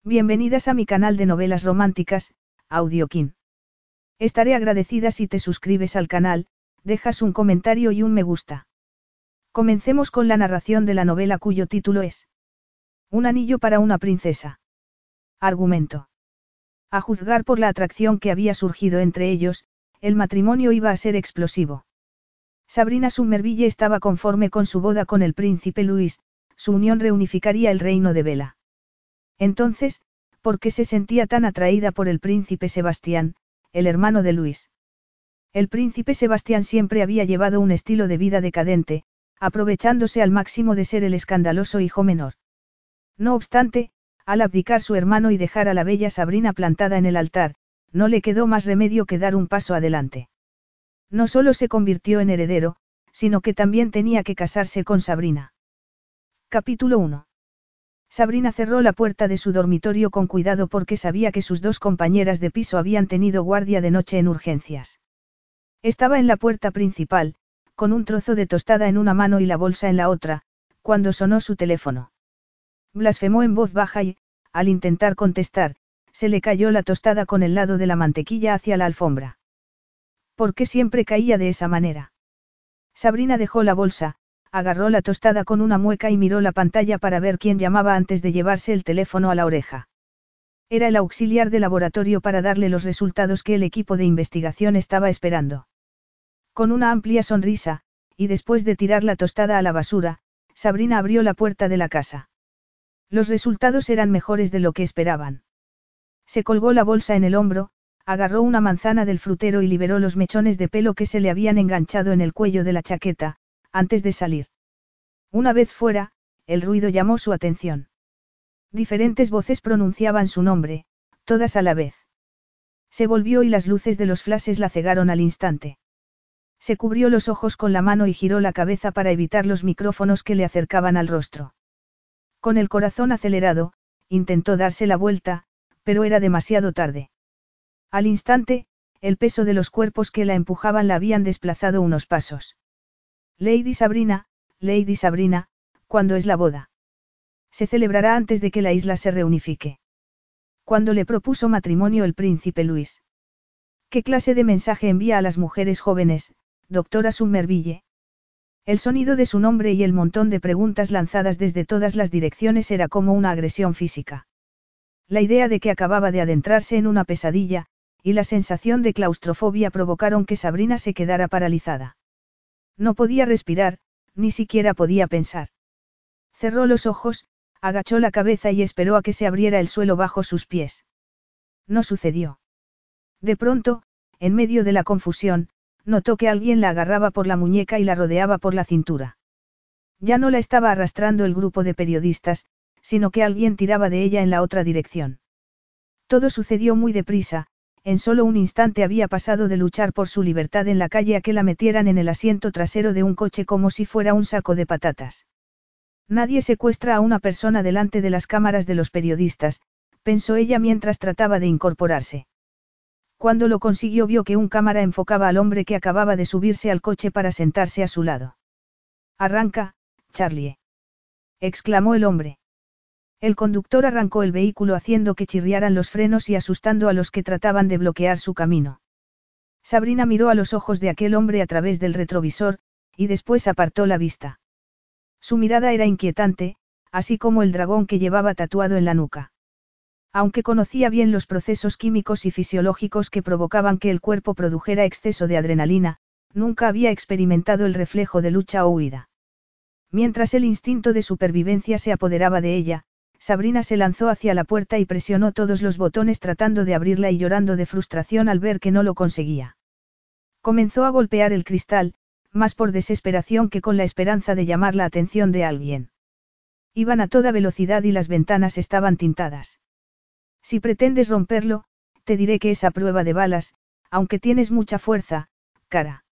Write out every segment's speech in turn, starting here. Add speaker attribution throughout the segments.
Speaker 1: Bienvenidas a mi canal de novelas románticas, Audiokin. Estaré agradecida si te suscribes al canal, dejas un comentario y un me gusta. Comencemos con la narración de la novela cuyo título es Un anillo para una princesa. Argumento. A juzgar por la atracción que había surgido entre ellos, el matrimonio iba a ser explosivo. Sabrina Somerville estaba conforme con su boda con el príncipe Luis, su unión reunificaría el reino de Bella. Entonces, ¿por qué se sentía tan atraída por el príncipe Sebastián, el hermano de Luis? El príncipe Sebastián siempre había llevado un estilo de vida decadente, aprovechándose al máximo de ser el escandaloso hijo menor. No obstante, al abdicar su hermano y dejar a la bella Sabrina plantada en el altar, no le quedó más remedio que dar un paso adelante. No solo se convirtió en heredero, sino que también tenía que casarse con Sabrina. Capítulo 1. Sabrina cerró la puerta de su dormitorio con cuidado porque sabía que sus dos compañeras de piso habían tenido guardia de noche en urgencias. Estaba en la puerta principal, con un trozo de tostada en una mano y la bolsa en la otra, cuando sonó su teléfono. Blasfemó en voz baja y, al intentar contestar, se le cayó la tostada con el lado de la mantequilla hacia la alfombra. ¿Por qué siempre caía de esa manera? Sabrina dejó la bolsa, agarró la tostada con una mueca y miró la pantalla para ver quién llamaba antes de llevarse el teléfono a la oreja. Era el auxiliar de laboratorio para darle los resultados que el equipo de investigación estaba esperando. Con una amplia sonrisa, y después de tirar la tostada a la basura, Sabrina abrió la puerta de la casa. Los resultados eran mejores de lo que esperaban. Se colgó la bolsa en el hombro, agarró una manzana del frutero y liberó los mechones de pelo que se le habían enganchado en el cuello de la chaqueta, antes de salir. Una vez fuera, el ruido llamó su atención. Diferentes voces pronunciaban su nombre, todas a la vez. Se volvió y las luces de los flashes la cegaron al instante. Se cubrió los ojos con la mano y giró la cabeza para evitar los micrófonos que le acercaban al rostro. Con el corazón acelerado, intentó darse la vuelta, pero era demasiado tarde. Al instante, el peso de los cuerpos que la empujaban la habían desplazado unos pasos. Lady Sabrina, ¿cuándo es la boda? Se celebrará antes de que la isla se reunifique. ¿Cuándo le propuso matrimonio el príncipe Luis? ¿Qué clase de mensaje envía a las mujeres jóvenes, doctora Somerville? El sonido de su nombre y el montón de preguntas lanzadas desde todas las direcciones era como una agresión física. La idea de que acababa de adentrarse en una pesadilla, y la sensación de claustrofobia provocaron que Sabrina se quedara paralizada. No podía respirar, ni siquiera podía pensar. Cerró los ojos, agachó la cabeza y esperó a que se abriera el suelo bajo sus pies. No sucedió. De pronto, en medio de la confusión, notó que alguien la agarraba por la muñeca y la rodeaba por la cintura. Ya no la estaba arrastrando el grupo de periodistas, sino que alguien tiraba de ella en la otra dirección. Todo sucedió muy deprisa. En solo un instante había pasado de luchar por su libertad en la calle a que la metieran en el asiento trasero de un coche como si fuera un saco de patatas. Nadie secuestra a una persona delante de las cámaras de los periodistas, pensó ella mientras trataba de incorporarse. Cuando lo consiguió vio que un cámara enfocaba al hombre que acababa de subirse al coche para sentarse a su lado. «Arranca, Charlie», exclamó el hombre. El conductor arrancó el vehículo haciendo que chirriaran los frenos y asustando a los que trataban de bloquear su camino. Sabrina miró a los ojos de aquel hombre a través del retrovisor, y después apartó la vista. Su mirada era inquietante, así como el dragón que llevaba tatuado en la nuca. Aunque conocía bien los procesos químicos y fisiológicos que provocaban que el cuerpo produjera exceso de adrenalina, nunca había experimentado el reflejo de lucha o huida. Mientras el instinto de supervivencia se apoderaba de ella, Sabrina se lanzó hacia la puerta y presionó todos los botones tratando de abrirla y llorando de frustración al ver que no lo conseguía. Comenzó a golpear el cristal, más por desesperación que con la esperanza de llamar la atención de alguien. Iban a toda velocidad y las ventanas estaban tintadas. Si pretendes romperlo, te diré que es a prueba de balas, aunque tienes mucha fuerza, cara.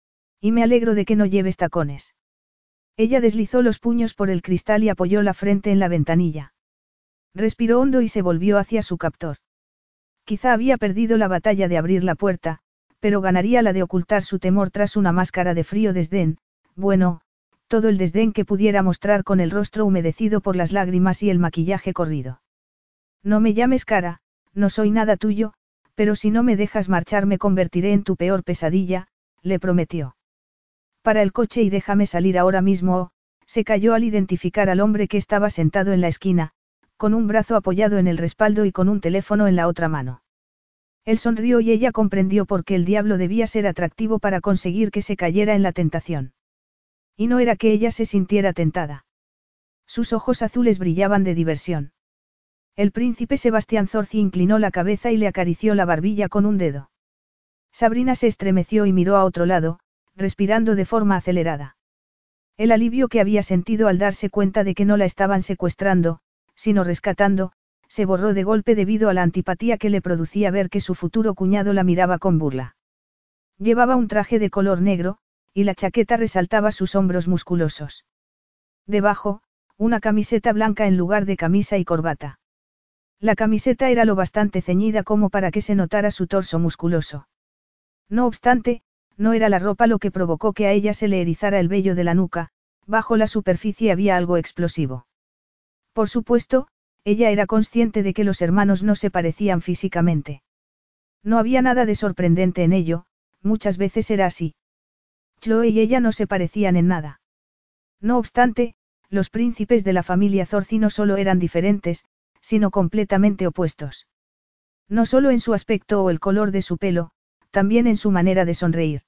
Speaker 1: Y me alegro de que no lleves tacones. Ella deslizó los puños por el cristal y apoyó la frente en la ventanilla. Respiró hondo y se volvió hacia su captor. Quizá había perdido la batalla de abrir la puerta, pero ganaría la de ocultar su temor tras una máscara de frío desdén, bueno, todo el desdén que pudiera mostrar con el rostro humedecido por las lágrimas y el maquillaje corrido. No me llames cara, no soy nada tuyo, pero si no me dejas marchar me convertiré en tu peor pesadilla, le prometió. Para el coche y déjame salir ahora mismo. Se calló al identificar al hombre que estaba sentado en la esquina, con un brazo apoyado en el respaldo y con un teléfono en la otra mano. Él sonrió y ella comprendió por qué el diablo debía ser atractivo para conseguir que se cayera en la tentación. Y no era que ella se sintiera tentada. Sus ojos azules brillaban de diversión. El príncipe Sebastián Zorzi inclinó la cabeza y le acarició la barbilla con un dedo. Sabrina se estremeció y miró a otro lado, respirando de forma acelerada. El alivio que había sentido al darse cuenta de que no la estaban secuestrando, sino rescatando, se borró de golpe debido a la antipatía que le producía ver que su futuro cuñado la miraba con burla. Llevaba un traje de color negro, y la chaqueta resaltaba sus hombros musculosos. Debajo, una camiseta blanca en lugar de camisa y corbata. La camiseta era lo bastante ceñida como para que se notara su torso musculoso. No obstante, no era la ropa lo que provocó que a ella se le erizara el vello de la nuca, bajo la superficie había algo explosivo. Por supuesto, ella era consciente de que los hermanos no se parecían físicamente. No había nada de sorprendente en ello, muchas veces era así. Chloe y ella no se parecían en nada. No obstante, los príncipes de la familia Zorzi no solo eran diferentes, sino completamente opuestos. No solo en su aspecto o el color de su pelo, también en su manera de sonreír.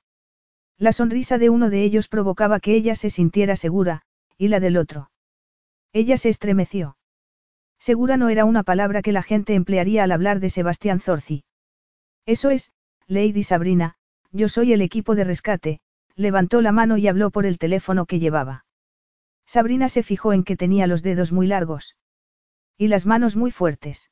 Speaker 1: La sonrisa de uno de ellos provocaba que ella se sintiera segura, y la del otro. Ella se estremeció. Segura no era una palabra que la gente emplearía al hablar de Sebastián Zorzi. Eso es, Lady Sabrina, yo soy el equipo de rescate, levantó la mano y habló por el teléfono que llevaba. Sabrina se fijó en que tenía los dedos muy largos. Y las manos muy fuertes.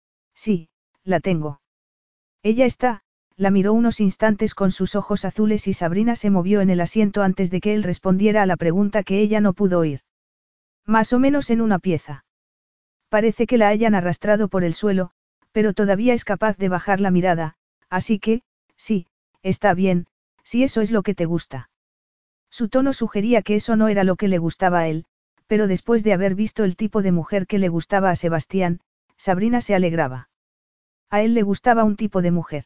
Speaker 1: Sí, la tengo. Ella está, la miró unos instantes con sus ojos azules y Sabrina se movió en el asiento antes de que él respondiera a la pregunta que ella no pudo oír. Más o menos en una pieza. Parece que la hayan arrastrado por el suelo, pero todavía es capaz de bajar la mirada, así que, sí, está bien, si eso es lo que te gusta. Su tono sugería que eso no era lo que le gustaba a él, pero después de haber visto el tipo de mujer que le gustaba a Sebastián, Sabrina se alegraba. A él le gustaba un tipo de mujer.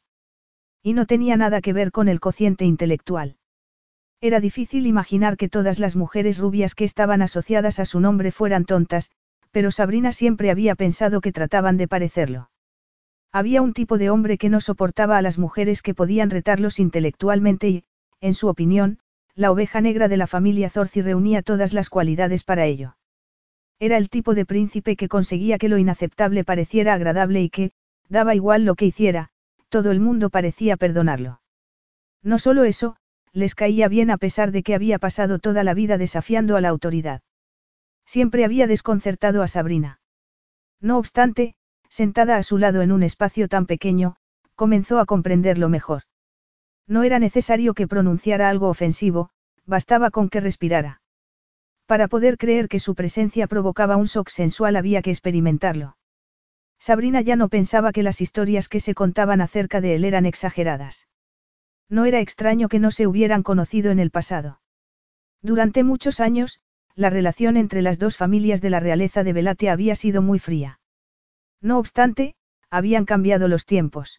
Speaker 1: Y no tenía nada que ver con el cociente intelectual. Era difícil imaginar que todas las mujeres rubias que estaban asociadas a su nombre fueran tontas, pero Sabrina siempre había pensado que trataban de parecerlo. Había un tipo de hombre que no soportaba a las mujeres que podían retarlos intelectualmente y, en su opinión, la oveja negra de la familia Zorzi reunía todas las cualidades para ello. Era el tipo de príncipe que conseguía que lo inaceptable pareciera agradable y que, daba igual lo que hiciera, todo el mundo parecía perdonarlo. No solo eso, les caía bien a pesar de que había pasado toda la vida desafiando a la autoridad. Siempre había desconcertado a Sabrina. No obstante, sentada a su lado en un espacio tan pequeño, comenzó a comprenderlo mejor. No era necesario que pronunciara algo ofensivo, bastaba con que respirara. Para poder creer que su presencia provocaba un shock sensual había que experimentarlo. Sabrina ya no pensaba que las historias que se contaban acerca de él eran exageradas. No era extraño que no se hubieran conocido en el pasado. Durante muchos años, la relación entre las dos familias de la realeza de Belatia había sido muy fría. No obstante, habían cambiado los tiempos.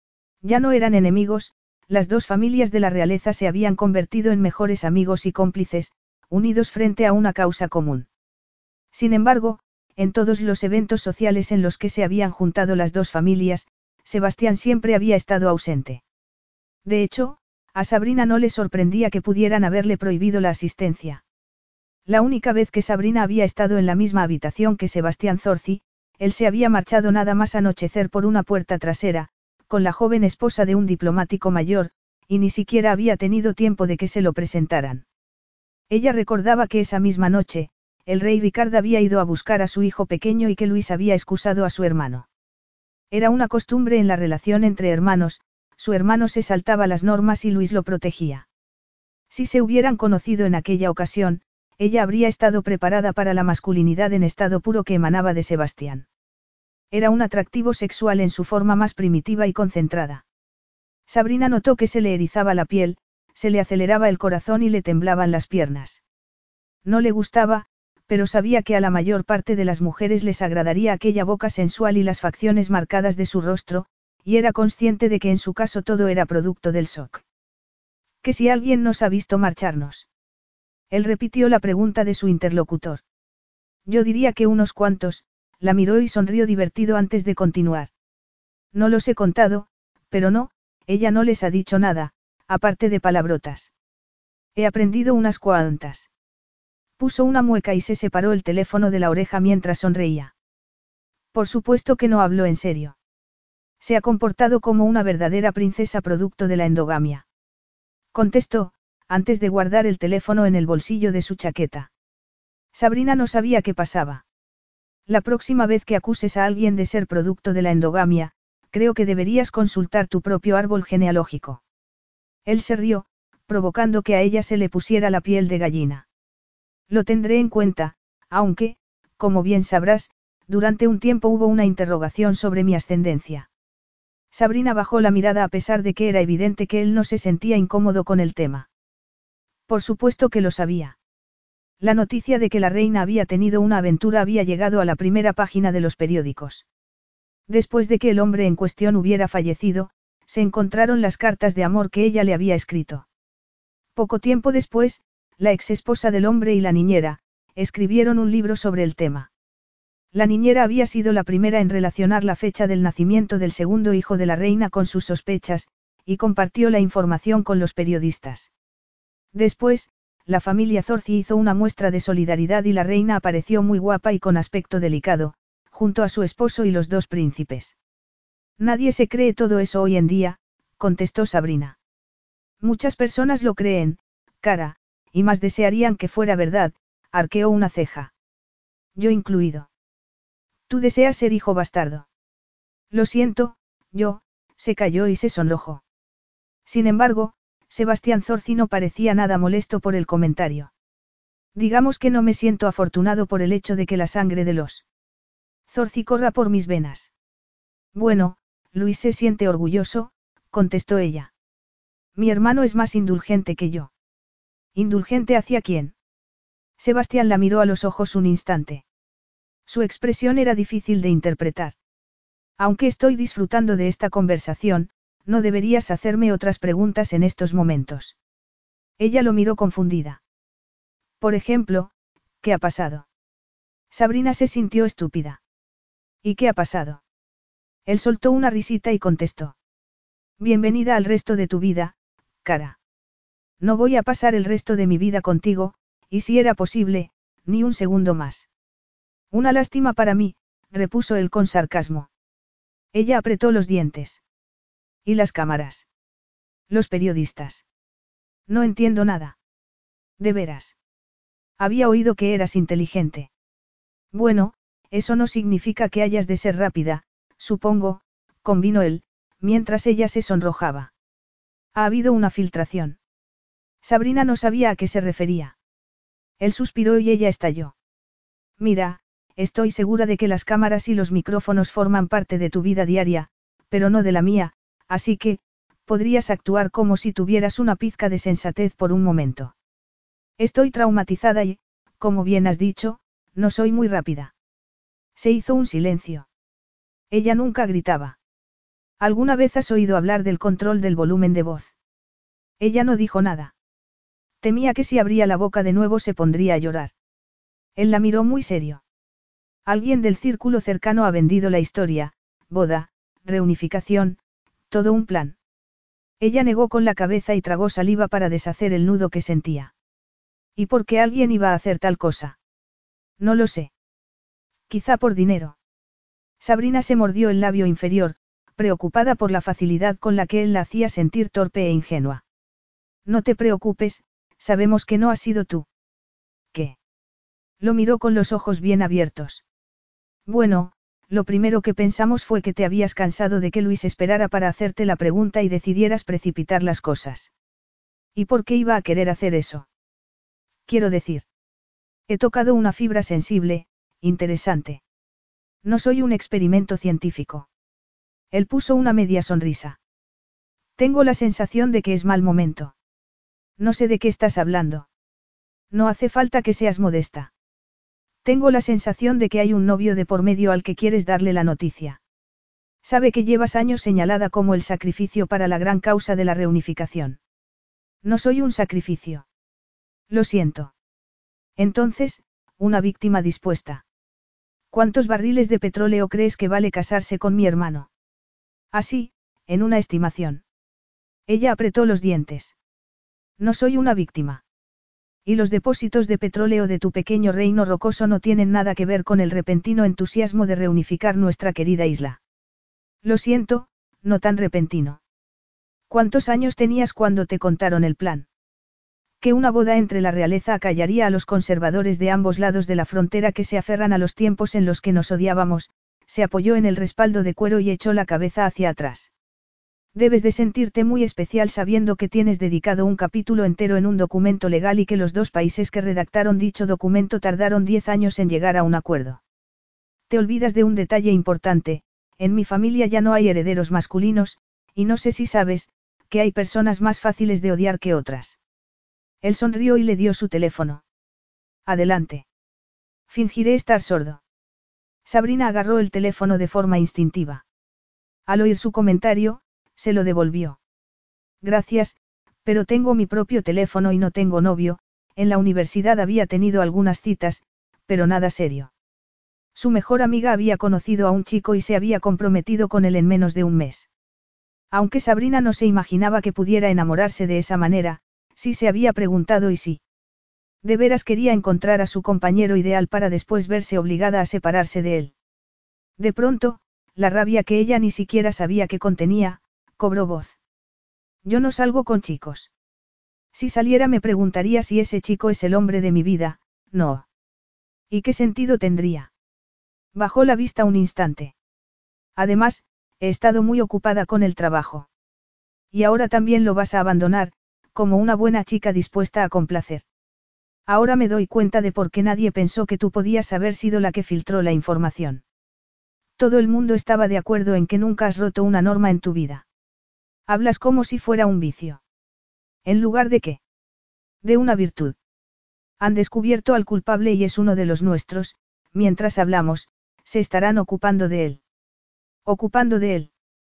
Speaker 1: Ya no eran enemigos, las dos familias de la realeza se habían convertido en mejores amigos y cómplices, unidos frente a una causa común. Sin embargo, en todos los eventos sociales en los que se habían juntado las dos familias, Sebastián siempre había estado ausente. De hecho, a Sabrina no le sorprendía que pudieran haberle prohibido la asistencia. La única vez que Sabrina había estado en la misma habitación que Sebastián Zorzi, él se había marchado nada más anochecer por una puerta trasera, con la joven esposa de un diplomático mayor, y ni siquiera había tenido tiempo de que se lo presentaran. Ella recordaba que esa misma noche, el rey Ricardo había ido a buscar a su hijo pequeño y que Luis había excusado a su hermano. Era una costumbre en la relación entre hermanos, su hermano se saltaba las normas y Luis lo protegía. Si se hubieran conocido en aquella ocasión, ella habría estado preparada para la masculinidad en estado puro que emanaba de Sebastián. Era un atractivo sexual en su forma más primitiva y concentrada. Sabrina notó que se le erizaba la piel, se le aceleraba el corazón y le temblaban las piernas. No le gustaba, pero sabía que a la mayor parte de las mujeres les agradaría aquella boca sensual y las facciones marcadas de su rostro, y era consciente de que en su caso todo era producto del shock. ¿Que si alguien nos ha visto marcharnos? Él repitió la pregunta de su interlocutor. Yo diría que unos cuantos, la miró y sonrió divertido antes de continuar. No los he contado, pero no, ella no les ha dicho nada, aparte de palabrotas. He aprendido unas cuantas. Puso una mueca y se separó el teléfono de la oreja mientras sonreía. Por supuesto que no habló en serio. Se ha comportado como una verdadera princesa producto de la endogamia. Contestó, antes de guardar el teléfono en el bolsillo de su chaqueta. Sabrina no sabía qué pasaba. La próxima vez que acuses a alguien de ser producto de la endogamia, creo que deberías consultar tu propio árbol genealógico. Él se rió, provocando que a ella se le pusiera la piel de gallina. Lo tendré en cuenta, aunque, como bien sabrás, durante un tiempo hubo una interrogación sobre mi ascendencia. Sabrina bajó la mirada a pesar de que era evidente que él no se sentía incómodo con el tema. Por supuesto que lo sabía. La noticia de que la reina había tenido una aventura había llegado a la primera página de los periódicos. Después de que el hombre en cuestión hubiera fallecido, se encontraron las cartas de amor que ella le había escrito. Poco tiempo después, la exesposa del hombre y la niñera, escribieron un libro sobre el tema. La niñera había sido la primera en relacionar la fecha del nacimiento del segundo hijo de la reina con sus sospechas, y compartió la información con los periodistas. Después, la familia Zorzi hizo una muestra de solidaridad y la reina apareció muy guapa y con aspecto delicado, junto a su esposo y los dos príncipes. Nadie se cree todo eso hoy en día, contestó Sabrina. Muchas personas lo creen, cara, y más desearían que fuera verdad, arqueó una ceja. Yo incluido. Tú deseas ser hijo bastardo. Lo siento, se calló y se sonrojó. Sin embargo, Sebastián Zorzi no parecía nada molesto por el comentario. Digamos que no me siento afortunado por el hecho de que la sangre de los Zorzi corra por mis venas. Bueno, Luis se siente orgulloso, contestó ella. Mi hermano es más indulgente que yo. ¿Indulgente hacia quién? Sebastián la miró a los ojos un instante. Su expresión era difícil de interpretar. Aunque estoy disfrutando de esta conversación, no deberías hacerme otras preguntas en estos momentos. Ella lo miró confundida. Por ejemplo, ¿qué ha pasado? Sabrina se sintió estúpida. ¿Y qué ha pasado? Él soltó una risita y contestó. Bienvenida al resto de tu vida, cara. No voy a pasar el resto de mi vida contigo, y si era posible, ni un segundo más. Una lástima para mí, repuso él con sarcasmo. Ella apretó los dientes. ¿Y las cámaras? Los periodistas. No entiendo nada. De veras. Había oído que eras inteligente. Bueno, eso no significa que hayas de ser rápida, supongo, convino él, mientras ella se sonrojaba. Ha habido una filtración. Sabrina no sabía a qué se refería. Él suspiró y ella estalló. Mira, estoy segura de que las cámaras y los micrófonos forman parte de tu vida diaria, pero no de la mía, así que, podrías actuar como si tuvieras una pizca de sensatez por un momento. Estoy traumatizada y, como bien has dicho, no soy muy rápida. Se hizo un silencio. Ella nunca gritaba. ¿Alguna vez has oído hablar del control del volumen de voz? Ella no dijo nada. Temía que si abría la boca de nuevo se pondría a llorar. Él la miró muy serio. Alguien del círculo cercano ha vendido la historia, boda, reunificación, todo un plan. Ella negó con la cabeza y tragó saliva para deshacer el nudo que sentía. ¿Y por qué alguien iba a hacer tal cosa? No lo sé. Quizá por dinero. Sabrina se mordió el labio inferior, preocupada por la facilidad con la que él la hacía sentir torpe e ingenua. No te preocupes, sabemos que no has sido tú. ¿Qué? Lo miró con los ojos bien abiertos. Bueno, lo primero que pensamos fue que te habías cansado de que Luis esperara para hacerte la pregunta y decidieras precipitar las cosas. ¿Y por qué iba a querer hacer eso? Quiero decir. He tocado una fibra sensible, interesante. No soy un experimento científico. Él puso una media sonrisa. Tengo la sensación de que es mal momento. No sé de qué estás hablando. No hace falta que seas modesta. Tengo la sensación de que hay un novio de por medio al que quieres darle la noticia. Sabe que llevas años señalada como el sacrificio para la gran causa de la reunificación. No soy un sacrificio. Lo siento. Entonces, una víctima dispuesta. ¿Cuántos barriles de petróleo crees que vale casarse con mi hermano? Así, en una estimación. Ella apretó los dientes. No soy una víctima. Y los depósitos de petróleo de tu pequeño reino rocoso no tienen nada que ver con el repentino entusiasmo de reunificar nuestra querida isla. Lo siento, no tan repentino. ¿Cuántos años tenías cuando te contaron el plan? Que una boda entre la realeza acallaría a los conservadores de ambos lados de la frontera que se aferran a los tiempos en los que nos odiábamos, se apoyó en el respaldo de cuero y echó la cabeza hacia atrás. Debes de sentirte muy especial sabiendo que tienes dedicado un capítulo entero en un documento legal y que los dos países que redactaron dicho documento tardaron 10 años en llegar a un acuerdo. Te olvidas de un detalle importante, en mi familia ya no hay herederos masculinos, y no sé si sabes, que hay personas más fáciles de odiar que otras. Él sonrió y le dio su teléfono. Adelante. Fingiré estar sordo. Sabrina agarró el teléfono de forma instintiva. Al oír su comentario, se lo devolvió. Gracias, pero tengo mi propio teléfono y no tengo novio. En la universidad había tenido algunas citas, pero nada serio. Su mejor amiga había conocido a un chico y se había comprometido con él en menos de un mes. Aunque Sabrina no se imaginaba que pudiera enamorarse de esa manera, sí se había preguntado y sí. De veras quería encontrar a su compañero ideal para después verse obligada a separarse de él. De pronto, la rabia que ella ni siquiera sabía que contenía, cobró voz. Yo no salgo con chicos. Si saliera me preguntaría si ese chico es el hombre de mi vida, no. ¿Y qué sentido tendría? Bajó la vista un instante. Además, he estado muy ocupada con el trabajo. Y ahora también lo vas a abandonar, como una buena chica dispuesta a complacer. Ahora me doy cuenta de por qué nadie pensó que tú podías haber sido la que filtró la información. Todo el mundo estaba de acuerdo en que nunca has roto una norma en tu vida. Hablas como si fuera un vicio. ¿En lugar de qué? De una virtud. Han descubierto al culpable y es uno de los nuestros, mientras hablamos, se estarán ocupando de él. ¿Ocupando de él?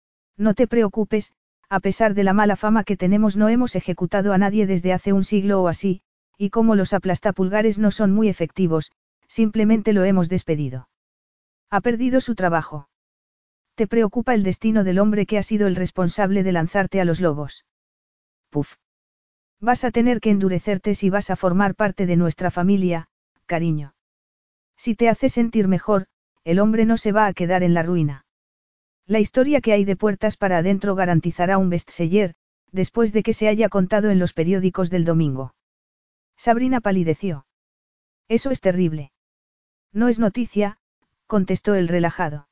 Speaker 1: No te preocupes, a pesar de la mala fama que tenemos no hemos ejecutado a nadie desde hace un siglo o así, y como los aplastapulgares no son muy efectivos, simplemente lo hemos despedido. Ha perdido su trabajo. ¿Te preocupa el destino del hombre que ha sido el responsable de lanzarte a los lobos? Puf. Vas a tener que endurecerte si vas a formar parte de nuestra familia, cariño. Si te hace sentir mejor, el hombre no se va a quedar en la ruina. La historia que hay de puertas para adentro garantizará un bestseller, después de que se haya contado en los periódicos del domingo. Sabrina palideció. Eso es terrible. No es noticia, contestó el relajado.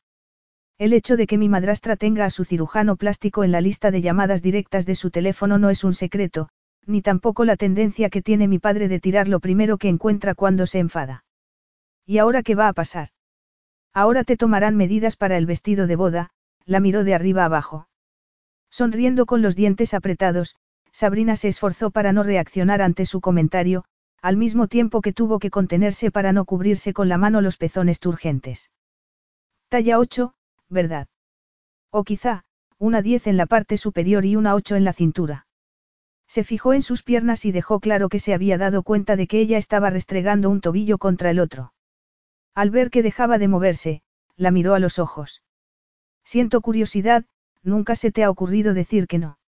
Speaker 1: El hecho de que mi madrastra tenga a su cirujano plástico en la lista de llamadas directas de su teléfono no es un secreto, ni tampoco la tendencia que tiene mi padre de tirar lo primero que encuentra cuando se enfada. ¿Y ahora qué va a pasar? Ahora te tomarán medidas para el vestido de boda, la miró de arriba abajo. Sonriendo con los dientes apretados, Sabrina se esforzó para no reaccionar ante su comentario, al mismo tiempo que tuvo que contenerse para no cubrirse con la mano los pezones turgentes. Talla 8, ¿verdad? O quizá, una 10 en la parte superior y una 8 en la cintura. Se fijó en sus piernas y dejó claro que se había dado cuenta de que ella estaba restregando un tobillo contra el otro. Al ver que dejaba de moverse, la miró a los ojos. Siento curiosidad, ¿nunca se te ha ocurrido decir que no?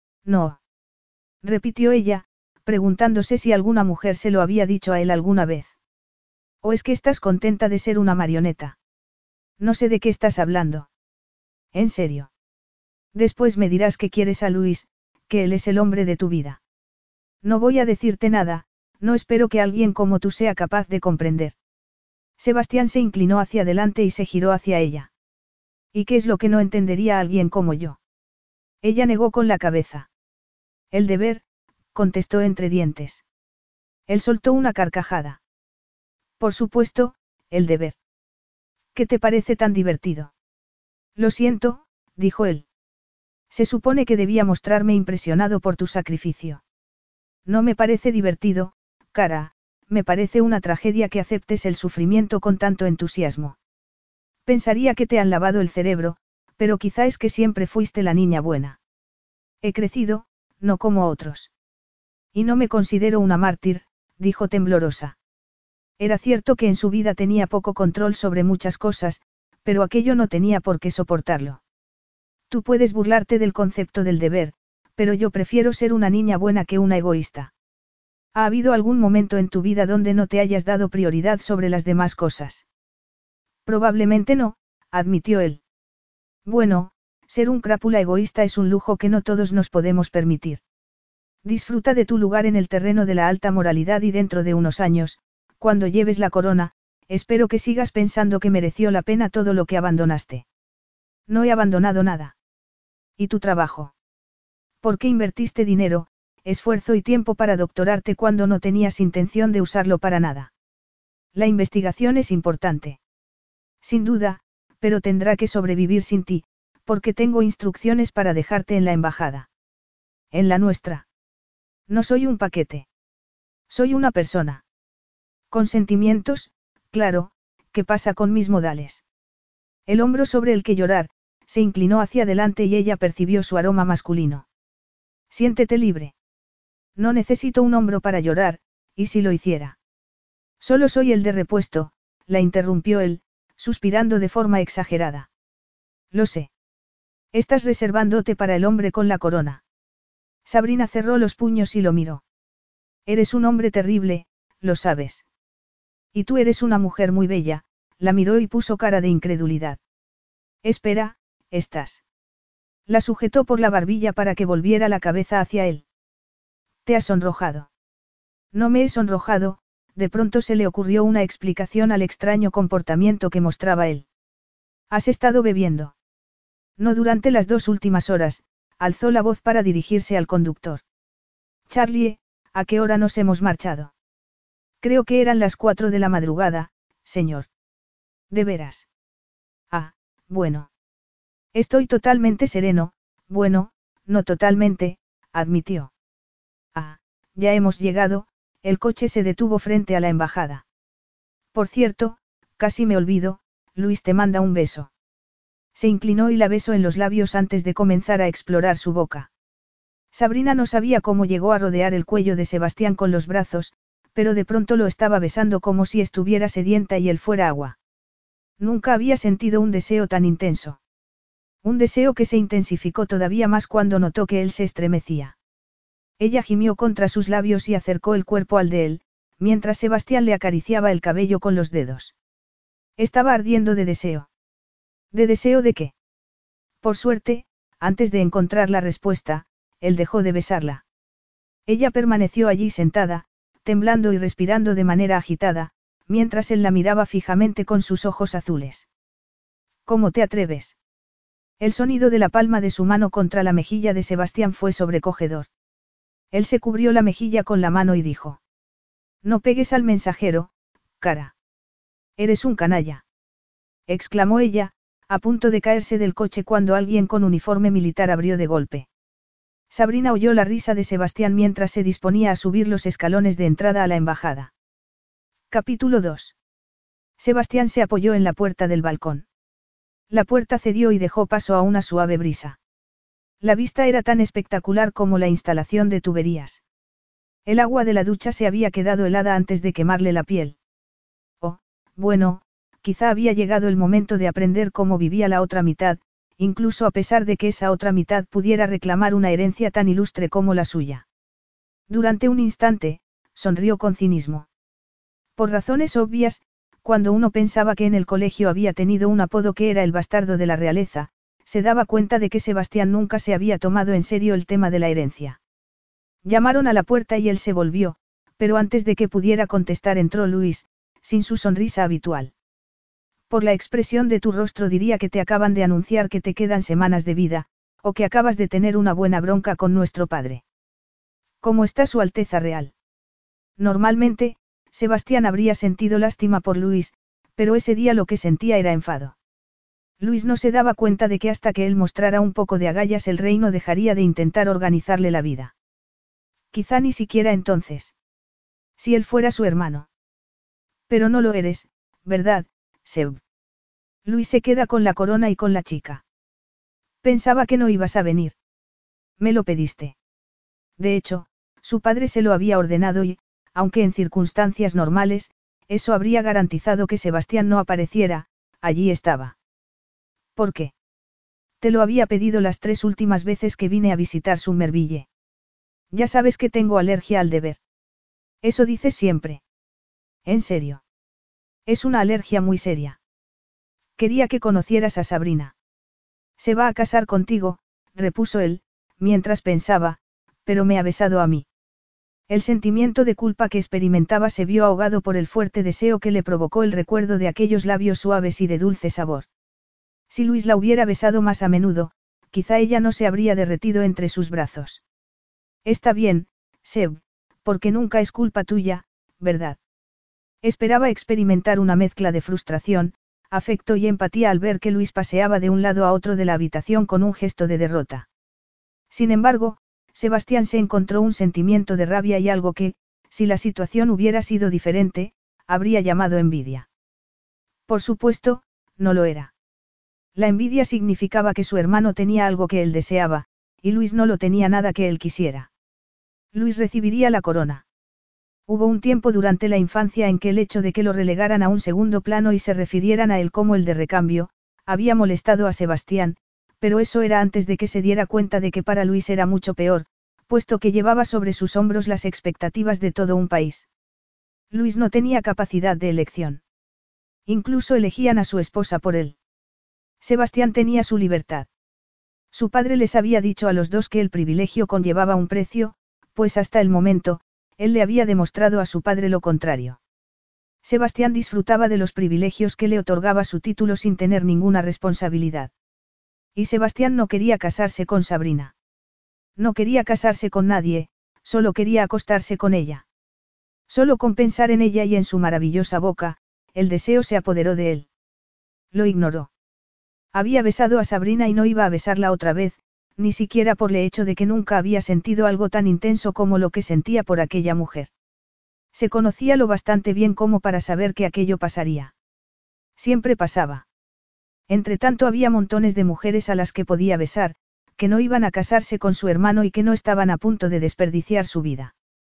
Speaker 1: No. Repitió ella, preguntándose si alguna mujer se lo había dicho a él alguna vez. ¿O es que estás contenta de ser una marioneta? No sé de qué estás hablando. ¿En serio? Después me dirás que quieres a Luis, que él es el hombre de tu vida. No voy a decirte nada, no espero que alguien como tú sea capaz de comprender. Sebastián se inclinó hacia adelante y se giró hacia ella. ¿Y qué es lo que no entendería alguien como yo? Ella negó con la cabeza. El deber, contestó entre dientes. Él soltó una carcajada. Por supuesto, el deber. ¿Qué te parece tan divertido? Lo siento, dijo él. Se supone que debía mostrarme impresionado por tu sacrificio. No me parece divertido, cara, me parece una tragedia que aceptes el sufrimiento con tanto entusiasmo. Pensaría que te han lavado el cerebro, pero quizá es que siempre fuiste la niña buena. He crecido, no como otros. Y no me considero una mártir, dijo temblorosa. Era cierto que en su vida tenía poco control sobre muchas cosas, pero aquello no tenía por qué soportarlo. Tú puedes burlarte del concepto del deber, pero yo prefiero ser una niña buena que una egoísta. ¿Ha habido algún momento en tu vida donde no te hayas dado prioridad sobre las demás cosas? Probablemente no, admitió él. Bueno, ser un crápula egoísta es un lujo que no todos nos podemos permitir. Disfruta de tu lugar en el terreno de la alta moralidad y dentro de unos años, cuando lleves la corona, espero que sigas pensando que mereció la pena todo lo que abandonaste. No he abandonado nada. ¿Y tu trabajo? ¿Por qué invertiste dinero, esfuerzo y tiempo para doctorarte cuando no tenías intención de usarlo para nada? La investigación es importante. Sin duda, pero tendrá que sobrevivir sin ti, porque tengo instrucciones para dejarte en la embajada. En la nuestra. No soy un paquete. Soy una persona. Con sentimientos, claro, ¿qué pasa con mis modales? El hombro sobre el que llorar, se inclinó hacia adelante y ella percibió su aroma masculino. Siéntete libre. No necesito un hombro para llorar, y si lo hiciera. Solo soy el de repuesto, la interrumpió él, suspirando de forma exagerada. Lo sé. Estás reservándote para el hombre con la corona. Sabrina cerró los puños y lo miró. Eres un hombre terrible, lo sabes. Y tú eres una mujer muy bella, la miró y puso cara de incredulidad. Espera, estás. La sujetó por la barbilla para que volviera la cabeza hacia él. ¿Te has sonrojado? No me he sonrojado, de pronto se le ocurrió una explicación al extraño comportamiento que mostraba él. ¿Has estado bebiendo? No durante las 2 últimas horas, alzó la voz para dirigirse al conductor. Charlie, ¿a qué hora nos hemos marchado? Creo que eran las 4 de la madrugada, señor. ¿De veras? Ah, bueno. Estoy totalmente sereno, bueno, no totalmente, admitió. Ah, ya hemos llegado, el coche se detuvo frente a la embajada. Por cierto, casi me olvido, Luis te manda un beso. Se inclinó y la besó en los labios antes de comenzar a explorar su boca. Sabrina no sabía cómo llegó a rodear el cuello de Sebastián con los brazos, pero de pronto lo estaba besando como si estuviera sedienta y él fuera agua. Nunca había sentido un deseo tan intenso. Un deseo que se intensificó todavía más cuando notó que él se estremecía. Ella gimió contra sus labios y acercó el cuerpo al de él, mientras Sebastián le acariciaba el cabello con los dedos. Estaba ardiendo de deseo. ¿De deseo de qué? Por suerte, antes de encontrar la respuesta, él dejó de besarla. Ella permaneció allí sentada, temblando y respirando de manera agitada, mientras él la miraba fijamente con sus ojos azules. ¿Cómo te atreves? El sonido de la palma de su mano contra la mejilla de Sebastián fue sobrecogedor. Él se cubrió la mejilla con la mano y dijo. No pegues al mensajero, cara. Eres un canalla. Exclamó ella, a punto de caerse del coche cuando alguien con uniforme militar abrió de golpe. Sabrina oyó la risa de Sebastián mientras se disponía a subir los escalones de entrada a la embajada. Capítulo 2. Sebastián se apoyó en la puerta del balcón. La puerta cedió y dejó paso a una suave brisa. La vista era tan espectacular como la instalación de tuberías. El agua de la ducha se había quedado helada antes de quemarle la piel. Oh, bueno, quizá había llegado el momento de aprender cómo vivía la otra mitad, incluso a pesar de que esa otra mitad pudiera reclamar una herencia tan ilustre como la suya. Durante un instante, sonrió con cinismo. Por razones obvias, cuando uno pensaba que en el colegio había tenido un apodo que era el bastardo de la realeza, se daba cuenta de que Sebastián nunca se había tomado en serio el tema de la herencia. Llamaron a la puerta y él se volvió, pero antes de que pudiera contestar entró Luis, sin su sonrisa habitual. Por la expresión de tu rostro diría que te acaban de anunciar que te quedan semanas de vida, o que acabas de tener una buena bronca con nuestro padre. ¿Cómo está Su Alteza Real? Normalmente, Sebastián habría sentido lástima por Luis, pero ese día lo que sentía era enfado. Luis no se daba cuenta de que hasta que él mostrara un poco de agallas el reino dejaría de intentar organizarle la vida. Quizá ni siquiera entonces. Si él fuera su hermano. Pero no lo eres, ¿verdad, Seb? Luis se queda con la corona y con la chica. Pensaba que no ibas a venir. Me lo pediste. De hecho, su padre se lo había ordenado y, aunque en circunstancias normales, eso habría garantizado que Sebastián no apareciera, allí estaba. ¿Por qué? Te lo había pedido las 3 últimas veces que vine a visitar Summerville. Ya sabes que tengo alergia al deber. Eso dices siempre. ¿En serio? Es una alergia muy seria. Quería que conocieras a Sabrina. Se va a casar contigo, repuso él, mientras pensaba, pero me ha besado a mí. El sentimiento de culpa que experimentaba se vio ahogado por el fuerte deseo que le provocó el recuerdo de aquellos labios suaves y de dulce sabor. Si Luis la hubiera besado más a menudo, quizá ella no se habría derretido entre sus brazos. Está bien, Seb, porque nunca es culpa tuya, ¿verdad? Esperaba experimentar una mezcla de frustración, afecto y empatía al ver que Luis paseaba de un lado a otro de la habitación con un gesto de derrota. Sin embargo, Sebastián se encontró un sentimiento de rabia y algo que, si la situación hubiera sido diferente, habría llamado envidia. Por supuesto, no lo era. La envidia significaba que su hermano tenía algo que él deseaba, y Luis no lo tenía nada que él quisiera. Luis recibiría la corona. Hubo un tiempo durante la infancia en que el hecho de que lo relegaran a un segundo plano y se refirieran a él como el de recambio, había molestado a Sebastián, pero eso era antes de que se diera cuenta de que para Luis era mucho peor, puesto que llevaba sobre sus hombros las expectativas de todo un país. Luis no tenía capacidad de elección. Incluso elegían a su esposa por él. Sebastián tenía su libertad. Su padre les había dicho a los dos que el privilegio conllevaba un precio, pues hasta el momento, él le había demostrado a su padre lo contrario. Sebastián disfrutaba de los privilegios que le otorgaba su título sin tener ninguna responsabilidad. Y Sebastián no quería casarse con Sabrina. No quería casarse con nadie, solo quería acostarse con ella. Solo con pensar en ella y en su maravillosa boca, el deseo se apoderó de él. Lo ignoró. Había besado a Sabrina y no iba a besarla otra vez, ni siquiera por el hecho de que nunca había sentido algo tan intenso como lo que sentía por aquella mujer. Se conocía lo bastante bien como para saber que aquello pasaría. Siempre pasaba. Entretanto había montones de mujeres a las que podía besar, que no iban a casarse con su hermano y que no estaban a punto de desperdiciar su vida.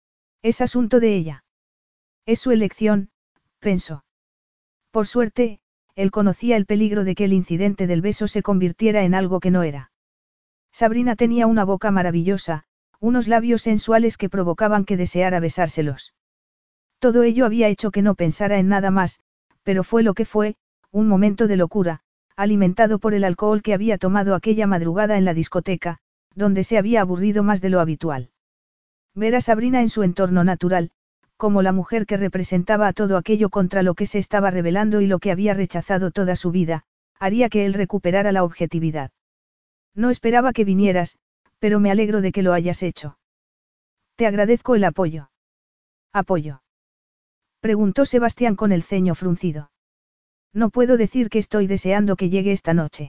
Speaker 1: Es asunto de ella. Es su elección, pensó. Por suerte, él conocía el peligro de que el incidente del beso se convirtiera en algo que no era. Sabrina tenía una boca maravillosa, unos labios sensuales que provocaban que deseara besárselos. Todo ello había hecho que no pensara en nada más, pero fue lo que fue, un momento de locura, alimentado por el alcohol que había tomado aquella madrugada en la discoteca, donde se había aburrido más de lo habitual. Ver a Sabrina en su entorno natural, como la mujer que representaba a todo aquello contra lo que se estaba rebelando y lo que había rechazado toda su vida, haría que él recuperara la objetividad. No esperaba que vinieras, pero me alegro de que lo hayas hecho. Te agradezco el apoyo. ¿Apoyo? Preguntó Sebastián con el ceño fruncido. No puedo decir que estoy deseando que llegue esta noche.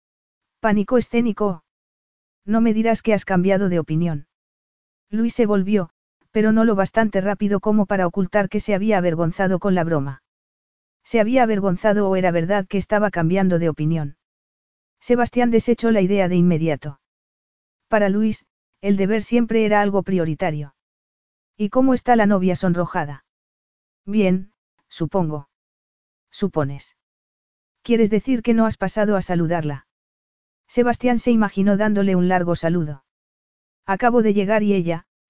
Speaker 1: Pánico escénico. No me dirás que has cambiado de opinión. Luis se volvió, pero no lo bastante rápido como para ocultar que se había avergonzado con la broma. ¿Se había avergonzado o era verdad que estaba cambiando de opinión? Sebastián desechó la idea de inmediato. Para Luis, el deber siempre era algo prioritario. ¿Y cómo está la novia sonrojada? Bien, supongo. Supones. ¿Quieres decir que no has pasado a saludarla? Sebastián se imaginó dándole un largo saludo. Acabo de llegar y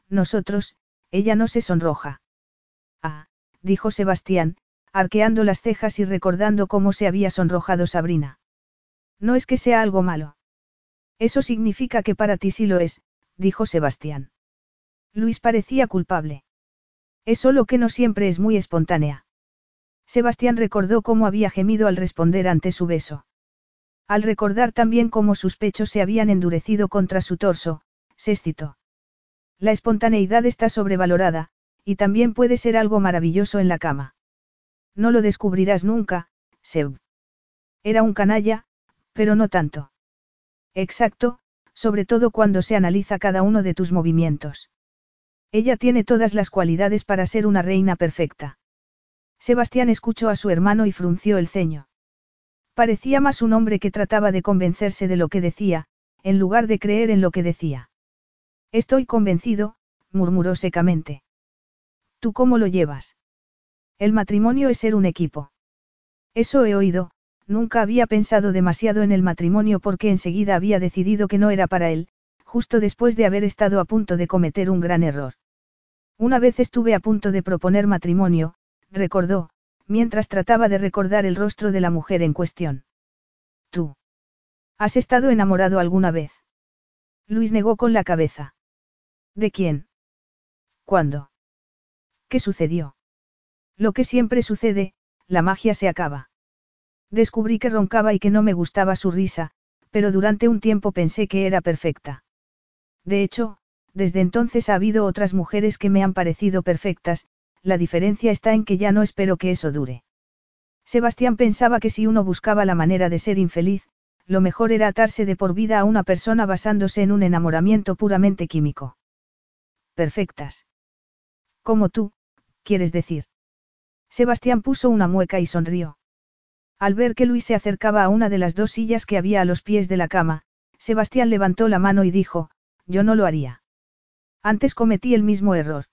Speaker 1: ella no se sonroja. Ah, dijo Sebastián, arqueando las cejas y recordando cómo se había sonrojado Sabrina. No es que sea algo malo. Eso significa que para ti sí lo es, dijo Sebastián. Luis parecía culpable. Es solo que no siempre es muy espontánea. Sebastián recordó cómo había gemido al responder ante su beso. Al recordar también cómo sus pechos se habían endurecido contra su torso, se excitó. La espontaneidad está sobrevalorada, y también puede ser algo maravilloso en la cama. No lo descubrirás nunca, Seb. Era un canalla, pero no tanto. Exacto, sobre todo cuando se analiza cada uno de tus movimientos. Ella tiene todas las cualidades para ser una reina perfecta. Sebastián escuchó a su hermano y frunció el ceño. Parecía más un hombre que trataba de convencerse de lo que decía, en lugar de creer en lo que decía. Estoy convencido, murmuró secamente. ¿Tú cómo lo llevas? El matrimonio es ser un equipo. Eso he oído, nunca había pensado demasiado en el matrimonio porque enseguida había decidido que no era para él, justo después de haber estado a punto de cometer un gran error. Una vez estuve a punto de proponer matrimonio, recordó, mientras trataba de recordar el rostro de la mujer en cuestión. ¿Tú has estado enamorado alguna vez? Luis negó con la cabeza. ¿De quién? ¿Cuándo? ¿Qué sucedió? Lo que siempre sucede, la magia se acaba. Descubrí que roncaba y que no me gustaba su risa, pero durante un tiempo pensé que era perfecta. De hecho, desde entonces ha habido otras mujeres que me han parecido perfectas, la diferencia está en que ya no espero que eso dure. Sebastián pensaba que si uno buscaba la manera de ser infeliz, lo mejor era atarse de por vida a una persona basándose en un enamoramiento puramente químico. Perfectas. Como tú, quieres decir. Sebastián puso una mueca y sonrió. Al ver que Luis se acercaba a una de las dos sillas que había a los pies de la cama, Sebastián levantó la mano y dijo, yo no lo haría. Antes cometí el mismo error.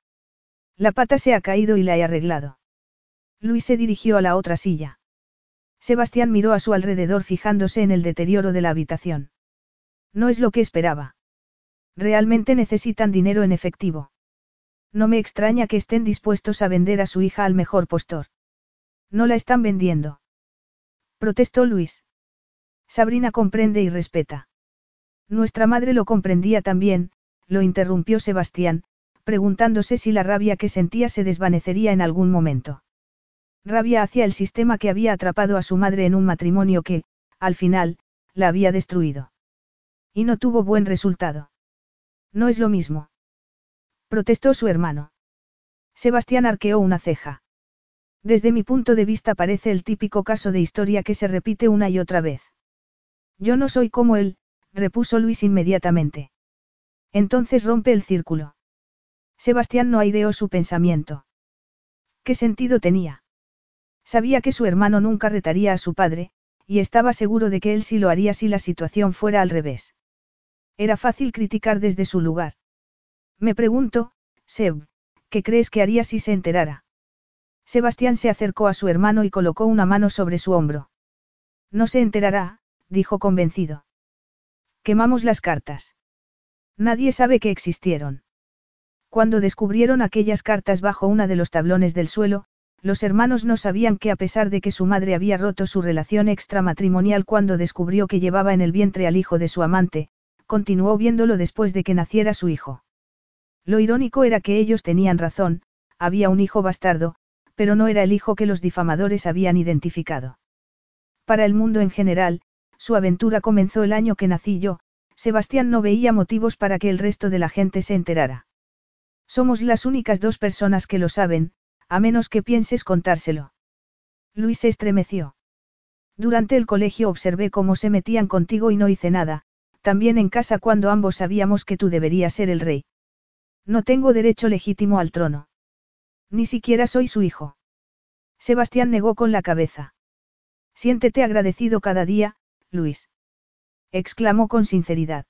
Speaker 1: La pata se ha caído y la he arreglado. Luis se dirigió a la otra silla. Sebastián miró a su alrededor fijándose en el deterioro de la habitación. No es lo que esperaba. Realmente necesitan dinero en efectivo. No me extraña que estén dispuestos a vender a su hija al mejor postor. No la están vendiendo. Protestó Luis. Sabrina comprende y respeta. Nuestra madre lo comprendía también, lo interrumpió Sebastián, preguntándose si la rabia que sentía se desvanecería en algún momento. Rabia hacia el sistema que había atrapado a su madre en un matrimonio que, al final, la había destruido. Y no tuvo buen resultado. No es lo mismo. Protestó su hermano. Sebastián arqueó una ceja. Desde mi punto de vista parece el típico caso de historia que se repite una y otra vez. Yo no soy como él, repuso Luis inmediatamente. Entonces rompe el círculo. Sebastián no aireó su pensamiento. ¿Qué sentido tenía? Sabía que su hermano nunca retaría a su padre, y estaba seguro de que él sí lo haría si la situación fuera al revés. Era fácil criticar desde su lugar. Me pregunto, Seb, ¿qué crees que haría si se enterara? Sebastián se acercó a su hermano y colocó una mano sobre su hombro. No se enterará, dijo convencido. Quemamos las cartas. Nadie sabe que existieron. Cuando descubrieron aquellas cartas bajo una de los tablones del suelo, los hermanos no sabían que a pesar de que su madre había roto su relación extramatrimonial cuando descubrió que llevaba en el vientre al hijo de su amante, continuó viéndolo después de que naciera su hijo. Lo irónico era que ellos tenían razón, había un hijo bastardo, pero no era el hijo que los difamadores habían identificado. Para el mundo en general, su aventura comenzó el año que nací yo, Sebastián no veía motivos para que el resto de la gente se enterara. Somos las únicas dos personas que lo saben, a menos que pienses contárselo. Luis se estremeció. Durante el colegio observé cómo se metían contigo y no hice nada, también en casa cuando ambos sabíamos que tú deberías ser el rey. No tengo derecho legítimo al trono. Ni siquiera soy su hijo. Sebastián negó con la cabeza. Siéntete agradecido cada día, Luis. Exclamó con sinceridad.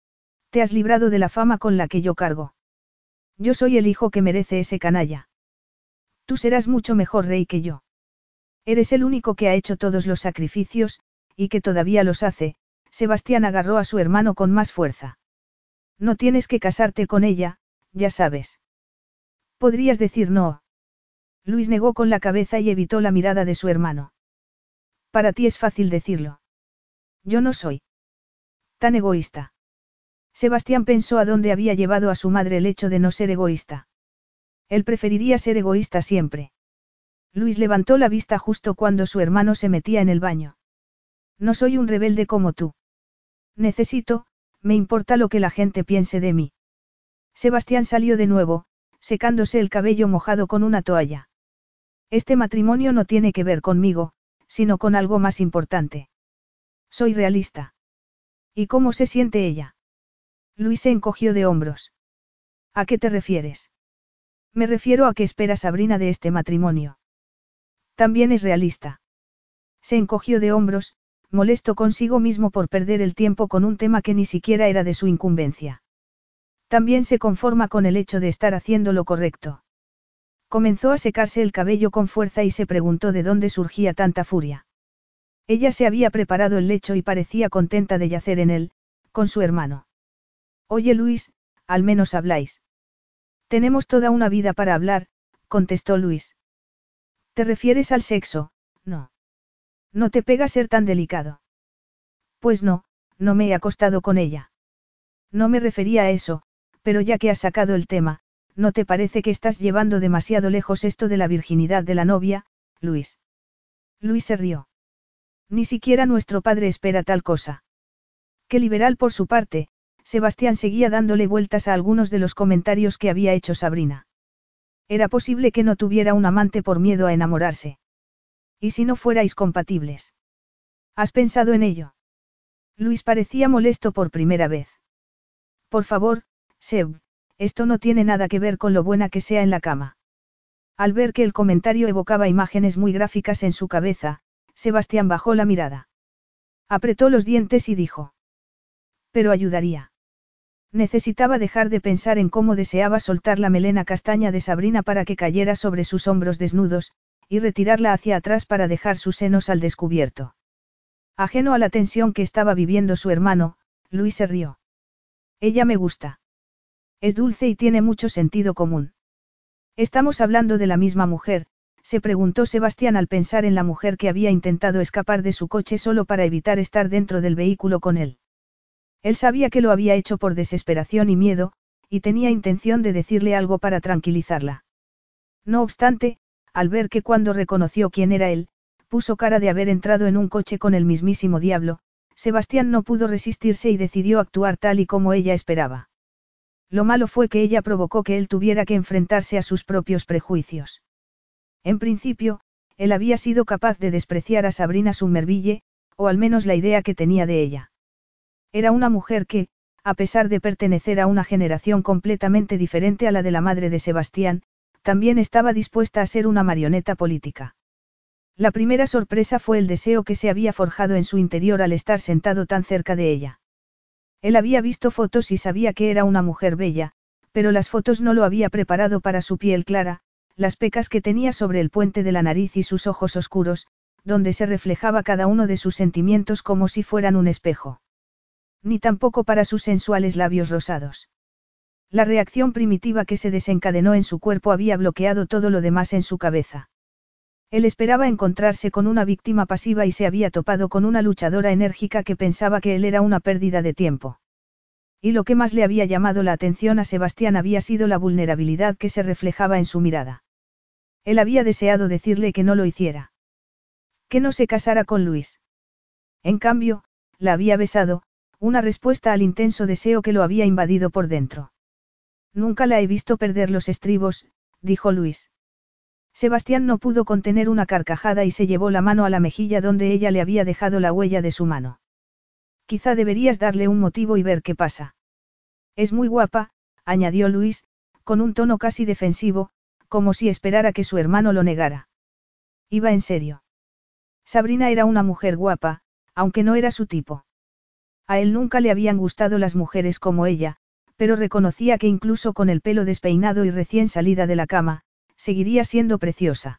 Speaker 1: Te has librado de la fama con la que yo cargo. Yo soy el hijo que merece ese canalla. Tú serás mucho mejor rey que yo. Eres el único que ha hecho todos los sacrificios, y que todavía los hace. Sebastián agarró a su hermano con más fuerza. No tienes que casarte con ella, ya sabes. Podrías decir no. Luis negó con la cabeza y evitó la mirada de su hermano. Para ti es fácil decirlo. Yo no soy tan egoísta. Sebastián pensó a dónde había llevado a su madre el hecho de no ser egoísta. Él preferiría ser egoísta siempre. Luis levantó la vista justo cuando su hermano se metía en el baño. No soy un rebelde como tú. Me importa lo que la gente piense de mí. Sebastián salió de nuevo, secándose el cabello mojado con una toalla. Este matrimonio no tiene que ver conmigo, sino con algo más importante. Soy realista. ¿Y cómo se siente ella? Luis se encogió de hombros. ¿A qué te refieres? Me refiero a qué espera Sabrina de este matrimonio. También es realista. Se encogió de hombros, molesto consigo mismo por perder el tiempo con un tema que ni siquiera era de su incumbencia. También se conforma con el hecho de estar haciendo lo correcto. Comenzó a secarse el cabello con fuerza y se preguntó de dónde surgía tanta furia. Ella se había preparado el lecho y parecía contenta de yacer en él, con su hermano. Oye Luis, al menos habláis. Tenemos toda una vida para hablar, contestó Luis. ¿Te refieres al sexo? No. No te pega ser tan delicado. Pues no, no me he acostado con ella. No me refería a eso, pero ya que has sacado el tema, ¿no te parece que estás llevando demasiado lejos esto de la virginidad de la novia, Luis? Luis se rió. Ni siquiera nuestro padre espera tal cosa. Qué liberal por su parte, Sebastián seguía dándole vueltas a algunos de los comentarios que había hecho Sabrina. Era posible que no tuviera un amante por miedo a enamorarse. ¿Y si no fuerais compatibles? ¿Has pensado en ello? Luis parecía molesto por primera vez. Por favor, Seb, esto no tiene nada que ver con lo buena que sea en la cama. Al ver que el comentario evocaba imágenes muy gráficas en su cabeza, Sebastián bajó la mirada. Apretó los dientes y dijo. Pero ayudaría. Necesitaba dejar de pensar en cómo deseaba soltar la melena castaña de Sabrina para que cayera sobre sus hombros desnudos, y retirarla hacia atrás para dejar sus senos al descubierto. Ajeno a la tensión que estaba viviendo su hermano, Luis se rió. Ella me gusta. Es dulce y tiene mucho sentido común. ¿Estamos hablando de la misma mujer?, se preguntó Sebastián al pensar en la mujer que había intentado escapar de su coche solo para evitar estar dentro del vehículo con él. Él sabía que lo había hecho por desesperación y miedo, y tenía intención de decirle algo para tranquilizarla. No obstante, al ver que cuando reconoció quién era él, puso cara de haber entrado en un coche con el mismísimo diablo, Sebastián no pudo resistirse y decidió actuar tal y como ella esperaba. Lo malo fue que ella provocó que él tuviera que enfrentarse a sus propios prejuicios. En principio, él había sido capaz de despreciar a Sabrina Summerville, o al menos la idea que tenía de ella. Era una mujer que, a pesar de pertenecer a una generación completamente diferente a la de la madre de Sebastián, también estaba dispuesta a ser una marioneta política. La primera sorpresa fue el deseo que se había forjado en su interior al estar sentado tan cerca de ella. Él había visto fotos y sabía que era una mujer bella, pero las fotos no lo había preparado para su piel clara, las pecas que tenía sobre el puente de la nariz y sus ojos oscuros, donde se reflejaba cada uno de sus sentimientos como si fueran un espejo. Ni tampoco para sus sensuales labios rosados. La reacción primitiva que se desencadenó en su cuerpo había bloqueado todo lo demás en su cabeza. Él esperaba encontrarse con una víctima pasiva y se había topado con una luchadora enérgica que pensaba que él era una pérdida de tiempo. Y lo que más le había llamado la atención a Sebastián había sido la vulnerabilidad que se reflejaba en su mirada. Él había deseado decirle que no lo hiciera. Que no se casara con Luis. En cambio, la había besado, una respuesta al intenso deseo que lo había invadido por dentro. Nunca la he visto perder los estribos, dijo Luis. Sebastián no pudo contener una carcajada y se llevó la mano a la mejilla donde ella le había dejado la huella de su mano. Quizá deberías darle un motivo y ver qué pasa. Es muy guapa, añadió Luis, con un tono casi defensivo, como si esperara que su hermano lo negara. Iba en serio. Sabrina era una mujer guapa, aunque no era su tipo. A él nunca le habían gustado las mujeres como ella, pero reconocía que incluso con el pelo despeinado y recién salida de la cama, seguiría siendo preciosa.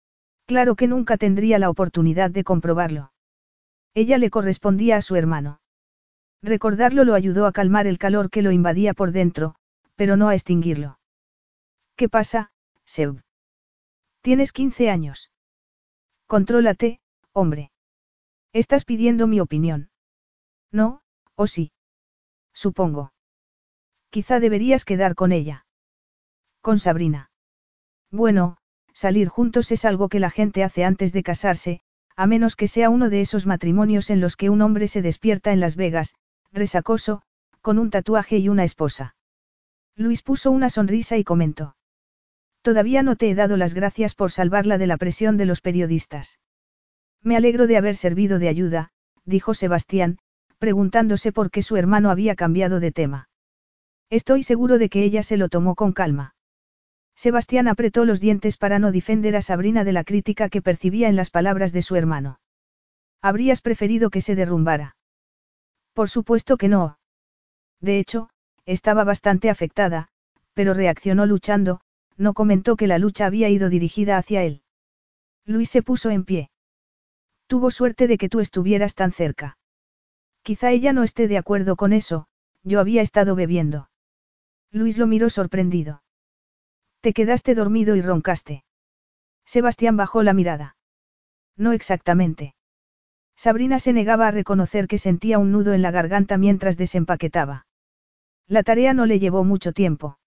Speaker 1: Claro que nunca tendría la oportunidad de comprobarlo. Ella le correspondía a su hermano. Recordarlo lo ayudó a calmar el calor que lo invadía por dentro, pero no a extinguirlo. ¿Qué pasa, Seb? Tienes 15 años. Contrólate, hombre. Estás pidiendo mi opinión. No, ¿o sí? Supongo. Quizá deberías quedar con ella. Con Sabrina. Bueno, salir juntos es algo que la gente hace antes de casarse, a menos que sea uno de esos matrimonios en los que un hombre se despierta en Las Vegas, resacoso, con un tatuaje y una esposa. Luis puso una sonrisa y comentó. Todavía no te he dado las gracias por salvarla de la presión de los periodistas. Me alegro de haber servido de ayuda, dijo Sebastián, preguntándose por qué su hermano había cambiado de tema. Estoy seguro de que ella se lo tomó con calma. Sebastián apretó los dientes para no defender a Sabrina de la crítica que percibía en las palabras de su hermano. ¿Habrías preferido que se derrumbara? Por supuesto que no. De hecho, estaba bastante afectada, pero reaccionó luchando, no comentó que la lucha había ido dirigida hacia él. Luis se puso en pie. Tuvo suerte de que tú estuvieras tan cerca. Quizá ella no esté de acuerdo con eso, yo había estado bebiendo. Luis lo miró sorprendido. Te quedaste dormido y roncaste. Sebastián bajó la mirada. No exactamente. Sabrina se negaba a reconocer que sentía un nudo en la garganta mientras desempaquetaba. La tarea no le llevó mucho tiempo.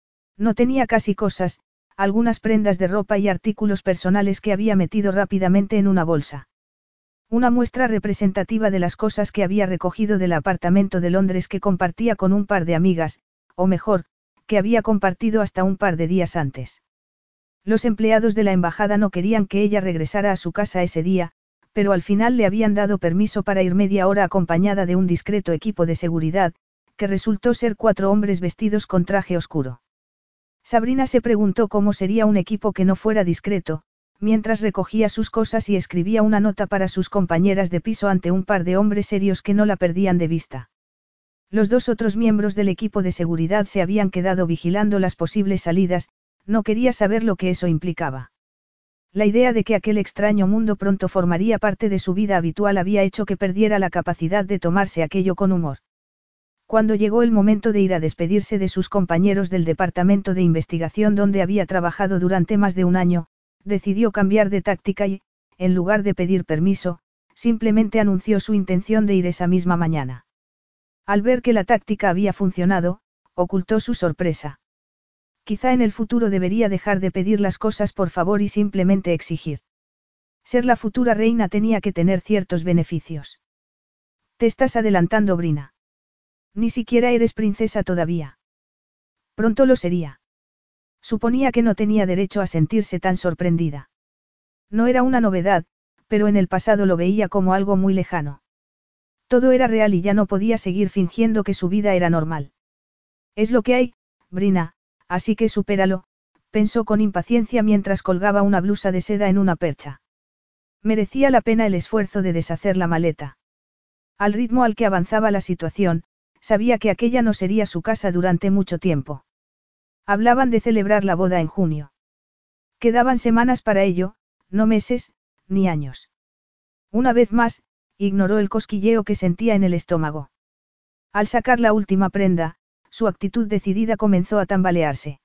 Speaker 1: No tenía casi cosas, algunas prendas de ropa y artículos personales que había metido rápidamente en una bolsa. Una muestra representativa de las cosas que había recogido del apartamento de Londres que compartía con un par de amigas, o mejor, que había compartido hasta un par de días antes. Los empleados de la embajada no querían que ella regresara a su casa ese día, pero al final le habían dado permiso para ir media hora acompañada de un discreto equipo de seguridad, que resultó ser 4 hombres vestidos con traje oscuro. Sabrina se preguntó cómo sería un equipo que no fuera discreto, mientras recogía sus cosas y escribía una nota para sus compañeras de piso ante un par de hombres serios que no la perdían de vista. Los 2 otros miembros del equipo de seguridad se habían quedado vigilando las posibles salidas, no quería saber lo que eso implicaba. La idea de que aquel extraño mundo pronto formaría parte de su vida habitual había hecho que perdiera la capacidad de tomarse aquello con humor. Cuando llegó el momento de ir a despedirse de sus compañeros del departamento de investigación donde había trabajado durante más de un año, decidió cambiar de táctica y, en lugar de pedir permiso, simplemente anunció su intención de ir esa misma mañana. Al ver que la táctica había funcionado, ocultó su sorpresa. Quizá en el futuro debería dejar de pedir las cosas por favor y simplemente exigir. Ser la futura reina tenía que tener ciertos beneficios. Te estás adelantando, Brina. Ni siquiera eres princesa todavía. Pronto lo sería. Suponía que no tenía derecho a sentirse tan sorprendida. No era una novedad, pero en el pasado lo veía como algo muy lejano. Todo era real y ya no podía seguir fingiendo que su vida era normal. Es lo que hay, Brina, así que supéralo, pensó con impaciencia mientras colgaba una blusa de seda en una percha. Merecía la pena el esfuerzo de deshacer la maleta. Al ritmo al que avanzaba la situación, sabía que aquella no sería su casa durante mucho tiempo. Hablaban de celebrar la boda en junio. Quedaban semanas para ello, no meses, ni años. Una vez más, ignoró el cosquilleo que sentía en el estómago. Al sacar la última prenda, su actitud decidida comenzó a tambalearse.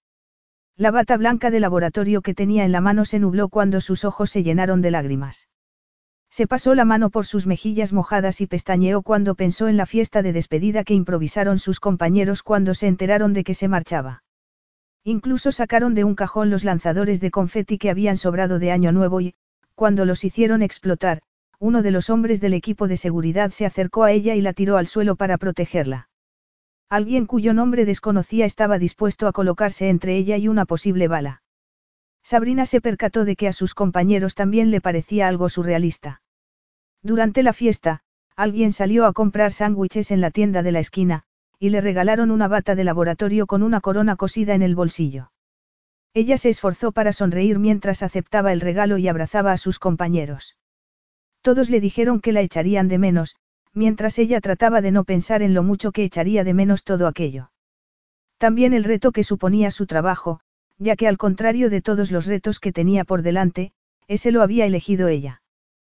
Speaker 1: La bata blanca de laboratorio que tenía en la mano se nubló cuando sus ojos se llenaron de lágrimas. Se pasó la mano por sus mejillas mojadas y pestañeó cuando pensó en la fiesta de despedida que improvisaron sus compañeros cuando se enteraron de que se marchaba. Incluso sacaron de un cajón los lanzadores de confeti que habían sobrado de Año Nuevo y, cuando los hicieron explotar, uno de los hombres del equipo de seguridad se acercó a ella y la tiró al suelo para protegerla. Alguien cuyo nombre desconocía estaba dispuesto a colocarse entre ella y una posible bala. Sabrina se percató de que a sus compañeros también le parecía algo surrealista. Durante la fiesta, alguien salió a comprar sándwiches en la tienda de la esquina, y le regalaron una bata de laboratorio con una corona cosida en el bolsillo. Ella se esforzó para sonreír mientras aceptaba el regalo y abrazaba a sus compañeros. Todos le dijeron que la echarían de menos, mientras ella trataba de no pensar en lo mucho que echaría de menos todo aquello. También el reto que suponía su trabajo, ya que al contrario de todos los retos que tenía por delante, ese lo había elegido ella.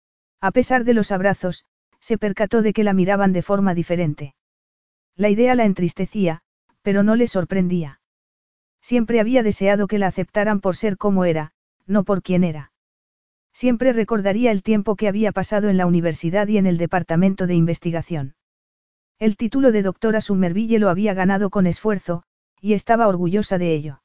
Speaker 1: A pesar de los abrazos, se percató de que la miraban de forma diferente. La idea la entristecía, pero no le sorprendía. Siempre había deseado que la aceptaran por ser como era, no por quién era. Siempre recordaría el tiempo que había pasado en la universidad y en el departamento de investigación. El título de doctora Somerville lo había ganado con esfuerzo, y estaba orgullosa de ello.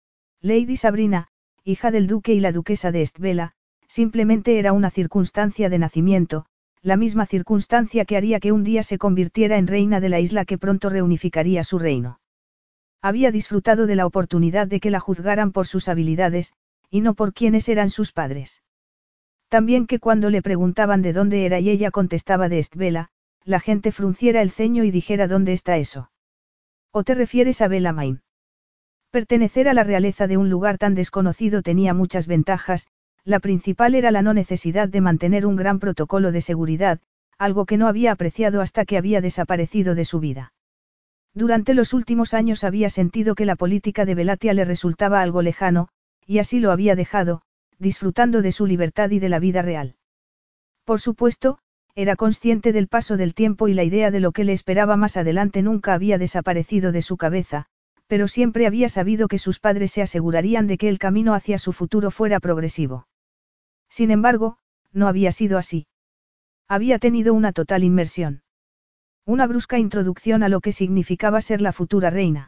Speaker 1: Lady Sabrina, hija del duque y la duquesa de Estvela, simplemente era una circunstancia de nacimiento, la misma circunstancia que haría que un día se convirtiera en reina de la isla que pronto reunificaría su reino. Había disfrutado de la oportunidad de que la juzgaran por sus habilidades, y no por quiénes eran sus padres. También que cuando le preguntaban de dónde era y ella contestaba de Estvela, la gente frunciera el ceño y dijera ¿dónde está eso? ¿O te refieres a Bellarmine? Pertenecer a la realeza de un lugar tan desconocido tenía muchas ventajas, la principal era la no necesidad de mantener un gran protocolo de seguridad, algo que no había apreciado hasta que había desaparecido de su vida. Durante los últimos años había sentido que la política de Velatia le resultaba algo lejano, y así lo había dejado, disfrutando de su libertad y de la vida real. Por supuesto, era consciente del paso del tiempo y la idea de lo que le esperaba más adelante nunca había desaparecido de su cabeza, pero siempre había sabido que sus padres se asegurarían de que el camino hacia su futuro fuera progresivo. Sin embargo, no había sido así. Había tenido una total inmersión. Una brusca introducción a lo que significaba ser la futura reina.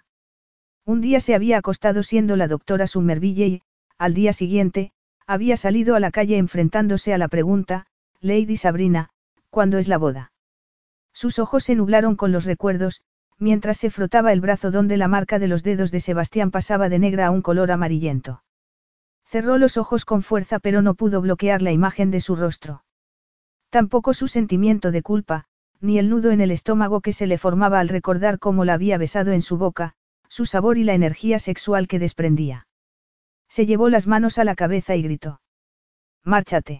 Speaker 1: Un día se había acostado siendo la doctora Somerville y, al día siguiente, había salido a la calle enfrentándose a la pregunta, Lady Sabrina, ¿cuándo es la boda? Sus ojos se nublaron con los recuerdos, mientras se frotaba el brazo donde la marca de los dedos de Sebastián pasaba de negra a un color amarillento. Cerró los ojos con fuerza pero no pudo bloquear la imagen de su rostro. Tampoco su sentimiento de culpa, ni el nudo en el estómago que se le formaba al recordar cómo la había besado en su boca, su sabor y la energía sexual que desprendía. Se llevó las manos a la cabeza y gritó. Márchate.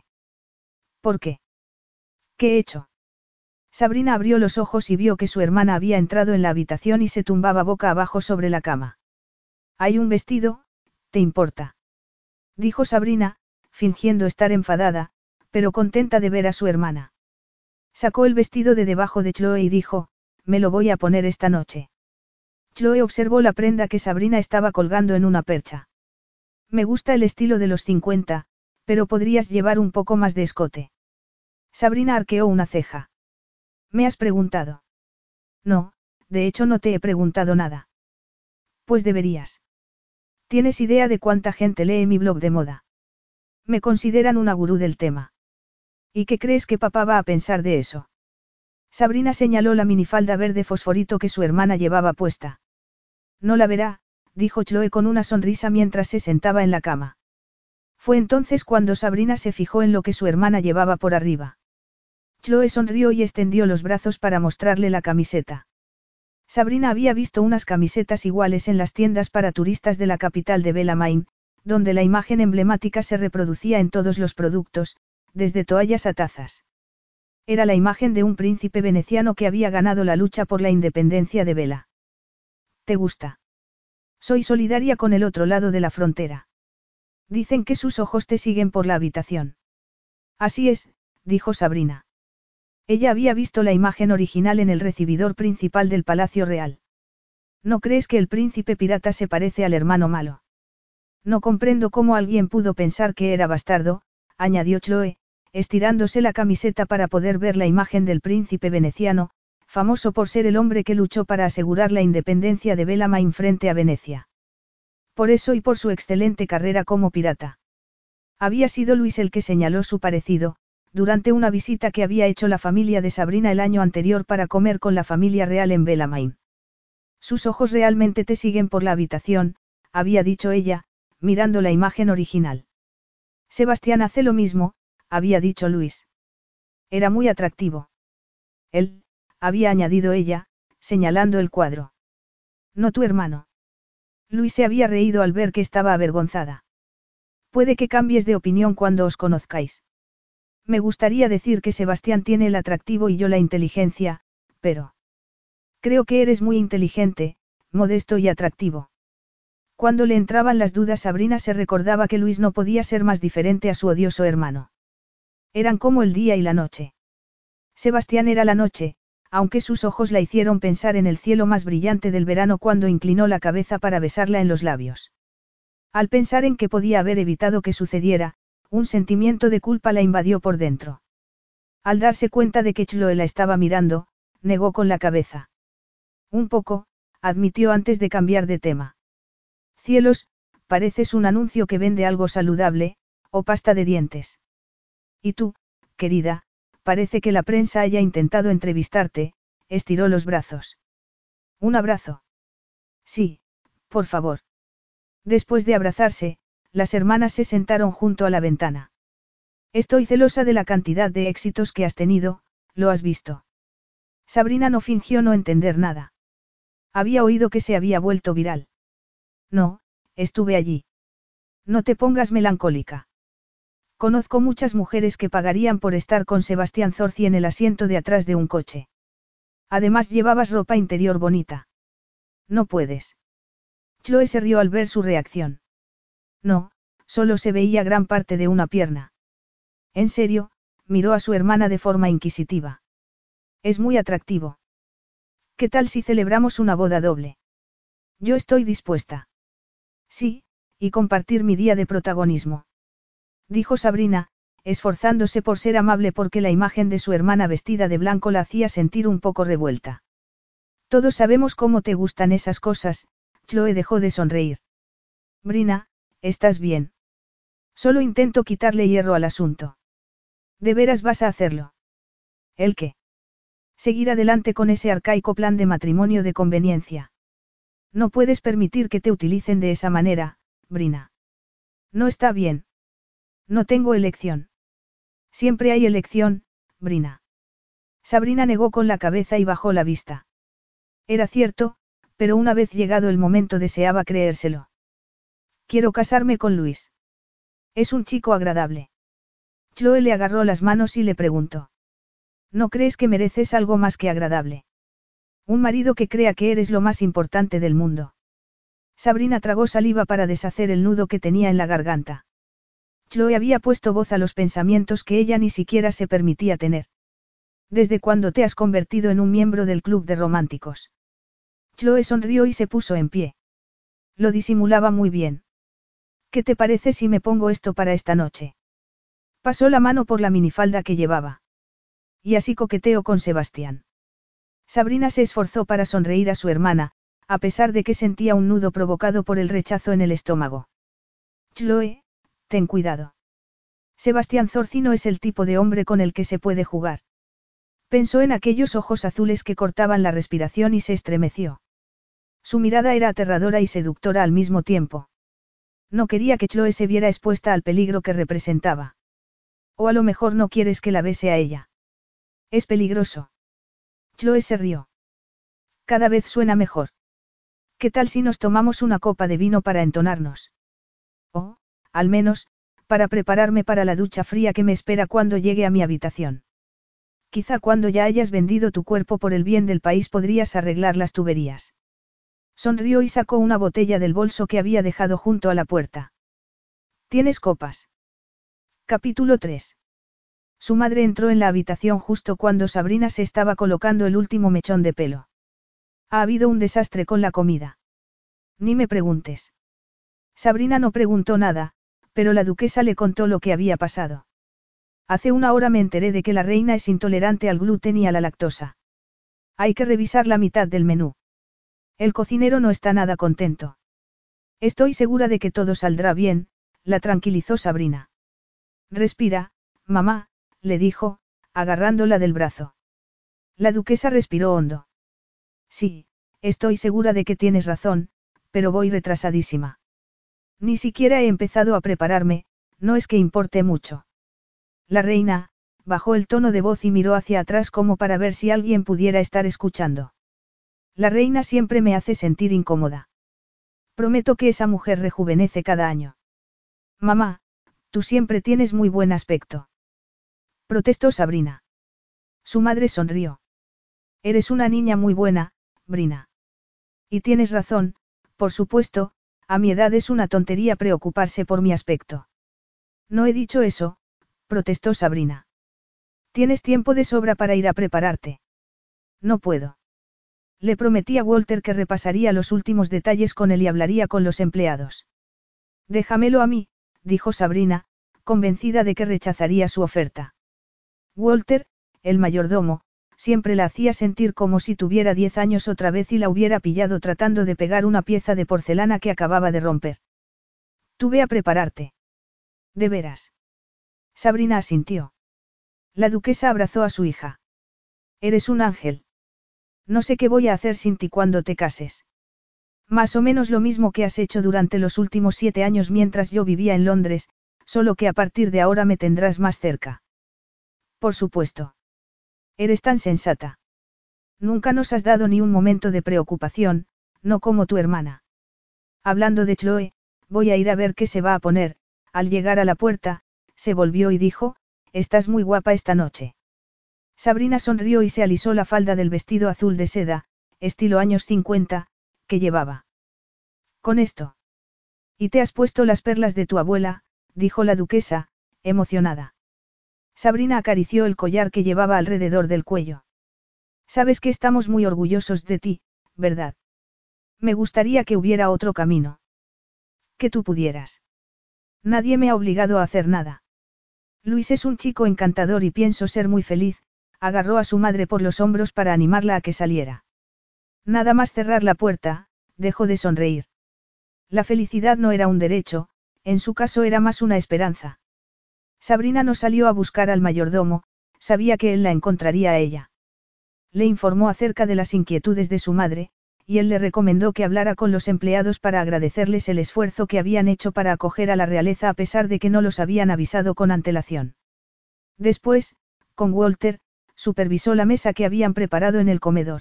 Speaker 1: ¿Por qué? ¿Qué he hecho? Sabrina abrió los ojos y vio que su hermana había entrado en la habitación y se tumbaba boca abajo sobre la cama. Hay un vestido, ¿te importa? Dijo Sabrina, fingiendo estar enfadada, pero contenta de ver a su hermana. Sacó el vestido de debajo de Chloe y dijo, me lo voy a poner esta noche. Chloe observó la prenda que Sabrina estaba colgando en una percha. Me gusta el estilo de los 50, pero podrías llevar un poco más de escote. Sabrina arqueó una ceja. ¿Me has preguntado? No, de hecho no te he preguntado nada. Pues deberías. ¿Tienes idea de cuánta gente lee mi blog de moda? Me consideran una gurú del tema. ¿Y qué crees que papá va a pensar de eso? Sabrina señaló la minifalda verde fosforito que su hermana llevaba puesta. No la verá, dijo Chloe con una sonrisa mientras se sentaba en la cama. Fue entonces cuando Sabrina se fijó en lo que su hermana llevaba por arriba. Chloe sonrió y extendió los brazos para mostrarle la camiseta. Sabrina había visto unas camisetas iguales en las tiendas para turistas de la capital de Bellarmine, donde la imagen emblemática se reproducía en todos los productos, desde toallas a tazas. Era la imagen de un príncipe veneciano que había ganado la lucha por la independencia de Bella. ¿Te gusta? Soy solidaria con el otro lado de la frontera. Dicen que sus ojos te siguen por la habitación. Así es, dijo Sabrina. Ella había visto la imagen original en el recibidor principal del Palacio Real. ¿No crees que el príncipe pirata se parece al hermano malo? No comprendo cómo alguien pudo pensar que era bastardo, añadió Chloe, estirándose la camiseta para poder ver la imagen del príncipe veneciano, famoso por ser el hombre que luchó para asegurar la independencia de Bellarmine frente a Venecia. Por eso y por su excelente carrera como pirata. Había sido Luis el que señaló su parecido, durante una visita que había hecho la familia de Sabrina el año anterior para comer con la familia real en Bellarmine. Sus ojos realmente te siguen por la habitación, había dicho ella, mirando la imagen original. Sebastián hace lo mismo, había dicho Luis. Era muy atractivo. Él, había añadido ella, señalando el cuadro. No tu hermano. Luis se había reído al ver que estaba avergonzada. Puede que cambies de opinión cuando os conozcáis. Me gustaría decir que Sebastián tiene el atractivo y yo la inteligencia, pero... Creo que eres muy inteligente, modesto y atractivo. Cuando le entraban las dudas, Sabrina se recordaba que Luis no podía ser más diferente a su odioso hermano. Eran como el día y la noche. Sebastián era la noche, aunque sus ojos la hicieron pensar en el cielo más brillante del verano cuando inclinó la cabeza para besarla en los labios. Al pensar en que podía haber evitado que sucediera, un sentimiento de culpa la invadió por dentro. Al darse cuenta de que Chloe la estaba mirando, negó con la cabeza. Un poco, admitió antes de cambiar de tema. Cielos, pareces un anuncio que vende algo saludable, o pasta de dientes. Y tú, querida, parece que la prensa haya intentado entrevistarte, estiró los brazos. ¿Un abrazo? Sí, por favor. Después de abrazarse, las hermanas se sentaron junto a la ventana. Estoy celosa de la cantidad de éxitos que has tenido, ¿lo has visto? Sabrina no fingió no entender nada. Había oído que se había vuelto viral. No, estuve allí. No te pongas melancólica. Conozco muchas mujeres que pagarían por estar con Sebastián Zorzi en el asiento de atrás de un coche. Además llevabas ropa interior bonita. No puedes. Chloe se rió al ver su reacción. No, solo se veía gran parte de una pierna. En serio, miró a su hermana de forma inquisitiva. Es muy atractivo. ¿Qué tal si celebramos una boda doble? Yo estoy dispuesta. Sí, y compartir mi día de protagonismo. Dijo Sabrina, esforzándose por ser amable porque la imagen de su hermana vestida de blanco la hacía sentir un poco revuelta. Todos sabemos cómo te gustan esas cosas, Chloe dejó de sonreír. Brina, ¿estás bien? Solo intento quitarle hierro al asunto. ¿De veras vas a hacerlo? ¿El qué? Seguir adelante con ese arcaico plan de matrimonio de conveniencia. No puedes permitir que te utilicen de esa manera, Brina. No está bien. No tengo elección. Siempre hay elección, Brina. Sabrina negó con la cabeza y bajó la vista. Era cierto, pero una vez llegado el momento deseaba creérselo. Quiero casarme con Luis. Es un chico agradable. Chloe le agarró las manos y le preguntó. ¿No crees que mereces algo más que agradable? Un marido que crea que eres lo más importante del mundo. Sabrina tragó saliva para deshacer el nudo que tenía en la garganta. Chloe había puesto voz a los pensamientos que ella ni siquiera se permitía tener. ¿Desde cuándo te has convertido en un miembro del club de románticos? Chloe sonrió y se puso en pie. Lo disimulaba muy bien. ¿Qué te parece si me pongo esto para esta noche? Pasó la mano por la minifalda que llevaba. Y así coqueteó con Sebastián. Sabrina se esforzó para sonreír a su hermana, a pesar de que sentía un nudo provocado por el rechazo en el estómago. Chloe, ten cuidado. Sebastián Zorzi no es el tipo de hombre con el que se puede jugar. Pensó en aquellos ojos azules que cortaban la respiración y se estremeció. Su mirada era aterradora y seductora al mismo tiempo. No quería que Chloe se viera expuesta al peligro que representaba. O a lo mejor no quieres que la bese a ella. Es peligroso. Chloe se rió. Cada vez suena mejor. ¿Qué tal si nos tomamos una copa de vino para entonarnos? O, al menos, para prepararme para la ducha fría que me espera cuando llegue a mi habitación. Quizá cuando ya hayas vendido tu cuerpo por el bien del país podrías arreglar las tuberías. Sonrió y sacó una botella del bolso que había dejado junto a la puerta. ¿Tienes copas? Capítulo 3. Su madre entró en la habitación justo cuando Sabrina se estaba colocando el último mechón de pelo. Ha habido un desastre con la comida. Ni me preguntes. Sabrina no preguntó nada, pero la duquesa le contó lo que había pasado. Hace una hora me enteré de que la reina es intolerante al gluten y a la lactosa. Hay que revisar la mitad del menú. El cocinero no está nada contento. Estoy segura de que todo saldrá bien, la tranquilizó Sabrina. Respira, mamá, le dijo, agarrándola del brazo. La duquesa respiró hondo. Sí, estoy segura de que tienes razón, pero voy retrasadísima. Ni siquiera he empezado a prepararme, no es que importe mucho. La reina, bajó el tono de voz y miró hacia atrás como para ver si alguien pudiera estar escuchando. La reina siempre me hace sentir incómoda. Prometo que esa mujer rejuvenece cada año. Mamá, tú siempre tienes muy buen aspecto. Protestó Sabrina. Su madre sonrió. Eres una niña muy buena, Brina. Y tienes razón, por supuesto, a mi edad es una tontería preocuparse por mi aspecto. No he dicho eso, protestó Sabrina. Tienes tiempo de sobra para ir a prepararte. No puedo. Le prometí a Walter que repasaría los últimos detalles con él y hablaría con los empleados. Déjamelo a mí, dijo Sabrina, convencida de que rechazaría su oferta. Walter, el mayordomo, siempre la hacía sentir como si tuviera 10 años otra vez y la hubiera pillado tratando de pegar una pieza de porcelana que acababa de romper. Tú ve a prepararte. ¿De veras? Sabrina asintió. La duquesa abrazó a su hija. Eres un ángel. No sé qué voy a hacer sin ti cuando te cases. Más o menos lo mismo que has hecho durante los últimos 7 años mientras yo vivía en Londres, solo que a partir de ahora me tendrás más cerca. Por supuesto. Eres tan sensata. Nunca nos has dado ni un momento de preocupación, no como tu hermana. Hablando de Chloe, voy a ir a ver qué se va a poner. Al llegar a la puerta, se volvió y dijo, estás muy guapa esta noche. Sabrina sonrió y se alisó la falda del vestido azul de seda, estilo años 50, que llevaba. Con esto. Y te has puesto las perlas de tu abuela, dijo la duquesa, emocionada. Sabrina acarició el collar que llevaba alrededor del cuello. Sabes que estamos muy orgullosos de ti, ¿verdad? Me gustaría que hubiera otro camino. Que tú pudieras. Nadie me ha obligado a hacer nada. Luis es un chico encantador y pienso ser muy feliz, agarró a su madre por los hombros para animarla a que saliera. Nada más cerrar la puerta, dejó de sonreír. La felicidad no era un derecho, en su caso era más una esperanza. Sabrina no salió a buscar al mayordomo, sabía que él la encontraría a ella. Le informó acerca de las inquietudes de su madre, y él le recomendó que hablara con los empleados para agradecerles el esfuerzo que habían hecho para acoger a la realeza a pesar de que no los habían avisado con antelación. Después, con Walter, supervisó la mesa que habían preparado en el comedor.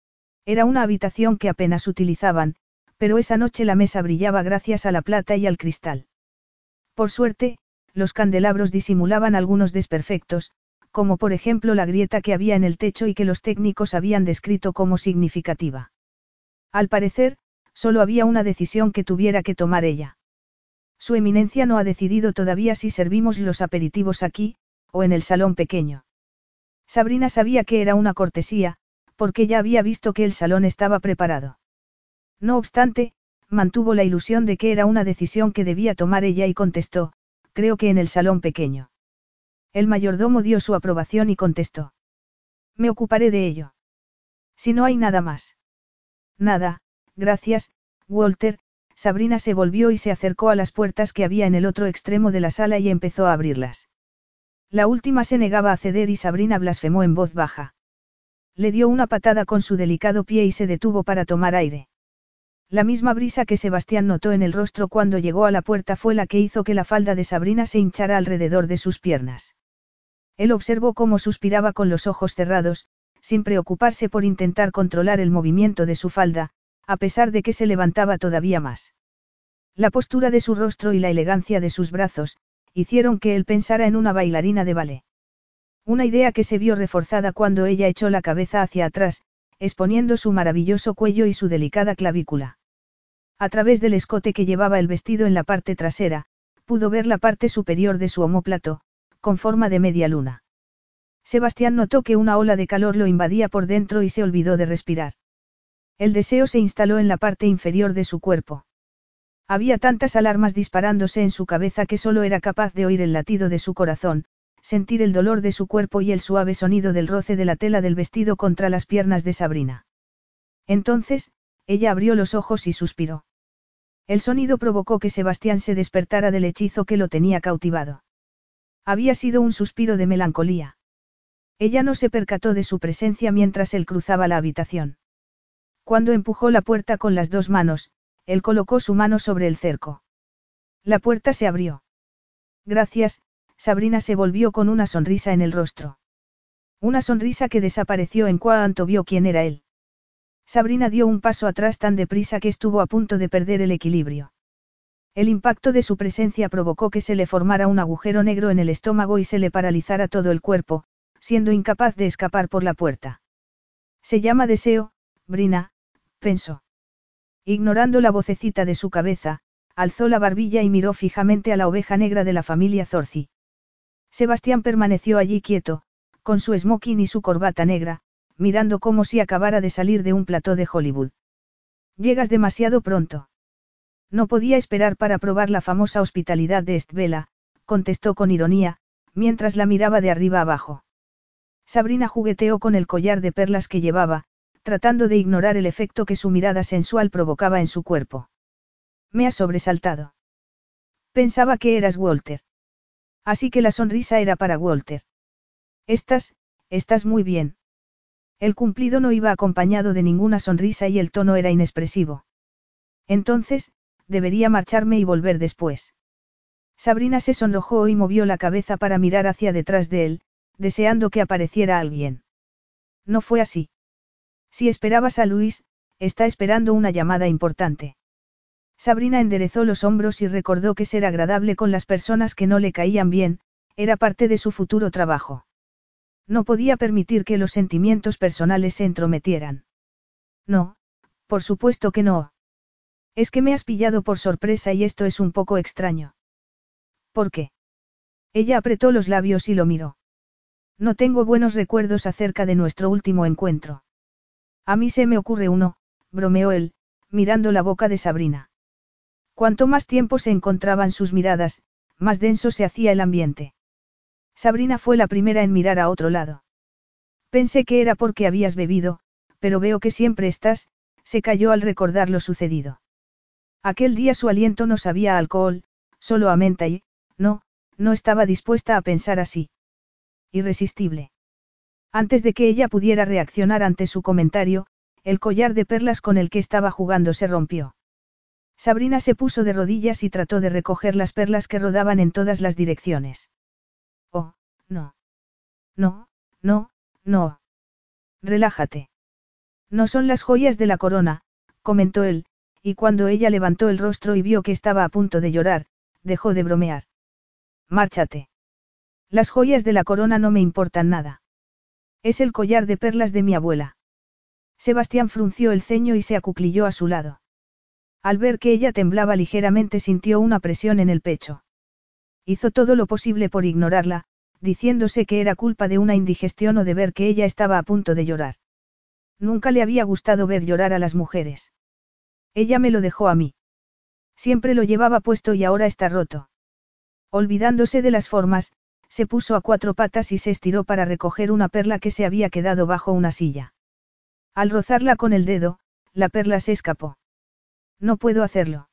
Speaker 1: Era una habitación que apenas utilizaban, pero esa noche la mesa brillaba gracias a la plata y al cristal. Por suerte, los candelabros disimulaban algunos desperfectos, como por ejemplo la grieta que había en el techo y que los técnicos habían descrito como significativa. Al parecer, solo había una decisión que tuviera que tomar ella. Su eminencia no ha decidido todavía si servimos los aperitivos aquí, o en el salón pequeño. Sabrina sabía que era una cortesía, porque ya había visto que el salón estaba preparado. No obstante, mantuvo la ilusión de que era una decisión que debía tomar ella y contestó, creo que en el salón pequeño. El mayordomo dio su aprobación y contestó. Me ocuparé de ello. Si no hay nada más. Nada, gracias, Walter. Sabrina se volvió y se acercó a las puertas que había en el otro extremo de la sala y empezó a abrirlas. La última se negaba a ceder y Sabrina blasfemó en voz baja. Le dio una patada con su delicado pie y se detuvo para tomar aire. La misma brisa que Sebastián notó en el rostro cuando llegó a la puerta fue la que hizo que la falda de Sabrina se hinchara alrededor de sus piernas. Él observó cómo suspiraba con los ojos cerrados, sin preocuparse por intentar controlar el movimiento de su falda, a pesar de que se levantaba todavía más. La postura de su rostro y la elegancia de sus brazos, hicieron que él pensara en una bailarina de ballet. Una idea que se vio reforzada cuando ella echó la cabeza hacia atrás, exponiendo su maravilloso cuello y su delicada clavícula. A través del escote que llevaba el vestido en la parte trasera, pudo ver la parte superior de su omóplato, con forma de media luna. Sebastián notó que una ola de calor lo invadía por dentro y se olvidó de respirar. El deseo se instaló en la parte inferior de su cuerpo. Había tantas alarmas disparándose en su cabeza que solo era capaz de oír el latido de su corazón, sentir el dolor de su cuerpo y el suave sonido del roce de la tela del vestido contra las piernas de Sabrina. Entonces, ella abrió los ojos y suspiró. El sonido provocó que Sebastián se despertara del hechizo que lo tenía cautivado. Había sido un suspiro de melancolía. Ella no se percató de su presencia mientras él cruzaba la habitación. Cuando empujó la puerta con las dos manos, él colocó su mano sobre el cerco. La puerta se abrió. Gracias, Sabrina se volvió con una sonrisa en el rostro. Una sonrisa que desapareció en cuanto vio quién era él. Sabrina dio un paso atrás tan deprisa que estuvo a punto de perder el equilibrio. El impacto de su presencia provocó que se le formara un agujero negro en el estómago y se le paralizara todo el cuerpo, siendo incapaz de escapar por la puerta. Se llama deseo, Brina, pensó. Ignorando la vocecita de su cabeza, alzó la barbilla y miró fijamente a la oveja negra de la familia Zorzi. Sebastián permaneció allí quieto, con su smoking y su corbata negra, mirando como si acabara de salir de un plató de Hollywood. Llegas demasiado pronto. No podía esperar para probar la famosa hospitalidad de Estbela, contestó con ironía, mientras la miraba de arriba abajo. Sabrina jugueteó con el collar de perlas que llevaba, tratando de ignorar el efecto que su mirada sensual provocaba en su cuerpo. Me has sobresaltado. Pensaba que eras Walter. Así que la sonrisa era para Walter. Estás muy bien. El cumplido no iba acompañado de ninguna sonrisa y el tono era inexpresivo. Entonces, debería marcharme y volver después. Sabrina se sonrojó y movió la cabeza para mirar hacia detrás de él, deseando que apareciera alguien. No fue así. Si esperabas a Luis, está esperando una llamada importante. Sabrina enderezó los hombros y recordó que ser agradable con las personas que no le caían bien, era parte de su futuro trabajo. No podía permitir que los sentimientos personales se entrometieran. No, por supuesto que no. Es que me has pillado por sorpresa y esto es un poco extraño. ¿Por qué? Ella apretó los labios y lo miró. No tengo buenos recuerdos acerca de nuestro último encuentro. A mí se me ocurre uno, bromeó él, mirando la boca de Sabrina. Cuanto más tiempo se encontraban sus miradas, más denso se hacía el ambiente. Sabrina fue la primera en mirar a otro lado. Pensé que era porque habías bebido, pero veo que siempre estás, se calló al recordar lo sucedido. Aquel día su aliento no sabía a alcohol, solo a menta y, no estaba dispuesta a pensar así. Irresistible. Antes de que ella pudiera reaccionar ante su comentario, el collar de perlas con el que estaba jugando se rompió. Sabrina se puso de rodillas y trató de recoger las perlas que rodaban en todas las direcciones. Oh, no. No, no, no. Relájate. No son las joyas de la corona, comentó él, y cuando ella levantó el rostro y vio que estaba a punto de llorar, dejó de bromear. Márchate. Las joyas de la corona no me importan nada. Es el collar de perlas de mi abuela. Sebastián frunció el ceño y se acuclilló a su lado. Al ver que ella temblaba ligeramente sintió una presión en el pecho. Hizo todo lo posible por ignorarla, diciéndose que era culpa de una indigestión o de ver que ella estaba a punto de llorar. Nunca le había gustado ver llorar a las mujeres. Ella me lo dejó a mí. Siempre lo llevaba puesto y ahora está roto. Olvidándose de las formas, se puso a cuatro patas y se estiró para recoger una perla que se había quedado bajo una silla. Al rozarla con el dedo, la perla se escapó. No puedo hacerlo.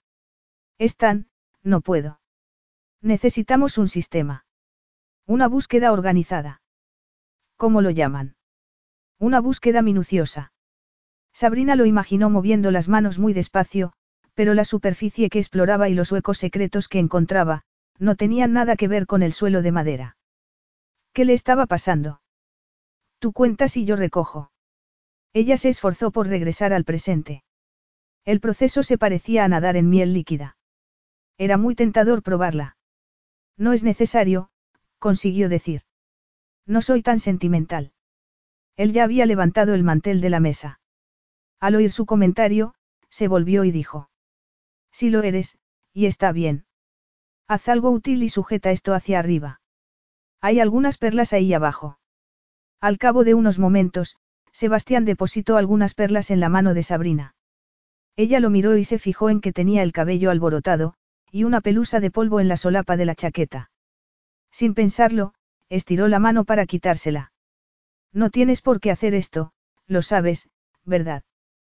Speaker 1: No puedo. Necesitamos un sistema. Una búsqueda organizada. ¿Cómo lo llaman? Una búsqueda minuciosa. Sabrina lo imaginó moviendo las manos muy despacio, pero la superficie que exploraba y los huecos secretos que encontraba, no tenían nada que ver con el suelo de madera. ¿Qué le estaba pasando? Tú cuentas y yo recojo. Ella se esforzó por regresar al presente. El proceso se parecía a nadar en miel líquida. Era muy tentador probarla. No es necesario, consiguió decir. No soy tan sentimental. Él ya había levantado el mantel de la mesa. Al oír su comentario, se volvió y dijo. Si lo eres, y está bien. Haz algo útil y sujeta esto hacia arriba. Hay algunas perlas ahí abajo. Al cabo de unos momentos, Sebastián depositó algunas perlas en la mano de Sabrina. Ella lo miró y se fijó en que tenía el cabello alborotado, y una pelusa de polvo en la solapa de la chaqueta. Sin pensarlo, estiró la mano para quitársela. No tienes por qué hacer esto, lo sabes, ¿verdad?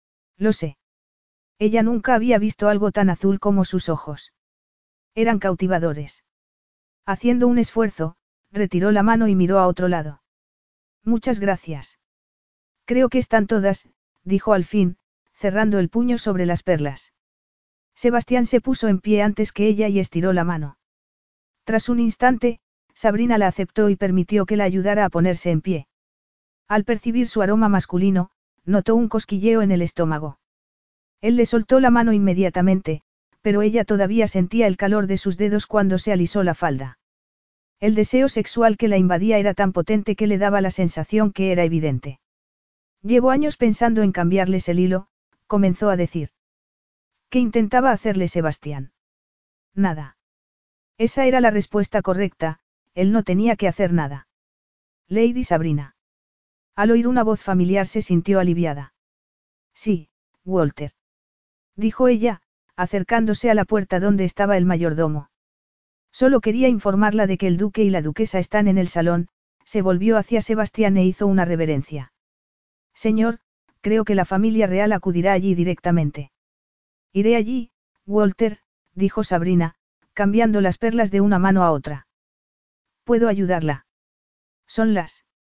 Speaker 1: Lo sé. Ella nunca había visto algo tan azul como sus ojos. Eran cautivadores. Haciendo un esfuerzo, retiró la mano y miró a otro lado. Muchas gracias. Creo que están todas, dijo al fin, cerrando el puño sobre las perlas. Sebastián se puso en pie antes que ella y estiró la mano. Tras un instante, Sabrina la aceptó y permitió que la ayudara a ponerse en pie. Al percibir su aroma masculino, notó un cosquilleo en el estómago. Él le soltó la mano inmediatamente, pero ella todavía sentía el calor de sus dedos cuando se alisó la falda. El deseo sexual que la invadía era tan potente que le daba la sensación que era evidente. Llevo años pensando en cambiarles el hilo, comenzó a decir. ¿Qué intentaba hacerle Sebastián? Nada. Esa era la respuesta correcta, él no tenía que hacer nada. Lady Sabrina. Al oír una voz familiar se sintió aliviada. Sí, Walter. Dijo ella, acercándose a la puerta donde estaba el mayordomo. Solo quería informarla de que el duque y la duquesa están en el salón, se volvió hacia Sebastián e hizo una reverencia. Señor, creo que la familia real acudirá allí directamente. Iré allí, Walter, dijo Sabrina, cambiando las perlas de una mano a otra. ¿Puedo ayudarla? Son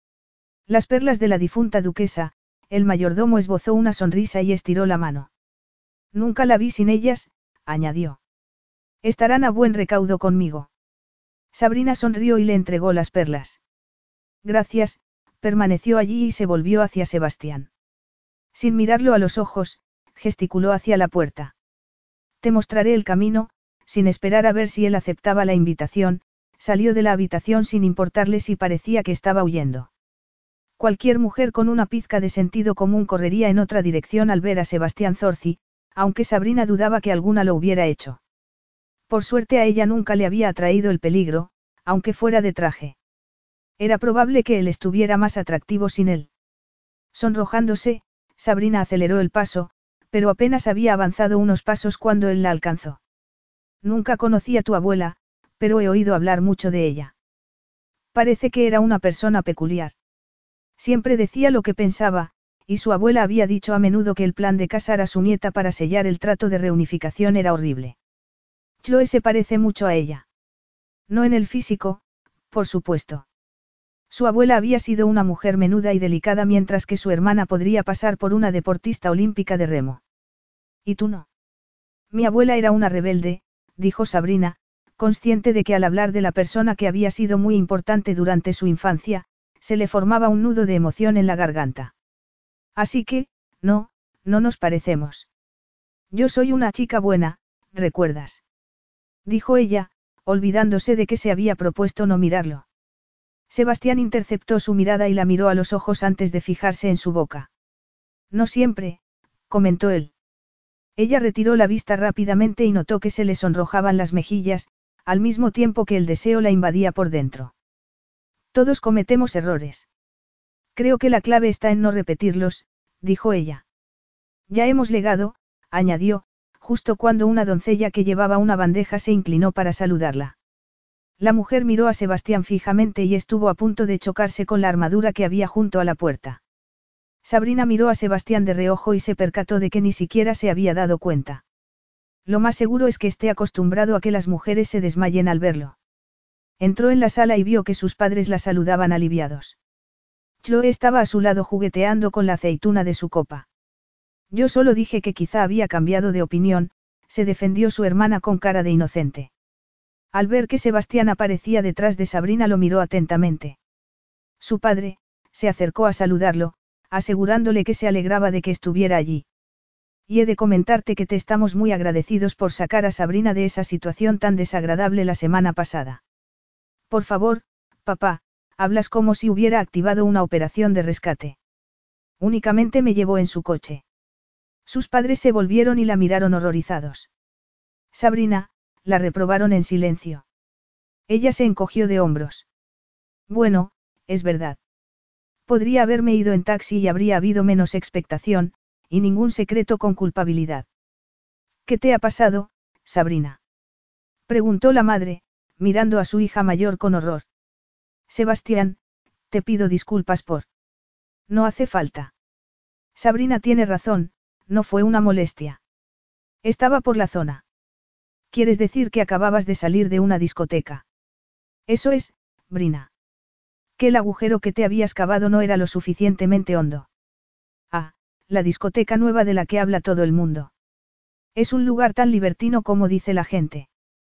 Speaker 1: las perlas de la difunta duquesa, el mayordomo esbozó una sonrisa y estiró la mano. Nunca la vi sin ellas, añadió. Estarán a buen recaudo conmigo. Sabrina sonrió y le entregó las perlas. Gracias, permaneció allí y se volvió hacia Sebastián. Sin mirarlo a los ojos, gesticuló hacia la puerta. Te mostraré el camino. Sin esperar a ver si él aceptaba la invitación, salió de la habitación sin importarle si parecía que estaba huyendo. Cualquier mujer con una pizca de sentido común correría en otra dirección al ver a Sebastián Zorzi, aunque Sabrina dudaba que alguna lo hubiera hecho. Por suerte a ella nunca le había atraído el peligro, aunque fuera de traje. Era probable que él estuviera más atractivo sin él. Sonrojándose, Sabrina aceleró el paso, pero apenas había avanzado unos pasos cuando él la alcanzó. Nunca conocí a tu abuela, pero he oído hablar mucho de ella. Parece que era una persona peculiar. Siempre decía lo que pensaba, y su abuela había dicho a menudo que el plan de casar a su nieta para sellar el trato de reunificación era horrible. Chloe se parece mucho a ella. No en el físico, por supuesto. Su abuela había sido una mujer menuda y delicada mientras que su hermana podría pasar por una deportista olímpica de remo. ¿Y tú no? Mi abuela era una rebelde, dijo Sabrina, consciente de que al hablar de la persona que había sido muy importante durante su infancia, se le formaba un nudo de emoción en la garganta. Así que, no nos parecemos. Yo soy una chica buena, ¿recuerdas? Dijo ella, olvidándose de que se había propuesto no mirarlo. Sebastián interceptó su mirada y la miró a los ojos antes de fijarse en su boca. No siempre, comentó él. Ella retiró la vista rápidamente y notó que se le sonrojaban las mejillas, al mismo tiempo que el deseo la invadía por dentro. Todos cometemos errores. Creo que la clave está en no repetirlos, dijo ella. Ya hemos llegado, añadió, justo cuando una doncella que llevaba una bandeja se inclinó para saludarla. La mujer miró a Sebastián fijamente y estuvo a punto de chocarse con la armadura que había junto a la puerta. Sabrina miró a Sebastián de reojo y se percató de que ni siquiera se había dado cuenta. Lo más seguro es que esté acostumbrado a que las mujeres se desmayen al verlo. Entró en la sala y vio que sus padres la saludaban aliviados. Chloe estaba a su lado jugueteando con la aceituna de su copa. Yo solo dije que quizá había cambiado de opinión, se defendió su hermana con cara de inocente. Al ver que Sebastián aparecía detrás de Sabrina lo miró atentamente. Su padre, se acercó a saludarlo, asegurándole que se alegraba de que estuviera allí. Y he de comentarte que te estamos muy agradecidos por sacar a Sabrina de esa situación tan desagradable la semana pasada. Por favor, papá, hablas como si hubiera activado una operación de rescate. Únicamente me llevó en su coche. Sus padres se volvieron y la miraron horrorizados. Sabrina, la reprobaron en silencio. Ella se encogió de hombros. Bueno, es verdad. Podría haberme ido en taxi y habría habido menos expectación, y ningún secreto con culpabilidad. ¿Qué te ha pasado, Sabrina? Preguntó la madre, mirando a su hija mayor con horror. Sebastián, te pido disculpas por. No hace falta. Sabrina tiene razón, no fue una molestia. Estaba por la zona. ¿Quieres decir que acababas de salir de una discoteca? Eso es, Brina. Que el agujero que te habías cavado no era lo suficientemente hondo. Ah, la discoteca nueva de la que habla todo el mundo. Es un lugar tan libertino como dice la gente.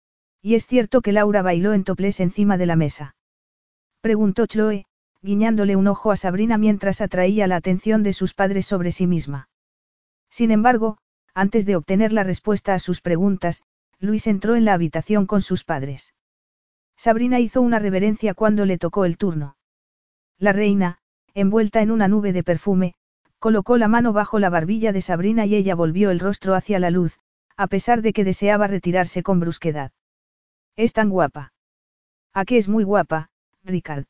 Speaker 1: ¿Y es cierto que Laura bailó en topless encima de la mesa? Preguntó Chloe, guiñándole un ojo a Sabrina mientras atraía la atención de sus padres sobre sí misma. Sin embargo, antes de obtener la respuesta a sus preguntas, Luis entró en la habitación con sus padres. Sabrina hizo una reverencia cuando le tocó el turno. La reina, envuelta en una nube de perfume, colocó la mano bajo la barbilla de Sabrina y ella volvió el rostro hacia la luz, a pesar de que deseaba retirarse con brusquedad. Es tan guapa. ¿A qué es muy guapa, Ricard?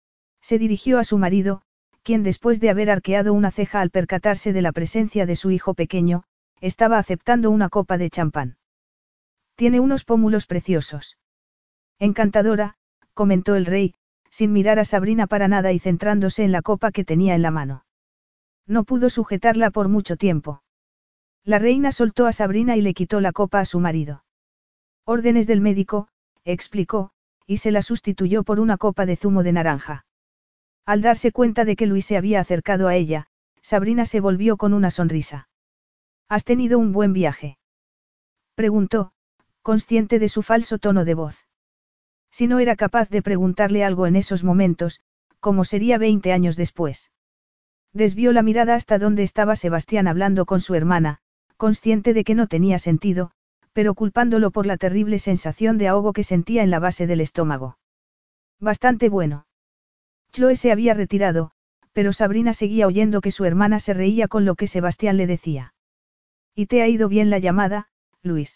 Speaker 1: Se dirigió a su marido, quien después de haber arqueado una ceja al percatarse de la presencia de su hijo pequeño, estaba aceptando una copa de champán. Tiene unos pómulos preciosos. Encantadora, comentó el rey, sin mirar a Sabrina para nada y centrándose en la copa que tenía en la mano. No pudo sujetarla por mucho tiempo. La reina soltó a Sabrina y le quitó la copa a su marido. Órdenes del médico, explicó, y se la sustituyó por una copa de zumo de naranja. Al darse cuenta de que Luis se había acercado a ella, Sabrina se volvió con una sonrisa. ¿Has tenido un buen viaje? Preguntó, consciente de su falso tono de voz. Si no era capaz de preguntarle algo en esos momentos, ¿cómo sería 20 años después? Desvió la mirada hasta donde estaba Sebastián hablando con su hermana, consciente de que no tenía sentido, pero culpándolo por la terrible sensación de ahogo que sentía en la base del estómago. Bastante bueno. Chloe se había retirado, pero Sabrina seguía oyendo que su hermana se reía con lo que Sebastián le decía. ¿Y te ha ido bien la llamada, Luis?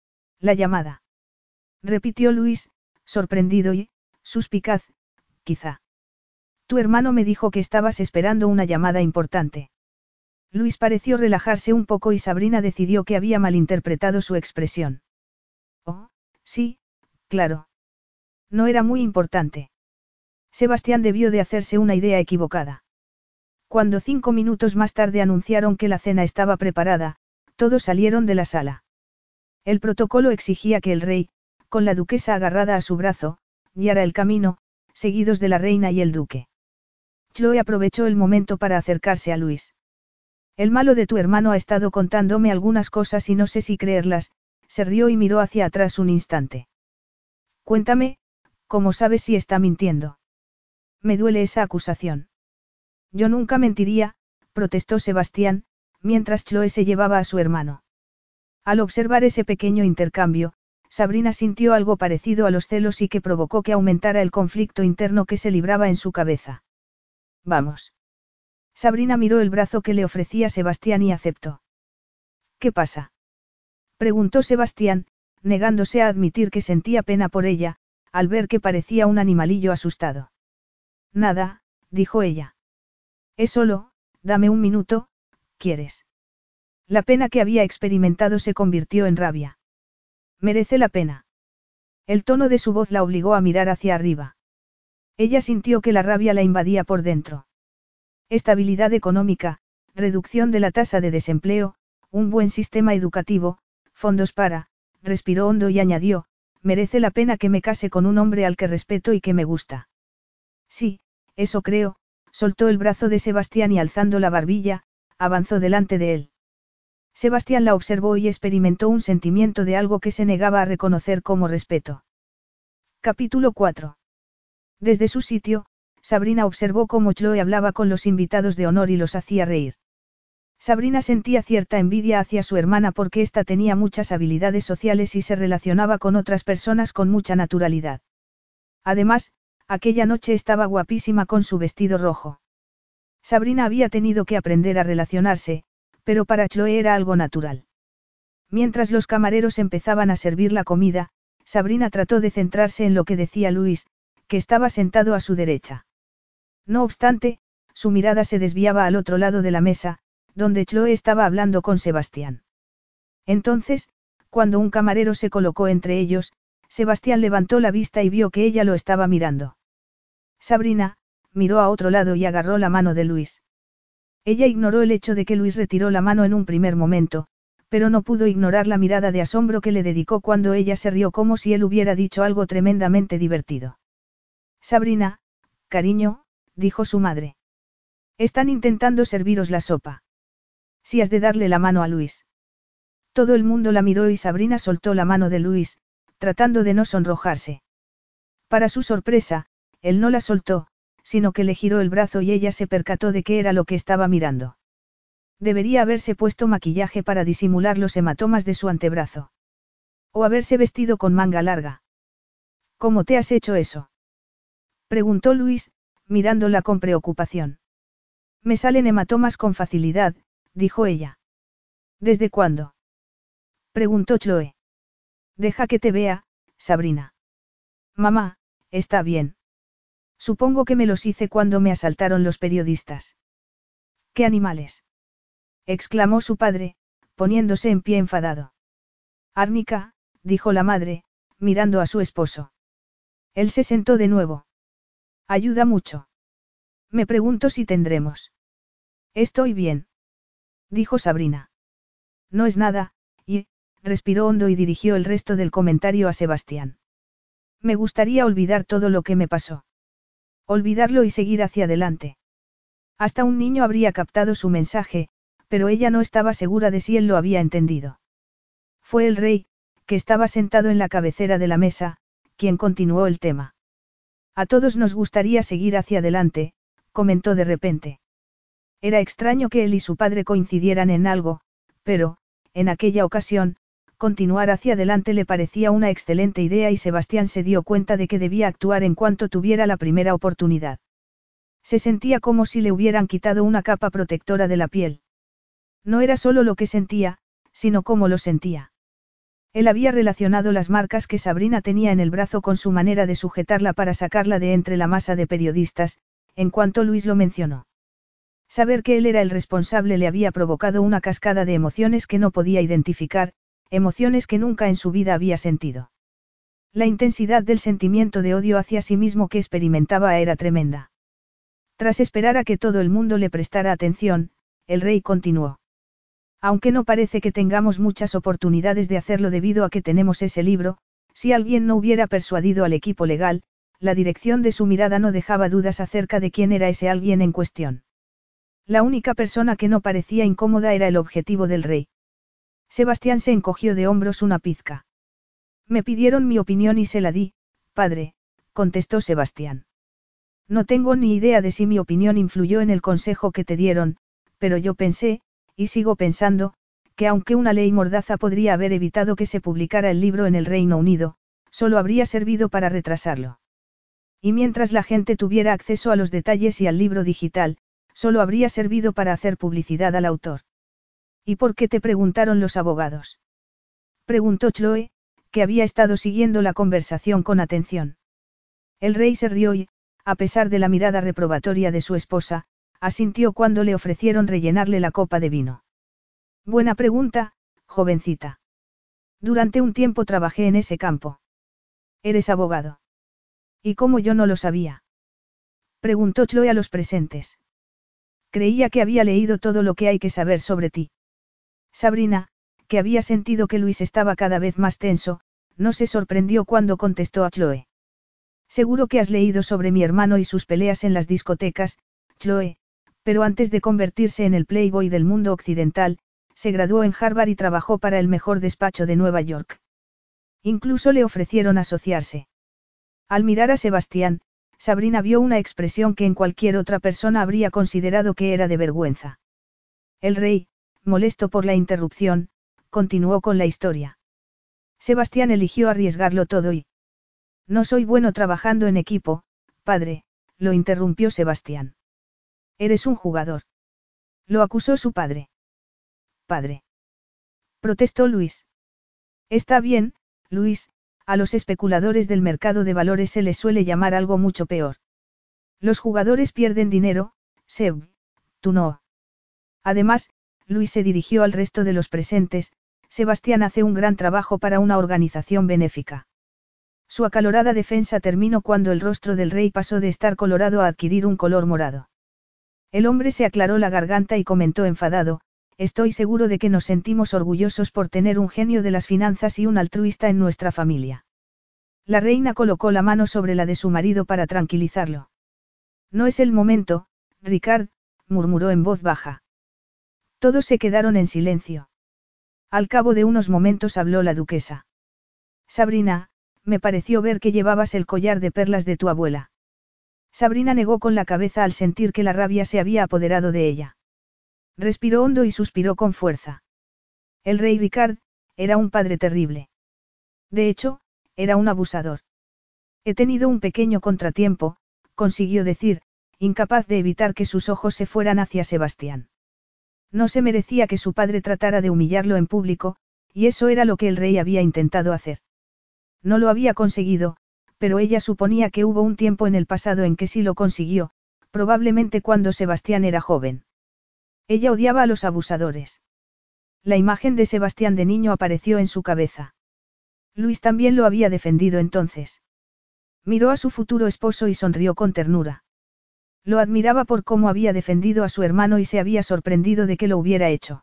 Speaker 1: La llamada. Repitió Luis, sorprendido y, suspicaz, quizá. Tu hermano me dijo que estabas esperando una llamada importante. Luis pareció relajarse un poco y Sabrina decidió que había malinterpretado su expresión. Oh, sí, claro. No era muy importante. Sebastián debió de hacerse una idea equivocada. Cuando 5 minutos más tarde anunciaron que la cena estaba preparada, todos salieron de la sala. El protocolo exigía que el rey, con la duquesa agarrada a su brazo, guiara el camino, seguidos de la reina y el duque. Chloe aprovechó el momento para acercarse a Luis. El malo de tu hermano ha estado contándome algunas cosas y no sé si creerlas, se rió y miró hacia atrás un instante. Cuéntame, ¿cómo sabes si está mintiendo? Me duele esa acusación. Yo nunca mentiría, protestó Sebastián, mientras Chloe se llevaba a su hermano. Al observar ese pequeño intercambio, Sabrina sintió algo parecido a los celos y que provocó que aumentara el conflicto interno que se libraba en su cabeza. Vamos. Sabrina miró el brazo que le ofrecía Sebastián y aceptó. ¿Qué pasa? Preguntó Sebastián, negándose a admitir que sentía pena por ella, al ver que parecía un animalillo asustado. Nada, dijo ella. Es solo, dame un minuto, ¿quieres? La pena que había experimentado se convirtió en rabia. Merece la pena. El tono de su voz la obligó a mirar hacia arriba. Ella sintió que la rabia la invadía por dentro. Estabilidad económica, reducción de la tasa de desempleo, un buen sistema educativo, fondos respiró hondo y añadió, merece la pena que me case con un hombre al que respeto y que me gusta. Sí, eso creo, soltó el brazo de Sebastián y alzando la barbilla, avanzó delante de él. Sebastián la observó y experimentó un sentimiento de algo que se negaba a reconocer como respeto. Capítulo 4. Desde su sitio, Sabrina observó cómo Chloe hablaba con los invitados de honor y los hacía reír. Sabrina sentía cierta envidia hacia su hermana porque ésta tenía muchas habilidades sociales y se relacionaba con otras personas con mucha naturalidad. Además, aquella noche estaba guapísima con su vestido rojo. Sabrina había tenido que aprender a relacionarse, pero para Chloe era algo natural. Mientras los camareros empezaban a servir la comida, Sabrina trató de centrarse en lo que decía Luis, que estaba sentado a su derecha. No obstante, su mirada se desviaba al otro lado de la mesa, donde Chloe estaba hablando con Sebastián. Entonces, cuando un camarero se colocó entre ellos, Sebastián levantó la vista y vio que ella lo estaba mirando. Sabrina, miró a otro lado y agarró la mano de Luis. Ella ignoró el hecho de que Luis retiró la mano en un primer momento, pero no pudo ignorar la mirada de asombro que le dedicó cuando ella se rió como si él hubiera dicho algo tremendamente divertido. Sabrina, cariño, dijo su madre. Están intentando serviros la sopa. Si has de darle la mano a Luis. Todo el mundo la miró y Sabrina soltó la mano de Luis, tratando de no sonrojarse. Para su sorpresa, él no la soltó, sino que le giró el brazo y ella se percató de qué era lo que estaba mirando. Debería haberse puesto maquillaje para disimular los hematomas de su antebrazo. O haberse vestido con manga larga. ¿Cómo te has hecho eso? Preguntó Luis, mirándola con preocupación. Me salen hematomas con facilidad, dijo ella. ¿Desde cuándo? Preguntó Chloe. Deja que te vea, Sabrina. Mamá, está bien. Supongo que me los hice cuando me asaltaron los periodistas. ¿Qué animales? Exclamó su padre, poniéndose en pie enfadado. Árnica, dijo la madre, mirando a su esposo. Él se sentó de nuevo. Ayuda mucho. Me pregunto si tendremos. Estoy bien. Dijo Sabrina. No es nada, y, respiró hondo y dirigió el resto del comentario a Sebastián. Me gustaría olvidar todo lo que me pasó. Olvidarlo y seguir hacia adelante. Hasta un niño habría captado su mensaje, pero ella no estaba segura de si él lo había entendido. Fue el rey, que estaba sentado en la cabecera de la mesa, quien continuó el tema. A todos nos gustaría seguir hacia adelante, comentó de repente. Era extraño que él y su padre coincidieran en algo, pero, en aquella ocasión, continuar hacia adelante le parecía una excelente idea y Sebastián se dio cuenta de que debía actuar en cuanto tuviera la primera oportunidad. Se sentía como si le hubieran quitado una capa protectora de la piel. No era solo lo que sentía, sino cómo lo sentía. Él había relacionado las marcas que Sabrina tenía en el brazo con su manera de sujetarla para sacarla de entre la masa de periodistas, en cuanto Luis lo mencionó. Saber que él era el responsable le había provocado una cascada de emociones que no podía identificar, emociones que nunca en su vida había sentido. La intensidad del sentimiento de odio hacia sí mismo que experimentaba era tremenda. Tras esperar a que todo el mundo le prestara atención, el rey continuó. Aunque no parece que tengamos muchas oportunidades de hacerlo debido a que tenemos ese libro, si alguien no hubiera persuadido al equipo legal, la dirección de su mirada no dejaba dudas acerca de quién era ese alguien en cuestión. La única persona que no parecía incómoda era el objetivo del rey. Sebastián se encogió de hombros una pizca. Me pidieron mi opinión y se la di, padre, contestó Sebastián. No tengo ni idea de si mi opinión influyó en el consejo que te dieron, pero yo pensé, y sigo pensando, que aunque una ley mordaza podría haber evitado que se publicara el libro en el Reino Unido, solo habría servido para retrasarlo. Y mientras la gente tuviera acceso a los detalles y al libro digital, solo habría servido para hacer publicidad al autor. ¿Y por qué te preguntaron los abogados? Preguntó Chloe, que había estado siguiendo la conversación con atención. El rey se rió y, a pesar de la mirada reprobatoria de su esposa, asintió cuando le ofrecieron rellenarle la copa de vino. Buena pregunta, jovencita. Durante un tiempo trabajé en ese campo. ¿Eres abogado? ¿Y cómo yo no lo sabía? Preguntó Chloe a los presentes. Creía que había leído todo lo que hay que saber sobre ti. Sabrina, que había sentido que Luis estaba cada vez más tenso, no se sorprendió cuando contestó a Chloe. Seguro que has leído sobre mi hermano y sus peleas en las discotecas, Chloe, pero antes de convertirse en el playboy del mundo occidental, se graduó en Harvard y trabajó para el mejor despacho de Nueva York. Incluso le ofrecieron asociarse. Al mirar a Sebastián, Sabrina vio una expresión que en cualquier otra persona habría considerado que era de vergüenza. El rey, molesto por la interrupción, continuó con la historia. Sebastián eligió arriesgarlo todo y... No soy bueno trabajando en equipo, padre, lo interrumpió Sebastián. Eres un jugador. Lo acusó su padre. Padre. Protestó Luis. Está bien, Luis, a los especuladores del mercado de valores se les suele llamar algo mucho peor. Los jugadores pierden dinero, Seb, tú no. Además, Luis se dirigió al resto de los presentes, Sebastián hace un gran trabajo para una organización benéfica. Su acalorada defensa terminó cuando el rostro del rey pasó de estar colorado a adquirir un color morado. El hombre se aclaró la garganta y comentó enfadado, estoy seguro de que nos sentimos orgullosos por tener un genio de las finanzas y un altruista en nuestra familia. La reina colocó la mano sobre la de su marido para tranquilizarlo. No es el momento, Ricard, murmuró en voz baja. Todos se quedaron en silencio. Al cabo de unos momentos habló la duquesa. Sabrina, me pareció ver que llevabas el collar de perlas de tu abuela. Sabrina negó con la cabeza al sentir que la rabia se había apoderado de ella. Respiró hondo y suspiró con fuerza. El rey Ricard, era un padre terrible. De hecho, era un abusador. He tenido un pequeño contratiempo, consiguió decir, incapaz de evitar que sus ojos se fueran hacia Sebastián. No se merecía que su padre tratara de humillarlo en público, y eso era lo que el rey había intentado hacer. No lo había conseguido, pero ella suponía que hubo un tiempo en el pasado en que sí lo consiguió, probablemente cuando Sebastián era joven. Ella odiaba a los abusadores. La imagen de Sebastián de niño apareció en su cabeza. Luis también lo había defendido entonces. Miró a su futuro esposo y sonrió con ternura. Lo admiraba por cómo había defendido a su hermano y se había sorprendido de que lo hubiera hecho.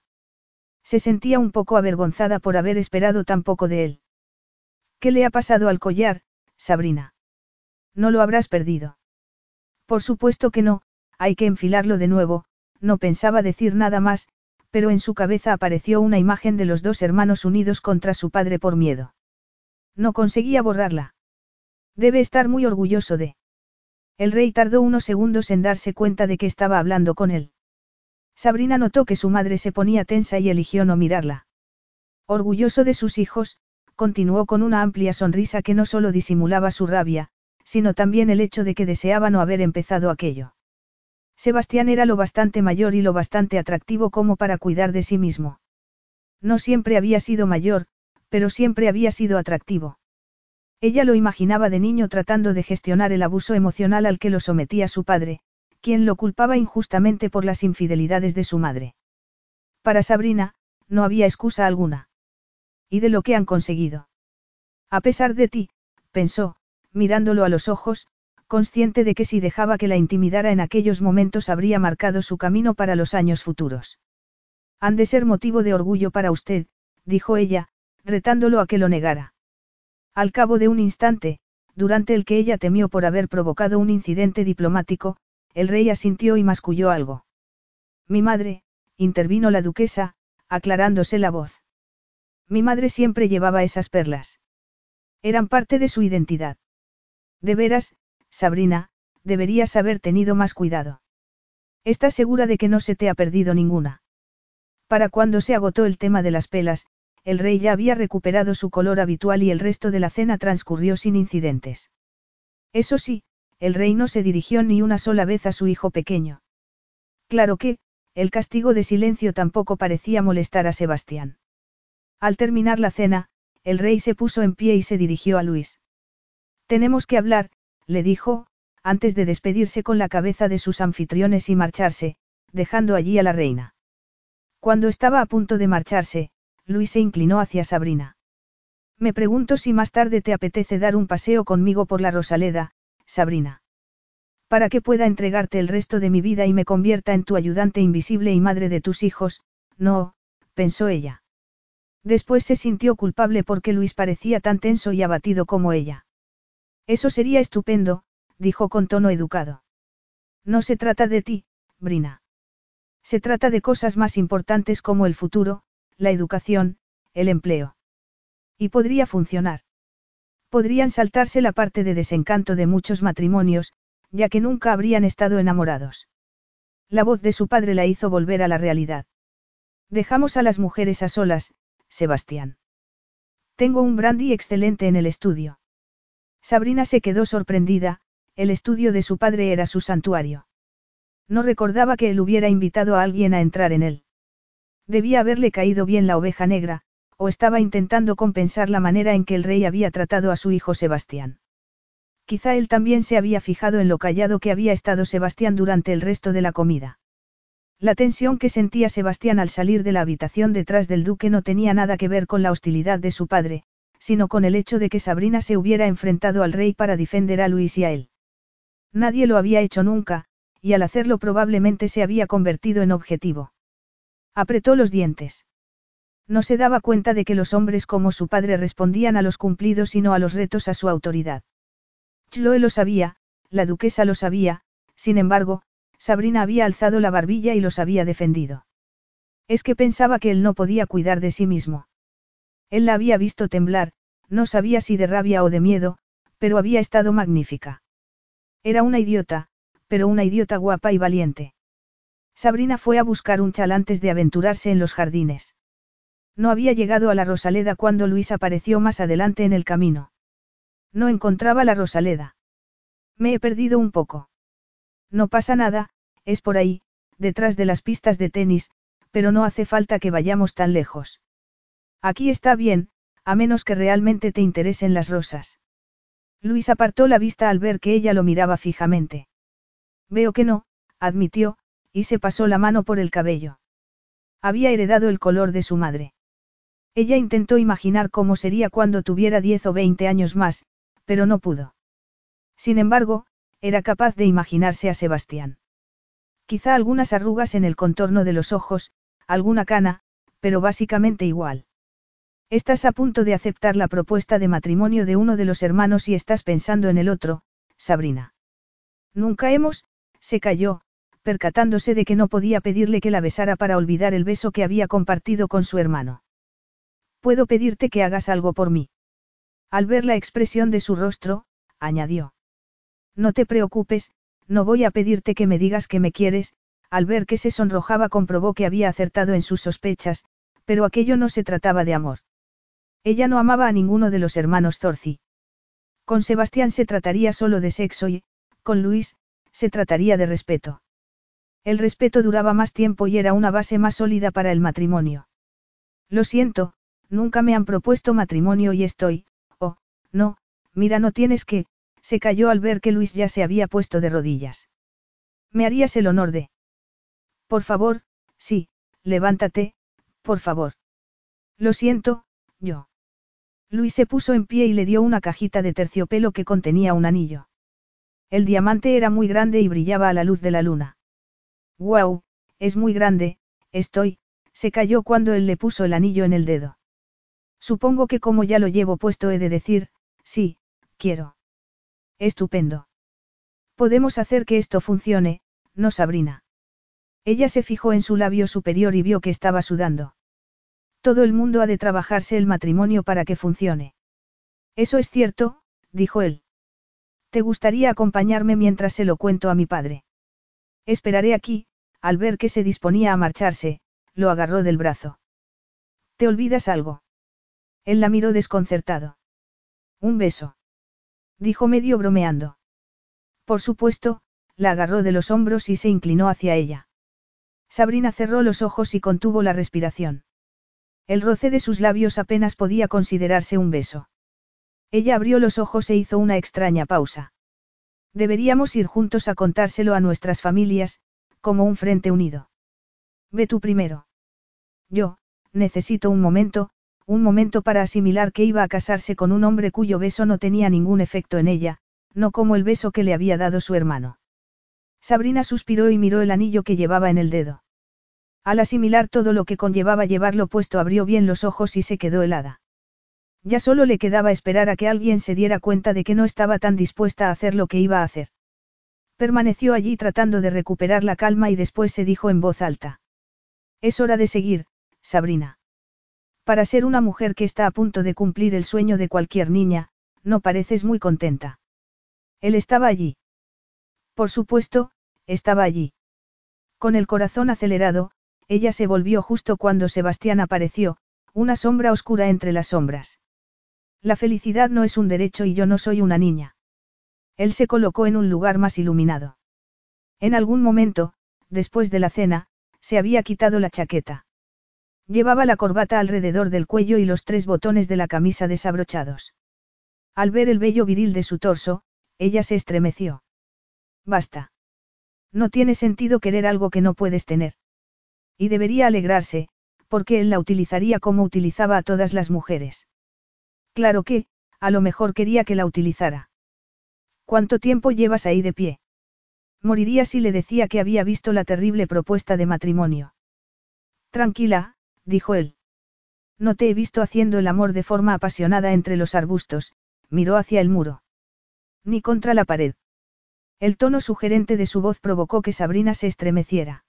Speaker 1: Se sentía un poco avergonzada por haber esperado tan poco de él. ¿Qué le ha pasado al collar, Sabrina? ¿No lo habrás perdido? Por supuesto que no, hay que enfilarlo de nuevo, no pensaba decir nada más, pero en su cabeza apareció una imagen de los dos hermanos unidos contra su padre por miedo. No conseguía borrarla. Debe estar muy orgulloso de... El rey tardó unos segundos en darse cuenta de que estaba hablando con él. Sabrina notó que su madre se ponía tensa y eligió no mirarla. Orgulloso de sus hijos, continuó con una amplia sonrisa que no solo disimulaba su rabia, sino también el hecho de que deseaba no haber empezado aquello. Sebastián era lo bastante mayor y lo bastante atractivo como para cuidar de sí mismo. No siempre había sido mayor, pero siempre había sido atractivo. Ella lo imaginaba de niño tratando de gestionar el abuso emocional al que lo sometía su padre, quien lo culpaba injustamente por las infidelidades de su madre. Para Sabrina, no había excusa alguna. ¿Y de lo que han conseguido? A pesar de ti, pensó, mirándolo a los ojos, consciente de que si dejaba que la intimidara en aquellos momentos habría marcado su camino para los años futuros. Han de ser motivo de orgullo para usted, dijo ella, retándolo a que lo negara. Al cabo de un instante, durante el que ella temió por haber provocado un incidente diplomático, el rey asintió y masculló algo. Mi madre, intervino la duquesa, aclarándose la voz. Mi madre siempre llevaba esas perlas. Eran parte de su identidad. De veras, Sabrina, deberías haber tenido más cuidado. ¿Estás segura de que no se te ha perdido ninguna? Para cuando se agotó el tema de las pelas, el rey ya había recuperado su color habitual y el resto de la cena transcurrió sin incidentes. Eso sí, el rey no se dirigió ni una sola vez a su hijo pequeño. Claro que, el castigo de silencio tampoco parecía molestar a Sebastián. Al terminar la cena, el rey se puso en pie y se dirigió a Luis. Tenemos que hablar, le dijo, antes de despedirse con la cabeza de sus anfitriones y marcharse, dejando allí a la reina. Cuando estaba a punto de marcharse, Luis se inclinó hacia Sabrina. Me pregunto si más tarde te apetece dar un paseo conmigo por la Rosaleda, Sabrina. Para que pueda entregarte el resto de mi vida y me convierta en tu ayudante invisible y madre de tus hijos, no, pensó ella. Después se sintió culpable porque Luis parecía tan tenso y abatido como ella. Eso sería estupendo, dijo con tono educado. No se trata de ti, Brina. Se trata de cosas más importantes como el futuro, la educación, el empleo. Y podría funcionar. Podrían saltarse la parte de desencanto de muchos matrimonios, ya que nunca habrían estado enamorados. La voz de su padre la hizo volver a la realidad. Dejamos a las mujeres a solas, Sebastián. Tengo un brandy excelente en el estudio. Sabrina se quedó sorprendida, el estudio de su padre era su santuario. No recordaba que él hubiera invitado a alguien a entrar en él. Debía haberle caído bien la oveja negra, o estaba intentando compensar la manera en que el rey había tratado a su hijo Sebastián. Quizá él también se había fijado en lo callado que había estado Sebastián durante el resto de la comida. La tensión que sentía Sebastián al salir de la habitación detrás del duque no tenía nada que ver con la hostilidad de su padre, sino con el hecho de que Sabrina se hubiera enfrentado al rey para defender a Luis y a él. Nadie lo había hecho nunca, y al hacerlo probablemente se había convertido en objetivo. Apretó los dientes. No se daba cuenta de que los hombres como su padre respondían a los cumplidos y no a los retos a su autoridad. Chloe lo sabía, la duquesa lo sabía, sin embargo, Sabrina había alzado la barbilla y los había defendido. Es que pensaba que él no podía cuidar de sí mismo. Él la había visto temblar, no sabía si de rabia o de miedo, pero había estado magnífica. Era una idiota, pero una idiota guapa y valiente. Sabrina fue a buscar un chal antes de aventurarse en los jardines. No había llegado a la Rosaleda cuando Luis apareció más adelante en el camino. No encontraba la Rosaleda. Me he perdido un poco. No pasa nada, es por ahí, detrás de las pistas de tenis, pero no hace falta que vayamos tan lejos. Aquí está bien, a menos que realmente te interesen las rosas. Luis apartó la vista al ver que ella lo miraba fijamente. Veo que no, admitió, y se pasó la mano por el cabello. Había heredado el color de su madre. Ella intentó imaginar cómo sería cuando tuviera 10 o 20 años más, pero no pudo. Sin embargo, era capaz de imaginarse a Sebastián. Quizá algunas arrugas en el contorno de los ojos, alguna cana, pero básicamente igual. Estás a punto de aceptar la propuesta de matrimonio de uno de los hermanos y estás pensando en el otro, Sabrina. Nunca se calló, percatándose de que no podía pedirle que la besara para olvidar el beso que había compartido con su hermano. ¿Puedo pedirte que hagas algo por mí? Al ver la expresión de su rostro, añadió. No te preocupes, no voy a pedirte que me digas que me quieres. Al ver que se sonrojaba comprobó que había acertado en sus sospechas, Pero aquello no se trataba de amor. Ella no amaba a ninguno de los hermanos Zorzi. Con Sebastián se trataría solo de sexo y, con Luis, se trataría de respeto. El respeto duraba más tiempo y era una base más sólida para el matrimonio. Lo siento, nunca me han propuesto matrimonio y oh, no, mira, no tienes que, se calló al ver que Luis ya se había puesto de rodillas. ¿Me harías el honor de? Por favor, sí, levántate, por favor. Lo siento, yo. Luis se puso en pie y le dio una cajita de terciopelo que contenía un anillo. El diamante era muy grande y brillaba a la luz de la luna. ¡Guau! Es muy grande, se calló cuando él le puso el anillo en el dedo. Supongo que como ya lo llevo puesto he de decir, sí, quiero. Estupendo. Podemos hacer que esto funcione, ¿no, Sabrina? Ella se fijó en su labio superior y vio que estaba sudando. Todo el mundo ha de trabajarse el matrimonio para que funcione. Eso es cierto, dijo él. ¿Te gustaría acompañarme mientras se lo cuento a mi padre? Esperaré aquí. Al ver que se disponía a marcharse, lo agarró del brazo. ¿Te olvidas algo? Él la miró desconcertado. Un beso. Dijo medio bromeando. Por supuesto, la agarró de los hombros y se inclinó hacia ella. Sabrina cerró los ojos y contuvo la respiración. El roce de sus labios apenas podía considerarse un beso. Ella abrió los ojos e hizo una extraña pausa. Deberíamos ir juntos a contárselo a nuestras familias, como un frente unido. Ve tú primero. Yo, necesito un momento para asimilar que iba a casarse con un hombre cuyo beso no tenía ningún efecto en ella, no como el beso que le había dado su hermano. Sabrina suspiró y miró el anillo que llevaba en el dedo. Al asimilar todo lo que conllevaba llevarlo puesto abrió bien los ojos y se quedó helada. Ya solo le quedaba esperar a que alguien se diera cuenta de que no estaba tan dispuesta a hacer lo que iba a hacer. Permaneció allí tratando de recuperar la calma y después se dijo en voz alta. Es hora de seguir, Sabrina. Para ser una mujer que está a punto de cumplir el sueño de cualquier niña, no pareces muy contenta. Él estaba allí. Por supuesto, estaba allí. Con el corazón acelerado, ella se volvió justo cuando Sebastián apareció, una sombra oscura entre las sombras. La felicidad no es un derecho y yo no soy una niña. Él se colocó en un lugar más iluminado. En algún momento, después de la cena, se había quitado la chaqueta. Llevaba la corbata alrededor del cuello y los 3 botones de la camisa desabrochados. Al ver el vello viril de su torso, ella se estremeció. Basta. No tiene sentido querer algo que no puedes tener. Y debería alegrarse, porque él la utilizaría como utilizaba a todas las mujeres. Claro que, a lo mejor quería que la utilizara. ¿Cuánto tiempo llevas ahí de pie? Moriría si le decía que había visto la terrible propuesta de matrimonio. Tranquila, dijo él. No te he visto haciendo el amor de forma apasionada entre los arbustos, miró hacia el muro. Ni contra la pared. El tono sugerente de su voz provocó que Sabrina se estremeciera.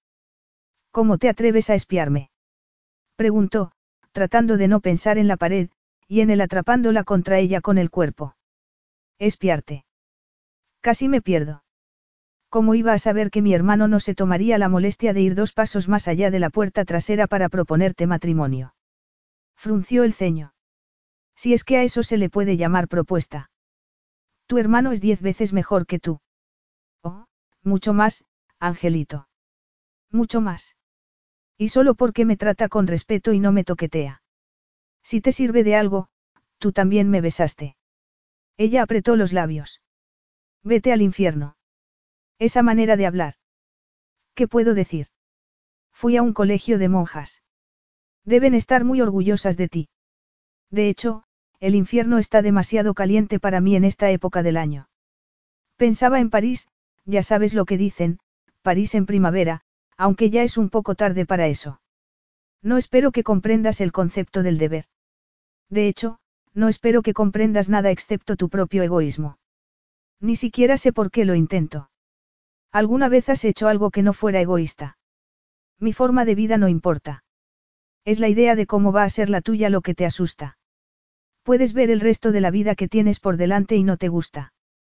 Speaker 1: ¿Cómo te atreves a espiarme? Preguntó, tratando de no pensar en la pared, y en él atrapándola contra ella con el cuerpo. Espiarte. Casi me pierdo. ¿Cómo iba a saber que mi hermano no se tomaría la molestia de ir 2 pasos más allá de la puerta trasera para proponerte matrimonio? Frunció el ceño. Si es que a eso se le puede llamar propuesta. Tu hermano es 10 veces mejor que tú. Oh, mucho más, Angelito. Mucho más. Y solo porque me trata con respeto y no me toquetea. Si te sirve de algo, tú también me besaste. Ella apretó los labios. Vete al infierno. Esa manera de hablar. ¿Qué puedo decir? Fui a un colegio de monjas. Deben estar muy orgullosas de ti. De hecho, el infierno está demasiado caliente para mí en esta época del año. Pensaba en París, ya sabes lo que dicen, París en primavera, aunque ya es un poco tarde para eso. No espero que comprendas el concepto del deber. De hecho, no espero que comprendas nada excepto tu propio egoísmo. Ni siquiera sé por qué lo intento. ¿Alguna vez has hecho algo que no fuera egoísta? Mi forma de vida no importa. Es la idea de cómo va a ser la tuya lo que te asusta. Puedes ver el resto de la vida que tienes por delante y no te gusta.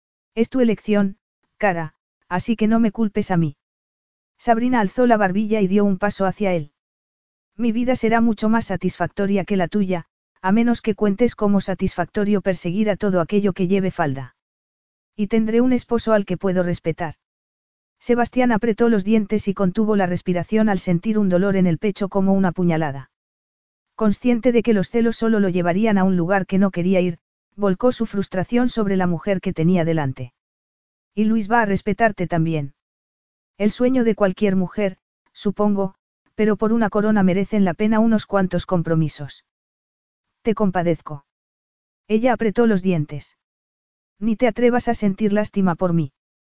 Speaker 1: Es tu elección, cara, así que no me culpes a mí. Sabrina alzó la barbilla y dio un paso hacia él. Mi vida será mucho más satisfactoria que la tuya, a menos que cuentes como satisfactorio perseguir a todo aquello que lleve falda. Y tendré un esposo al que puedo respetar. Sebastián apretó los dientes y contuvo la respiración al sentir un dolor en el pecho como una puñalada. Consciente de que los celos solo lo llevarían a un lugar que no quería ir, volcó su frustración sobre la mujer que tenía delante. Y Luis va a respetarte también. El sueño de cualquier mujer, supongo, pero por una corona merecen la pena unos cuantos compromisos. Te compadezco. Ella apretó los dientes. Ni te atrevas a sentir lástima por mí.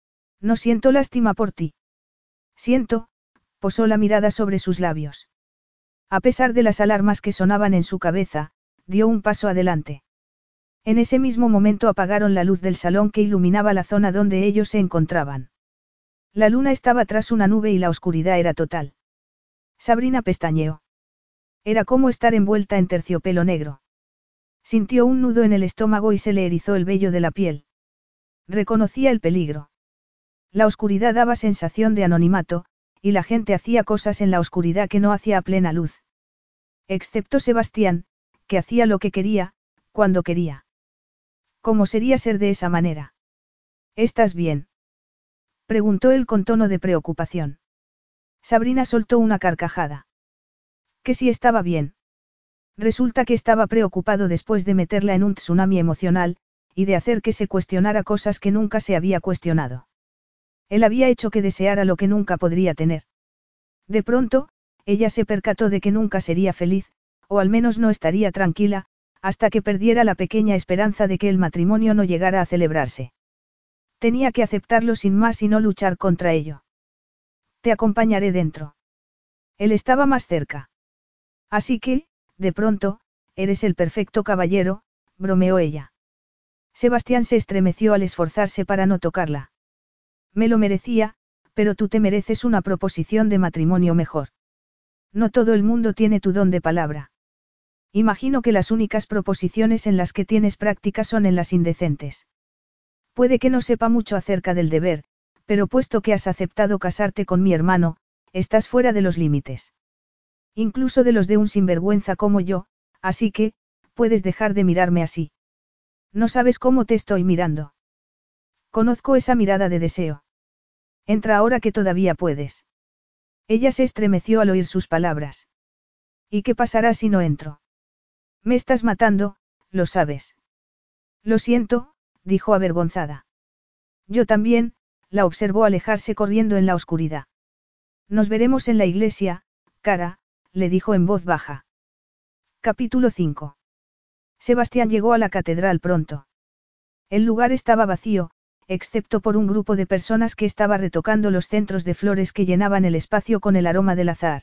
Speaker 1: No siento lástima por ti. Siento, posó la mirada sobre sus labios. A pesar de las alarmas que sonaban en su cabeza, dio un paso adelante. En ese mismo momento apagaron la luz del salón que iluminaba la zona donde ellos se encontraban. La luna estaba tras una nube y la oscuridad era total. Sabrina pestañeó. Era como estar envuelta en terciopelo negro. Sintió un nudo en el estómago y se le erizó el vello de la piel. Reconocía el peligro. La oscuridad daba sensación de anonimato, y la gente hacía cosas en la oscuridad que no hacía a plena luz. Excepto Sebastián, que hacía lo que quería, cuando quería. ¿Cómo sería ser de esa manera? ¿Estás bien?, preguntó él con tono de preocupación. Sabrina soltó una carcajada. ¿Que si estaba bien? Resulta que estaba preocupado después de meterla en un tsunami emocional, y de hacer que se cuestionara cosas que nunca se había cuestionado. Él había hecho que deseara lo que nunca podría tener. De pronto, ella se percató de que nunca sería feliz, o al menos no estaría tranquila, hasta que perdiera la pequeña esperanza de que el matrimonio no llegara a celebrarse. Tenía que aceptarlo sin más y no luchar contra ello. Te acompañaré dentro. Él estaba más cerca. Así que, de pronto, eres el perfecto caballero, bromeó ella. Sebastián se estremeció al esforzarse para no tocarla. Me lo merecía, pero tú te mereces una proposición de matrimonio mejor. No todo el mundo tiene tu don de palabra. Imagino que las únicas proposiciones en las que tienes práctica son en las indecentes. Puede que no sepa mucho acerca del deber, pero puesto que has aceptado casarte con mi hermano, estás fuera de los límites. Incluso de los de un sinvergüenza como yo, así que, puedes dejar de mirarme así. No sabes cómo te estoy mirando. Conozco esa mirada de deseo. Entra ahora que todavía puedes. Ella se estremeció al oír sus palabras. ¿Y qué pasará si no entro? Me estás matando, lo sabes. Lo siento, dijo avergonzada. Yo también, la observó alejarse corriendo en la oscuridad. Nos veremos en la iglesia, cara, le dijo en voz baja. Capítulo 5. Sebastián llegó a la catedral pronto. El lugar estaba vacío, excepto por un grupo de personas que estaba retocando los centros de flores que llenaban el espacio con el aroma del azahar.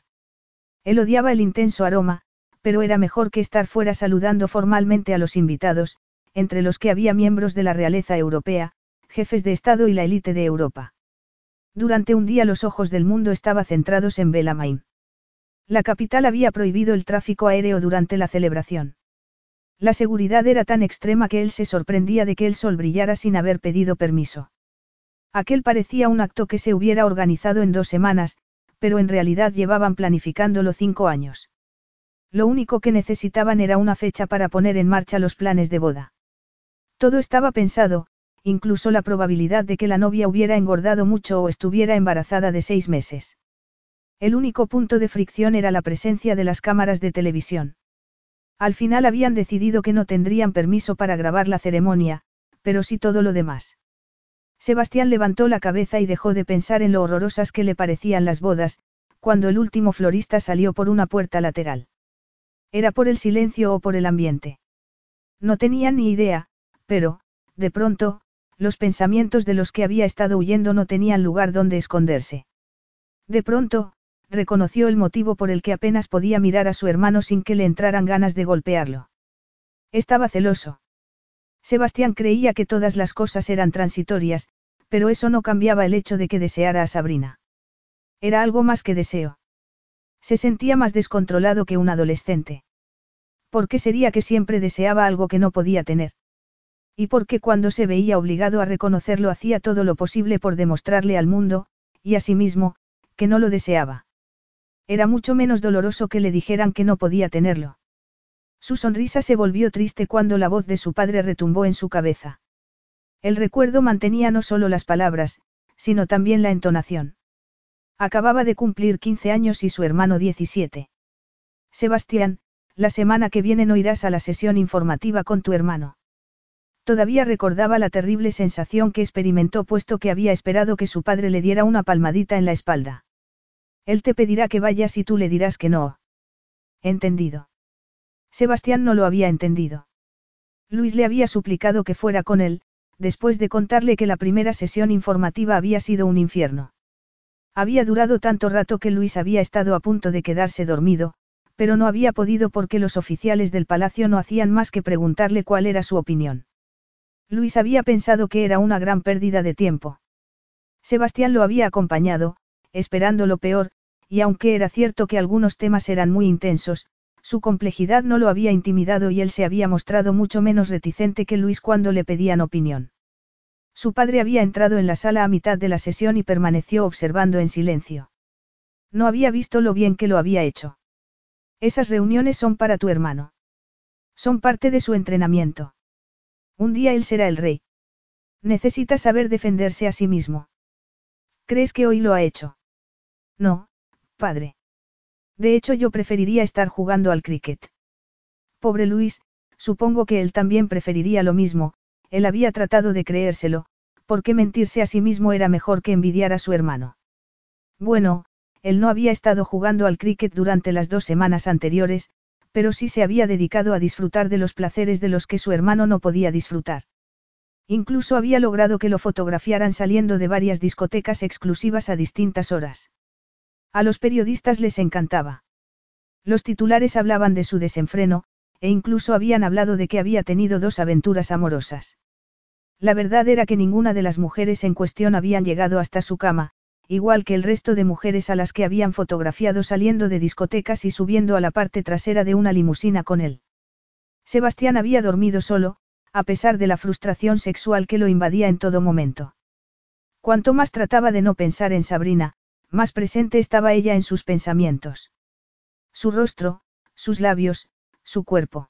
Speaker 1: Él odiaba el intenso aroma, pero era mejor que estar fuera saludando formalmente a los invitados, entre los que había miembros de la realeza europea, jefes de Estado y la élite de Europa. Durante un día los ojos del mundo estaban centrados en Bellarmine. La capital había prohibido el tráfico aéreo durante la celebración. La seguridad era tan extrema que él se sorprendía de que el sol brillara sin haber pedido permiso. Aquel parecía un acto que se hubiera organizado en 2 semanas, pero en realidad llevaban planificándolo 5 años. Lo único que necesitaban era una fecha para poner en marcha los planes de boda. Todo estaba pensado, incluso la probabilidad de que la novia hubiera engordado mucho o estuviera embarazada de 6 meses. El único punto de fricción era la presencia de las cámaras de televisión. Al final habían decidido que no tendrían permiso para grabar la ceremonia, pero sí todo lo demás. Sebastián levantó la cabeza y dejó de pensar en lo horrorosas que le parecían las bodas, cuando el último florista salió por una puerta lateral. ¿Era por el silencio o por el ambiente? No tenía ni idea, pero, de pronto, los pensamientos de los que había estado huyendo no tenían lugar donde esconderse. De pronto, reconoció el motivo por el que apenas podía mirar a su hermano sin que le entraran ganas de golpearlo. Estaba celoso. Sebastián creía que todas las cosas eran transitorias, pero eso no cambiaba el hecho de que deseara a Sabrina. Era algo más que deseo. Se sentía más descontrolado que un adolescente. ¿Por qué sería que siempre deseaba algo que no podía tener? Y porque cuando se veía obligado a reconocerlo hacía todo lo posible por demostrarle al mundo, y a sí mismo, que no lo deseaba. Era mucho menos doloroso que le dijeran que no podía tenerlo. Su sonrisa se volvió triste cuando la voz de su padre retumbó en su cabeza. El recuerdo mantenía no solo las palabras, sino también la entonación. Acababa de cumplir 15 años y su hermano 17. Sebastián, la semana que viene no irás a la sesión informativa con tu hermano. Todavía recordaba la terrible sensación que experimentó puesto que había esperado que su padre le diera una palmadita en la espalda. Él te pedirá que vayas y tú le dirás que no. Entendido. Sebastián no lo había entendido. Luis le había suplicado que fuera con él, después de contarle que la primera sesión informativa había sido un infierno. Había durado tanto rato que Luis había estado a punto de quedarse dormido, pero no había podido porque los oficiales del palacio no hacían más que preguntarle cuál era su opinión. Luis había pensado que era una gran pérdida de tiempo. Sebastián lo había acompañado, esperando lo peor, y aunque era cierto que algunos temas eran muy intensos, su complejidad no lo había intimidado y él se había mostrado mucho menos reticente que Luis cuando le pedían opinión. Su padre había entrado en la sala a mitad de la sesión y permaneció observando en silencio. No había visto lo bien que lo había hecho. Esas reuniones son para tu hermano. Son parte de su entrenamiento. Un día él será el rey. Necesita saber defenderse a sí mismo. ¿Crees que hoy lo ha hecho? No, padre. De hecho, yo preferiría estar jugando al cricket. Pobre Luis, supongo que él también preferiría lo mismo, él había tratado de creérselo, porque mentirse a sí mismo era mejor que envidiar a su hermano. Bueno, él no había estado jugando al cricket durante las 2 semanas anteriores, pero sí se había dedicado a disfrutar de los placeres de los que su hermano no podía disfrutar. Incluso había logrado que lo fotografiaran saliendo de varias discotecas exclusivas a distintas horas. A los periodistas les encantaba. Los titulares hablaban de su desenfreno, e incluso habían hablado de que había tenido 2 aventuras amorosas. La verdad era que ninguna de las mujeres en cuestión habían llegado hasta su cama, igual que el resto de mujeres a las que habían fotografiado saliendo de discotecas y subiendo a la parte trasera de una limusina con él. Sebastián había dormido solo, a pesar de la frustración sexual que lo invadía en todo momento. Cuanto más trataba de no pensar en Sabrina, más presente estaba ella en sus pensamientos. Su rostro, sus labios, su cuerpo.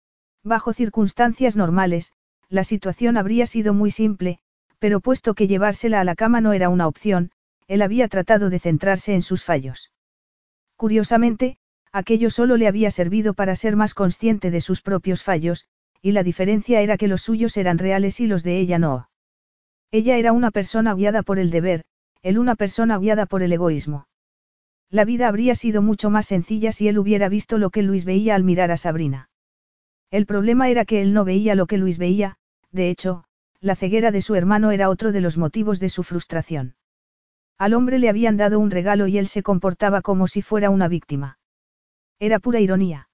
Speaker 1: Bajo circunstancias normales, la situación habría sido muy simple, pero puesto que llevársela a la cama no era una opción, él había tratado de centrarse en sus fallos. Curiosamente, aquello solo le había servido para ser más consciente de sus propios fallos, y la diferencia era que los suyos eran reales y los de ella no. Ella era una persona guiada por el deber, él una persona guiada por el egoísmo. La vida habría sido mucho más sencilla si él hubiera visto lo que Luis veía al mirar a Sabrina. El problema era que él no veía lo que Luis veía, de hecho, la ceguera de su hermano era otro de los motivos de su frustración. Al hombre le habían dado un regalo y él se comportaba como si fuera una víctima. Era pura ironía.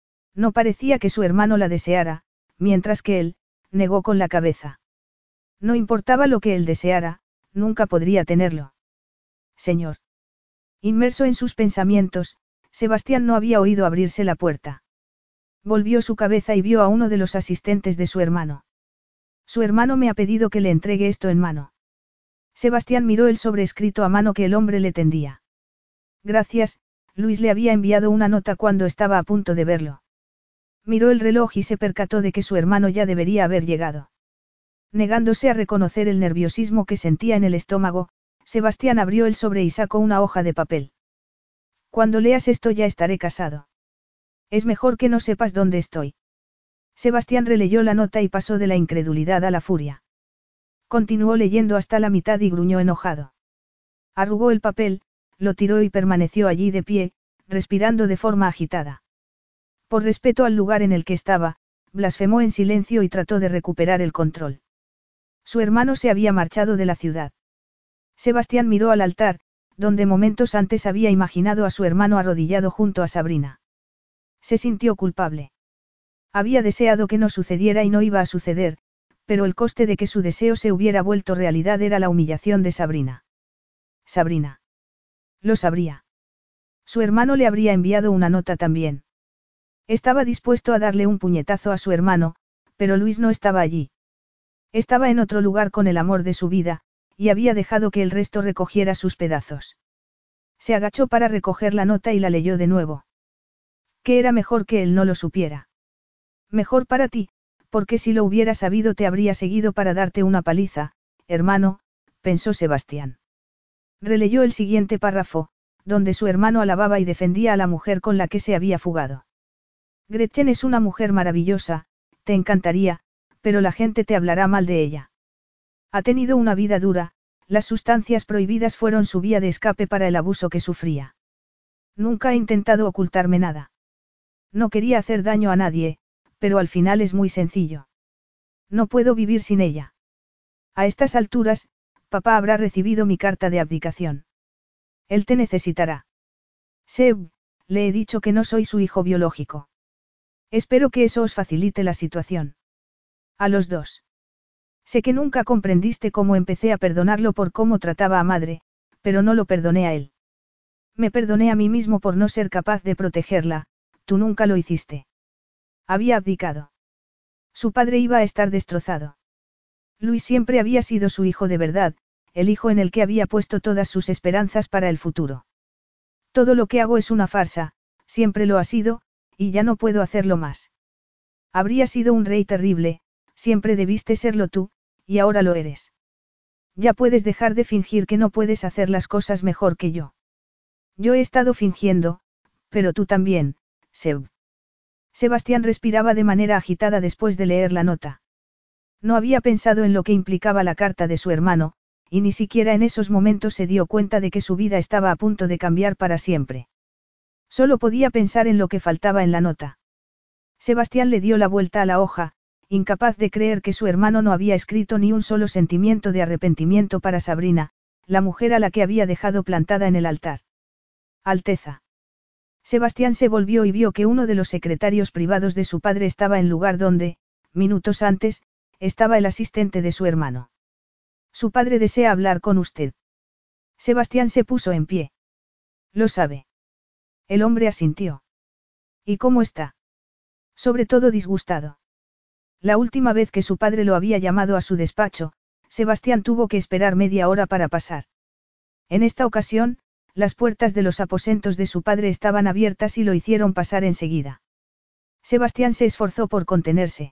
Speaker 1: No parecía que su hermano la deseara, mientras que él, negó con la cabeza. No importaba lo que él deseara, nunca podría tenerlo. Señor. Inmerso en sus pensamientos, Sebastián no había oído abrirse la puerta. Volvió su cabeza y vio a uno de los asistentes de su hermano. Su hermano me ha pedido que le entregue esto en mano. Sebastián miró el sobrescrito a mano que el hombre le tendía. Gracias, Luis le había enviado una nota cuando estaba a punto de verlo. Miró el reloj y se percató de que su hermano ya debería haber llegado. Negándose a reconocer el nerviosismo que sentía en el estómago, Sebastián abrió el sobre y sacó una hoja de papel. Cuando leas esto ya estaré casado. Es mejor que no sepas dónde estoy. Sebastián releyó la nota y pasó de la incredulidad a la furia. Continuó leyendo hasta la mitad y gruñó enojado. Arrugó el papel, lo tiró y permaneció allí de pie, respirando de forma agitada. Por respeto al lugar en el que estaba, blasfemó en silencio y trató de recuperar el control. Su hermano se había marchado de la ciudad. Sebastián miró al altar, donde momentos antes había imaginado a su hermano arrodillado junto a Sabrina. Se sintió culpable. Había deseado que no sucediera y no iba a suceder, pero el coste de que su deseo se hubiera vuelto realidad era la humillación de Sabrina. Sabrina. Lo sabría. Su hermano le habría enviado una nota también. Estaba dispuesto a darle un puñetazo a su hermano, pero Luis no estaba allí. Estaba en otro lugar con el amor de su vida, y había dejado que el resto recogiera sus pedazos. Se agachó para recoger la nota y la leyó de nuevo. Que era mejor que él no lo supiera. Mejor para ti, porque si lo hubiera sabido te habría seguido para darte una paliza, hermano, pensó Sebastián. Releyó el siguiente párrafo, donde su hermano alababa y defendía a la mujer con la que se había fugado. Gretchen es una mujer maravillosa, te encantaría, pero la gente te hablará mal de ella. Ha tenido una vida dura, las sustancias prohibidas fueron su vía de escape para el abuso que sufría. Nunca ha intentado ocultarme nada. No quería hacer daño a nadie, pero al final es muy sencillo. No puedo vivir sin ella. A estas alturas, papá habrá recibido mi carta de abdicación. Él te necesitará. Seb, le he dicho que no soy su hijo biológico. Espero que eso os facilite la situación. A los dos. Sé que nunca comprendiste cómo empecé a perdonarlo por cómo trataba a madre, pero no lo perdoné a él. Me perdoné a mí mismo por no ser capaz de protegerla, tú nunca lo hiciste. Había abdicado. Su padre iba a estar destrozado. Luis siempre había sido su hijo de verdad, el hijo en el que había puesto todas sus esperanzas para el futuro. Todo lo que hago es una farsa, siempre lo ha sido, y ya no puedo hacerlo más. Habría sido un rey terrible, siempre debiste serlo tú, y ahora lo eres. Ya puedes dejar de fingir que no puedes hacer las cosas mejor que yo. Yo he estado fingiendo, pero tú también, Seb. Sebastián respiraba de manera agitada después de leer la nota. No había pensado en lo que implicaba la carta de su hermano, y ni siquiera en esos momentos se dio cuenta de que su vida estaba a punto de cambiar para siempre. Solo podía pensar en lo que faltaba en la nota. Sebastián le dio la vuelta a la hoja, incapaz de creer que su hermano no había escrito ni un solo sentimiento de arrepentimiento para Sabrina, la mujer a la que había dejado plantada en el altar. Alteza. Sebastián se volvió y vio que uno de los secretarios privados de su padre estaba en lugar donde, minutos antes, estaba el asistente de su hermano. Su padre desea hablar con usted. Sebastián se puso en pie. Lo sabe. El hombre asintió. ¿Y cómo está? Sobre todo disgustado. La última vez que su padre lo había llamado a su despacho, Sebastián tuvo que esperar media hora para pasar. En esta ocasión, las puertas de los aposentos de su padre estaban abiertas y lo hicieron pasar enseguida. Sebastián se esforzó por contenerse.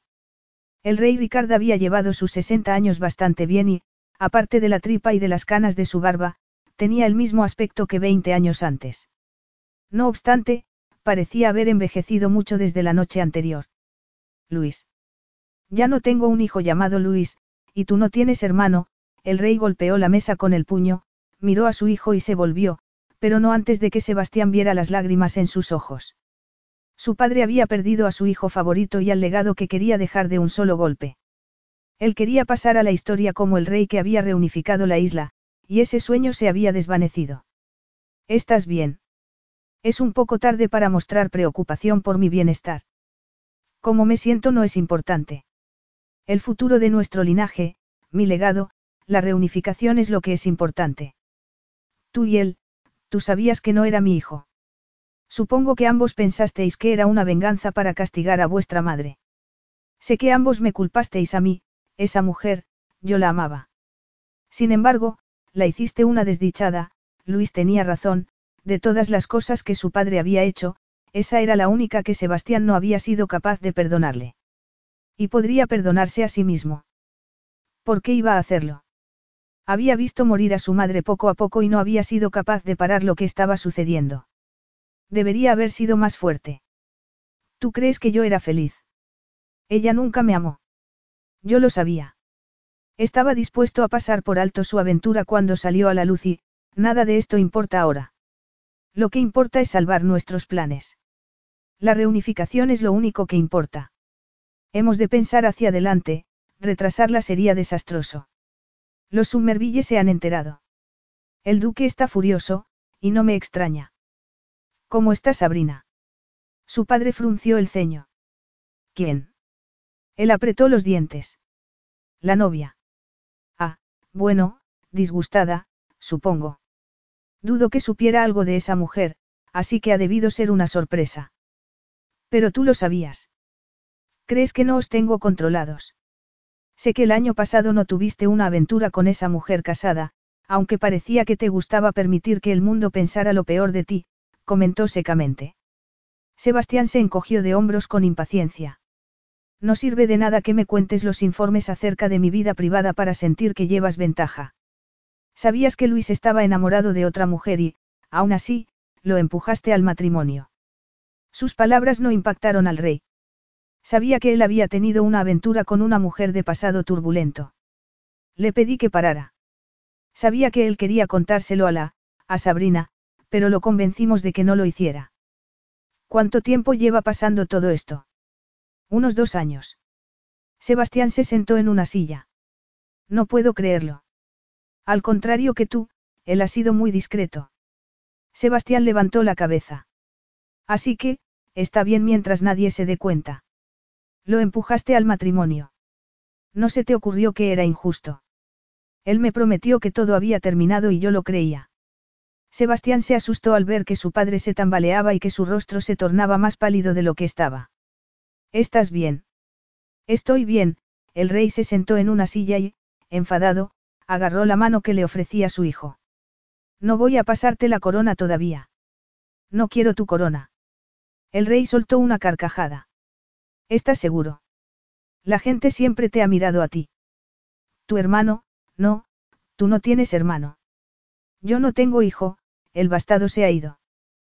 Speaker 1: El rey Ricardo había llevado sus 60 años bastante bien y, aparte de la tripa y de las canas de su barba, tenía el mismo aspecto que 20 años antes. No obstante, parecía haber envejecido mucho desde la noche anterior. Luis. Ya no tengo un hijo llamado Luis, y tú no tienes hermano, el rey golpeó la mesa con el puño, miró a su hijo y se volvió, pero no antes de que Sebastián viera las lágrimas en sus ojos. Su padre había perdido a su hijo favorito y al legado que quería dejar de un solo golpe. Él quería pasar a la historia como el rey que había reunificado la isla, y ese sueño se había desvanecido. ¿Estás bien? Es un poco tarde para mostrar preocupación por mi bienestar. Cómo me siento no es importante. El futuro de nuestro linaje, mi legado, la reunificación es lo que es importante. Tú y él, tú sabías que no era mi hijo. Supongo que ambos pensasteis que era una venganza para castigar a vuestra madre. Sé que ambos me culpasteis a mí, esa mujer, yo la amaba. Sin embargo, la hiciste una desdichada, Luis tenía razón, de todas las cosas que su padre había hecho, esa era la única que Sebastián no había sido capaz de perdonarle. Y podría perdonarse a sí mismo. ¿Por qué iba a hacerlo? Había visto morir a su madre poco a poco y no había sido capaz de parar lo que estaba sucediendo. Debería haber sido más fuerte. ¿Tú crees que yo era feliz? Ella nunca me amó. Yo lo sabía. Estaba dispuesto a pasar por alto su aventura cuando salió a la luz y, nada de esto importa ahora. Lo que importa es salvar nuestros planes. La reunificación es lo único que importa. Hemos de pensar hacia adelante, retrasarla sería desastroso. Los Summerville se han enterado. El duque está furioso, y no me extraña. ¿Cómo está Sabrina? Su padre frunció el ceño. ¿Quién? Él apretó los dientes. La novia. Ah, bueno, disgustada, supongo. Dudo que supiera algo de esa mujer, así que ha debido ser una sorpresa. Pero tú lo sabías. ¿Crees que no os tengo controlados? Sé que el año pasado no tuviste una aventura con esa mujer casada, Aunque parecía que te gustaba permitir que el mundo pensara lo peor de ti, comentó secamente. Sebastián se encogió de hombros con impaciencia. No sirve de nada que me cuentes los informes acerca de mi vida privada para sentir que llevas ventaja. Sabías que Luis estaba enamorado de otra mujer y, aún así, lo empujaste al matrimonio. Sus palabras no impactaron al rey. Sabía que él había tenido una aventura con una mujer de pasado turbulento. Le pedí que parara. Sabía que él quería contárselo a Sabrina, pero lo convencimos de que no lo hiciera. ¿Cuánto tiempo lleva pasando todo esto? Unos 2 años. Sebastián se sentó en una silla. No puedo creerlo. Al contrario que tú, él ha sido muy discreto. Sebastián levantó la cabeza. Así que, está bien mientras nadie se dé cuenta. Lo empujaste al matrimonio. No se te ocurrió que era injusto. Él me prometió que todo había terminado y yo lo creía. Sebastián se asustó al ver que su padre se tambaleaba y que su rostro se tornaba más pálido de lo que estaba. ¿Estás bien? Estoy bien, el rey se sentó en una silla y, enfadado, agarró la mano que le ofrecía su hijo. No voy a pasarte la corona todavía. No quiero tu corona. El rey soltó una carcajada. ¿Estás seguro? La gente siempre te ha mirado a ti. Tu hermano, no, tú no tienes hermano. Yo no tengo hijo, el bastardo se ha ido.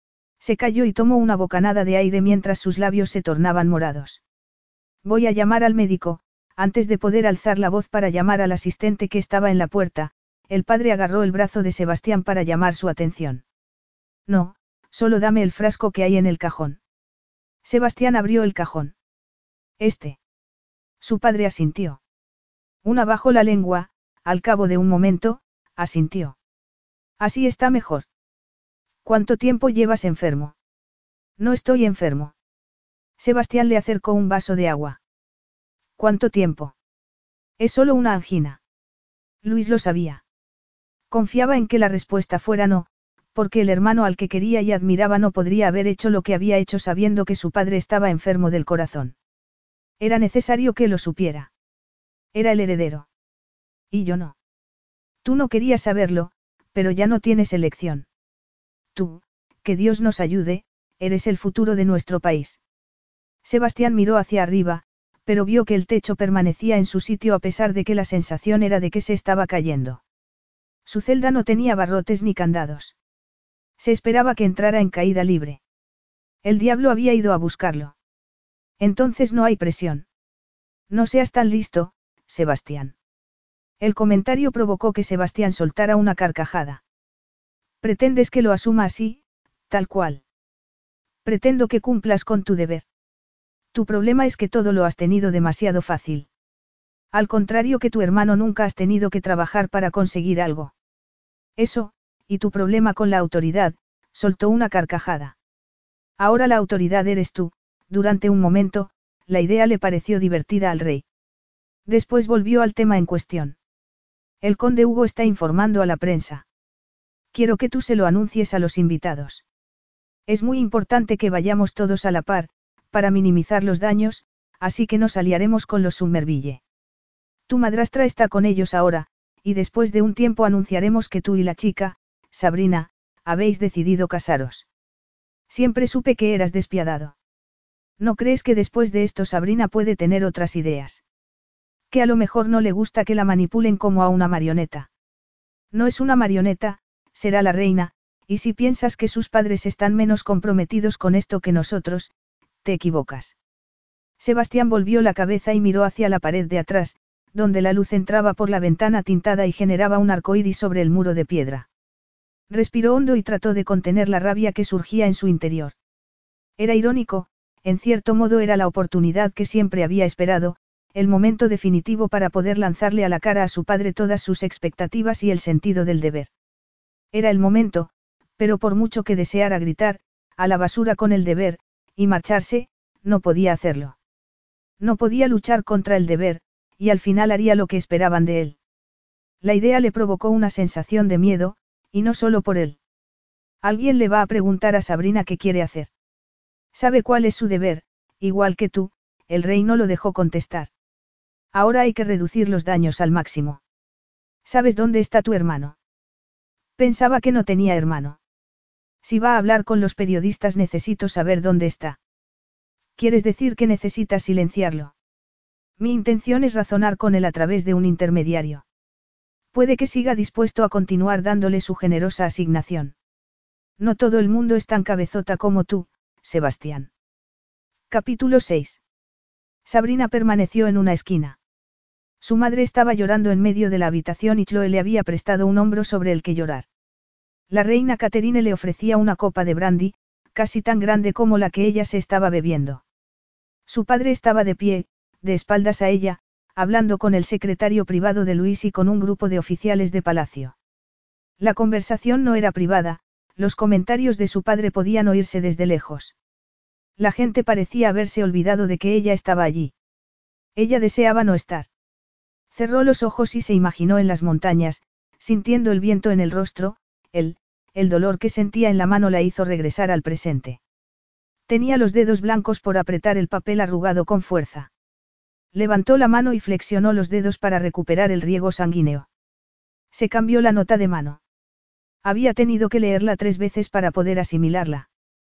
Speaker 1: Se calló y tomó una bocanada de aire mientras sus labios se tornaban morados. Voy a llamar al médico. Antes de poder alzar la voz para llamar al asistente que estaba en la puerta, el padre agarró el brazo de Sebastián para llamar su atención. No, solo dame el frasco que hay en el cajón. Sebastián abrió el cajón. Este. Su padre asintió. Una bajó la lengua, al cabo de un momento, asintió. Así está mejor. ¿Cuánto tiempo llevas enfermo? No estoy enfermo. Sebastián le acercó un vaso de agua. ¿Cuánto tiempo? Es solo una angina. Luis lo sabía. Confiaba en que la respuesta fuera no, porque el hermano al que quería y admiraba no podría haber hecho lo que había hecho sabiendo que su padre estaba enfermo del corazón. Era necesario que lo supiera. Era el heredero. Y yo no. Tú no querías saberlo, pero ya no tienes elección. Tú, que Dios nos ayude, eres el futuro de nuestro país. Sebastián miró hacia arriba, pero vio que el techo permanecía en su sitio a pesar de que la sensación era de que se estaba cayendo. Su celda no tenía barrotes ni candados. Se esperaba que entrara en caída libre. El diablo había ido a buscarlo. Entonces no hay presión. No seas tan listo, Sebastián. El comentario provocó que Sebastián soltara una carcajada. Pretendes que lo asuma así, tal cual. Pretendo que cumplas con tu deber. Tu problema es que todo lo has tenido demasiado fácil. Al contrario que tu hermano nunca has tenido que trabajar para conseguir algo. Eso, y tu problema con la autoridad, soltó una carcajada. Ahora la autoridad eres tú. Durante un momento, la idea le pareció divertida al rey. Después volvió al tema en cuestión. El conde Hugo está informando a la prensa. Quiero que tú se lo anuncies a los invitados. Es muy importante que vayamos todos a la par, para minimizar los daños, así que nos aliaremos con los Somerville. Tu madrastra está con ellos ahora, y después de un tiempo anunciaremos que tú y la chica, Sabrina, habéis decidido casaros. Siempre supe que eras despiadado. ¿No crees que después de esto Sabrina puede tener otras ideas? Que a lo mejor no le gusta que la manipulen como a una marioneta. No es una marioneta, será la reina, y si piensas que sus padres están menos comprometidos con esto que nosotros, te equivocas. Sebastián volvió la cabeza y miró hacia la pared de atrás, donde la luz entraba por la ventana tintada y generaba un arcoíris sobre el muro de piedra. Respiró hondo y trató de contener la rabia que surgía en su interior. Era irónico, en cierto modo era la oportunidad que siempre había esperado, el momento definitivo para poder lanzarle a la cara a su padre todas sus expectativas y el sentido del deber. Era el momento, pero por mucho que deseara gritar, a la basura con el deber, y marcharse, no podía hacerlo. No podía luchar contra el deber, y al final haría lo que esperaban de él. La idea le provocó una sensación de miedo, y no solo por él. Alguien le va a preguntar a Sabrina qué quiere hacer. Sabe cuál es su deber, igual que tú, el rey no lo dejó contestar. Ahora hay que reducir los daños al máximo. ¿Sabes dónde está tu hermano? Pensaba que no tenía hermano. Si va a hablar con los periodistas necesito saber dónde está. ¿Quieres decir que necesitas silenciarlo? Mi intención es razonar con él a través de un intermediario. Puede que siga dispuesto a continuar dándole su generosa asignación. No todo el mundo es tan cabezota como tú, Sebastián. Capítulo 6. Sabrina permaneció en una esquina. Su madre estaba llorando en medio de la habitación y Chloe le había prestado un hombro sobre el que llorar. La reina Catherine le ofrecía una copa de brandy, casi tan grande como la que ella se estaba bebiendo. Su padre estaba de pie, de espaldas a ella, hablando con el secretario privado de Luis y con un grupo de oficiales de palacio. La conversación no era privada, los comentarios de su padre podían oírse desde lejos. La gente parecía haberse olvidado de que ella estaba allí. Ella deseaba no estar. Cerró los ojos y se imaginó en las montañas, sintiendo el viento en el rostro, el dolor que sentía en la mano la hizo regresar al presente. Tenía los dedos blancos por apretar el papel arrugado con fuerza. Levantó la mano y flexionó los dedos para recuperar el riego sanguíneo. Se cambió la nota de mano. Había tenido que leerla 3 veces para poder asimilarla.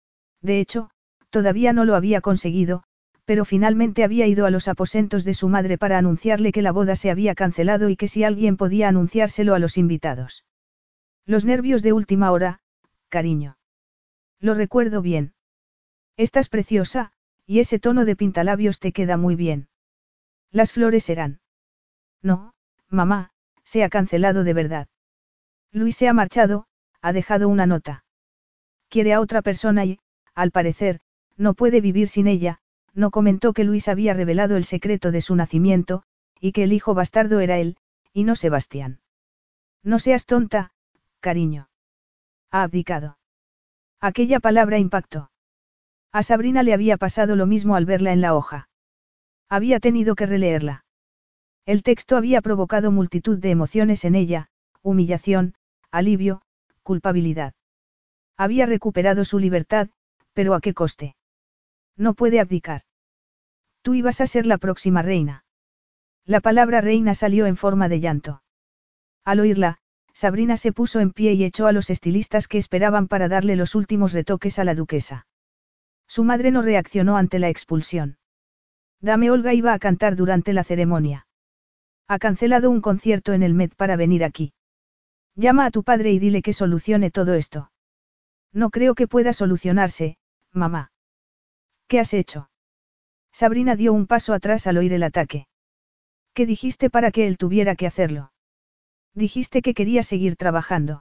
Speaker 1: De hecho, todavía no lo había conseguido, pero finalmente había ido a los aposentos de su madre para anunciarle que la boda se había cancelado y que si alguien podía anunciárselo a los invitados. Los nervios de última hora, cariño. Lo recuerdo bien. Estás preciosa, y ese tono de pintalabios te queda muy bien. Las flores serán. No, mamá, se ha cancelado de verdad. Luis se ha marchado, ha dejado una nota. Quiere a otra persona y, al parecer, no puede vivir sin ella. No comentó que Luis había revelado el secreto de su nacimiento, y que el hijo bastardo era él, y no Sebastián. No seas tonta, cariño. Ha abdicado. Aquella palabra impactó. A Sabrina le había pasado lo mismo al verla en la hoja. Había tenido que releerla. El texto había provocado multitud de emociones en ella, humillación, alivio, culpabilidad. Había recuperado su libertad, pero ¿a qué coste? No puede abdicar. Tú ibas a ser la próxima reina. La palabra reina salió en forma de llanto. Al oírla, Sabrina se puso en pie y echó a los estilistas que esperaban para darle los últimos retoques a la duquesa. Su madre no reaccionó ante la expulsión. Dame Olga iba a cantar durante la ceremonia. Ha cancelado un concierto en el Met para venir aquí. Llama a tu padre y dile que solucione todo esto. No creo que pueda solucionarse, mamá. ¿Qué has hecho? Sabrina dio un paso atrás al oír el ataque. ¿Qué dijiste para que él tuviera que hacerlo? Dijiste que quería seguir trabajando.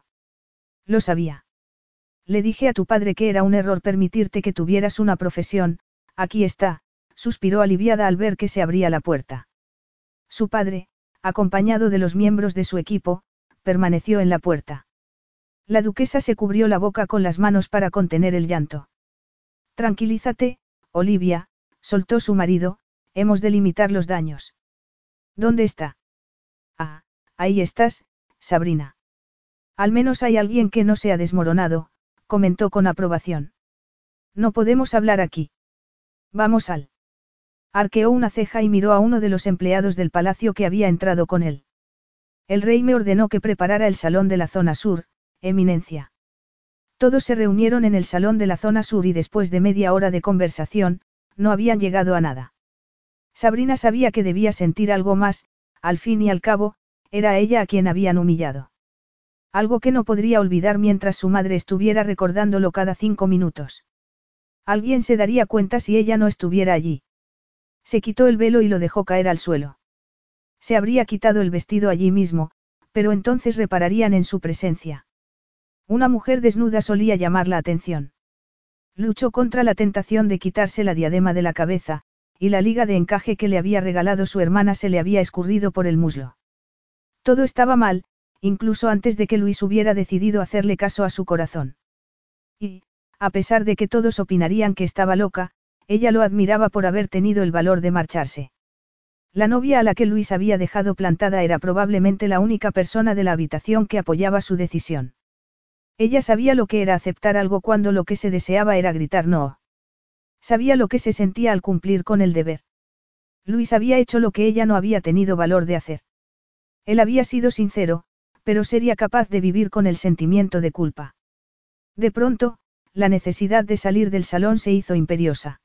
Speaker 1: Lo sabía. Le dije a tu padre que era un error permitirte que tuvieras una profesión, aquí está, suspiró aliviada al ver que se abría la puerta. Su padre, acompañado de los miembros de su equipo, permaneció en la puerta. La duquesa se cubrió la boca con las manos para contener el llanto. Tranquilízate, Olivia, soltó su marido, hemos de limitar los daños. ¿Dónde está? Ah, ahí estás, Sabrina. Al menos hay alguien que no se ha desmoronado, comentó con aprobación. No podemos hablar aquí. Vamos al. Arqueó una ceja y miró a uno de los empleados del palacio que había entrado con él. El rey me ordenó que preparara el salón de la zona sur, eminencia. Todos se reunieron en el salón de la zona sur y después de media hora de conversación, no habían llegado a nada. Sabrina sabía que debía sentir algo más, al fin y al cabo, era ella a quien habían humillado. Algo que no podría olvidar mientras su madre estuviera recordándolo cada 5 minutos. Alguien se daría cuenta si ella no estuviera allí. Se quitó el velo y lo dejó caer al suelo. Se habría quitado el vestido allí mismo, pero entonces repararían en su presencia. Una mujer desnuda solía llamar la atención. Luchó contra la tentación de quitarse la diadema de la cabeza, y la liga de encaje que le había regalado su hermana se le había escurrido por el muslo. Todo estaba mal, incluso antes de que Luis hubiera decidido hacerle caso a su corazón. Y, a pesar de que todos opinarían que estaba loca, ella lo admiraba por haber tenido el valor de marcharse. La novia a la que Luis había dejado plantada era probablemente la única persona de la habitación que apoyaba su decisión. Ella sabía lo que era aceptar algo cuando lo que se deseaba era gritar no. Sabía lo que se sentía al cumplir con el deber. Luis había hecho lo que ella no había tenido valor de hacer. Él había sido sincero, pero sería capaz de vivir con el sentimiento de culpa. De pronto, la necesidad de salir del salón se hizo imperiosa.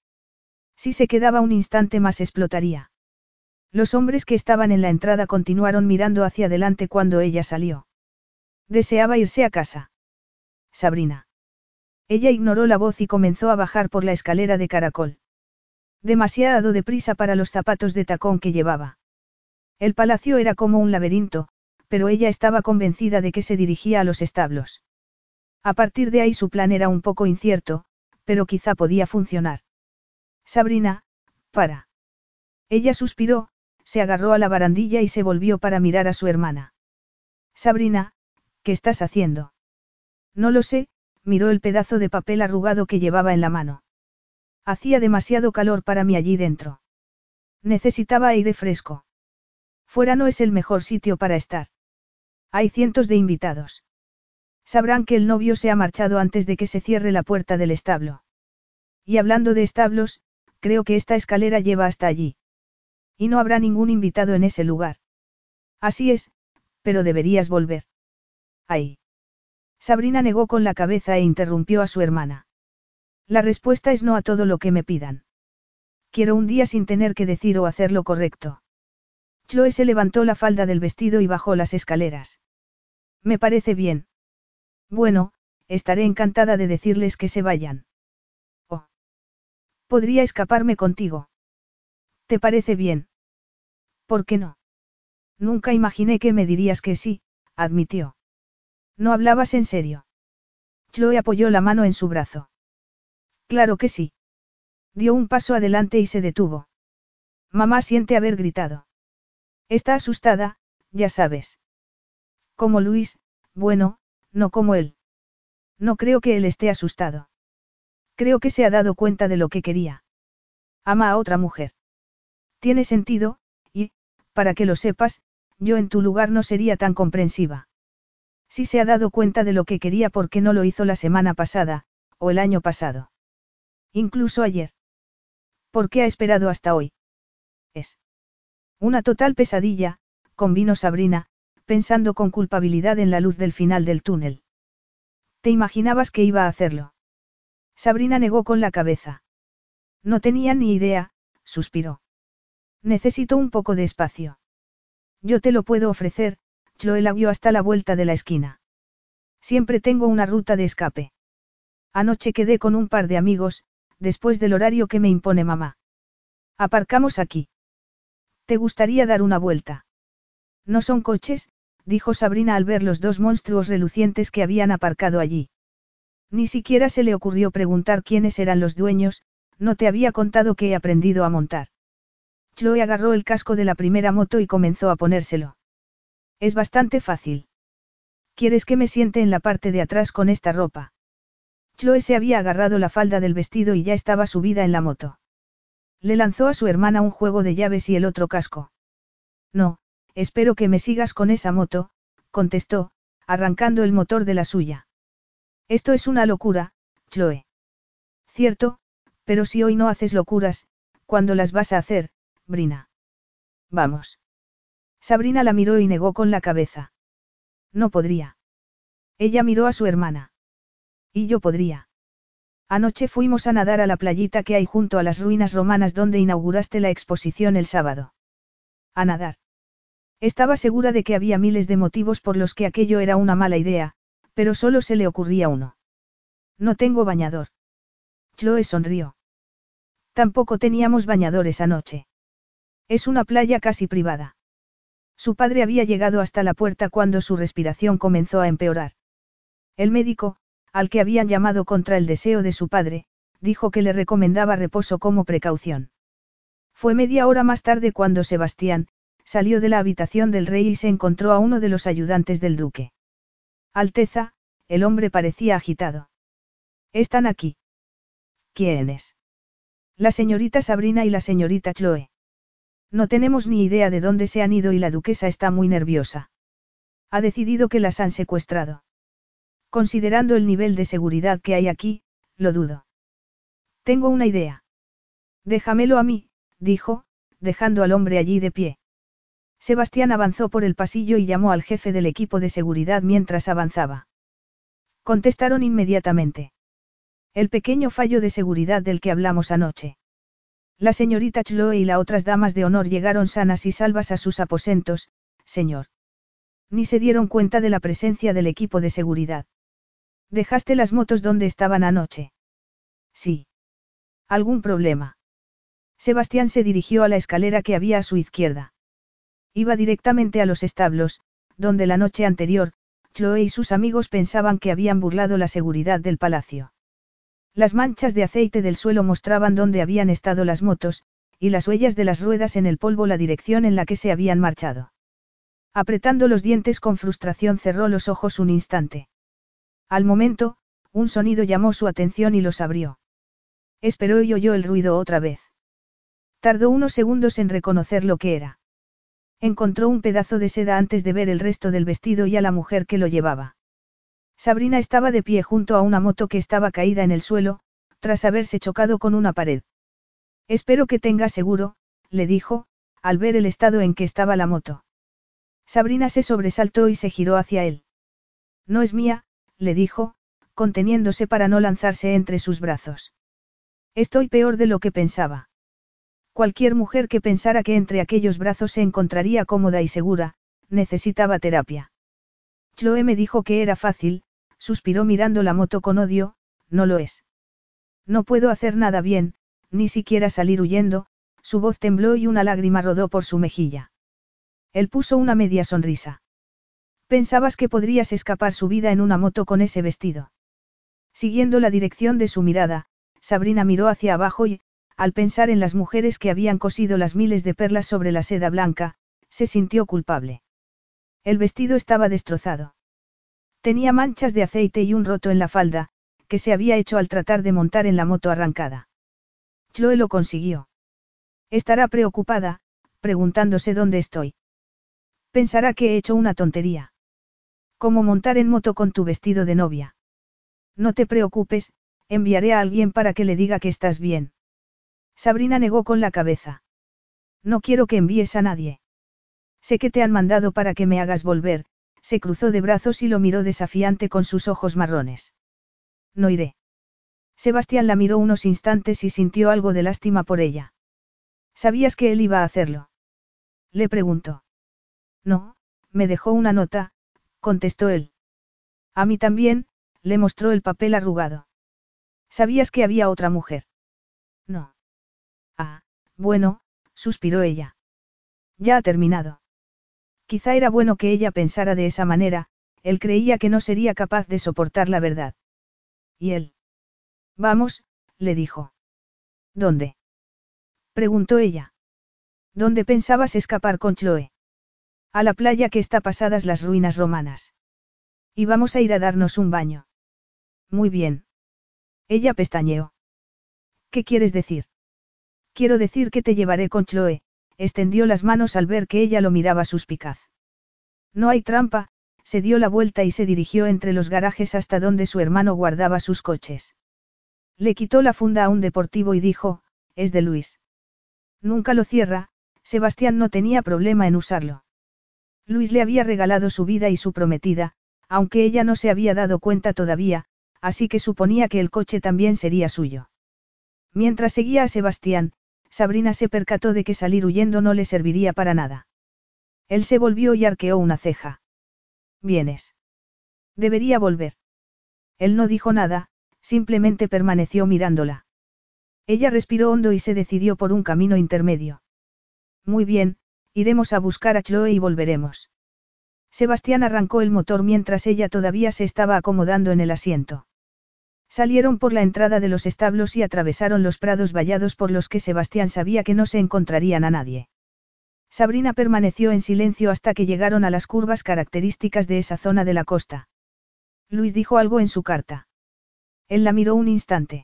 Speaker 1: Si se quedaba un instante más explotaría. Los hombres que estaban en la entrada continuaron mirando hacia adelante cuando ella salió. Deseaba irse a casa. Sabrina. Ella ignoró la voz y comenzó a bajar por la escalera de caracol. Demasiado deprisa para los zapatos de tacón que llevaba. El palacio era como un laberinto, pero ella estaba convencida de que se dirigía a los establos. A partir de ahí su plan era un poco incierto, pero quizá podía funcionar. Sabrina, para. Ella suspiró, se agarró a la barandilla y se volvió para mirar a su hermana. Sabrina, ¿qué estás haciendo? No lo sé, miró el pedazo de papel arrugado que llevaba en la mano. Hacía demasiado calor para mí allí dentro. Necesitaba aire fresco. Fuera no es el mejor sitio para estar. Hay cientos de invitados. Sabrán que el novio se ha marchado antes de que se cierre la puerta del establo. Y hablando de establos, creo que esta escalera lleva hasta allí. Y no habrá ningún invitado en ese lugar. Así es, pero deberías volver. Ahí. Sabrina negó con la cabeza e interrumpió a su hermana. La respuesta es no a todo lo que me pidan. Quiero un día sin tener que decir o hacer lo correcto. Chloe se levantó la falda del vestido y bajó las escaleras. Me parece bien. Bueno, estaré encantada de decirles que se vayan. Oh. Podría escaparme contigo. ¿Te parece bien? ¿Por qué no? Nunca imaginé que me dirías que sí, admitió. ¿No hablabas en serio? Chloe apoyó la mano en su brazo. Claro que sí. Dio un paso adelante y se detuvo. Mamá siente haber gritado. Está asustada, ya sabes. Como Luis, bueno, no como él. No creo que él esté asustado. Creo que se ha dado cuenta de lo que quería. Ama a otra mujer. Tiene sentido, y, para que lo sepas, yo en tu lugar no sería tan comprensiva. Si se ha dado cuenta de lo que quería, ¿por qué no lo hizo la semana pasada, o el año pasado? Incluso ayer. ¿Por qué ha esperado hasta hoy? Es una total pesadilla, convino Sabrina, pensando con culpabilidad en la luz del final del túnel. ¿Te imaginabas que iba a hacerlo? Sabrina negó con la cabeza. No tenía ni idea, suspiró. Necesito un poco de espacio. Yo te lo puedo ofrecer, Chloe la guió hasta la vuelta de la esquina. Siempre tengo una ruta de escape. Anoche quedé con un par de amigos, después del horario que me impone mamá. Aparcamos aquí. ¿Te gustaría dar una vuelta? No son coches, dijo Sabrina al ver los dos monstruos relucientes que habían aparcado allí. Ni siquiera se le ocurrió preguntar quiénes eran los dueños, no te había contado que he aprendido a montar. Chloe agarró el casco de la primera moto y comenzó a ponérselo. Es bastante fácil. ¿Quieres que me siente en la parte de atrás con esta ropa? Chloe se había agarrado la falda del vestido y ya estaba subida en la moto. Le lanzó a su hermana un juego de llaves y el otro casco. No, espero que me sigas con esa moto, contestó, arrancando el motor de la suya. Esto es una locura, Chloe. Cierto, pero si hoy no haces locuras, ¿cuándo las vas a hacer, Brina? Vamos. Sabrina la miró y negó con la cabeza. No podría. Ella miró a su hermana. Y yo podría. Anoche fuimos a nadar a la playita que hay junto a las ruinas romanas donde inauguraste la exposición el sábado. A nadar. Estaba segura de que había miles de motivos por los que aquello era una mala idea, pero solo se le ocurría uno. No tengo bañador. Chloe sonrió. Tampoco teníamos bañadores anoche. Es una playa casi privada. Su padre había llegado hasta la puerta cuando su respiración comenzó a empeorar. El médico, al que habían llamado contra el deseo de su padre, dijo que le recomendaba reposo como precaución. Fue media hora más tarde cuando Sebastián salió de la habitación del rey y se encontró a uno de los ayudantes del duque. Alteza, el hombre parecía agitado. ¿Están aquí? ¿Quiénes? La señorita Sabrina y la señorita Chloe. No tenemos ni idea de dónde se han ido y la duquesa está muy nerviosa. Ha decidido que las han secuestrado. Considerando el nivel de seguridad que hay aquí, lo dudo. Tengo una idea. Déjamelo a mí, dijo, dejando al hombre allí de pie. Sebastián avanzó por el pasillo y llamó al jefe del equipo de seguridad mientras avanzaba. Contestaron inmediatamente. El pequeño fallo de seguridad del que hablamos anoche. La señorita Chloe y las otras damas de honor llegaron sanas y salvas a sus aposentos, señor. Ni se dieron cuenta de la presencia del equipo de seguridad. ¿Dejaste las motos donde estaban anoche? Sí. ¿Algún problema? Sebastián se dirigió a la escalera que había a su izquierda. Iba directamente a los establos, donde la noche anterior, Chloe y sus amigos pensaban que habían burlado la seguridad del palacio. Las manchas de aceite del suelo mostraban dónde habían estado las motos, y las huellas de las ruedas en el polvo la dirección en la que se habían marchado. Apretando los dientes con frustración cerró los ojos un instante. Al momento, un sonido llamó su atención y los abrió. Esperó y oyó el ruido otra vez. Tardó unos segundos en reconocer lo que era. Encontró un pedazo de seda antes de ver el resto del vestido y a la mujer que lo llevaba. Sabrina estaba de pie junto a una moto que estaba caída en el suelo, tras haberse chocado con una pared. Espero que tenga seguro, le dijo, al ver el estado en que estaba la moto. Sabrina se sobresaltó y se giró hacia él. No es mía, le dijo, conteniéndose para no lanzarse entre sus brazos. Estoy peor de lo que pensaba. Cualquier mujer que pensara que entre aquellos brazos se encontraría cómoda y segura, necesitaba terapia. Chloe me dijo que era fácil, suspiró mirando la moto con odio, no lo es. No puedo hacer nada bien, ni siquiera salir huyendo, su voz tembló y una lágrima rodó por su mejilla. Él puso una media sonrisa. Pensabas que podrías escapar su vida en una moto con ese vestido. Siguiendo la dirección de su mirada, Sabrina miró hacia abajo y, al pensar en las mujeres que habían cosido las miles de perlas sobre la seda blanca, se sintió culpable. El vestido estaba destrozado. Tenía manchas de aceite y un roto en la falda, que se había hecho al tratar de montar en la moto arrancada. Chloe lo consiguió. Estará preocupada, preguntándose dónde estoy. Pensará que he hecho una tontería. ¿Cómo montar en moto con tu vestido de novia? No te preocupes, enviaré a alguien para que le diga que estás bien. Sabrina negó con la cabeza. No quiero que envíes a nadie. Sé que te han mandado para que me hagas volver, se cruzó de brazos y lo miró desafiante con sus ojos marrones. No iré. Sebastián la miró unos instantes y sintió algo de lástima por ella. ¿Sabías que él iba a hacerlo? Le preguntó. No, me dejó una nota, contestó él. A mí también, le mostró el papel arrugado. ¿Sabías que había otra mujer? No. Ah, bueno, suspiró ella. Ya ha terminado. Quizá era bueno que ella pensara de esa manera, él creía que no sería capaz de soportar la verdad. ¿Y él? Vamos, le dijo. ¿Dónde? Preguntó ella. ¿Dónde pensabas escapar con Chloe? A la playa que está pasadas las ruinas romanas. Y vamos a ir a darnos un baño. Muy bien. Ella pestañeó. ¿Qué quieres decir? Quiero decir que te llevaré con Chloe, extendió las manos al ver que ella lo miraba suspicaz. No hay trampa, se dio la vuelta y se dirigió entre los garajes hasta donde su hermano guardaba sus coches. Le quitó la funda a un deportivo y dijo, es de Luis. Nunca lo cierra, Sebastián no tenía problema en usarlo. Luis le había regalado su vida y su prometida, aunque ella no se había dado cuenta todavía, así que suponía que el coche también sería suyo. Mientras seguía a Sebastián, Sabrina se percató de que salir huyendo no le serviría para nada. Él se volvió y arqueó una ceja. ¿Vienes? Debería volver. Él no dijo nada, simplemente permaneció mirándola. Ella respiró hondo y se decidió por un camino intermedio. Muy bien, iremos a buscar a Chloe y volveremos. Sebastián arrancó el motor mientras ella todavía se estaba acomodando en el asiento. Salieron por la entrada de los establos y atravesaron los prados vallados por los que Sebastián sabía que no se encontrarían a nadie. Sabrina permaneció en silencio hasta que llegaron a las curvas características de esa zona de la costa. Luis dijo algo en su carta. Él la miró un instante.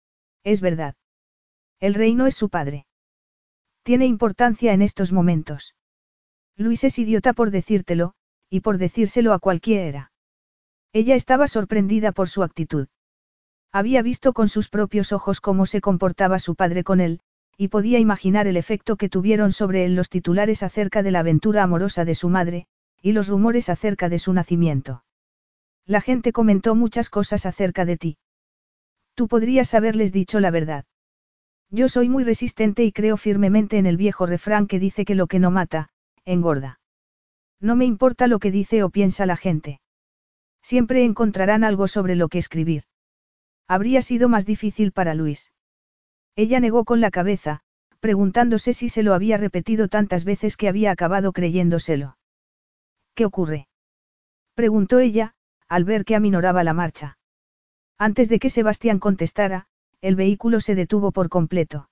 Speaker 1: Es verdad. El rey no es su padre. Tiene importancia en estos momentos. Luis es idiota por decírtelo, y por decírselo a cualquiera. Ella estaba sorprendida por su actitud. Había visto con sus propios ojos cómo se comportaba su padre con él, y podía imaginar el efecto que tuvieron sobre él los titulares acerca de la aventura amorosa de su madre, y los rumores acerca de su nacimiento. La gente comentó muchas cosas acerca de ti. Tú podrías haberles dicho la verdad. Yo soy muy resistente y creo firmemente en el viejo refrán que dice que lo que no mata, engorda. No me importa lo que dice o piensa la gente. Siempre encontrarán algo sobre lo que escribir. Habría sido más difícil para Luis. Ella negó con la cabeza, preguntándose si se lo había repetido tantas veces que había acabado creyéndoselo. ¿Qué ocurre? Preguntó ella, al ver que aminoraba la marcha. Antes de que Sebastián contestara, el vehículo se detuvo por completo.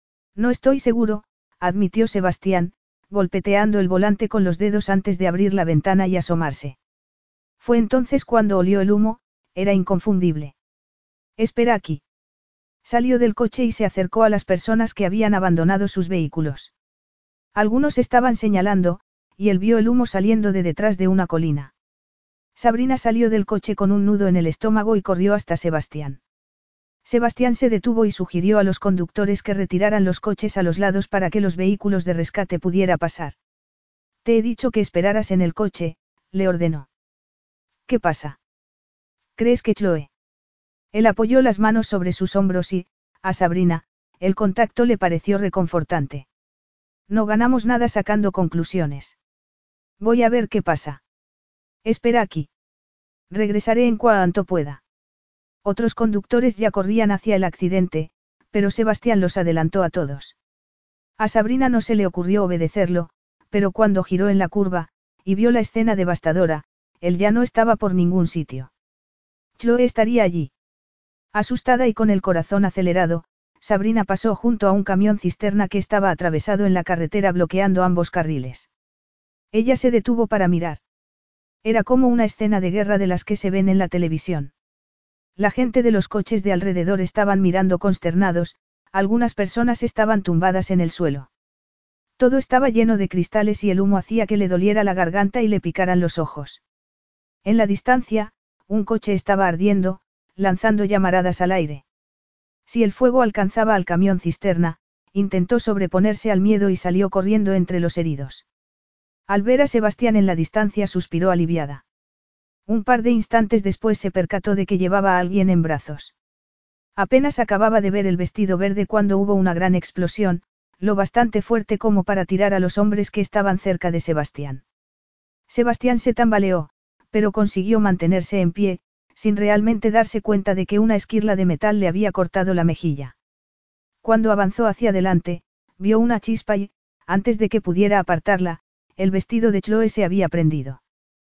Speaker 1: No estoy seguro, admitió Sebastián, golpeteando el volante con los dedos antes de abrir la ventana y asomarse. Fue entonces cuando olió el humo, era inconfundible. Espera aquí. Salió del coche y se acercó a las personas que habían abandonado sus vehículos. Algunos estaban señalando, y él vio el humo saliendo de detrás de una colina. Sabrina salió del coche con un nudo en el estómago y corrió hasta Sebastián. Sebastián se detuvo y sugirió a los conductores que retiraran los coches a los lados para que los vehículos de rescate pudiera pasar. Te he dicho que esperaras en el coche, le ordenó. ¿Qué pasa? ¿Crees que Chloe? Él apoyó las manos sobre sus hombros y, a Sabrina, el contacto le pareció reconfortante. No ganamos nada sacando conclusiones. Voy a ver qué pasa. Espera aquí. Regresaré en cuanto pueda. Otros conductores ya corrían hacia el accidente, pero Sebastián los adelantó a todos. A Sabrina no se le ocurrió obedecerlo, pero cuando giró en la curva, y vio la escena devastadora, él ya no estaba por ningún sitio. Chloe estaría allí. Asustada y con el corazón acelerado, Sabrina pasó junto a un camión cisterna que estaba atravesado en la carretera bloqueando ambos carriles. Ella se detuvo para mirar. Era como una escena de guerra de las que se ven en la televisión. La gente de los coches de alrededor estaban mirando consternados, algunas personas estaban tumbadas en el suelo. Todo estaba lleno de cristales y el humo hacía que le doliera la garganta y le picaran los ojos. En la distancia, un coche estaba ardiendo, lanzando llamaradas al aire. Si el fuego alcanzaba al camión cisterna, intentó sobreponerse al miedo y salió corriendo entre los heridos. Al ver a Sebastián en la distancia suspiró aliviada. Un par de instantes después se percató de que llevaba a alguien en brazos. Apenas acababa de ver el vestido verde cuando hubo una gran explosión, lo bastante fuerte como para tirar a los hombres que estaban cerca de Sebastián. Sebastián se tambaleó, pero consiguió mantenerse en pie, sin realmente darse cuenta de que una esquirla de metal le había cortado la mejilla. Cuando avanzó hacia adelante, vio una chispa y, antes de que pudiera apartarla, el vestido de Chloe se había prendido.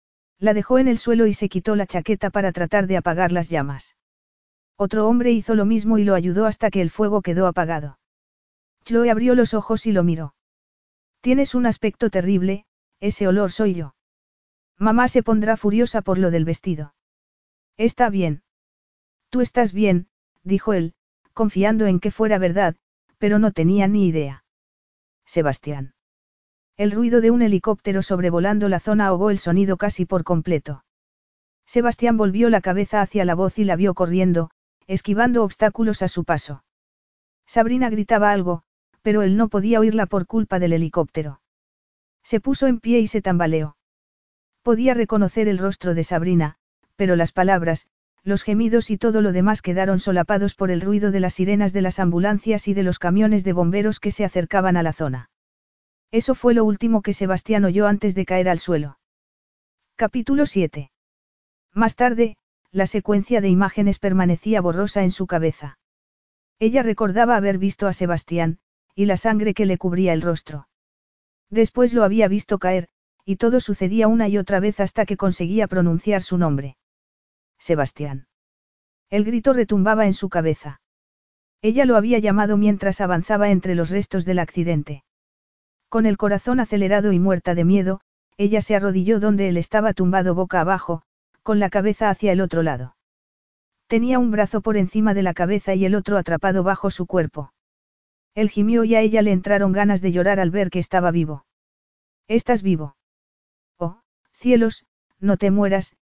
Speaker 1: La dejó en el suelo y se quitó la chaqueta para tratar de apagar las llamas. Otro hombre hizo lo mismo y lo ayudó hasta que el fuego quedó apagado. Chloe abrió los ojos y lo miró. Tienes un aspecto terrible, ese olor soy yo. Mamá se pondrá furiosa por lo del vestido. Está bien. Tú estás bien, dijo él, confiando en que fuera verdad, pero no tenía ni idea. Sebastián. El ruido de un helicóptero sobrevolando la zona ahogó el sonido casi por completo. Sebastián volvió la cabeza hacia la voz y la vio corriendo, esquivando obstáculos a su paso. Sabrina gritaba algo, pero él no podía oírla por culpa del helicóptero. Se puso en pie y se tambaleó. Podía reconocer el rostro de Sabrina, pero las palabras, los gemidos y todo lo demás quedaron solapados por el ruido de las sirenas de las ambulancias y de los camiones de bomberos que se acercaban a la zona. Eso fue lo último que Sebastián oyó antes de caer al suelo. Capítulo 7. Más tarde, la secuencia de imágenes permanecía borrosa en su cabeza. Ella recordaba haber visto a Sebastián, y la sangre que le cubría el rostro. Después lo había visto caer, y todo sucedía una y otra vez hasta que conseguía pronunciar su nombre. Sebastián. El grito retumbaba en su cabeza. Ella lo había llamado mientras avanzaba entre los restos del accidente. Con el corazón acelerado y muerta de miedo, ella se arrodilló donde él estaba tumbado boca abajo, con la cabeza hacia el otro lado. Tenía un brazo por encima de la cabeza y el otro atrapado bajo su cuerpo. Él gimió y a ella le entraron ganas de llorar al ver que estaba vivo. ¿Estás vivo? Oh, cielos, no te mueras,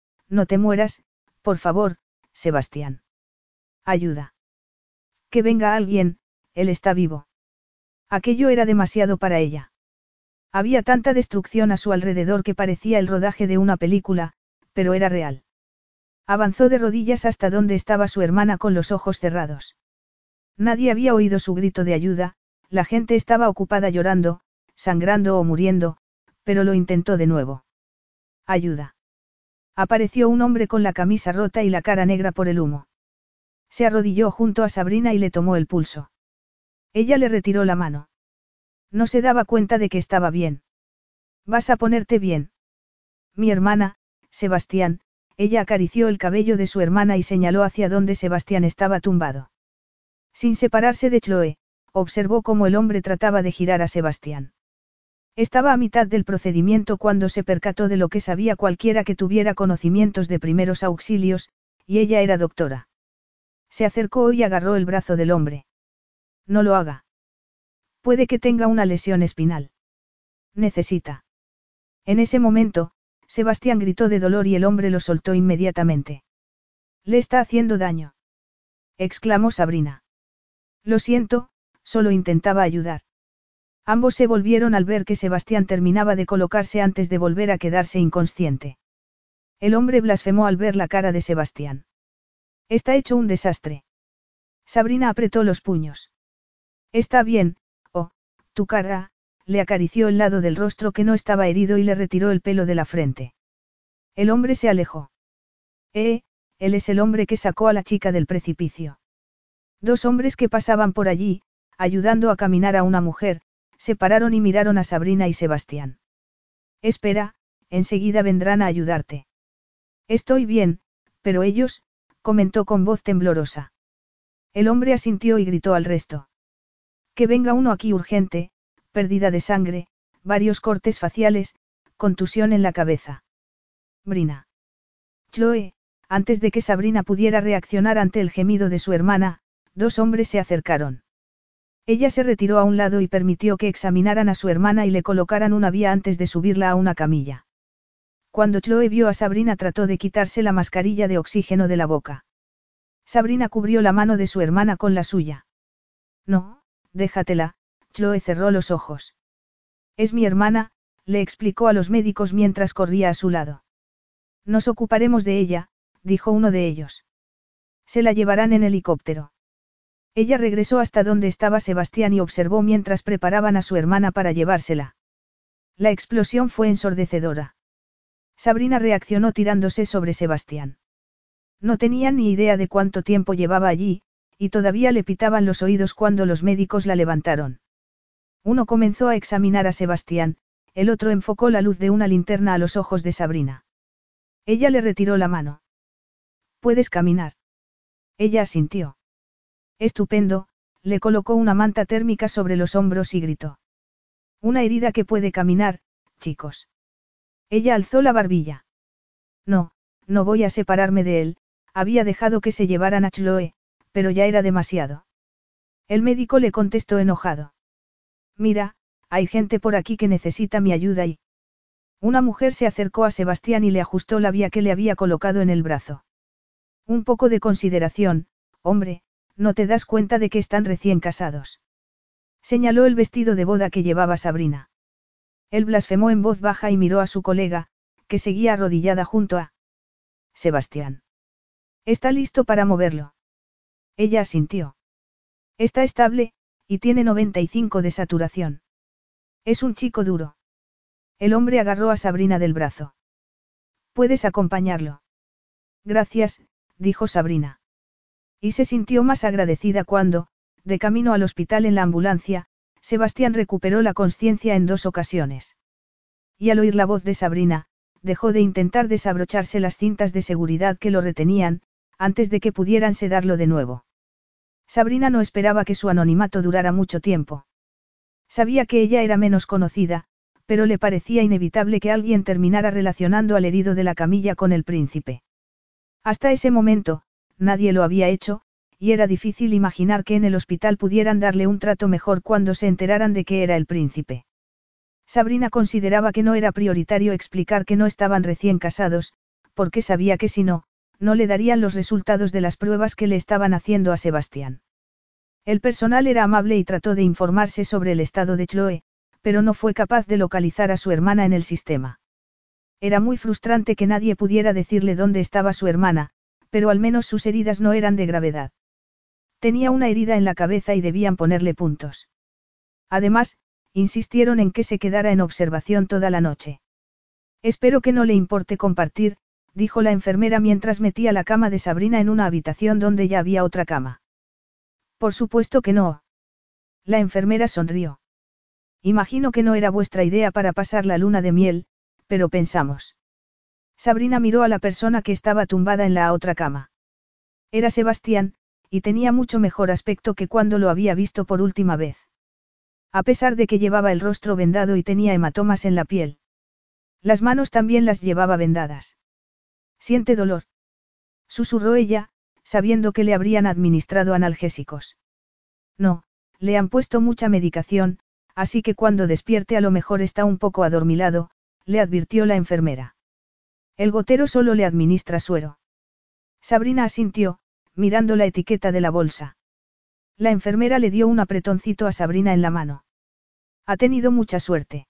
Speaker 1: por favor, Sebastián. Ayuda. Que venga alguien, él está vivo. Aquello era demasiado para ella. Había tanta destrucción a su alrededor que parecía el rodaje de una película, pero era real. Avanzó de rodillas hasta donde estaba su hermana con los ojos cerrados. Nadie había oído su grito de ayuda, la gente estaba ocupada llorando, sangrando o muriendo, pero lo intentó de nuevo. Ayuda. Apareció un hombre con la camisa rota y la cara negra por el humo. Se arrodilló junto a Sabrina y le tomó el pulso. Ella le retiró la mano. No se daba cuenta de que estaba bien. ¿Vas a ponerte bien? Mi hermana, Sebastián, ella acarició el cabello de su hermana y señaló hacia donde Sebastián estaba tumbado. Sin separarse de Chloe, observó cómo el hombre trataba de girar a Sebastián. Estaba a mitad del procedimiento cuando se percató de lo que sabía cualquiera que tuviera conocimientos de primeros auxilios, y ella era doctora. Se acercó y agarró el brazo del hombre. No lo haga. Puede que tenga una lesión espinal. Necesita. En ese momento, Sebastián gritó de dolor y el hombre lo soltó inmediatamente. Le está haciendo daño. Exclamó Sabrina. Lo siento, solo intentaba ayudar. Ambos se volvieron al ver que Sebastián terminaba de colocarse antes de volver a quedarse inconsciente. El hombre blasfemó al ver la cara de Sebastián. Está hecho un desastre. Sabrina apretó los puños. Está bien, tu cara, le acarició el lado del rostro que no estaba herido y le retiró el pelo de la frente. El hombre se alejó. Él es el hombre que sacó a la chica del precipicio. Dos hombres que pasaban por allí, ayudando a caminar a una mujer, se pararon y miraron a Sabrina y Sebastián. Espera, enseguida vendrán a ayudarte. Estoy bien, pero ellos, comentó con voz temblorosa. El hombre asintió y gritó al resto. Que venga uno aquí urgente, pérdida de sangre, varios cortes faciales, contusión en la cabeza. Brina. Chloe, antes de que Sabrina pudiera reaccionar ante el gemido de su hermana, dos hombres se acercaron. Ella se retiró a un lado y permitió que examinaran a su hermana y le colocaran una vía antes de subirla a una camilla. Cuando Chloe vio a Sabrina trató de quitarse la mascarilla de oxígeno de la boca. Sabrina cubrió la mano de su hermana con la suya. No, déjatela, Chloe cerró los ojos. Es mi hermana, le explicó a los médicos mientras corría a su lado. Nos ocuparemos de ella, dijo uno de ellos. Se la llevarán en helicóptero. Ella regresó hasta donde estaba Sebastián y observó mientras preparaban a su hermana para llevársela. La explosión fue ensordecedora. Sabrina reaccionó tirándose sobre Sebastián. No tenía ni idea de cuánto tiempo llevaba allí, y todavía le pitaban los oídos cuando los médicos la levantaron. Uno comenzó a examinar a Sebastián, el otro enfocó la luz de una linterna a los ojos de Sabrina. Ella le retiró la mano. ¿Puedes caminar? Ella asintió. Estupendo, le colocó una manta térmica sobre los hombros y gritó. Una herida que puede caminar, chicos. Ella alzó la barbilla. No, no voy a separarme de él, había dejado que se llevaran a Chloe, pero ya era demasiado. El médico le contestó enojado. Mira, hay gente por aquí que necesita mi ayuda y... Una mujer se acercó a Sebastián y le ajustó la vía que le había colocado en el brazo. Un poco de consideración, hombre, ¿no te das cuenta de que están recién casados? Señaló el vestido de boda que llevaba Sabrina. Él blasfemó en voz baja y miró a su colega, que seguía arrodillada junto a Sebastián. ¿Está listo para moverlo? Ella asintió. Está estable, y tiene 95 de saturación. Es un chico duro. El hombre agarró a Sabrina del brazo. ¿Puedes acompañarlo? Gracias, dijo Sabrina. Y se sintió más agradecida cuando, de camino al hospital en la ambulancia, Sebastián recuperó la conciencia en 2 ocasiones. Y al oír la voz de Sabrina, dejó de intentar desabrocharse las cintas de seguridad que lo retenían, antes de que pudieran sedarlo de nuevo. Sabrina no esperaba que su anonimato durara mucho tiempo. Sabía que ella era menos conocida, pero le parecía inevitable que alguien terminara relacionando al herido de la camilla con el príncipe. Hasta ese momento, nadie lo había hecho, y era difícil imaginar que en el hospital pudieran darle un trato mejor cuando se enteraran de que era el príncipe. Sabrina consideraba que no era prioritario explicar que no estaban recién casados, porque sabía que si no, no le darían los resultados de las pruebas que le estaban haciendo a Sebastián. El personal era amable y trató de informarse sobre el estado de Chloe, pero no fue capaz de localizar a su hermana en el sistema. Era muy frustrante que nadie pudiera decirle dónde estaba su hermana, pero al menos sus heridas no eran de gravedad. Tenía una herida en la cabeza y debían ponerle puntos. Además, insistieron en que se quedara en observación toda la noche. Espero que no le importe compartir, dijo la enfermera mientras metía la cama de Sabrina en una habitación donde ya había otra cama. Por supuesto que no. La enfermera sonrió. Imagino que no era vuestra idea para pasar la luna de miel, pero pensamos. Sabrina miró a la persona que estaba tumbada en la otra cama. Era Sebastián, y tenía mucho mejor aspecto que cuando lo había visto por última vez. A pesar de que llevaba el rostro vendado y tenía hematomas en la piel. Las manos también las llevaba vendadas. ¿Siente dolor?, susurró ella, sabiendo que le habrían administrado analgésicos. No, le han puesto mucha medicación, así que cuando despierte a lo mejor está un poco adormilado, le advirtió la enfermera. El gotero solo le administra suero. Sabrina asintió, mirando la etiqueta de la bolsa. La enfermera le dio un apretoncito a Sabrina en la mano. Ha tenido mucha suerte.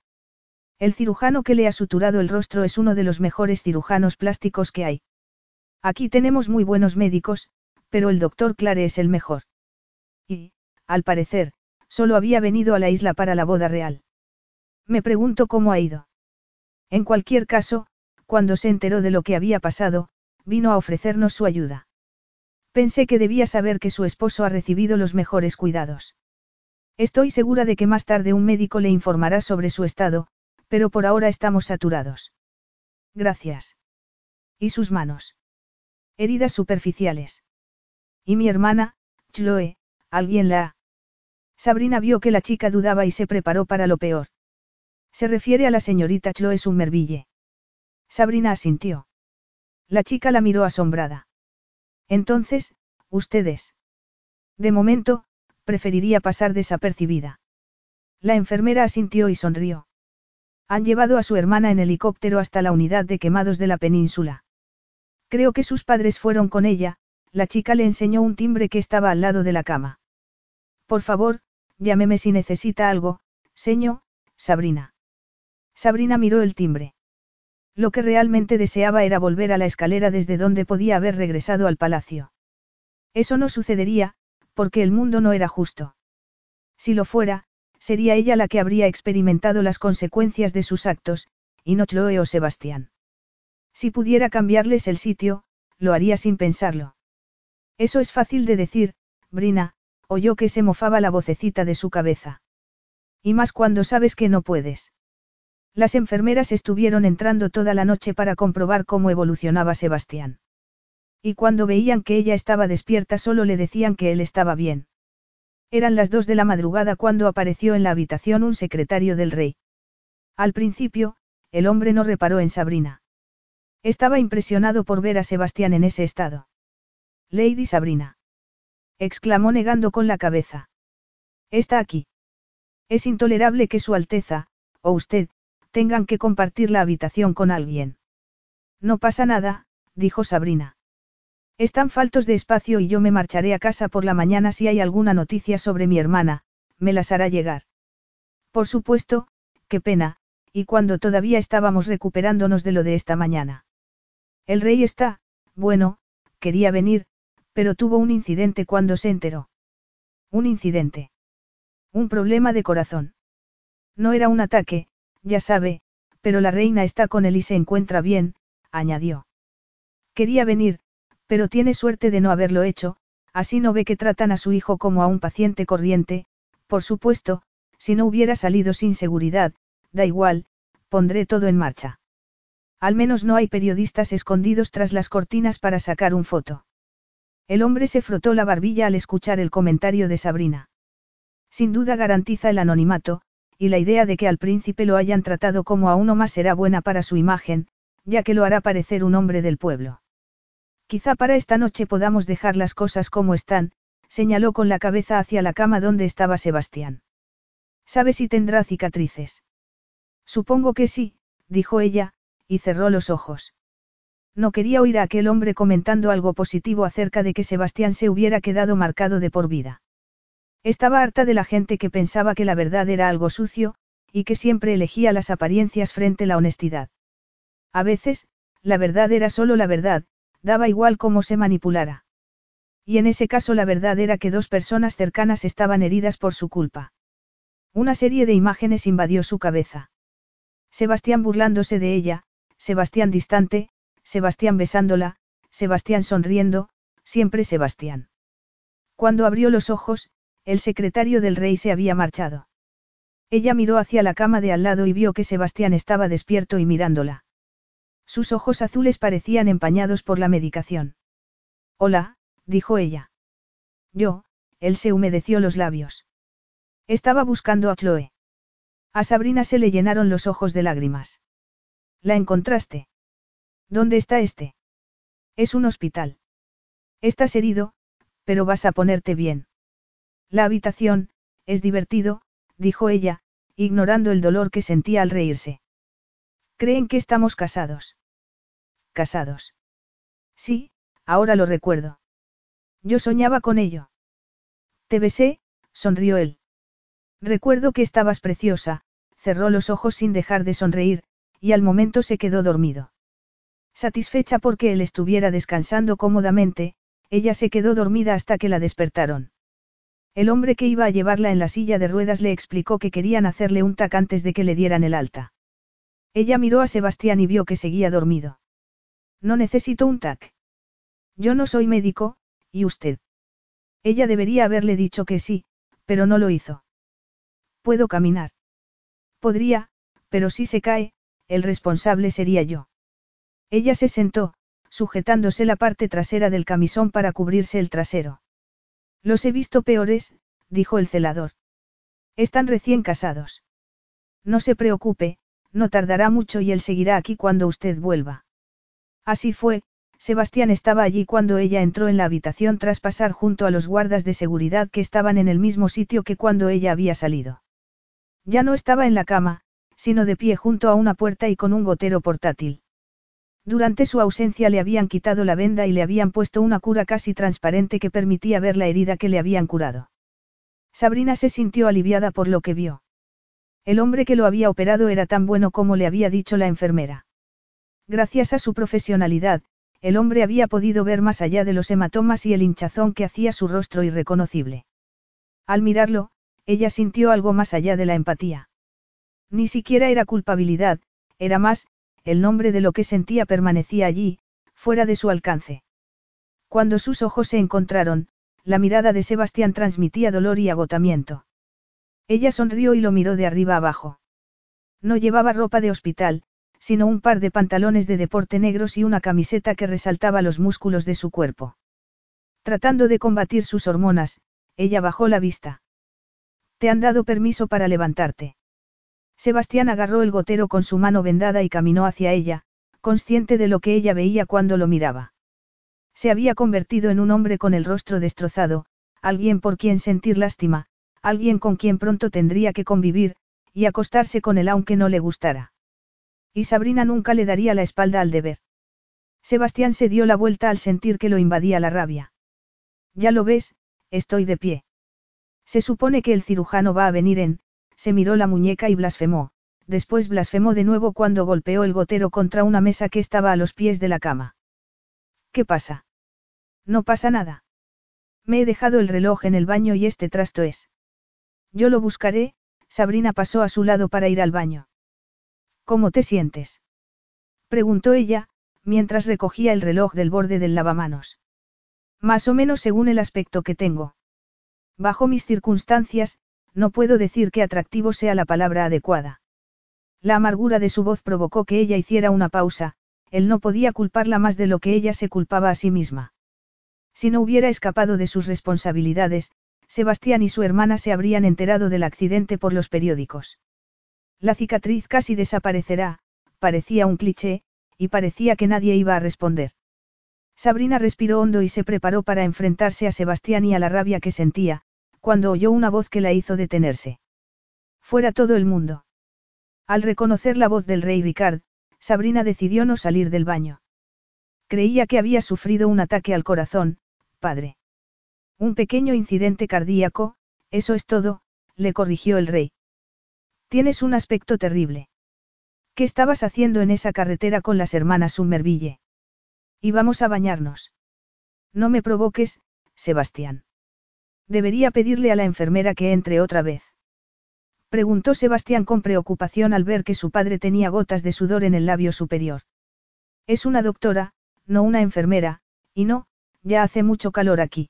Speaker 1: El cirujano que le ha suturado el rostro es uno de los mejores cirujanos plásticos que hay. Aquí tenemos muy buenos médicos, pero el doctor Clare es el mejor. Y, al parecer, solo había venido a la isla para la boda real. Me pregunto cómo ha ido. En cualquier caso, cuando se enteró de lo que había pasado, vino a ofrecernos su ayuda. Pensé que debía saber que su esposo ha recibido los mejores cuidados. Estoy segura de que más tarde un médico le informará sobre su estado, pero por ahora estamos saturados. Gracias. ¿Y sus manos? Heridas superficiales. ¿Y mi hermana, Chloe, alguien la ha? Sabrina vio que la chica dudaba y se preparó para lo peor. Se refiere a la señorita Chloe Somerville. Sabrina asintió. La chica la miró asombrada. Entonces, ustedes. De momento, preferiría pasar desapercibida. La enfermera asintió y sonrió. Han llevado a su hermana en helicóptero hasta la unidad de quemados de la península. Creo que sus padres fueron con ella, la chica le enseñó un timbre que estaba al lado de la cama. Por favor, llámeme si necesita algo, señor, Sabrina. Sabrina miró el timbre. Lo que realmente deseaba era volver a la escalera desde donde podía haber regresado al palacio. Eso no sucedería, porque el mundo no era justo. Si lo fuera, sería ella la que habría experimentado las consecuencias de sus actos, y no Chloe o Sebastián. Si pudiera cambiarles el sitio, lo haría sin pensarlo. Eso es fácil de decir, Brina, oyó que se mofaba la vocecita de su cabeza. Y más cuando sabes que no puedes. Las enfermeras estuvieron entrando toda la noche para comprobar cómo evolucionaba Sebastián. Y cuando veían que ella estaba despierta solo le decían que él estaba bien. Eran las 2 de la madrugada cuando apareció en la habitación un secretario del rey. Al principio, el hombre no reparó en Sabrina. Estaba impresionado por ver a Sebastián en ese estado. Lady Sabrina. Exclamó negando con la cabeza. Está aquí. Es intolerable que Su Alteza, o usted, tengan que compartir la habitación con alguien. No pasa nada, dijo Sabrina. Están faltos de espacio y yo me marcharé a casa por la mañana si hay alguna noticia sobre mi hermana, me las hará llegar. Por supuesto, qué pena, y cuando todavía estábamos recuperándonos de lo de esta mañana. El rey está, bueno, quería venir, pero tuvo un incidente cuando se enteró. Un incidente. Un problema de corazón. No era un ataque, ya sabe, pero la reina está con él y se encuentra bien, añadió. Quería venir, pero tiene suerte de no haberlo hecho, así no ve que tratan a su hijo como a un paciente corriente, por supuesto, si no hubiera salido sin seguridad, da igual, pondré todo en marcha. Al menos no hay periodistas escondidos tras las cortinas para sacar un foto. El hombre se frotó la barbilla al escuchar el comentario de Sabrina. Sin duda garantiza el anonimato, y la idea de que al príncipe lo hayan tratado como a uno más será buena para su imagen, ya que lo hará parecer un hombre del pueblo. Quizá para esta noche podamos dejar las cosas como están, señaló con la cabeza hacia la cama donde estaba Sebastián. ¿Sabe si tendrá cicatrices? Supongo que sí, dijo ella, y cerró los ojos. No quería oír a aquel hombre comentando algo positivo acerca de que Sebastián se hubiera quedado marcado de por vida. Estaba harta de la gente que pensaba que la verdad era algo sucio, y que siempre elegía las apariencias frente a la honestidad. A veces, la verdad era solo la verdad, daba igual cómo se manipulara. Y en ese caso la verdad era que dos personas cercanas estaban heridas por su culpa. Una serie de imágenes invadió su cabeza. Sebastián burlándose de ella, Sebastián distante, Sebastián besándola, Sebastián sonriendo, siempre Sebastián. Cuando abrió los ojos, el secretario del rey se había marchado. Ella miró hacia la cama de al lado y vio que Sebastián estaba despierto y mirándola. Sus ojos azules parecían empañados por la medicación. Hola, dijo ella. Él se humedeció los labios. Estaba buscando a Chloe. A Sabrina se le llenaron los ojos de lágrimas. ¿La encontraste? ¿Dónde está este? Es un hospital. Estás herido, pero vas a ponerte bien. La habitación, es divertido, dijo ella, ignorando el dolor que sentía al reírse. ¿Creen que estamos casados? ¿Casados? Sí, ahora lo recuerdo. Yo soñaba con ello. Te besé, sonrió él. Recuerdo que estabas preciosa, cerró los ojos sin dejar de sonreír, y al momento se quedó dormido. Satisfecha porque él estuviera descansando cómodamente, ella se quedó dormida hasta que la despertaron. El hombre que iba a llevarla en la silla de ruedas le explicó que querían hacerle un TAC antes de que le dieran el alta. Ella miró a Sebastián y vio que seguía dormido. No necesito un TAC. Yo no soy médico, ¿y usted? Ella debería haberle dicho que sí, pero no lo hizo. ¿Puedo caminar? Podría, pero si se cae, el responsable sería yo. Ella se sentó, sujetándose la parte trasera del camisón para cubrirse el trasero. Los he visto peores, dijo el celador. Están recién casados. No se preocupe, no tardará mucho y él seguirá aquí cuando usted vuelva. Así fue, Sebastián estaba allí cuando ella entró en la habitación tras pasar junto a los guardas de seguridad que estaban en el mismo sitio que cuando ella había salido. Ya no estaba en la cama, sino de pie junto a una puerta y con un gotero portátil. Durante su ausencia le habían quitado la venda y le habían puesto una cura casi transparente que permitía ver la herida que le habían curado. Sabrina se sintió aliviada por lo que vio. El hombre que lo había operado era tan bueno como le había dicho la enfermera. Gracias a su profesionalidad, el hombre había podido ver más allá de los hematomas y el hinchazón que hacía su rostro irreconocible. Al mirarlo, ella sintió algo más allá de la empatía. Ni siquiera era culpabilidad, era más, el nombre de lo que sentía permanecía allí, fuera de su alcance. Cuando sus ojos se encontraron, la mirada de Sebastián transmitía dolor y agotamiento. Ella sonrió y lo miró de arriba abajo. No llevaba ropa de hospital, sino un par de pantalones de deporte negros y una camiseta que resaltaba los músculos de su cuerpo. Tratando de combatir sus hormonas, ella bajó la vista. ¿Te han dado permiso para levantarte? Sebastián agarró el gotero con su mano vendada y caminó hacia ella, consciente de lo que ella veía cuando lo miraba. Se había convertido en un hombre con el rostro destrozado, alguien por quien sentir lástima, alguien con quien pronto tendría que convivir, y acostarse con él aunque no le gustara. Y Sabrina nunca le daría la espalda al deber. Sebastián se dio la vuelta al sentir que lo invadía la rabia. Ya lo ves, estoy de pie. Se supone que el cirujano va a venir se miró la muñeca y blasfemó, después blasfemó de nuevo cuando golpeó el gotero contra una mesa que estaba a los pies de la cama. ¿Qué pasa? No pasa nada. Me he dejado el reloj en el baño y este trasto es. Yo lo buscaré, Sabrina pasó a su lado para ir al baño. ¿Cómo te sientes? Preguntó ella, mientras recogía el reloj del borde del lavamanos. Más o menos según el aspecto que tengo. Bajo mis circunstancias, no puedo decir que atractivo sea la palabra adecuada. La amargura de su voz provocó que ella hiciera una pausa, él no podía culparla más de lo que ella se culpaba a sí misma. Si no hubiera escapado de sus responsabilidades, Sebastián y su hermana se habrían enterado del accidente por los periódicos. La cicatriz casi desaparecerá, parecía un cliché, y parecía que nadie iba a responder. Sabrina respiró hondo y se preparó para enfrentarse a Sebastián y a la rabia que sentía, cuando oyó una voz que la hizo detenerse. Fuera todo el mundo. Al reconocer la voz del rey Ricard, Sabrina decidió no salir del baño. Creía que había sufrido un ataque al corazón, padre. Un pequeño incidente cardíaco, Eso es todo, le corrigió el rey. Tienes un aspecto terrible. ¿Qué estabas haciendo en esa carretera con las hermanas Somerville? Íbamos a bañarnos. No me provoques, Sebastián. Debería pedirle a la enfermera que entre otra vez. Preguntó Sebastián con preocupación al ver que su padre tenía gotas de sudor en el labio superior. Es una doctora, no una enfermera, y no, ya hace mucho calor aquí.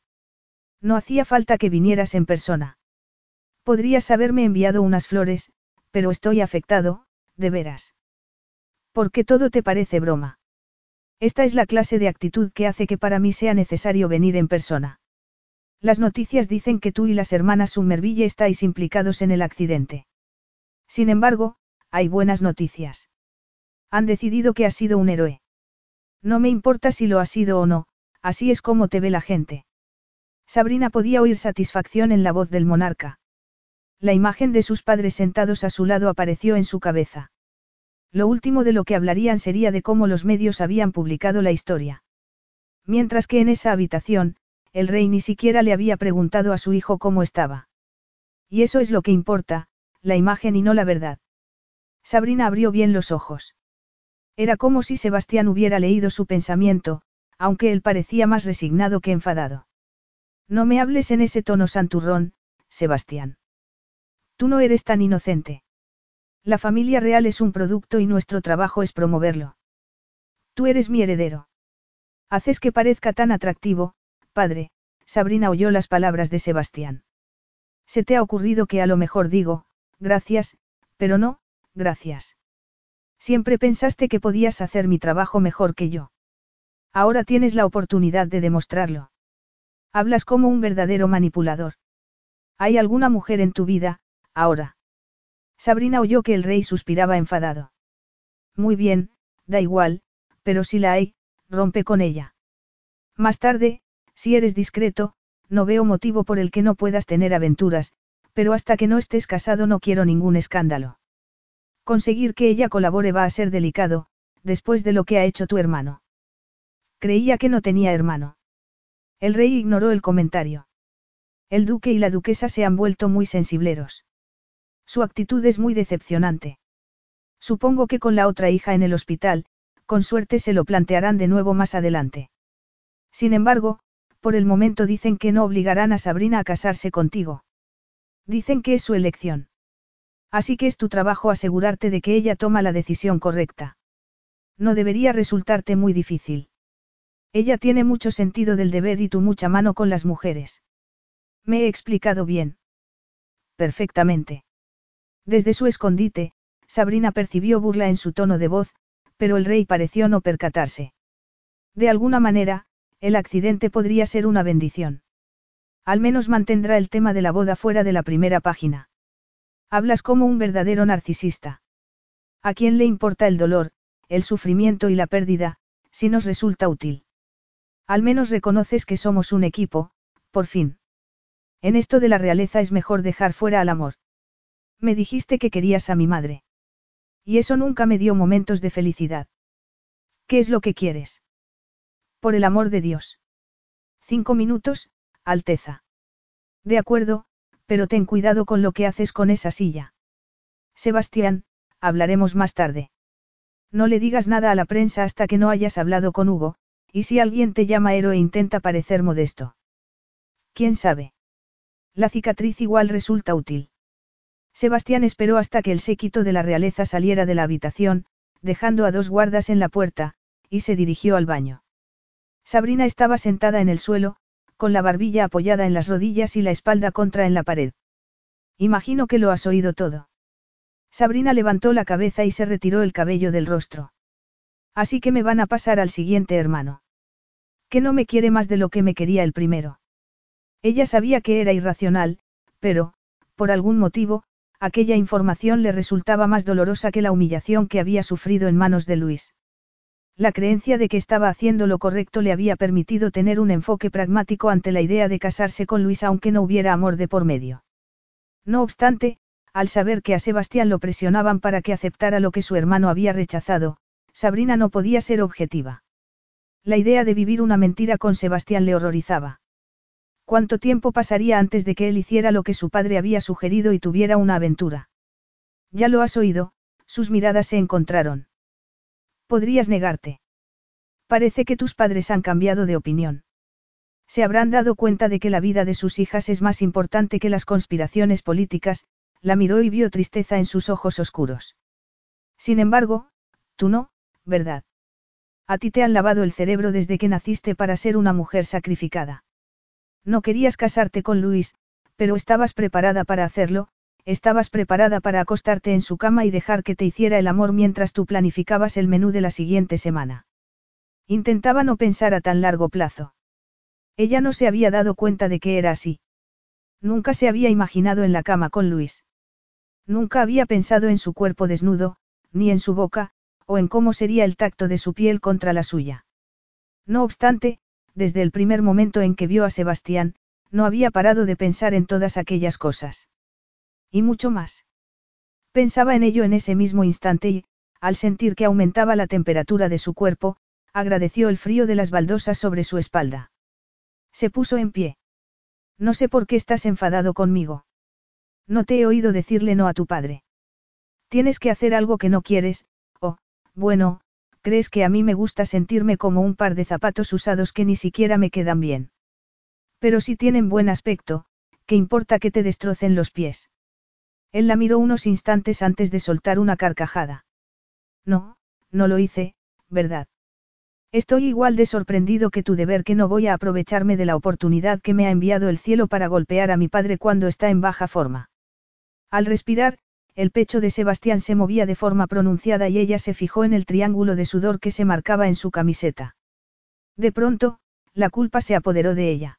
Speaker 1: No hacía falta que vinieras en persona. Podrías haberme enviado unas flores, pero estoy afectado, de veras. ¿Por qué todo te parece broma? Esta es la clase de actitud que hace que para mí sea necesario venir en persona. Las noticias dicen que tú y las hermanas Somerville estáis implicados en el accidente. Sin embargo, hay buenas noticias. Han decidido que has sido un héroe. No me importa si lo has sido o no, así es como te ve la gente. Sabrina podía oír satisfacción en la voz del monarca. La imagen de sus padres sentados a su lado apareció en su cabeza. Lo último de lo que hablarían sería de cómo los medios habían publicado la historia. Mientras que en esa habitación, el rey ni siquiera le había preguntado a su hijo cómo estaba. Y eso es lo que importa, la imagen y no la verdad. Sabrina abrió bien los ojos. Era como si Sebastián hubiera leído su pensamiento, aunque él parecía más resignado que enfadado. No me hables en ese tono santurrón, Sebastián. Tú no eres tan inocente. La familia real es un producto y nuestro trabajo es promoverlo. Tú eres mi heredero. Haces que parezca tan atractivo, padre. Sabrina oyó las palabras de Sebastián. Se te ha ocurrido que a lo mejor digo, gracias, pero no, gracias. Siempre pensaste que podías hacer mi trabajo mejor que yo. Ahora tienes la oportunidad de demostrarlo. Hablas como un verdadero manipulador. ¿Hay alguna mujer en tu vida, ahora? Sabrina oyó que el rey suspiraba enfadado. Muy bien, da igual, pero si la hay, rompe con ella. Más tarde, si eres discreto, no veo motivo por el que no puedas tener aventuras, pero hasta que no estés casado no quiero ningún escándalo. Conseguir que ella colabore va a ser delicado, después de lo que ha hecho tu hermano. Creía que no tenía hermano. El rey ignoró el comentario. El duque y la duquesa se han vuelto muy sensibleros. Su actitud es muy decepcionante. Supongo que con la otra hija en el hospital, con suerte se lo plantearán de nuevo más adelante. Sin embargo, por el momento dicen que no obligarán a Sabrina a casarse contigo. Dicen que es su elección. Así que es tu trabajo asegurarte de que ella toma la decisión correcta. No debería resultarte muy difícil. Ella tiene mucho sentido del deber y tú mucha mano con las mujeres. ¿Me he explicado bien? Perfectamente. Desde su escondite, Sabrina percibió burla en su tono de voz, pero el rey pareció no percatarse. De alguna manera, el accidente podría ser una bendición. Al menos mantendrá el tema de la boda fuera de la primera página. Hablas como un verdadero narcisista. ¿A quién le importa el dolor, el sufrimiento y la pérdida, si nos resulta útil? Al menos reconoces que somos un equipo, por fin. En esto de la realeza es mejor dejar fuera al amor. Me dijiste que querías a mi madre. Y eso nunca me dio momentos de felicidad. ¿Qué es lo que quieres? Por el amor de Dios. 5 minutos, Alteza. De acuerdo, pero ten cuidado con lo que haces con esa silla. Sebastián, hablaremos más tarde. No le digas nada a la prensa hasta que no hayas hablado con Hugo, y si alguien te llama héroe intenta parecer modesto. ¿Quién sabe? La cicatriz igual resulta útil. Sebastián esperó hasta que el séquito de la realeza saliera de la habitación, dejando a 2 guardas en la puerta, y se dirigió al baño. Sabrina estaba sentada en el suelo, con la barbilla apoyada en las rodillas y la espalda contra en la pared. Imagino que lo has oído todo. Sabrina levantó la cabeza y se retiró el cabello del rostro. Así que me van a pasar al siguiente hermano. Que no me quiere más de lo que me quería el primero. Ella sabía que era irracional, pero, por algún motivo, aquella información le resultaba más dolorosa que la humillación que había sufrido en manos de Luis. La creencia de que estaba haciendo lo correcto le había permitido tener un enfoque pragmático ante la idea de casarse con Luis aunque no hubiera amor de por medio. No obstante, al saber que a Sebastián lo presionaban para que aceptara lo que su hermano había rechazado, Sabrina no podía ser objetiva. La idea de vivir una mentira con Sebastián le horrorizaba. ¿Cuánto tiempo pasaría antes de que él hiciera lo que su padre había sugerido y tuviera una aventura? Ya lo has oído, sus miradas se encontraron. ¿Podrías negarte? Parece que tus padres han cambiado de opinión. Se habrán dado cuenta de que la vida de sus hijas es más importante que las conspiraciones políticas, la miró y vio tristeza en sus ojos oscuros. Sin embargo, tú no, ¿verdad? A ti te han lavado el cerebro desde que naciste para ser una mujer sacrificada. No querías casarte con Luis, pero estabas preparada para hacerlo, estabas preparada para acostarte en su cama y dejar que te hiciera el amor mientras tú planificabas el menú de la siguiente semana. Intentaba no pensar a tan largo plazo. Ella no se había dado cuenta de que era así. Nunca se había imaginado en la cama con Luis. Nunca había pensado en su cuerpo desnudo, ni en su boca, o en cómo sería el tacto de su piel contra la suya. No obstante, desde el primer momento en que vio a Sebastián, no había parado de pensar en todas aquellas cosas. Y mucho más. Pensaba en ello en ese mismo instante y, al sentir que aumentaba la temperatura de su cuerpo, agradeció el frío de las baldosas sobre su espalda. Se puso en pie. No sé por qué estás enfadado conmigo. No te he oído decirle no a tu padre. Tienes que hacer algo que no quieres, o, bueno, crees que a mí me gusta sentirme como un par de zapatos usados que ni siquiera me quedan bien. Pero si tienen buen aspecto, ¿qué importa que te destrocen los pies? Él la miró unos instantes antes de soltar una carcajada. No, no lo hice, ¿verdad? Estoy igual de sorprendido que tú de ver que no voy a aprovecharme de la oportunidad que me ha enviado el cielo para golpear a mi padre cuando está en baja forma. Al respirar, el pecho de Sebastián se movía de forma pronunciada y ella se fijó en el triángulo de sudor que se marcaba en su camiseta. De pronto, la culpa se apoderó de ella.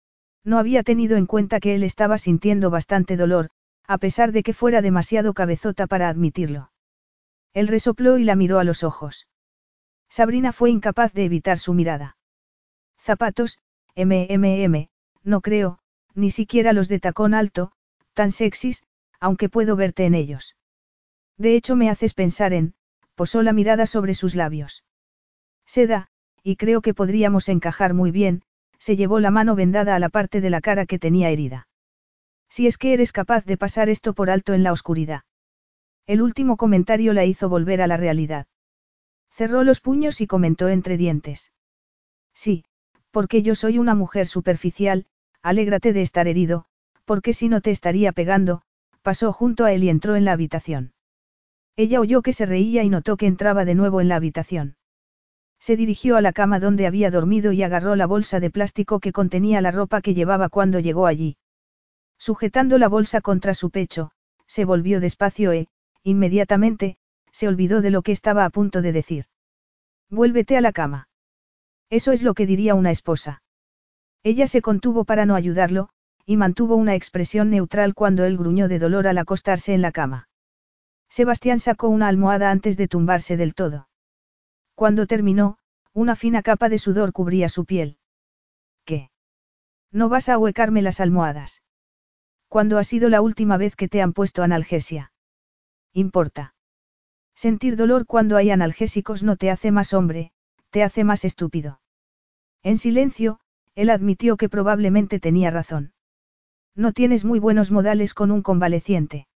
Speaker 1: No había tenido en cuenta que él estaba sintiendo bastante dolor, a pesar de que fuera demasiado cabezota para admitirlo. Él resopló y la miró a los ojos. Sabrina fue incapaz de evitar su mirada. Zapatos, no creo, ni siquiera los de tacón alto, tan sexys, aunque puedo verte en ellos. De hecho me haces pensar en, posó la mirada sobre sus labios. Seda, y creo que podríamos encajar muy bien, se llevó la mano vendada a la parte de la cara que tenía herida. Si es que eres capaz de pasar esto por alto en la oscuridad. El último comentario la hizo volver a la realidad. Cerró los puños y comentó entre dientes. Sí, porque yo soy una mujer superficial, alégrate de estar herido, porque si no te estaría pegando, pasó junto a él y entró en la habitación. Ella oyó que se reía y notó que entraba de nuevo en la habitación. Se dirigió a la cama donde había dormido y agarró la bolsa de plástico que contenía la ropa que llevaba cuando llegó allí. Sujetando la bolsa contra su pecho, se volvió despacio e, inmediatamente, se olvidó de lo que estaba a punto de decir. Vuélvete a la cama. Eso es lo que diría una esposa. Ella se contuvo para no ayudarlo, y mantuvo una expresión neutral cuando él gruñó de dolor al acostarse en la cama. Sebastián sacó una almohada antes de tumbarse del todo. Cuando terminó, una fina capa de sudor cubría su piel. ¿Qué? ¿No vas a ahuecarme las almohadas? ¿Cuándo ha sido la última vez que te han puesto analgesia? Importa. Sentir dolor cuando hay analgésicos no te hace más hombre, te hace más estúpido. En silencio, él admitió que probablemente tenía razón. No tienes muy buenos modales con un convaleciente.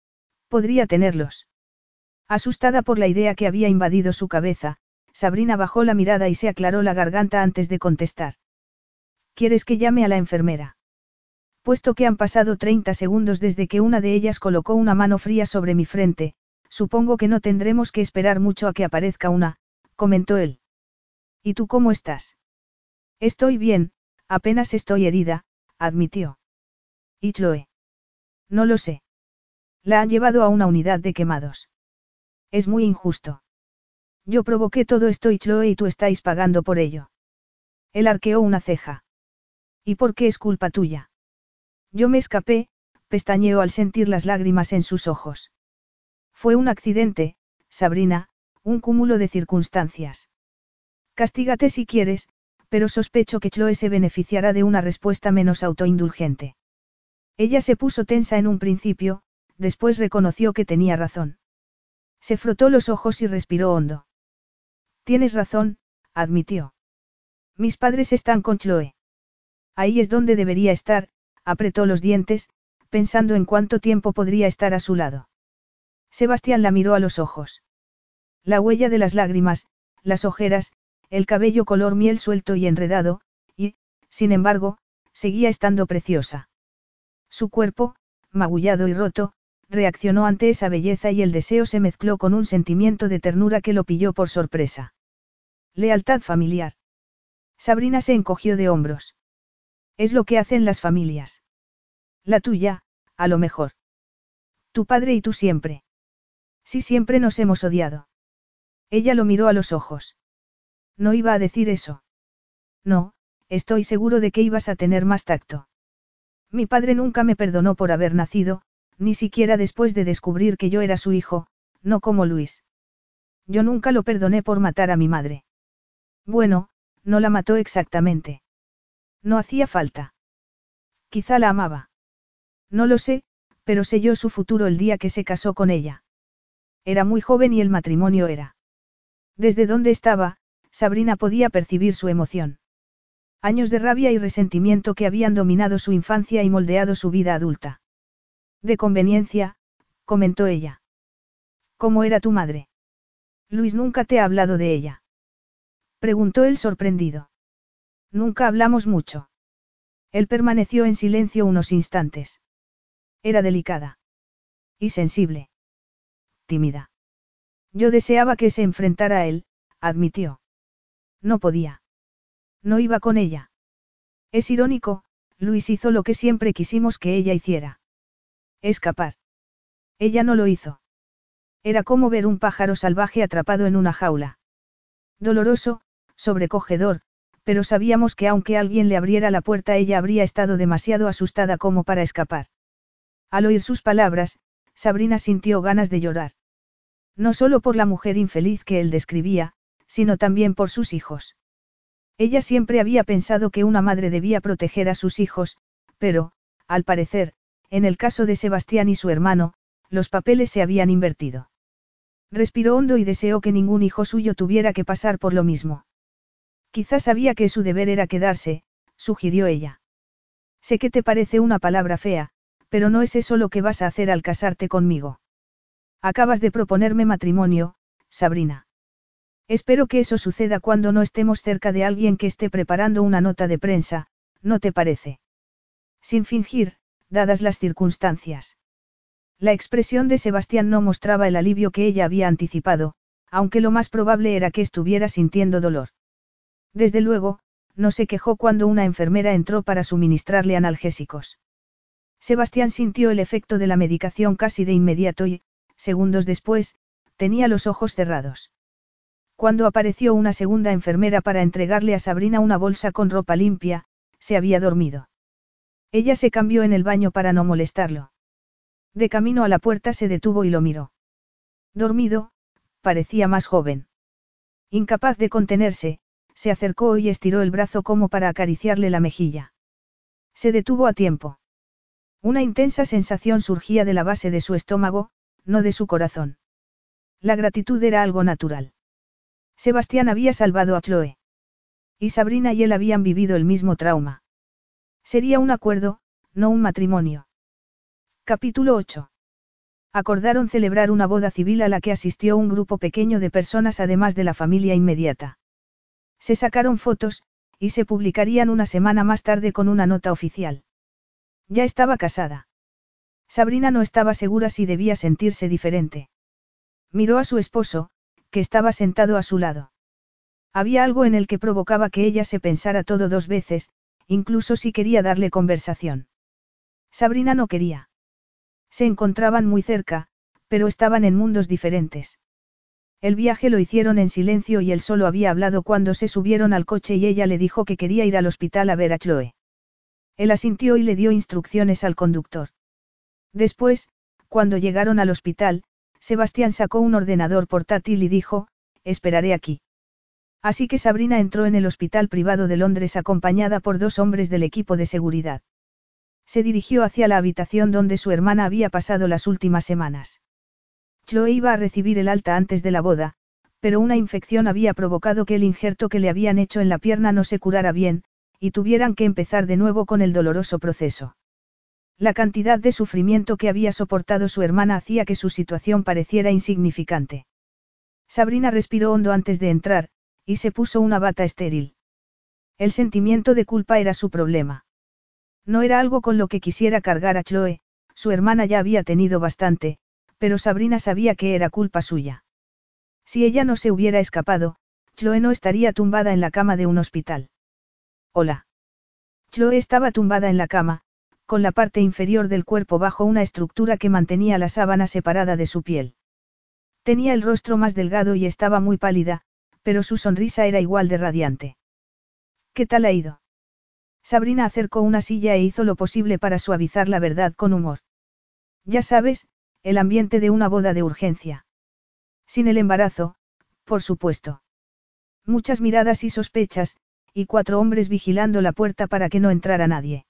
Speaker 1: Podría tenerlos. Asustada por la idea que había invadido su cabeza, Sabrina bajó la mirada y se aclaró la garganta antes de contestar. ¿Quieres que llame a la enfermera? Puesto que han pasado 30 segundos desde que una de ellas colocó una mano fría sobre mi frente, supongo que no tendremos que esperar mucho a que aparezca una, comentó él. ¿Y tú cómo estás? Estoy bien, apenas estoy herida, admitió. ¿Y Chloe? No lo sé. La han llevado a una unidad de quemados. Es muy injusto. Yo provoqué todo esto y Chloe y tú estáis pagando por ello. Él arqueó una ceja. ¿Y por qué es culpa tuya? Yo me escapé, pestañeó al sentir las lágrimas en sus ojos. Fue un accidente, Sabrina, un cúmulo de circunstancias. Castígate si quieres, pero sospecho que Chloe se beneficiará de una respuesta menos autoindulgente. Ella se puso tensa en un principio, después reconoció que tenía razón. Se frotó los ojos y respiró hondo. Tienes razón, admitió. Mis padres están con Chloe. Ahí es donde debería estar, apretó los dientes, pensando en cuánto tiempo podría estar a su lado. Sebastián la miró a los ojos. La huella de las lágrimas, las ojeras, el cabello color miel suelto y enredado, y, sin embargo, seguía estando preciosa. Su cuerpo, magullado y roto, reaccionó ante esa belleza y el deseo se mezcló con un sentimiento de ternura que lo pilló por sorpresa. Lealtad familiar. Sabrina se encogió de hombros. Es lo que hacen las familias. La tuya, a lo mejor. Tu padre y tú siempre. Sí, siempre nos hemos odiado. Ella lo miró a los ojos. No iba a decir eso. No, estoy seguro de que ibas a tener más tacto. Mi padre nunca me perdonó por haber nacido, ni siquiera después de descubrir que yo era su hijo, no como Luis. Yo nunca lo perdoné por matar a mi madre. Bueno, no la mató exactamente. No hacía falta. Quizá la amaba. No lo sé, pero selló su futuro el día que se casó con ella. Era muy joven y el matrimonio era. Desde donde estaba, Sabrina podía percibir su emoción. Años de rabia y resentimiento que habían dominado su infancia y moldeado su vida adulta. De conveniencia, comentó ella. ¿Cómo era tu madre? Luis nunca te ha hablado de ella. Preguntó él sorprendido. Nunca hablamos mucho. Él permaneció en silencio unos instantes. Era delicada. Y sensible. Tímida. Yo deseaba que se enfrentara a él, admitió. No podía. No iba con ella. Es irónico, Luis hizo lo que siempre quisimos que ella hiciera. Escapar. Ella no lo hizo. Era como ver un pájaro salvaje atrapado en una jaula. Doloroso, sobrecogedor, pero sabíamos que aunque alguien le abriera la puerta ella habría estado demasiado asustada como para escapar. Al oír sus palabras, Sabrina sintió ganas de llorar. No solo por la mujer infeliz que él describía, sino también por sus hijos. Ella siempre había pensado que una madre debía proteger a sus hijos, pero, al parecer, en el caso de Sebastián y su hermano, los papeles se habían invertido. Respiró hondo y deseó que ningún hijo suyo tuviera que pasar por lo mismo. Quizás sabía que su deber era quedarse, sugirió ella. Sé que te parece una palabra fea, pero no es eso lo que vas a hacer al casarte conmigo. Acabas de proponerme matrimonio, Sabrina. Espero que eso suceda cuando no estemos cerca de alguien que esté preparando una nota de prensa, ¿no te parece? Sin fingir, dadas las circunstancias. La expresión de Sebastián no mostraba el alivio que ella había anticipado, aunque lo más probable era que estuviera sintiendo dolor. Desde luego, no se quejó cuando una enfermera entró para suministrarle analgésicos. Sebastián sintió el efecto de la medicación casi de inmediato y, segundos después, tenía los ojos cerrados. Cuando apareció una segunda enfermera para entregarle a Sabrina una bolsa con ropa limpia, se había dormido. Ella se cambió en el baño para no molestarlo. De camino a la puerta se detuvo y lo miró. Dormido, parecía más joven. Incapaz de contenerse, se acercó y estiró el brazo como para acariciarle la mejilla. Se detuvo a tiempo. Una intensa sensación surgía de la base de su estómago, no de su corazón. La gratitud era algo natural. Sebastián había salvado a Chloe. Y Sabrina y él habían vivido el mismo trauma. Sería un acuerdo, no un matrimonio. Capítulo 8. Acordaron celebrar una boda civil a la que asistió un grupo pequeño de personas además de la familia inmediata. Se sacaron fotos, y se publicarían una semana más tarde con una nota oficial. Ya estaba casada. Sabrina no estaba segura si debía sentirse diferente. Miró a su esposo, que estaba sentado a su lado. Había algo en él que provocaba que ella se pensara todo dos veces, incluso si quería darle conversación. Sabrina no quería. Se encontraban muy cerca, pero estaban en mundos diferentes. El viaje lo hicieron en silencio y él solo había hablado cuando se subieron al coche y ella le dijo que quería ir al hospital a ver a Chloe. Él asintió y le dio instrucciones al conductor. Después, cuando llegaron al hospital, Sebastián sacó un ordenador portátil y dijo, esperaré aquí. Así que Sabrina entró en el hospital privado de Londres acompañada por dos hombres del equipo de seguridad. Se dirigió hacia la habitación donde su hermana había pasado las últimas semanas. Chloe iba a recibir el alta antes de la boda, pero una infección había provocado que el injerto que le habían hecho en la pierna no se curara bien, y tuvieran que empezar de nuevo con el doloroso proceso. La cantidad de sufrimiento que había soportado su hermana hacía que su situación pareciera insignificante. Sabrina respiró hondo antes de entrar, y se puso una bata estéril. El sentimiento de culpa era su problema. No era algo con lo que quisiera cargar a Chloe, su hermana ya había tenido bastante, pero Sabrina sabía que era culpa suya. Si ella no se hubiera escapado, Chloe no estaría tumbada en la cama de un hospital. Hola. Chloe estaba tumbada en la cama, con la parte inferior del cuerpo bajo una estructura que mantenía la sábana separada de su piel. Tenía el rostro más delgado y estaba muy pálida, pero su sonrisa era igual de radiante. ¿Qué tal ha ido? Sabrina acercó una silla e hizo lo posible para suavizar la verdad con humor. Ya sabes, el ambiente de una boda de urgencia. Sin el embarazo, por supuesto. Muchas miradas y sospechas, y 4 hombres vigilando la puerta para que no entrara nadie.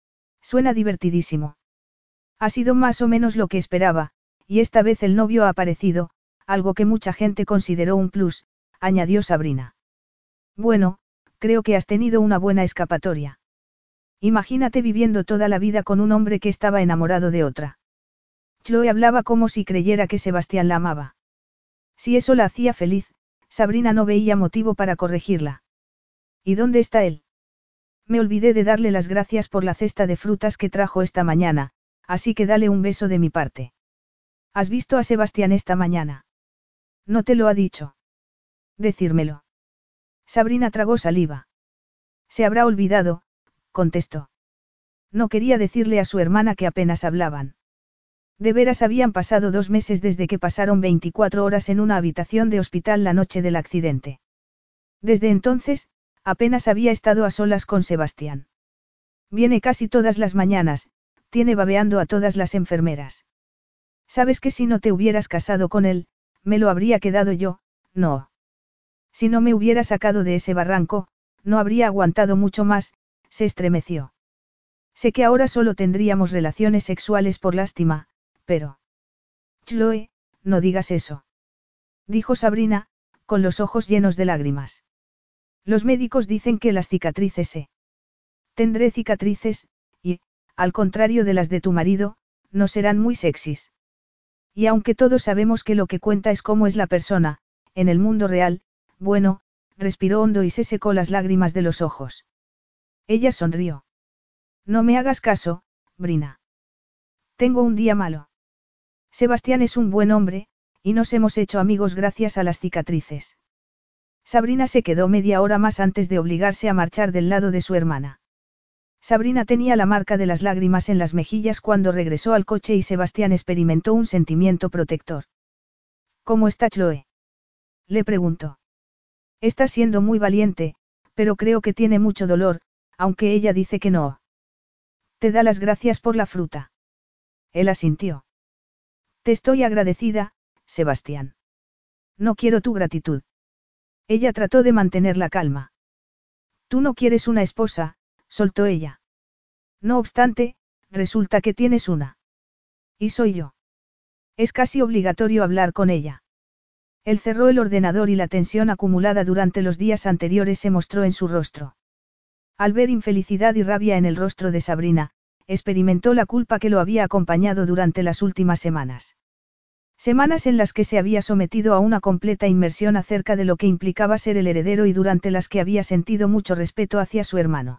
Speaker 1: Suena divertidísimo. Ha sido más o menos lo que esperaba, y esta vez el novio ha aparecido, algo que mucha gente consideró un plus, añadió Sabrina. Bueno, creo que has tenido una buena escapatoria. Imagínate viviendo toda la vida con un hombre que estaba enamorado de otra. Chloe hablaba como si creyera que Sebastián la amaba. Si eso la hacía feliz, Sabrina no veía motivo para corregirla. ¿Y dónde está él? Me olvidé de darle las gracias por la cesta de frutas que trajo esta mañana, así que dale un beso de mi parte. ¿Has visto a Sebastián esta mañana? No te lo ha dicho. Decírmelo. Sabrina tragó saliva. Se habrá olvidado, contestó. No quería decirle a su hermana que apenas hablaban. De veras habían pasado 2 meses desde que pasaron 24 horas en una habitación de hospital la noche del accidente. Desde entonces, apenas había estado a solas con Sebastián. Viene casi todas las mañanas, tiene babeando a todas las enfermeras. Sabes que si no te hubieras casado con él, me lo habría quedado yo, no. Si no me hubiera sacado de ese barranco, no habría aguantado mucho más, se estremeció. Sé que ahora solo tendríamos relaciones sexuales por lástima, pero... Chloe, no digas eso. Dijo Sabrina, con los ojos llenos de lágrimas. Los médicos dicen que las cicatrices se... Tendré cicatrices, y, al contrario de las de tu marido, no serán muy sexys. Y aunque todos sabemos que lo que cuenta es cómo es la persona, en el mundo real, bueno, respiró hondo y se secó las lágrimas de los ojos. Ella sonrió. No me hagas caso, Brina. Tengo un día malo. Sebastián es un buen hombre, y nos hemos hecho amigos gracias a las cicatrices. Sabrina se quedó media hora más antes de obligarse a marchar del lado de su hermana. Sabrina tenía la marca de las lágrimas en las mejillas cuando regresó al coche y Sebastián experimentó un sentimiento protector. ¿Cómo está Chloe? Le preguntó. Está siendo muy valiente, pero creo que tiene mucho dolor, aunque ella dice que no. Te da las gracias por la fruta. Él asintió. Te estoy agradecida, Sebastián. No quiero tu gratitud. Ella trató de mantener la calma. Tú no quieres una esposa, soltó ella. No obstante, resulta que tienes una. Y soy yo. Es casi obligatorio hablar con ella. Él cerró el ordenador y la tensión acumulada durante los días anteriores se mostró en su rostro. Al ver infelicidad y rabia en el rostro de Sabrina, experimentó la culpa que lo había acompañado durante las últimas semanas. Semanas en las que se había sometido a una completa inmersión acerca de lo que implicaba ser el heredero y durante las que había sentido mucho respeto hacia su hermano.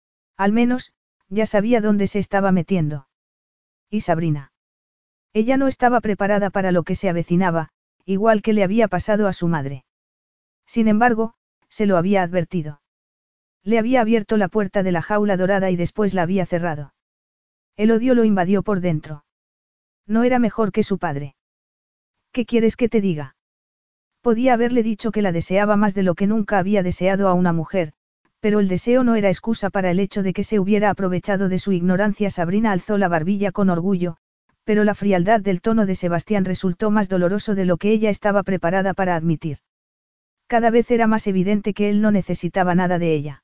Speaker 1: Al menos, ya sabía dónde se estaba metiendo. ¿Y Sabrina? Ella no estaba preparada para lo que se avecinaba, igual que le había pasado a su madre. Sin embargo, se lo había advertido. Le había abierto la puerta de la jaula dorada y después la había cerrado. El odio lo invadió por dentro. No era mejor que su padre. ¿Qué quieres que te diga? Podía haberle dicho que la deseaba más de lo que nunca había deseado a una mujer, pero el deseo no era excusa para el hecho de que se hubiera aprovechado de su ignorancia. Sabrina alzó la barbilla con orgullo, pero la frialdad del tono de Sebastián resultó más doloroso de lo que ella estaba preparada para admitir. Cada vez era más evidente que él no necesitaba nada de ella.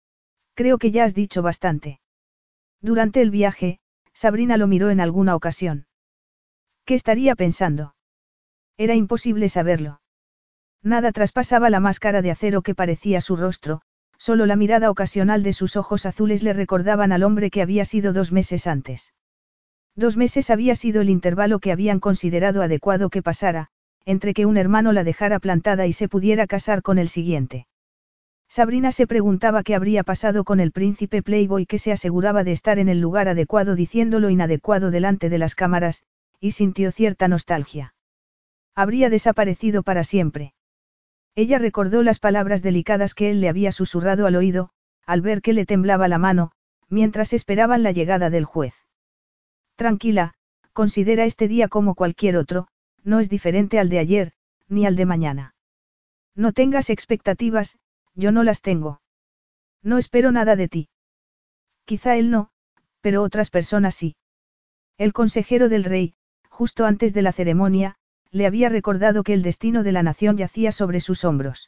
Speaker 1: Creo que ya has dicho bastante. Durante el viaje, Sabrina lo miró en alguna ocasión. ¿Qué estaría pensando? Era imposible saberlo. Nada traspasaba la máscara de acero que parecía su rostro, Solo la mirada ocasional de sus ojos azules le recordaban al hombre que había sido 2 meses antes. 2 meses había sido el intervalo que habían considerado adecuado que pasara, entre que un hermano la dejara plantada y se pudiera casar con el siguiente. Sabrina se preguntaba qué habría pasado con el príncipe Playboy que se aseguraba de estar en el lugar adecuado diciendo lo inadecuado delante de las cámaras, y sintió cierta nostalgia. Habría desaparecido para siempre. Ella recordó las palabras delicadas que él le había susurrado al oído, al ver que le temblaba la mano, mientras esperaban la llegada del juez. Tranquila, considera este día como cualquier otro, no es diferente al de ayer, ni al de mañana. No tengas expectativas, yo no las tengo. No espero nada de ti. Quizá él no, pero otras personas sí. El consejero del rey, justo antes de la ceremonia, le había recordado que el destino de la nación yacía sobre sus hombros.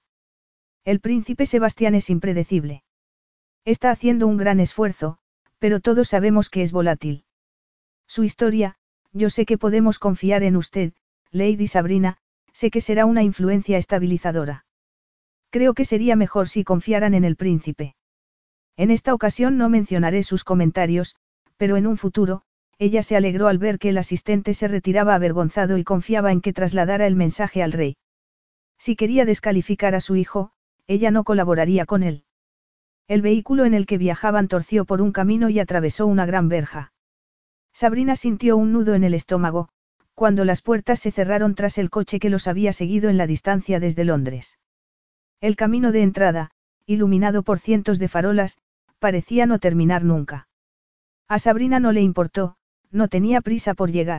Speaker 1: El príncipe Sebastián es impredecible. Está haciendo un gran esfuerzo, pero todos sabemos que es volátil. Su historia, yo sé que podemos confiar en usted, Lady Sabrina, sé que será una influencia estabilizadora. Creo que sería mejor si confiaran en el príncipe. En esta ocasión no mencionaré sus comentarios, pero en un futuro, ella se alegró al ver que el asistente se retiraba avergonzado y confiaba en que trasladara el mensaje al rey. Si quería descalificar a su hijo, ella no colaboraría con él. El vehículo en el que viajaban torció por un camino y atravesó una gran verja. Sabrina sintió un nudo en el estómago, cuando las puertas se cerraron tras el coche que los había seguido en la distancia desde Londres. El camino de entrada, iluminado por cientos de farolas, parecía no terminar nunca. A Sabrina no le importó, no tenía prisa por llegar.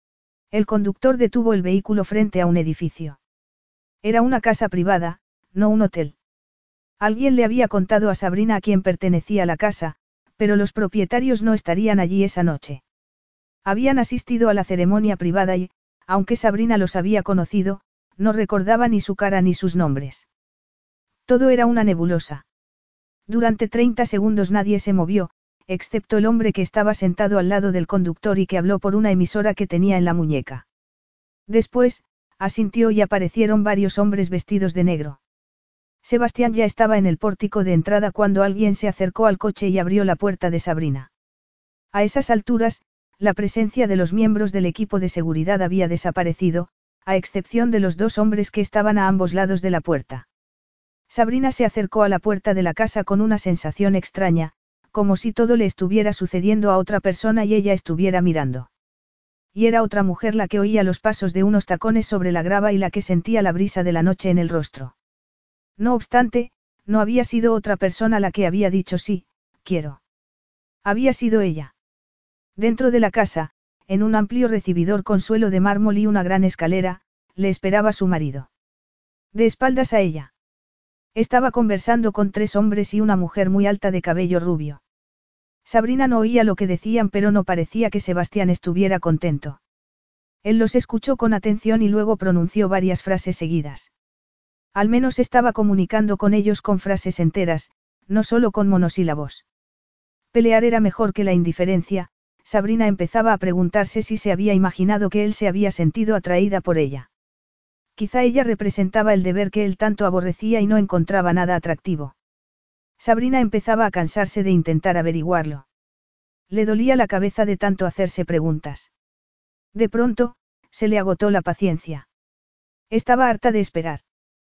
Speaker 1: El conductor detuvo el vehículo frente a un edificio. Era una casa privada, no un hotel. Alguien le había contado a Sabrina a quién pertenecía la casa, pero los propietarios no estarían allí esa noche. Habían asistido a la ceremonia privada y, aunque Sabrina los había conocido, no recordaba ni su cara ni sus nombres. Todo era una nebulosa. Durante 30 segundos nadie se movió, excepto el hombre que estaba sentado al lado del conductor y que habló por una emisora que tenía en la muñeca. Después, asintió y aparecieron varios hombres vestidos de negro. Sebastián ya estaba en el pórtico de entrada cuando alguien se acercó al coche y abrió la puerta de Sabrina. A esas alturas, la presencia de los miembros del equipo de seguridad había desaparecido, a excepción de los 2 hombres que estaban a ambos lados de la puerta. Sabrina se acercó a la puerta de la casa con una sensación extraña, como si todo le estuviera sucediendo a otra persona y ella estuviera mirando. Y era otra mujer la que oía los pasos de unos tacones sobre la grava y la que sentía la brisa de la noche en el rostro. No obstante, no había sido otra persona la que había dicho sí, quiero. Había sido ella. Dentro de la casa, en un amplio recibidor con suelo de mármol y una gran escalera, le esperaba su marido. De espaldas a ella. Estaba conversando con 3 hombres y una mujer muy alta de cabello rubio. Sabrina no oía lo que decían pero no parecía que Sebastián estuviera contento. Él los escuchó con atención y luego pronunció varias frases seguidas. Al menos estaba comunicando con ellos con frases enteras, no solo con monosílabos. Pelear era mejor que la indiferencia, Sabrina empezaba a preguntarse si se había imaginado que él se había sentido atraída por ella. Quizá ella representaba el deber que él tanto aborrecía y no encontraba nada atractivo. Sabrina empezaba a cansarse de intentar averiguarlo. Le dolía la cabeza de tanto hacerse preguntas. De pronto, se le agotó la paciencia. Estaba harta de esperar.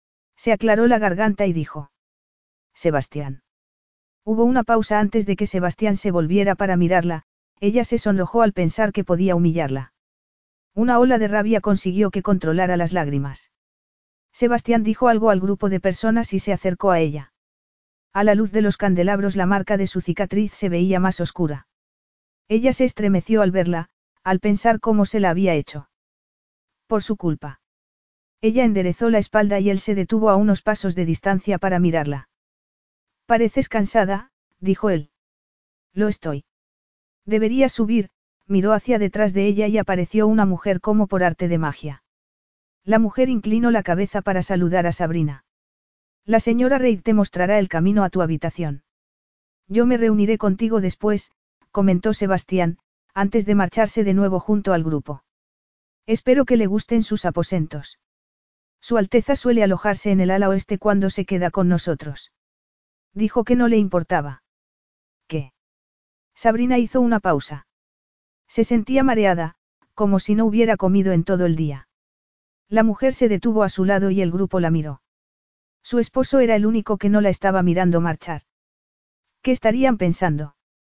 Speaker 1: Se aclaró la garganta y dijo: Sebastián. Hubo una pausa antes de que Sebastián se volviera para mirarla, ella se sonrojó al pensar que podía humillarla. Una ola de rabia consiguió que controlara las lágrimas. Sebastián dijo algo al grupo de personas y se acercó a ella. A la luz de los candelabros la marca de su cicatriz se veía más oscura. Ella se estremeció al verla, al pensar cómo se la había hecho. Por su culpa. Ella enderezó la espalda y él se detuvo a unos pasos de distancia para mirarla. Pareces cansada, dijo él. Lo estoy. Deberías subir, miró hacia detrás de ella y apareció una mujer como por arte de magia. La mujer inclinó la cabeza para saludar a Sabrina. La señora Reid te mostrará el camino a tu habitación. Yo me reuniré contigo después, comentó Sebastián, antes de marcharse de nuevo junto al grupo. Espero que le gusten sus aposentos. Su Alteza suele alojarse en el ala oeste cuando se queda con nosotros. Dijo que no le importaba. ¿Qué? Sabrina hizo una pausa. Se sentía mareada, como si no hubiera comido en todo el día. La mujer se detuvo a su lado y el grupo la miró. Su esposo era el único que no la estaba mirando marchar. ¿Qué estarían pensando?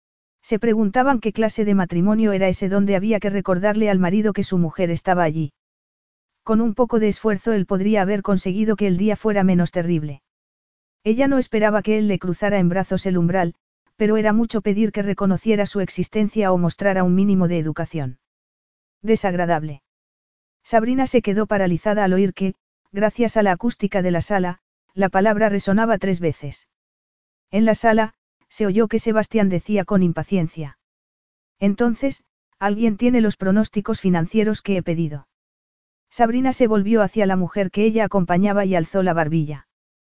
Speaker 1: Se preguntaban qué clase de matrimonio era ese donde había que recordarle al marido que su mujer estaba allí. Con un poco de esfuerzo él podría haber conseguido que el día fuera menos terrible. Ella no esperaba que él le cruzara en brazos el umbral, pero era mucho pedir que reconociera su existencia o mostrara un mínimo de educación. Desagradable. Sabrina se quedó paralizada al oír que, gracias a la acústica de la sala, la palabra resonaba 3 veces. En la sala, se oyó que Sebastián decía con impaciencia. Entonces, alguien tiene los pronósticos financieros que he pedido. Sabrina se volvió hacia la mujer que ella acompañaba y alzó la barbilla.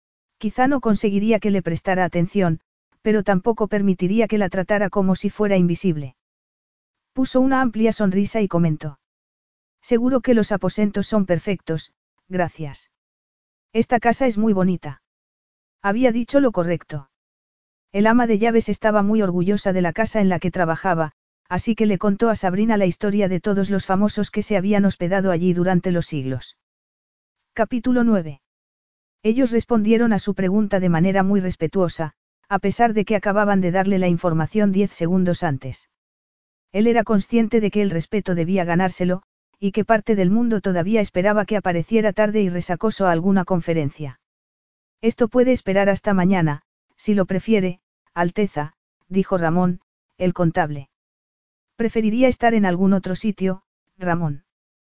Speaker 1: Quizá no conseguiría que le prestara atención, pero tampoco permitiría que la tratara como si fuera invisible. Puso una amplia sonrisa y comentó. Seguro que los aposentos son perfectos, gracias. Esta casa es muy bonita. Había dicho lo correcto. El ama de llaves estaba muy orgullosa de la casa en la que trabajaba, así que le contó a Sabrina la historia de todos los famosos que se habían hospedado allí durante los siglos. Capítulo 9. Ellos respondieron a su pregunta de manera muy respetuosa, a pesar de que acababan de darle la información 10 segundos antes. Él era consciente de que el respeto debía ganárselo, y que parte del mundo todavía esperaba que apareciera tarde y resacoso a alguna conferencia. Esto puede esperar hasta mañana, si lo prefiere, Alteza, dijo Ramón, el contable. Preferiría estar en algún otro sitio, Ramón.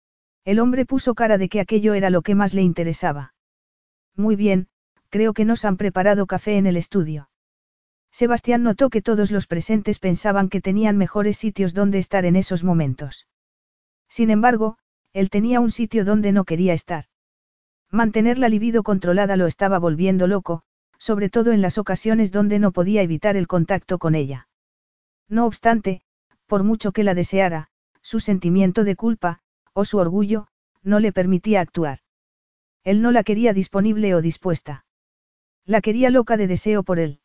Speaker 1: El hombre puso cara de que aquello era lo que más le interesaba. Muy bien, creo que nos han preparado café en el estudio. Sebastián notó que todos los presentes pensaban que tenían mejores sitios donde estar en esos momentos. Sin embargo, él tenía un sitio donde no quería estar. Mantener la libido controlada lo estaba volviendo loco, sobre todo en las ocasiones donde no podía evitar el contacto con ella. No obstante, por mucho que la deseara, su sentimiento de culpa, o su orgullo, no le permitía actuar. Él no la quería disponible o dispuesta. La quería loca de deseo por él.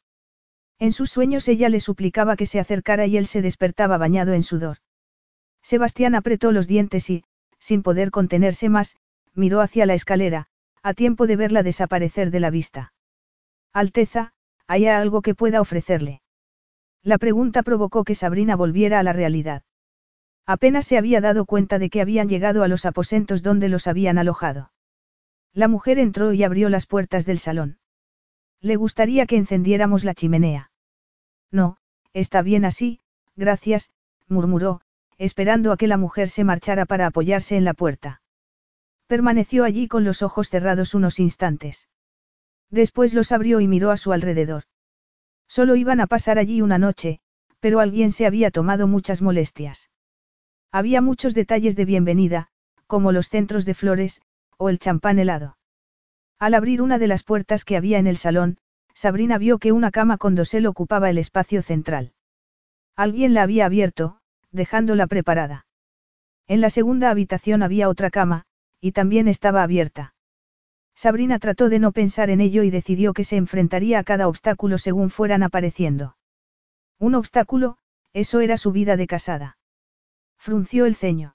Speaker 1: En sus sueños ella le suplicaba que se acercara y él se despertaba bañado en sudor. Sebastián apretó los dientes y, sin poder contenerse más, miró hacia la escalera, a tiempo de verla desaparecer de la vista. Alteza, ¿hay algo que pueda ofrecerle? La pregunta provocó que Sabrina volviera a la realidad. Apenas se había dado cuenta de que habían llegado a los aposentos donde los habían alojado. La mujer entró y abrió las puertas del salón. ¿Le gustaría que encendiéramos la chimenea? No, está bien así, gracias, murmuró, esperando a que la mujer se marchara para apoyarse en la puerta. Permaneció allí con los ojos cerrados unos instantes. Después los abrió y miró a su alrededor. Solo iban a pasar allí una noche, pero alguien se había tomado muchas molestias. Había muchos detalles de bienvenida, como los centros de flores, o el champán helado. Al abrir una de las puertas que había en el salón, Sabrina vio que una cama con dosel ocupaba el espacio central. Alguien la había abierto, dejándola preparada. En la segunda habitación había otra cama, y también estaba abierta. Sabrina trató de no pensar en ello y decidió que se enfrentaría a cada obstáculo según fueran apareciendo. Un obstáculo, eso era su vida de casada. Frunció el ceño.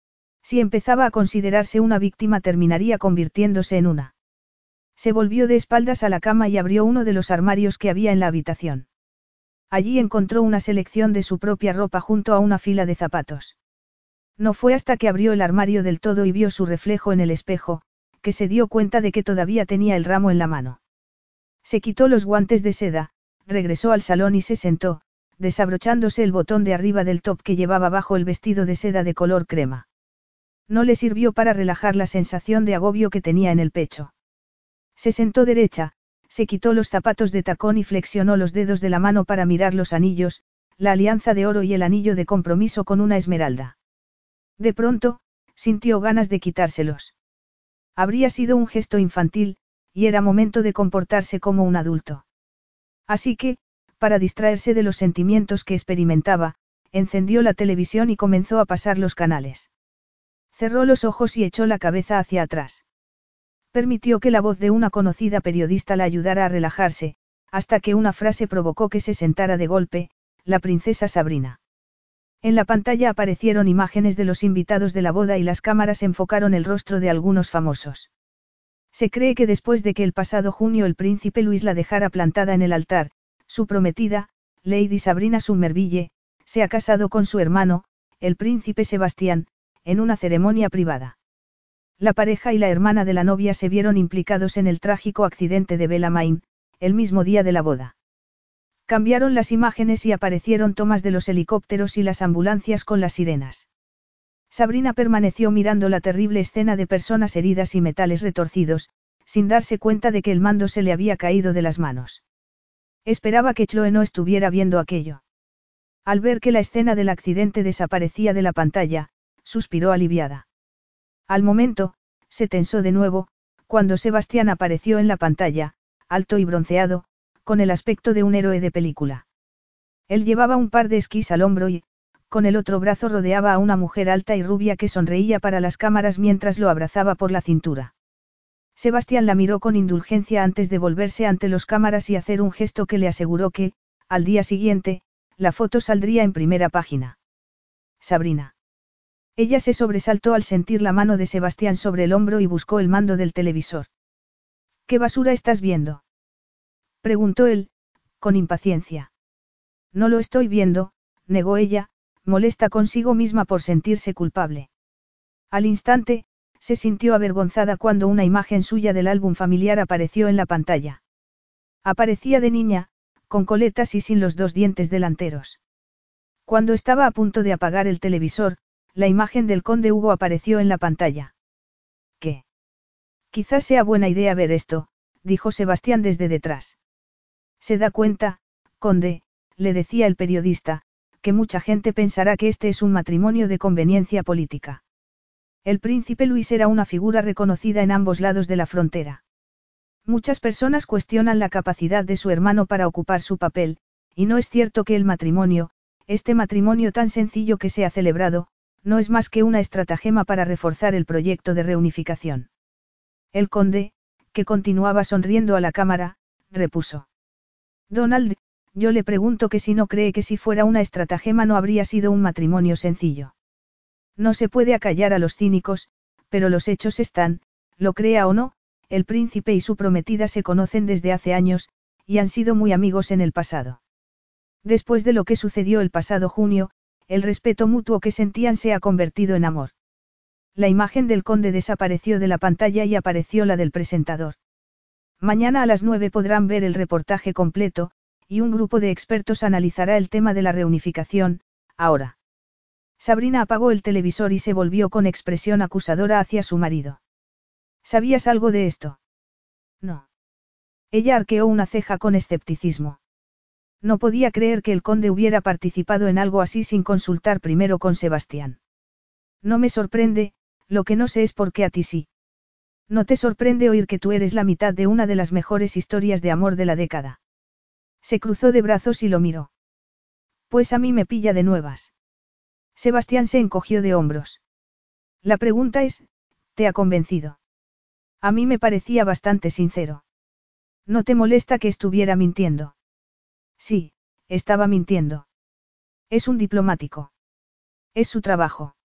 Speaker 1: Si empezaba a considerarse una víctima terminaría convirtiéndose en una. Se volvió de espaldas a la cama y abrió uno de los armarios que había en la habitación. Allí encontró una selección de su propia ropa junto a una fila de zapatos. No fue hasta que abrió el armario del todo y vio su reflejo en el espejo, que se dio cuenta de que todavía tenía el ramo en la mano. Se quitó los guantes de seda, regresó al salón y se sentó, desabrochándose el botón de arriba del top que llevaba bajo el vestido de seda de color crema. No le sirvió para relajar la sensación de agobio que tenía en el pecho. Se sentó derecha, se quitó los zapatos de tacón y flexionó los dedos de la mano para mirar los anillos, la alianza de oro y el anillo de compromiso con una esmeralda. De pronto, sintió ganas de quitárselos. Habría sido un gesto infantil, y era momento de comportarse como un adulto. Así que, para distraerse de los sentimientos que experimentaba, encendió la televisión y comenzó a pasar los canales. Cerró los ojos y echó la cabeza hacia atrás. Permitió que la voz de una conocida periodista la ayudara a relajarse, hasta que una frase provocó que se sentara de golpe, la princesa Sabrina. En la pantalla aparecieron imágenes de los invitados de la boda y las cámaras enfocaron el rostro de algunos famosos. Se cree que después de que el pasado junio el príncipe Luis la dejara plantada en el altar, su prometida, Lady Sabrina Somerville, se ha casado con su hermano, el príncipe Sebastián, en una ceremonia privada. La pareja y la hermana de la novia se vieron implicados en el trágico accidente de Bellarmine, el mismo día de la boda. Cambiaron las imágenes y aparecieron tomas de los helicópteros y las ambulancias con las sirenas. Sabrina permaneció mirando la terrible escena de personas heridas y metales retorcidos, sin darse cuenta de que el mando se le había caído de las manos. Esperaba que Chloe no estuviera viendo aquello. Al ver que la escena del accidente desaparecía de la pantalla, suspiró aliviada. Al momento, se tensó de nuevo, cuando Sebastián apareció en la pantalla, alto y bronceado, con el aspecto de un héroe de película. Él llevaba un par de esquís al hombro y, con el otro brazo rodeaba a una mujer alta y rubia que sonreía para las cámaras mientras lo abrazaba por la cintura. Sebastián la miró con indulgencia antes de volverse ante los cámaras y hacer un gesto que le aseguró que, al día siguiente, la foto saldría en primera página. Sabrina. Ella se sobresaltó al sentir la mano de Sebastián sobre el hombro y buscó el mando del televisor. ¿Qué basura estás viendo?, preguntó él, con impaciencia. No lo estoy viendo, negó ella, molesta consigo misma por sentirse culpable. Al instante, se sintió avergonzada cuando una imagen suya del álbum familiar apareció en la pantalla. Aparecía de niña, con coletas y sin los dos dientes delanteros. Cuando estaba a punto de apagar el televisor, la imagen del conde Hugo apareció en la pantalla. ¿Qué? Quizás sea buena idea ver esto, dijo Sebastián desde detrás. Se da cuenta, conde, le decía el periodista, que mucha gente pensará que este es un matrimonio de conveniencia política. El príncipe Luis era una figura reconocida en ambos lados de la frontera. Muchas personas cuestionan la capacidad de su hermano para ocupar su papel, y no es cierto que el matrimonio, este matrimonio tan sencillo que se ha celebrado, no es más que una estratagema para reforzar el proyecto de reunificación. El conde, que continuaba sonriendo a la cámara, repuso. Donald, yo le pregunto que si no cree que si fuera una estratagema no habría sido un matrimonio sencillo. No se puede acallar a los cínicos, pero los hechos están, lo crea o no, el príncipe y su prometida se conocen desde hace años, y han sido muy amigos en el pasado. Después de lo que sucedió el pasado junio, el respeto mutuo que sentían se ha convertido en amor. La imagen del conde desapareció de la pantalla y apareció la del presentador. Mañana a las 9 podrán ver el reportaje completo, y un grupo de expertos analizará el tema de la reunificación, ahora. Sabrina apagó el televisor y se volvió con expresión acusadora hacia su marido. ¿Sabías algo de esto? No. Ella arqueó una ceja con escepticismo. No podía creer que el conde hubiera participado en algo así sin consultar primero con Sebastián. No me sorprende, lo que no sé es por qué a ti sí. ¿No te sorprende oír que tú eres la mitad de una de las mejores historias de amor de la década? Se cruzó de brazos y lo miró. Pues a mí me pilla de nuevas. Sebastián se encogió de hombros. La pregunta es, ¿te ha convencido? A mí me parecía bastante sincero. ¿No te molesta que estuviera mintiendo? Sí, estaba mintiendo. Es un diplomático. Es su trabajo.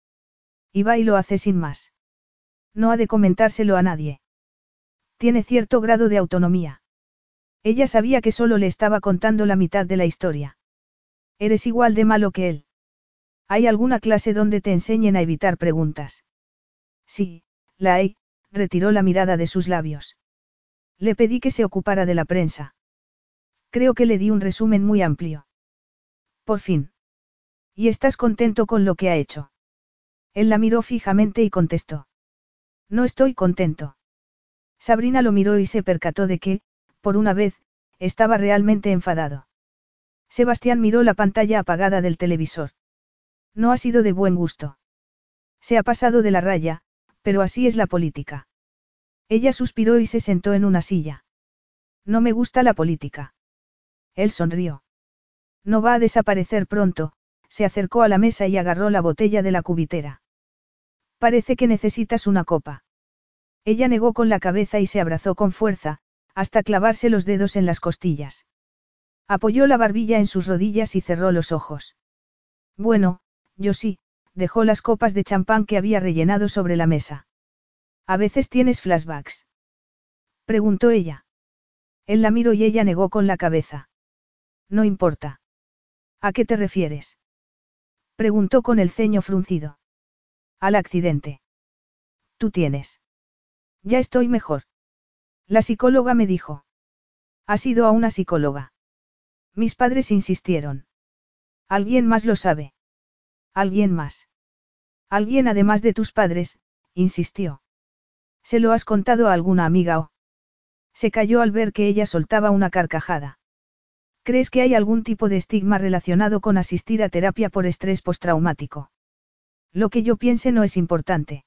Speaker 1: Y va y lo hace sin más. No ha de comentárselo a nadie. Tiene cierto grado de autonomía. Ella sabía que solo le estaba contando la mitad de la historia. Eres igual de malo que él. ¿Hay alguna clase donde te enseñen a evitar preguntas? Sí, la hay, retiró la mirada de sus labios. Le pedí que se ocupara de la prensa. Creo que le di un resumen muy amplio. Por fin. ¿Y estás contento con lo que ha hecho? Él la miró fijamente y contestó. No estoy contento. Sabrina lo miró y se percató de que, por una vez, estaba realmente enfadado. Sebastián miró la pantalla apagada del televisor. No ha sido de buen gusto. Se ha pasado de la raya, pero así es la política. Ella suspiró y se sentó en una silla. No me gusta la política. Él sonrió. No va a desaparecer pronto, se acercó a la mesa y agarró la botella de la cubitera. Parece que necesitas una copa. Ella negó con la cabeza y se abrazó con fuerza, hasta clavarse los dedos en las costillas. Apoyó la barbilla en sus rodillas y cerró los ojos. Bueno, yo sí, dejó las copas de champán que había rellenado sobre la mesa. ¿A veces tienes flashbacks? Preguntó ella. Él la miró y ella negó con la cabeza. No importa. ¿A qué te refieres? Preguntó con el ceño fruncido. Al accidente. ¿Tú tienes? Ya estoy mejor. La psicóloga me dijo. ¿Has ido a una psicóloga? Mis padres insistieron. ¿Alguien más lo sabe? ¿Alguien más? Alguien además de tus padres, insistió. ¿Se lo has contado a alguna amiga o? Se calló al ver que ella soltaba una carcajada. ¿Crees que hay algún tipo de estigma relacionado con asistir a terapia por estrés postraumático? Lo que yo piense no es importante.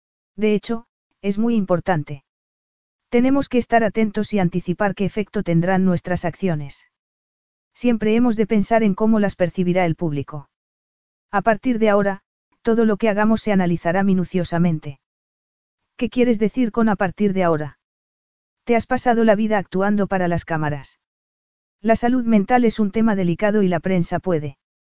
Speaker 1: De hecho, es muy importante. Tenemos que estar atentos y anticipar qué efecto tendrán nuestras acciones. Siempre hemos de pensar en cómo las percibirá el público. A partir de ahora, todo lo que hagamos se analizará minuciosamente. ¿Qué quieres decir con a partir de ahora? Te has pasado la vida actuando para las cámaras. La salud mental es un tema delicado y la prensa puede.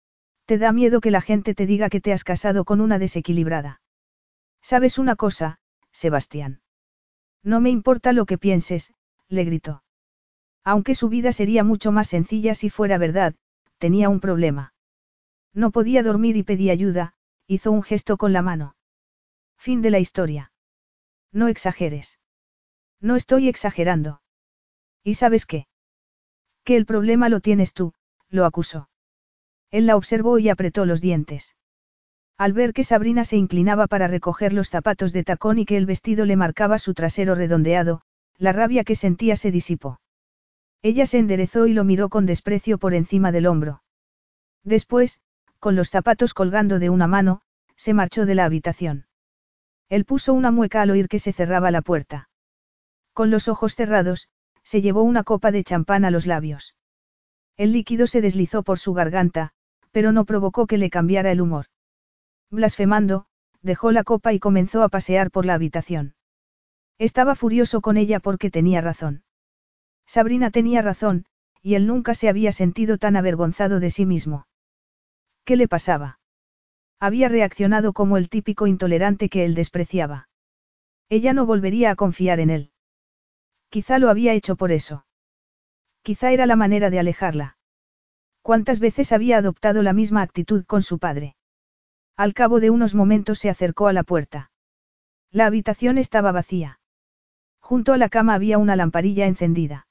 Speaker 1: Te da miedo que la gente te diga que te has casado con una desequilibrada. ¿Sabes una cosa, Sebastián? No me importa lo que pienses, le gritó. Aunque su vida sería mucho más sencilla si fuera verdad, tenía un problema. No podía dormir y pedí ayuda, hizo un gesto con la mano. Fin de la historia. No exageres. No estoy exagerando. ¿Y sabes qué? Que el problema lo tienes tú, lo acusó. Él la observó y apretó los dientes. Al ver que Sabrina se inclinaba para recoger los zapatos de tacón y que el vestido le marcaba su trasero redondeado, la rabia que sentía se disipó. Ella se enderezó y lo miró con desprecio por encima del hombro. Después, con los zapatos colgando de una mano, se marchó de la habitación. Él puso una mueca al oír que se cerraba la puerta. Con los ojos cerrados, se llevó una copa de champán a los labios. El líquido se deslizó por su garganta, pero no provocó que le cambiara el humor. Blasfemando, dejó la copa y comenzó a pasear por la habitación. Estaba furioso con ella porque tenía razón. Sabrina tenía razón, y él nunca se había sentido tan avergonzado de sí mismo. ¿Qué le pasaba? Había reaccionado como el típico intolerante que él despreciaba. Ella no volvería a confiar en él. Quizá lo había hecho por eso. Quizá era la manera de alejarla. ¿Cuántas veces había adoptado la misma actitud con su padre? Al cabo de unos momentos se acercó a la puerta. La habitación estaba vacía. Junto a la cama había una lamparilla encendida.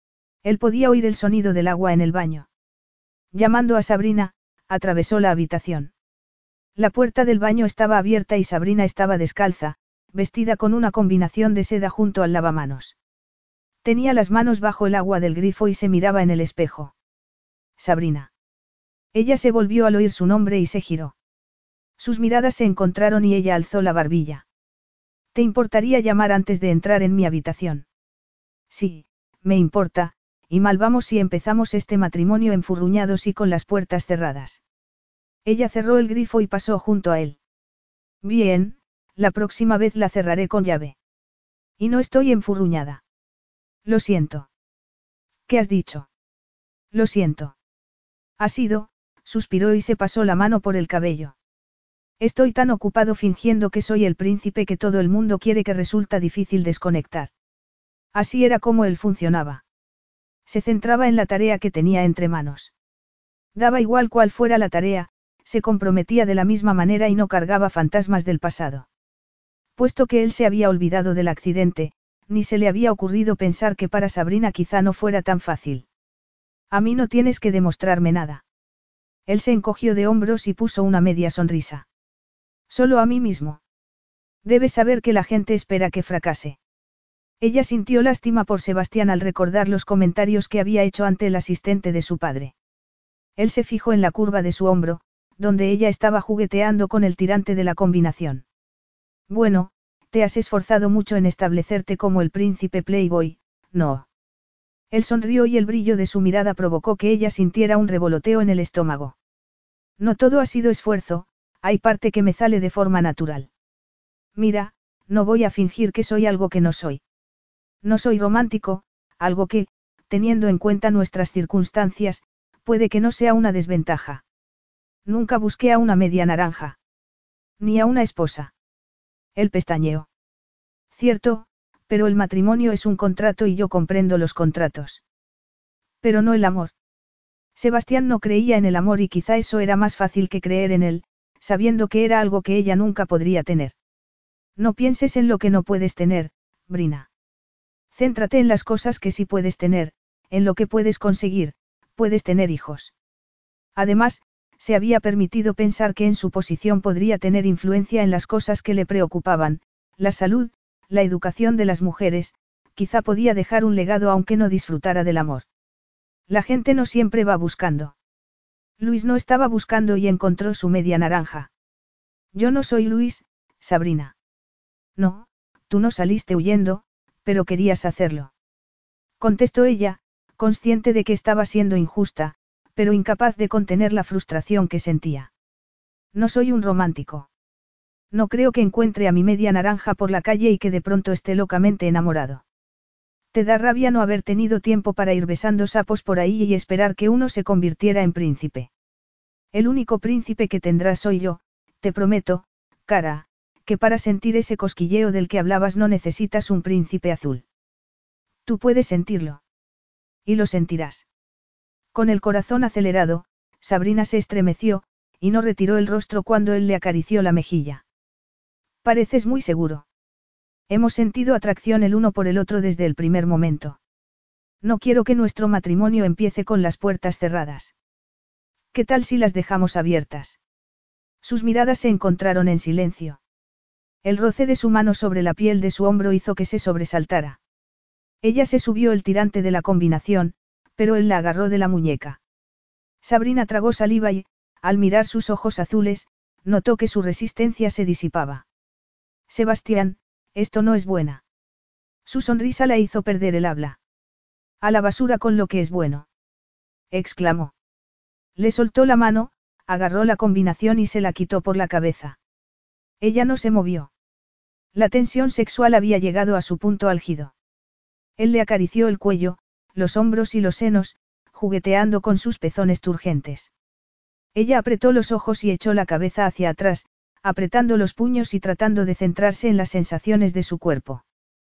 Speaker 1: Él podía oír el sonido del agua en el baño. Llamando a Sabrina, atravesó la habitación. La puerta del baño estaba abierta y Sabrina estaba descalza, vestida con una combinación de seda junto al lavamanos. Tenía las manos bajo el agua del grifo y se miraba en el espejo. Sabrina. Ella se volvió al oír su nombre y se giró. Sus miradas se encontraron y ella alzó la barbilla. ¿Te importaría llamar antes de entrar en mi habitación? Sí, me importa, y mal vamos si empezamos este matrimonio enfurruñados y con las puertas cerradas. Ella cerró el grifo y pasó junto a él. Bien, la próxima vez la cerraré con llave. Y no estoy enfurruñada. Lo siento. ¿Qué has dicho? Lo siento. Ha sido, suspiró y se pasó la mano por el cabello. Estoy tan ocupado fingiendo que soy el príncipe que todo el mundo quiere que resulta difícil desconectar. Así era como él funcionaba. Se centraba en la tarea que tenía entre manos. Daba igual cuál fuera la tarea, se comprometía de la misma manera y no cargaba fantasmas del pasado. Puesto que él se había olvidado del accidente, ni se le había ocurrido pensar que para Sabrina quizá no fuera tan fácil. A mí no tienes que demostrarme nada. Él se encogió de hombros y puso una media sonrisa. Solo a mí mismo. Debes saber que la gente espera que fracase. Ella sintió lástima por Sebastián al recordar los comentarios que había hecho ante el asistente de su padre. Él se fijó en la curva de su hombro, donde ella estaba jugueteando con el tirante de la combinación. Bueno, te has esforzado mucho en establecerte como el príncipe Playboy, ¿no? Él sonrió y el brillo de su mirada provocó que ella sintiera un revoloteo en el estómago. No todo ha sido esfuerzo, hay parte que me sale de forma natural. Mira, no voy a fingir que soy algo que no soy. No soy romántico, algo que, teniendo en cuenta nuestras circunstancias, puede que no sea una desventaja. Nunca busqué a una media naranja. Ni a una esposa. Él pestañeó. Cierto, pero el matrimonio es un contrato y yo comprendo los contratos. Pero no el amor. Sebastián no creía en el amor y quizá eso era más fácil que creer en él, sabiendo que era algo que ella nunca podría tener. No pienses en lo que no puedes tener, Brina. Céntrate en las cosas que sí puedes tener, en lo que puedes conseguir, puedes tener hijos. Además, se había permitido pensar que en su posición podría tener influencia en las cosas que le preocupaban, la salud, la educación de las mujeres, quizá podía dejar un legado aunque no disfrutara del amor. La gente no siempre va buscando. Luis no estaba buscando y encontró su media naranja. Yo no soy Luis, Sabrina. No, tú no saliste huyendo, pero querías hacerlo. Contestó ella, consciente de que estaba siendo injusta, pero incapaz de contener la frustración que sentía. No soy un romántico. No creo que encuentre a mi media naranja por la calle y que de pronto esté locamente enamorado. Te da rabia no haber tenido tiempo para ir besando sapos por ahí y esperar que uno se convirtiera en príncipe. El único príncipe que tendrás soy yo, te prometo, cara, que para sentir ese cosquilleo del que hablabas no necesitas un príncipe azul. Tú puedes sentirlo. Y lo sentirás. Con el corazón acelerado, Sabrina se estremeció, y no retiró el rostro cuando él le acarició la mejilla. Pareces muy seguro. Hemos sentido atracción el uno por el otro desde el primer momento. No quiero que nuestro matrimonio empiece con las puertas cerradas. ¿Qué tal si las dejamos abiertas? Sus miradas se encontraron en silencio. El roce de su mano sobre la piel de su hombro hizo que se sobresaltara. Ella se subió el tirante de la combinación, pero él la agarró de la muñeca. Sabrina tragó saliva y, al mirar sus ojos azules, notó que su resistencia se disipaba. Sebastián, esto no es buena. Su sonrisa la hizo perder el habla. A la basura con lo que es bueno. Exclamó. Le soltó la mano, agarró la combinación y se la quitó por la cabeza. Ella no se movió. La tensión sexual había llegado a su punto álgido. Él le acarició el cuello, los hombros y los senos, jugueteando con sus pezones turgentes. Ella apretó los ojos y echó la cabeza hacia atrás, apretando los puños y tratando de centrarse en las sensaciones de su cuerpo.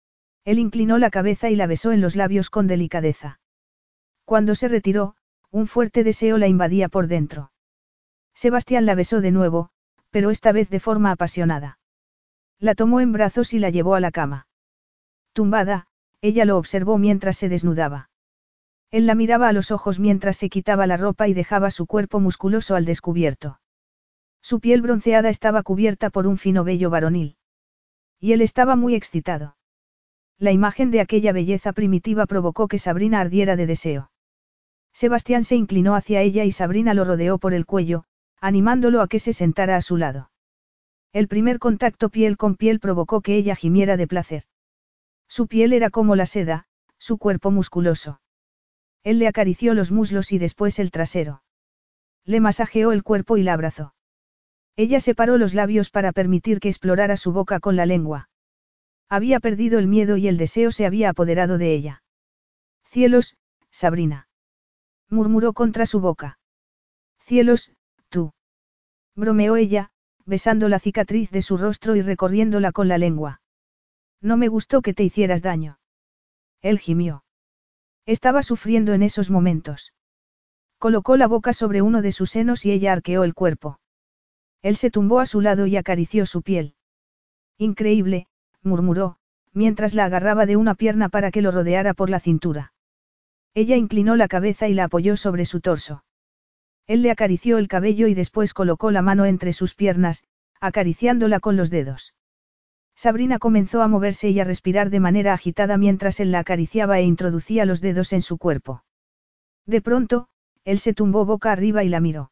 Speaker 1: Él inclinó la cabeza y la besó en los labios con delicadeza. Cuando se retiró, un fuerte deseo la invadía por dentro. Sebastián la besó de nuevo, pero esta vez de forma apasionada. La tomó en brazos y la llevó a la cama. Tumbada, ella lo observó mientras se desnudaba. Él la miraba a los ojos mientras se quitaba la ropa y dejaba su cuerpo musculoso al descubierto. Su piel bronceada estaba cubierta por un fino vello varonil. Y él estaba muy excitado. La imagen de aquella belleza primitiva provocó que Sabrina ardiera de deseo. Sebastián se inclinó hacia ella y Sabrina lo rodeó por el cuello, animándolo a que se sentara a su lado. El primer contacto piel con piel provocó que ella gimiera de placer. Su piel era como la seda, su cuerpo musculoso. Él le acarició los muslos y después el trasero. Le masajeó el cuerpo y la abrazó. Ella separó los labios para permitir que explorara su boca con la lengua. Había perdido el miedo y el deseo se había apoderado de ella. Cielos, Sabrina. Murmuró contra su boca. Cielos, tú. Bromeó ella, besando la cicatriz de su rostro y recorriéndola con la lengua. No me gustó que te hicieras daño. Él gimió. Estaba sufriendo en esos momentos. Colocó la boca sobre uno de sus senos y ella arqueó el cuerpo. Él se tumbó a su lado y acarició su piel. Increíble, murmuró, mientras la agarraba de una pierna para que lo rodeara por la cintura. Ella inclinó la cabeza y la apoyó sobre su torso. Él le acarició el cabello y después colocó la mano entre sus piernas, acariciándola con los dedos. Sabrina comenzó a moverse y a respirar de manera agitada mientras él la acariciaba e introducía los dedos en su cuerpo. De pronto, él se tumbó boca arriba y la miró.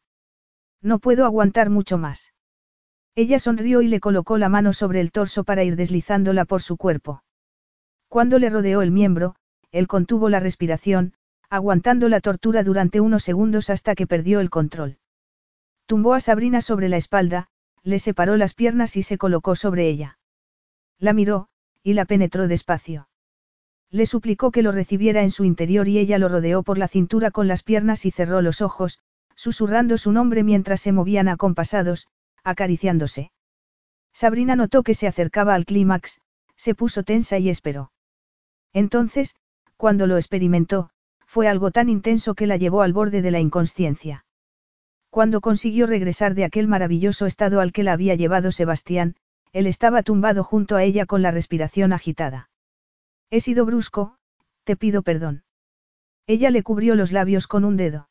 Speaker 1: No puedo aguantar mucho más. Ella sonrió y le colocó la mano sobre el torso para ir deslizándola por su cuerpo. Cuando le rodeó el miembro, él contuvo la respiración, aguantando la tortura durante unos segundos hasta que perdió el control. Tumbó a Sabrina sobre la espalda, le separó las piernas y se colocó sobre ella. La miró, y la penetró despacio. Le suplicó que lo recibiera en su interior y ella lo rodeó por la cintura con las piernas y cerró los ojos, susurrando su nombre mientras se movían acompasados, acariciándose. Sabrina notó que se acercaba al clímax, se puso tensa y esperó. Entonces, cuando lo experimentó, fue algo tan intenso que la llevó al borde de la inconsciencia. Cuando consiguió regresar de aquel maravilloso estado al que la había llevado Sebastián, él estaba tumbado junto a ella con la respiración agitada. He sido brusco, te pido perdón. Ella le cubrió los labios con un dedo.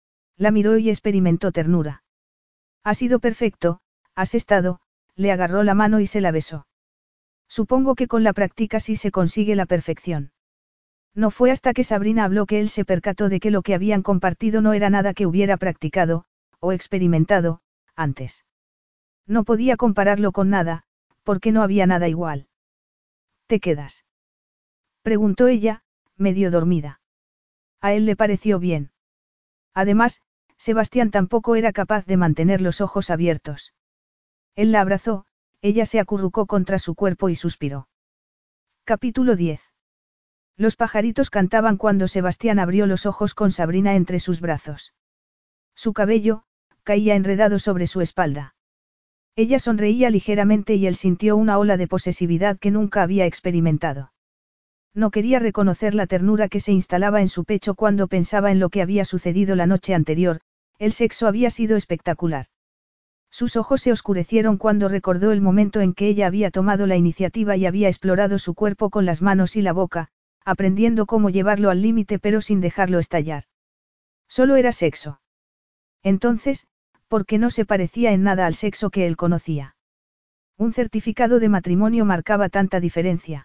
Speaker 1: La miró y experimentó ternura. Ha sido perfecto, has estado, le agarró la mano y se la besó. Supongo que con la práctica sí se consigue la perfección. No fue hasta que Sabrina habló que él se percató de que lo que habían compartido no era nada que hubiera practicado, o experimentado, antes. No podía compararlo con nada, porque no había nada igual. ¿Te quedas?, preguntó ella, medio dormida. A él le pareció bien. Además, Sebastián tampoco era capaz de mantener los ojos abiertos. Él la abrazó, ella se acurrucó contra su cuerpo y suspiró. Capítulo 10. Los pajaritos cantaban cuando Sebastián abrió los ojos con Sabrina entre sus brazos. Su cabello, caía enredado sobre su espalda. Ella sonreía ligeramente y él sintió una ola de posesividad que nunca había experimentado. No quería reconocer la ternura que se instalaba en su pecho cuando pensaba en lo que había sucedido la noche anterior, el sexo había sido espectacular. Sus ojos se oscurecieron cuando recordó el momento en que ella había tomado la iniciativa y había explorado su cuerpo con las manos y la boca, aprendiendo cómo llevarlo al límite pero sin dejarlo estallar. Solo era sexo. Entonces, ¿por qué no se parecía en nada al sexo que él conocía? Un certificado de matrimonio marcaba tanta diferencia.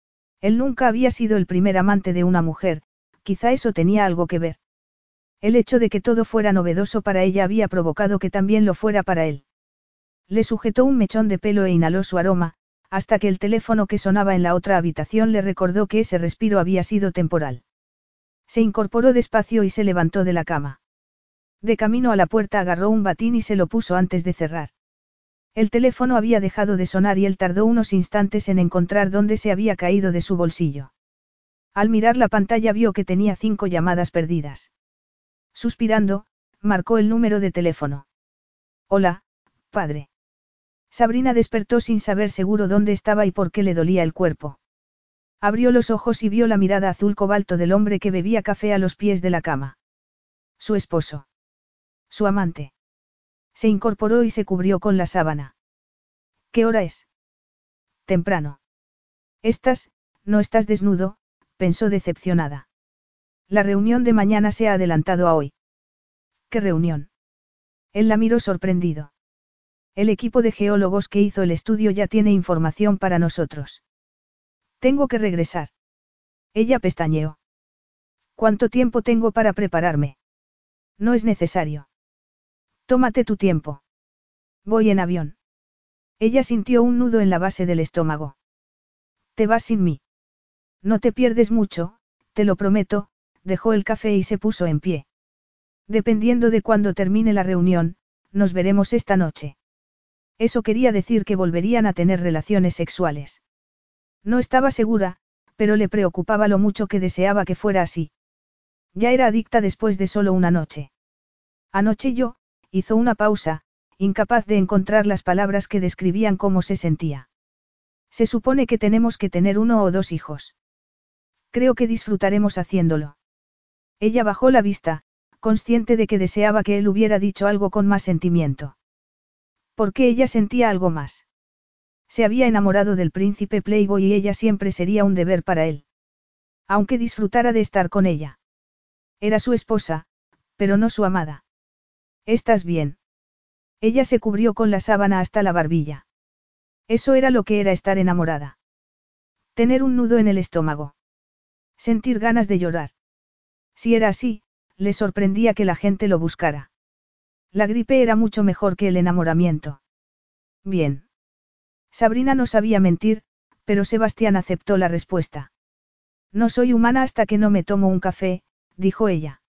Speaker 1: Él nunca había sido el primer amante de una mujer, quizá eso tenía algo que ver. El hecho de que todo fuera novedoso para ella había provocado que también lo fuera para él. Le sujetó un mechón de pelo e inhaló su aroma, hasta que el teléfono que sonaba en la otra habitación le recordó que ese respiro había sido temporal. Se incorporó despacio y se levantó de la cama. De camino a la puerta agarró un batín y se lo puso antes de cerrar. El teléfono había dejado de sonar y él tardó unos instantes en encontrar dónde se había caído de su bolsillo. Al mirar la pantalla vio que tenía 5 llamadas perdidas. Suspirando, marcó el número de teléfono. Hola, padre. Sabrina despertó sin saber seguro dónde estaba y por qué le dolía el cuerpo. Abrió los ojos y vio la mirada azul cobalto del hombre que bebía café a los pies de la cama. Su esposo. Su amante. Se incorporó y se cubrió con la sábana. ¿Qué hora es? Temprano. No estás desnudo, pensó decepcionada. La reunión de mañana se ha adelantado a hoy. ¿Qué reunión? Él la miró sorprendido. El equipo de geólogos que hizo el estudio ya tiene información para nosotros. Tengo que regresar. Ella pestañeó. ¿Cuánto tiempo tengo para prepararme? No es necesario. Tómate tu tiempo. Voy en avión. Ella sintió un nudo en la base del estómago. ¿Te vas sin mí? No te pierdes mucho, te lo prometo, dejó el café y se puso en pie. Dependiendo de cuándo termine la reunión, nos veremos esta noche. Eso quería decir que volverían a tener relaciones sexuales. No estaba segura, pero le preocupaba lo mucho que deseaba que fuera así. Ya era adicta después de solo una noche. Anoche hizo una pausa, incapaz de encontrar las palabras que describían cómo se sentía. Se supone que tenemos que tener 1 o 2 hijos. Creo que disfrutaremos haciéndolo. Ella bajó la vista, consciente de que deseaba que él hubiera dicho algo con más sentimiento. Porque ella sentía algo más. Se había enamorado del príncipe Playboy y ella siempre sería un deber para él. Aunque disfrutara de estar con ella. Era su esposa, pero no su amada. ¿Estás bien? Ella se cubrió con la sábana hasta la barbilla. Eso era lo que era estar enamorada. Tener un nudo en el estómago. Sentir ganas de llorar. Si era así, le sorprendía que la gente lo buscara. La gripe era mucho mejor que el enamoramiento. Bien. Sabrina no sabía mentir, pero Sebastián aceptó la respuesta. No soy humana hasta que no me tomo un café, dijo ella.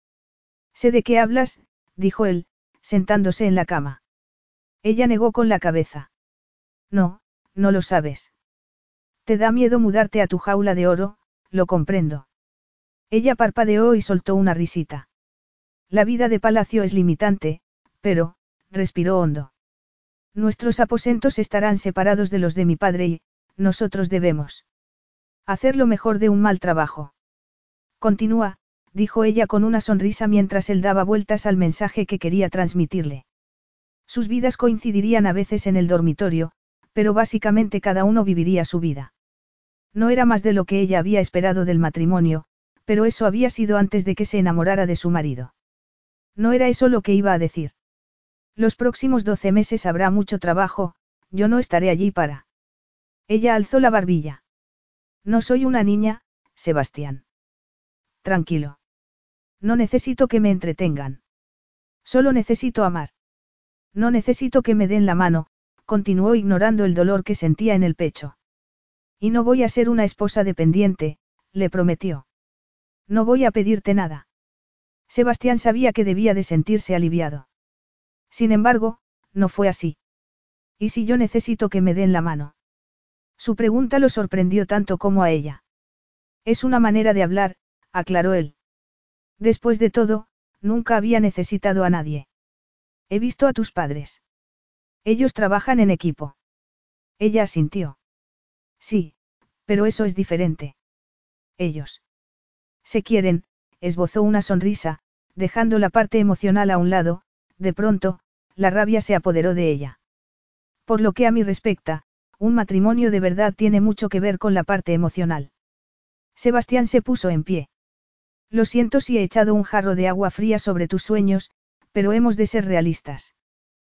Speaker 1: Sé de qué hablas, dijo él, sentándose en la cama. Ella negó con la cabeza. No, no lo sabes. Te da miedo mudarte a tu jaula de oro, lo comprendo. Ella parpadeó y soltó una risita. La vida de palacio es limitante, pero, respiró hondo. Nuestros aposentos estarán separados de los de mi padre y, nosotros debemos hacer lo mejor de un mal trabajo. Continúa, dijo ella con una sonrisa mientras él daba vueltas al mensaje que quería transmitirle. Sus vidas coincidirían a veces en el dormitorio, pero básicamente cada uno viviría su vida. No era más de lo que ella había esperado del matrimonio, pero eso había sido antes de que se enamorara de su marido. No era eso lo que iba a decir. Los próximos 12 meses habrá mucho trabajo, yo no estaré allí para. Ella alzó la barbilla. No soy una niña, Sebastián. Tranquilo. No necesito que me entretengan. Solo necesito amar. No necesito que me den la mano, continuó ignorando el dolor que sentía en el pecho. Y no voy a ser una esposa dependiente, le prometió. No voy a pedirte nada. Sebastián sabía que debía de sentirse aliviado. Sin embargo, no fue así. ¿Y si yo necesito que me den la mano? Su pregunta lo sorprendió tanto como a ella. Es una manera de hablar, aclaró él. Después de todo, nunca había necesitado a nadie. He visto a tus padres. Ellos trabajan en equipo. Ella asintió. Sí, pero eso es diferente. Ellos se quieren, esbozó una sonrisa, dejando la parte emocional a un lado, de pronto, la rabia se apoderó de ella. Por lo que a mí respecta, un matrimonio de verdad tiene mucho que ver con la parte emocional. Sebastián se puso en pie. Lo siento si he echado un jarro de agua fría sobre tus sueños, pero hemos de ser realistas.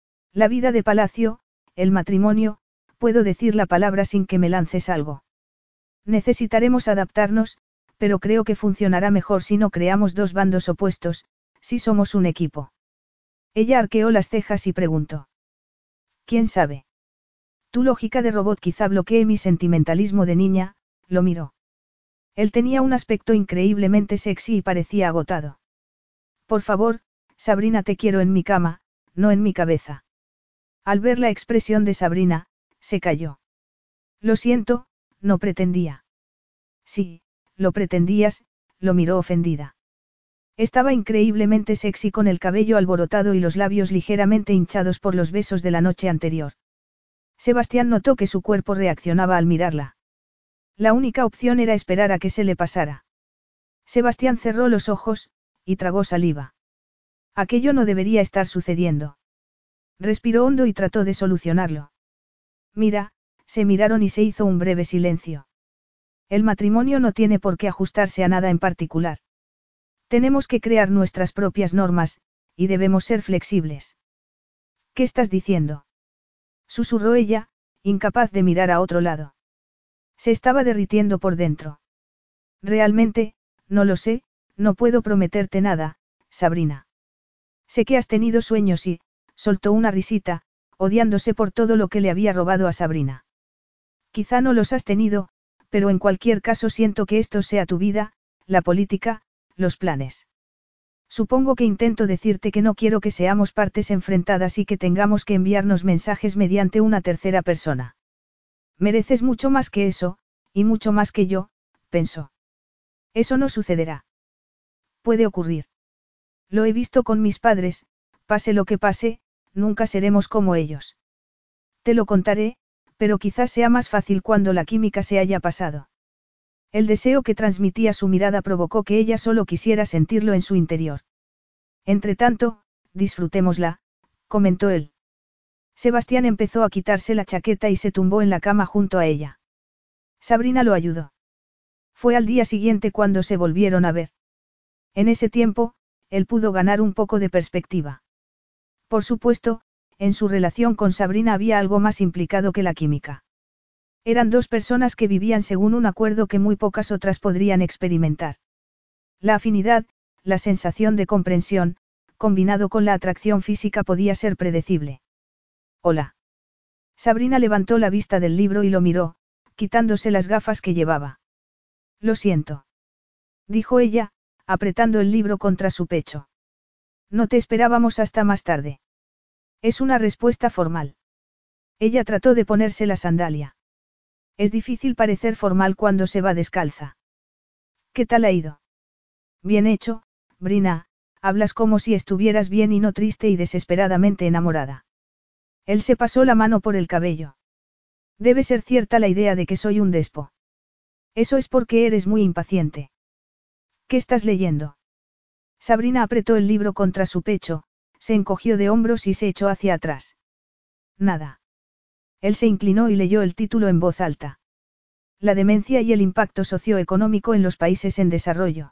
Speaker 1: La vida de palacio, el matrimonio, puedo decir la palabra sin que me lances algo. Necesitaremos adaptarnos, pero creo que funcionará mejor si no creamos dos bandos opuestos, si somos un equipo. Ella arqueó las cejas y preguntó. ¿Quién sabe? Tu lógica de robot quizá bloquee mi sentimentalismo de niña, lo miró. Él tenía un aspecto increíblemente sexy y parecía agotado. Por favor, Sabrina, te quiero en mi cama, no en mi cabeza. Al ver la expresión de Sabrina, se calló. Lo siento, no pretendía. Sí, lo pretendías, lo miró ofendida. Estaba increíblemente sexy con el cabello alborotado y los labios ligeramente hinchados por los besos de la noche anterior. Sebastián notó que su cuerpo reaccionaba al mirarla. La única opción era esperar a que se le pasara. Sebastián cerró los ojos, y tragó saliva. Aquello no debería estar sucediendo. Respiró hondo y trató de solucionarlo. Mira, se miraron y se hizo un breve silencio. El matrimonio no tiene por qué ajustarse a nada en particular. Tenemos que crear nuestras propias normas, y debemos ser flexibles. ¿Qué estás diciendo? Susurró ella, incapaz de mirar a otro lado. Se estaba derritiendo por dentro. Realmente, no lo sé, no puedo prometerte nada, Sabrina. Sé que has tenido sueños y, soltó una risita, odiándose por todo lo que le había robado a Sabrina. Quizá no los has tenido, pero en cualquier caso siento que esto sea tu vida, la política, los planes. Supongo que intento decirte que no quiero que seamos partes enfrentadas y que tengamos que enviarnos mensajes mediante una tercera persona. Mereces mucho más que eso, y mucho más que yo, pensó. Eso no sucederá. Puede ocurrir. Lo he visto con mis padres, pase lo que pase, nunca seremos como ellos. Te lo contaré, pero quizás sea más fácil cuando la química se haya pasado. El deseo que transmitía su mirada provocó que ella solo quisiera sentirlo en su interior. Entretanto, disfrutémosla, comentó él. Sebastián empezó a quitarse la chaqueta y se tumbó en la cama junto a ella. Sabrina lo ayudó. Fue al día siguiente cuando se volvieron a ver. En ese tiempo, él pudo ganar un poco de perspectiva. Por supuesto, en su relación con Sabrina había algo más implicado que la química. Eran dos personas que vivían según un acuerdo que muy pocas otras podrían experimentar. La afinidad, la sensación de comprensión, combinado con la atracción física podía ser predecible. Hola. Sabrina levantó la vista del libro y lo miró, quitándose las gafas que llevaba. Lo siento. Dijo ella, apretando el libro contra su pecho. No te esperábamos hasta más tarde. Es una respuesta formal. Ella trató de ponerse la sandalia. Es difícil parecer formal cuando se va descalza. ¿Qué tal ha ido? Bien hecho, Brina, hablas como si estuvieras bien y no triste y desesperadamente enamorada. Él se pasó la mano por el cabello. Debe ser cierta la idea de que soy un despo. Eso es porque eres muy impaciente. ¿Qué estás leyendo? Sabrina apretó el libro contra su pecho, se encogió de hombros y se echó hacia atrás. Nada. Él se inclinó y leyó el título en voz alta. La demencia y el impacto socioeconómico en los países en desarrollo.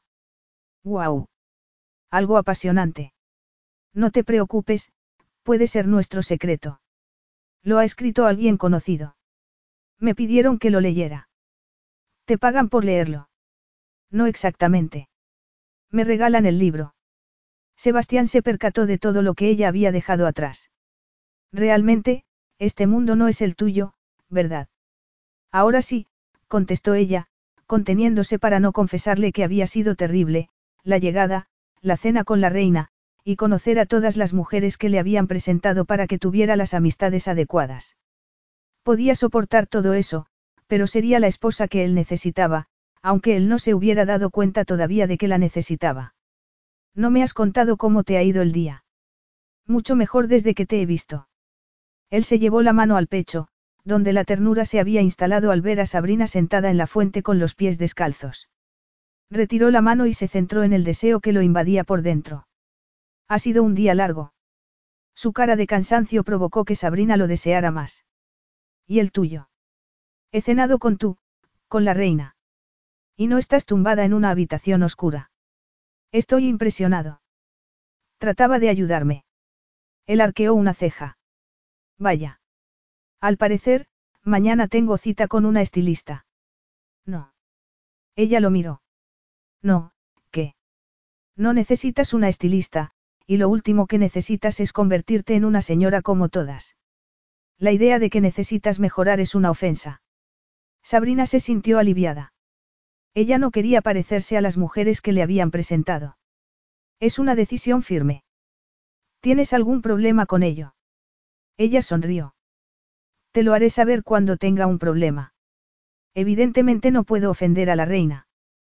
Speaker 1: ¡Guau! Algo apasionante. No te preocupes, puede ser nuestro secreto. Lo ha escrito alguien conocido. Me pidieron que lo leyera. ¿Te pagan por leerlo? No exactamente. Me regalan el libro. Sebastián se percató de todo lo que ella había dejado atrás. Realmente, este mundo no es el tuyo, ¿verdad? Ahora sí, contestó ella, conteniéndose para no confesarle que había sido terrible, la llegada, la cena con la reina, y conocer a todas las mujeres que le habían presentado para que tuviera las amistades adecuadas. Podía soportar todo eso, pero sería la esposa que él necesitaba, aunque él no se hubiera dado cuenta todavía de que la necesitaba. No me has contado cómo te ha ido el día. Mucho mejor desde que te he visto. Él se llevó la mano al pecho, donde la ternura se había instalado al ver a Sabrina sentada en la fuente con los pies descalzos. Retiró la mano y se centró en el deseo que lo invadía por dentro. Ha sido un día largo. Su cara de cansancio provocó que Sabrina lo deseara más. ¿Y el tuyo? He cenado con la reina. Y no estás tumbada en una habitación oscura. Estoy impresionado. Trataba de ayudarme. Él arqueó una ceja. Vaya. Al parecer, mañana tengo cita con una estilista. No. Ella lo miró. No, ¿qué? No necesitas una estilista, y lo último que necesitas es convertirte en una señora como todas. La idea de que necesitas mejorar es una ofensa. Sabrina se sintió aliviada. Ella no quería parecerse a las mujeres que le habían presentado. Es una decisión firme. ¿Tienes algún problema con ello? Ella sonrió. Te lo haré saber cuando tenga un problema. Evidentemente no puedo ofender a la reina.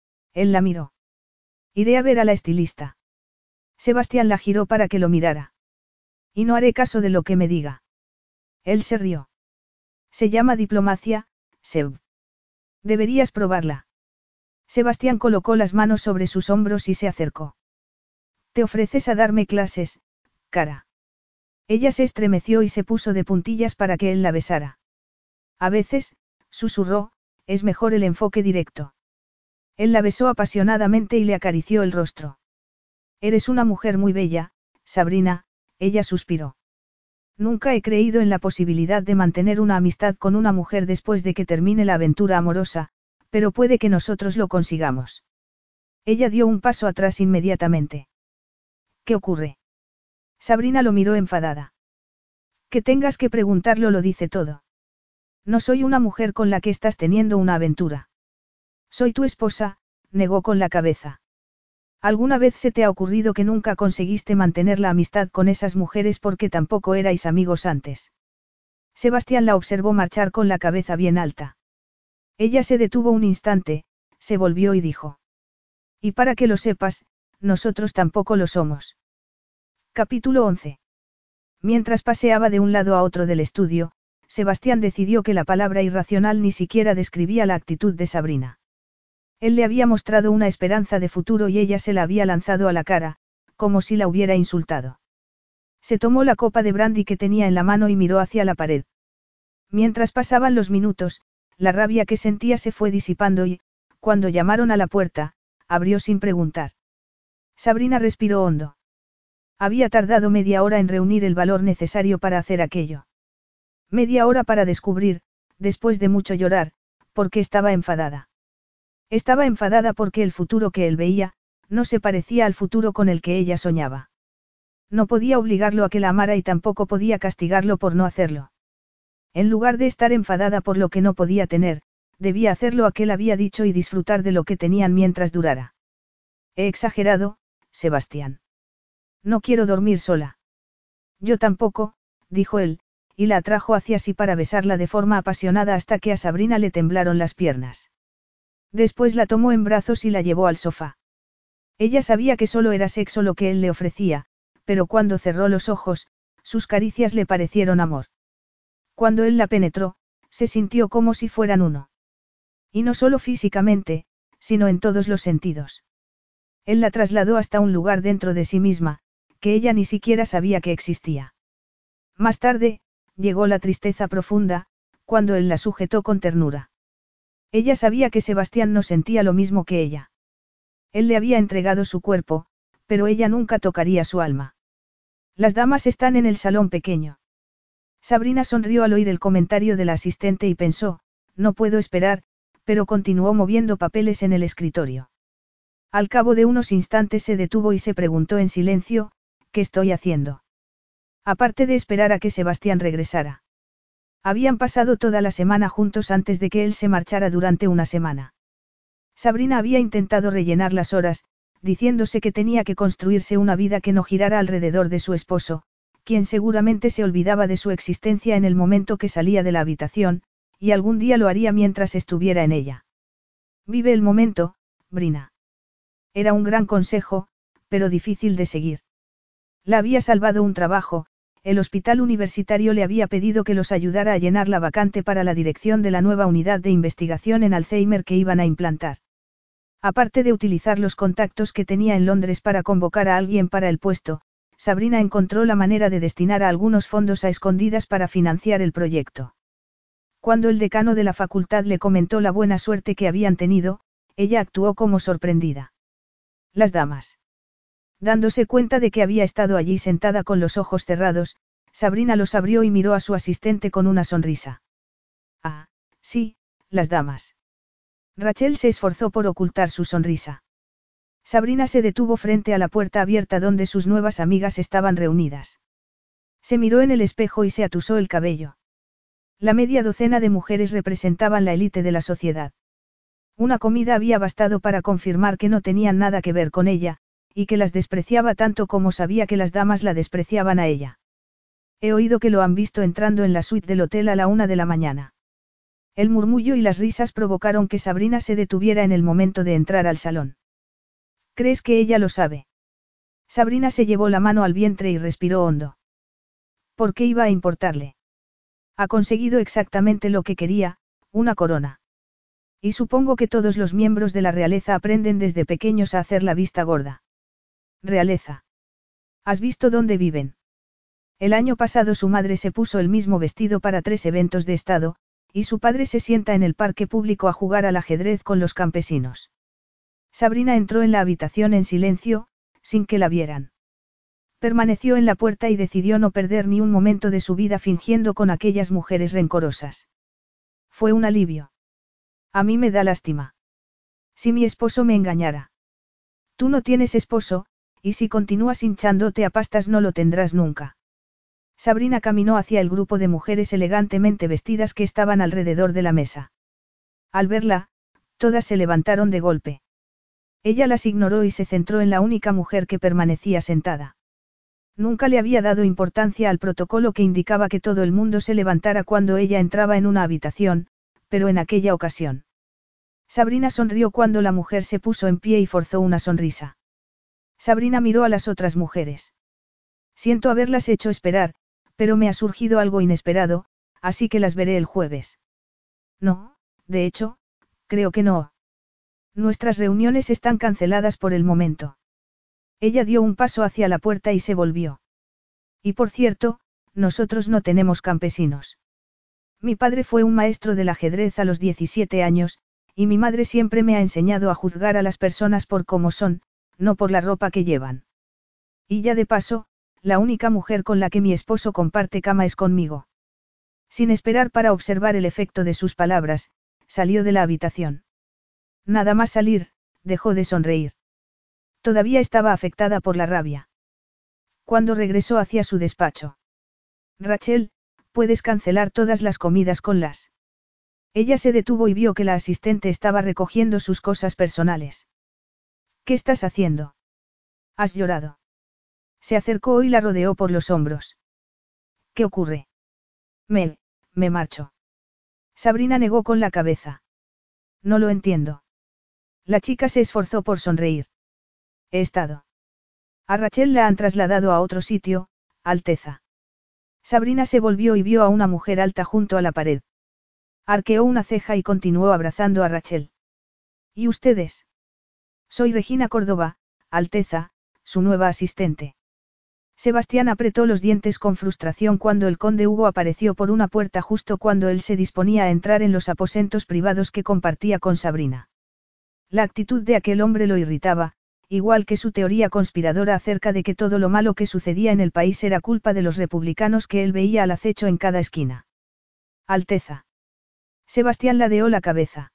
Speaker 1: Él la miró. Iré a ver a la estilista. Sebastián la giró para que lo mirara. Y no haré caso de lo que me diga. Él se rió. Se llama diplomacia, Seb. Deberías probarla. Sebastián colocó las manos sobre sus hombros y se acercó. ¿Te ofreces a darme clases, cara? Ella se estremeció y se puso de puntillas para que él la besara. A veces, susurró, es mejor el enfoque directo. Él la besó apasionadamente y le acarició el rostro. Eres una mujer muy bella, Sabrina, ella suspiró. Nunca he creído en la posibilidad de mantener una amistad con una mujer después de que termine la aventura amorosa, pero puede que nosotros lo consigamos. Ella dio un paso atrás inmediatamente. ¿Qué ocurre? Sabrina lo miró enfadada. Que tengas que preguntarlo lo dice todo. No soy una mujer con la que estás teniendo una aventura. Soy tu esposa, negó con la cabeza. ¿Alguna vez se te ha ocurrido que nunca conseguiste mantener la amistad con esas mujeres porque tampoco erais amigos antes? Sebastián la observó marchar con la cabeza bien alta. Ella se detuvo un instante, se volvió y dijo. Y para que lo sepas, nosotros tampoco lo somos. Capítulo 11. Mientras paseaba de un lado a otro del estudio, Sebastián decidió que la palabra irracional ni siquiera describía la actitud de Sabrina. Él le había mostrado una esperanza de futuro y ella se la había lanzado a la cara, como si la hubiera insultado. Se tomó la copa de brandy que tenía en la mano y miró hacia la pared. Mientras pasaban los minutos, la rabia que sentía se fue disipando y, cuando llamaron a la puerta, abrió sin preguntar. Sabrina respiró hondo. Había tardado media hora en reunir el valor necesario para hacer aquello. Media hora para descubrir, después de mucho llorar, por qué estaba enfadada. Estaba enfadada porque el futuro que él veía, no se parecía al futuro con el que ella soñaba. No podía obligarlo a que la amara y tampoco podía castigarlo por no hacerlo. En lugar de estar enfadada por lo que no podía tener, debía hacer lo que él había dicho y disfrutar de lo que tenían mientras durara. He exagerado, Sebastián. No quiero dormir sola. Yo tampoco, dijo él, y la atrajo hacia sí para besarla de forma apasionada hasta que a Sabrina le temblaron las piernas. Después la tomó en brazos y la llevó al sofá. Ella sabía que solo era sexo lo que él le ofrecía, pero cuando cerró los ojos, sus caricias le parecieron amor. Cuando él la penetró, se sintió como si fueran uno. Y no solo físicamente, sino en todos los sentidos. Él la trasladó hasta un lugar dentro de sí misma, que ella ni siquiera sabía que existía. Más tarde, llegó la tristeza profunda, cuando él la sujetó con ternura. Ella sabía que Sebastián no sentía lo mismo que ella. Él le había entregado su cuerpo, pero ella nunca tocaría su alma. Las damas están en el salón pequeño. Sabrina sonrió al oír el comentario de la asistente y pensó, no puedo esperar, pero continuó moviendo papeles en el escritorio. Al cabo de unos instantes se detuvo y se preguntó en silencio, ¿qué estoy haciendo? Aparte de esperar a que Sebastián regresara. Habían pasado toda la semana juntos antes de que él se marchara durante una semana. Sabrina había intentado rellenar las horas, diciéndose que tenía que construirse una vida que no girara alrededor de su esposo, quien seguramente se olvidaba de su existencia en el momento que salía de la habitación, y algún día lo haría mientras estuviera en ella. Vive el momento, Brina. Era un gran consejo, pero difícil de seguir. La había salvado un trabajo, el hospital universitario le había pedido que los ayudara a llenar la vacante para la dirección de la nueva unidad de investigación en Alzheimer que iban a implantar. Aparte de utilizar los contactos que tenía en Londres para convocar a alguien para el puesto, Sabrina encontró la manera de destinar a algunos fondos a escondidas para financiar el proyecto. Cuando el decano de la facultad le comentó la buena suerte que habían tenido, ella actuó como sorprendida. Las damas. Dándose cuenta de que había estado allí sentada con los ojos cerrados, Sabrina los abrió y miró a su asistente con una sonrisa. Ah, sí, las damas. Rachel se esforzó por ocultar su sonrisa. Sabrina se detuvo frente a la puerta abierta donde sus nuevas amigas estaban reunidas. Se miró en el espejo y se atusó el cabello. La media docena de mujeres representaban la élite de la sociedad. Una comida había bastado para confirmar que no tenían nada que ver con ella, y que las despreciaba tanto como sabía que las damas la despreciaban a ella. He oído que lo han visto entrando en la suite del hotel a la 1 de la mañana. El murmullo y las risas provocaron que Sabrina se detuviera en el momento de entrar al salón. ¿Crees que ella lo sabe? Sabrina se llevó la mano al vientre y respiró hondo. ¿Por qué iba a importarle? Ha conseguido exactamente lo que quería, una corona. Y supongo que todos los miembros de la realeza aprenden desde pequeños a hacer la vista gorda. Realeza. ¿Has visto dónde viven? El año pasado su madre se puso el mismo vestido para 3 eventos de estado, y su padre se sienta en el parque público a jugar al ajedrez con los campesinos. Sabrina entró en la habitación en silencio, sin que la vieran. Permaneció en la puerta y decidió no perder ni un momento de su vida fingiendo con aquellas mujeres rencorosas. Fue un alivio. A mí me da lástima. Si mi esposo me engañara. Tú no tienes esposo, y si continúas hinchándote a pastas no lo tendrás nunca. Sabrina caminó hacia el grupo de mujeres elegantemente vestidas que estaban alrededor de la mesa. Al verla, todas se levantaron de golpe. Ella las ignoró y se centró en la única mujer que permanecía sentada. Nunca le había dado importancia al protocolo que indicaba que todo el mundo se levantara cuando ella entraba en una habitación, pero en aquella ocasión. Sabrina sonrió cuando la mujer se puso en pie y forzó una sonrisa. Sabrina miró a las otras mujeres. Siento haberlas hecho esperar, pero me ha surgido algo inesperado, así que las veré el jueves. No, de hecho, creo que no. Nuestras reuniones están canceladas por el momento. Ella dio un paso hacia la puerta y se volvió. Y por cierto, nosotros no tenemos campesinos. Mi padre fue un maestro del ajedrez a los 17 años, y mi madre siempre me ha enseñado a juzgar a las personas por cómo son, no por la ropa que llevan. Y ya de paso, la única mujer con la que mi esposo comparte cama es conmigo. Sin esperar para observar el efecto de sus palabras, salió de la habitación. Nada más salir, dejó de sonreír. Todavía estaba afectada por la rabia. Cuando regresó hacia su despacho. Rachel, puedes cancelar todas las comidas con las. Ella se detuvo y vio que la asistente estaba recogiendo sus cosas personales. ¿Qué estás haciendo? ¿Has llorado? Se acercó y la rodeó por los hombros. ¿Qué ocurre? Me marcho. Sabrina negó con la cabeza. No lo entiendo. La chica se esforzó por sonreír. He estado. A Rachel la han trasladado a otro sitio, Alteza. Sabrina se volvió y vio a una mujer alta junto a la pared. Arqueó una ceja y continuó abrazando a Rachel. ¿Y ustedes? Soy Regina Córdoba, Alteza, su nueva asistente. Sebastián apretó los dientes con frustración cuando el conde Hugo apareció por una puerta justo cuando él se disponía a entrar en los aposentos privados que compartía con Sabrina. La actitud de aquel hombre lo irritaba, igual que su teoría conspiradora acerca de que todo lo malo que sucedía en el país era culpa de los republicanos que él veía al acecho en cada esquina. Alteza. Sebastián ladeó la cabeza.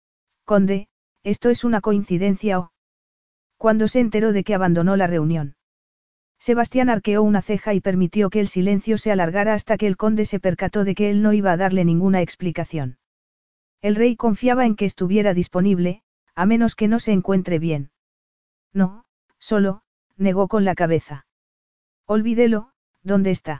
Speaker 1: Conde, ¿esto es una coincidencia o? Cuando se enteró de que abandonó la reunión. Sebastián arqueó una ceja y permitió que el silencio se alargara hasta que el conde se percató de que él no iba a darle ninguna explicación. El rey confiaba en que estuviera disponible, a menos que no se encuentre bien. No, solo, negó con la cabeza. Olvídelo, ¿dónde está?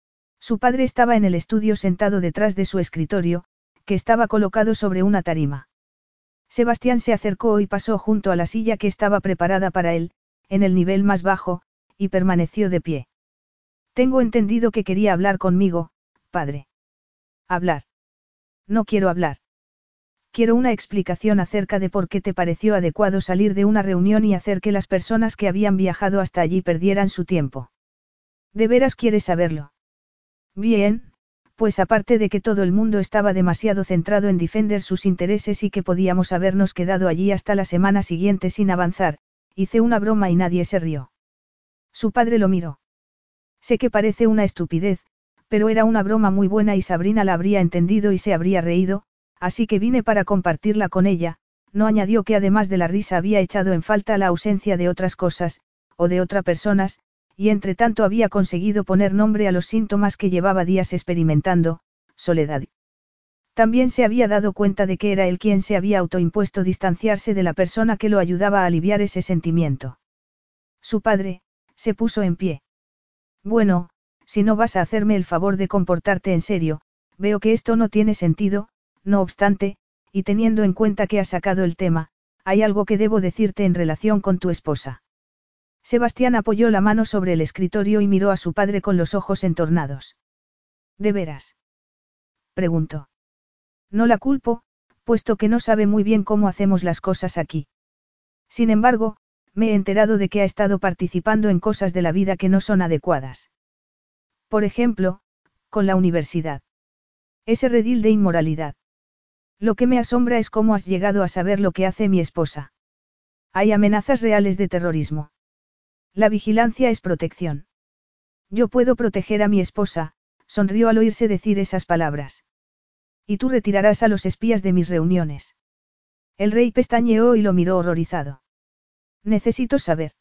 Speaker 1: Su padre estaba en el estudio sentado detrás de su escritorio, que estaba colocado sobre una tarima. Sebastián se acercó y pasó junto a la silla que estaba preparada para él, en el nivel más bajo, y permaneció de pie. Tengo entendido que quería hablar conmigo, padre. Hablar. No quiero hablar. Quiero una explicación acerca de por qué te pareció adecuado salir de una reunión y hacer que las personas que habían viajado hasta allí perdieran su tiempo. ¿De veras quieres saberlo? Bien, pues aparte de que todo el mundo estaba demasiado centrado en defender sus intereses y que podíamos habernos quedado allí hasta la semana siguiente sin avanzar, hice una broma y nadie se rió. Su padre lo miró. Sé que parece una estupidez, pero era una broma muy buena y Sabrina la habría entendido y se habría reído, así que vine para compartirla con ella. No añadió que además de la risa había echado en falta la ausencia de otras cosas, o de otras personas, y entre tanto había conseguido poner nombre a los síntomas que llevaba días experimentando, soledad. También se había dado cuenta de que era él quien se había autoimpuesto distanciarse de la persona que lo ayudaba a aliviar ese sentimiento. Su padre, se puso en pie. Bueno, si no vas a hacerme el favor de comportarte en serio, veo que esto no tiene sentido, no obstante, y teniendo en cuenta que has sacado el tema, hay algo que debo decirte en relación con tu esposa. Sebastián apoyó la mano sobre el escritorio y miró a su padre con los ojos entornados. ¿De veras? Preguntó. No la culpo, puesto que no sabe muy bien cómo hacemos las cosas aquí. Sin embargo, me he enterado de que ha estado participando en cosas de la vida que no son adecuadas. Por ejemplo, con la universidad. Ese redil de inmoralidad. Lo que me asombra es cómo has llegado a saber lo que hace mi esposa. Hay amenazas reales de terrorismo. La vigilancia es protección. Yo puedo proteger a mi esposa, sonrió al oírse decir esas palabras. Y tú retirarás a los espías de mis reuniones. El rey pestañeó y lo miró horrorizado. Necesito saber.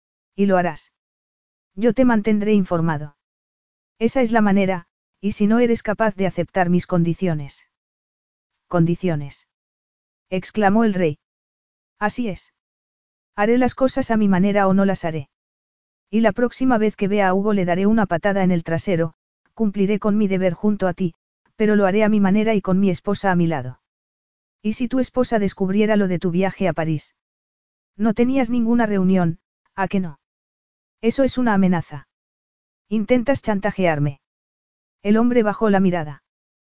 Speaker 1: Y lo harás. Yo te mantendré informado. Esa es la manera, y si no eres capaz de aceptar mis condiciones. ¿Condiciones? Exclamó el rey. Así es. Haré las cosas a mi manera o no las haré. Y la próxima vez que vea a Hugo le daré una patada en el trasero, cumpliré con mi deber junto a ti, pero lo haré a mi manera y con mi esposa a mi lado. ¿Y si tu esposa descubriera lo de tu viaje a París? No tenías ninguna reunión, ¿a qué no? Eso es una amenaza. Intentas chantajearme. El hombre bajó la mirada.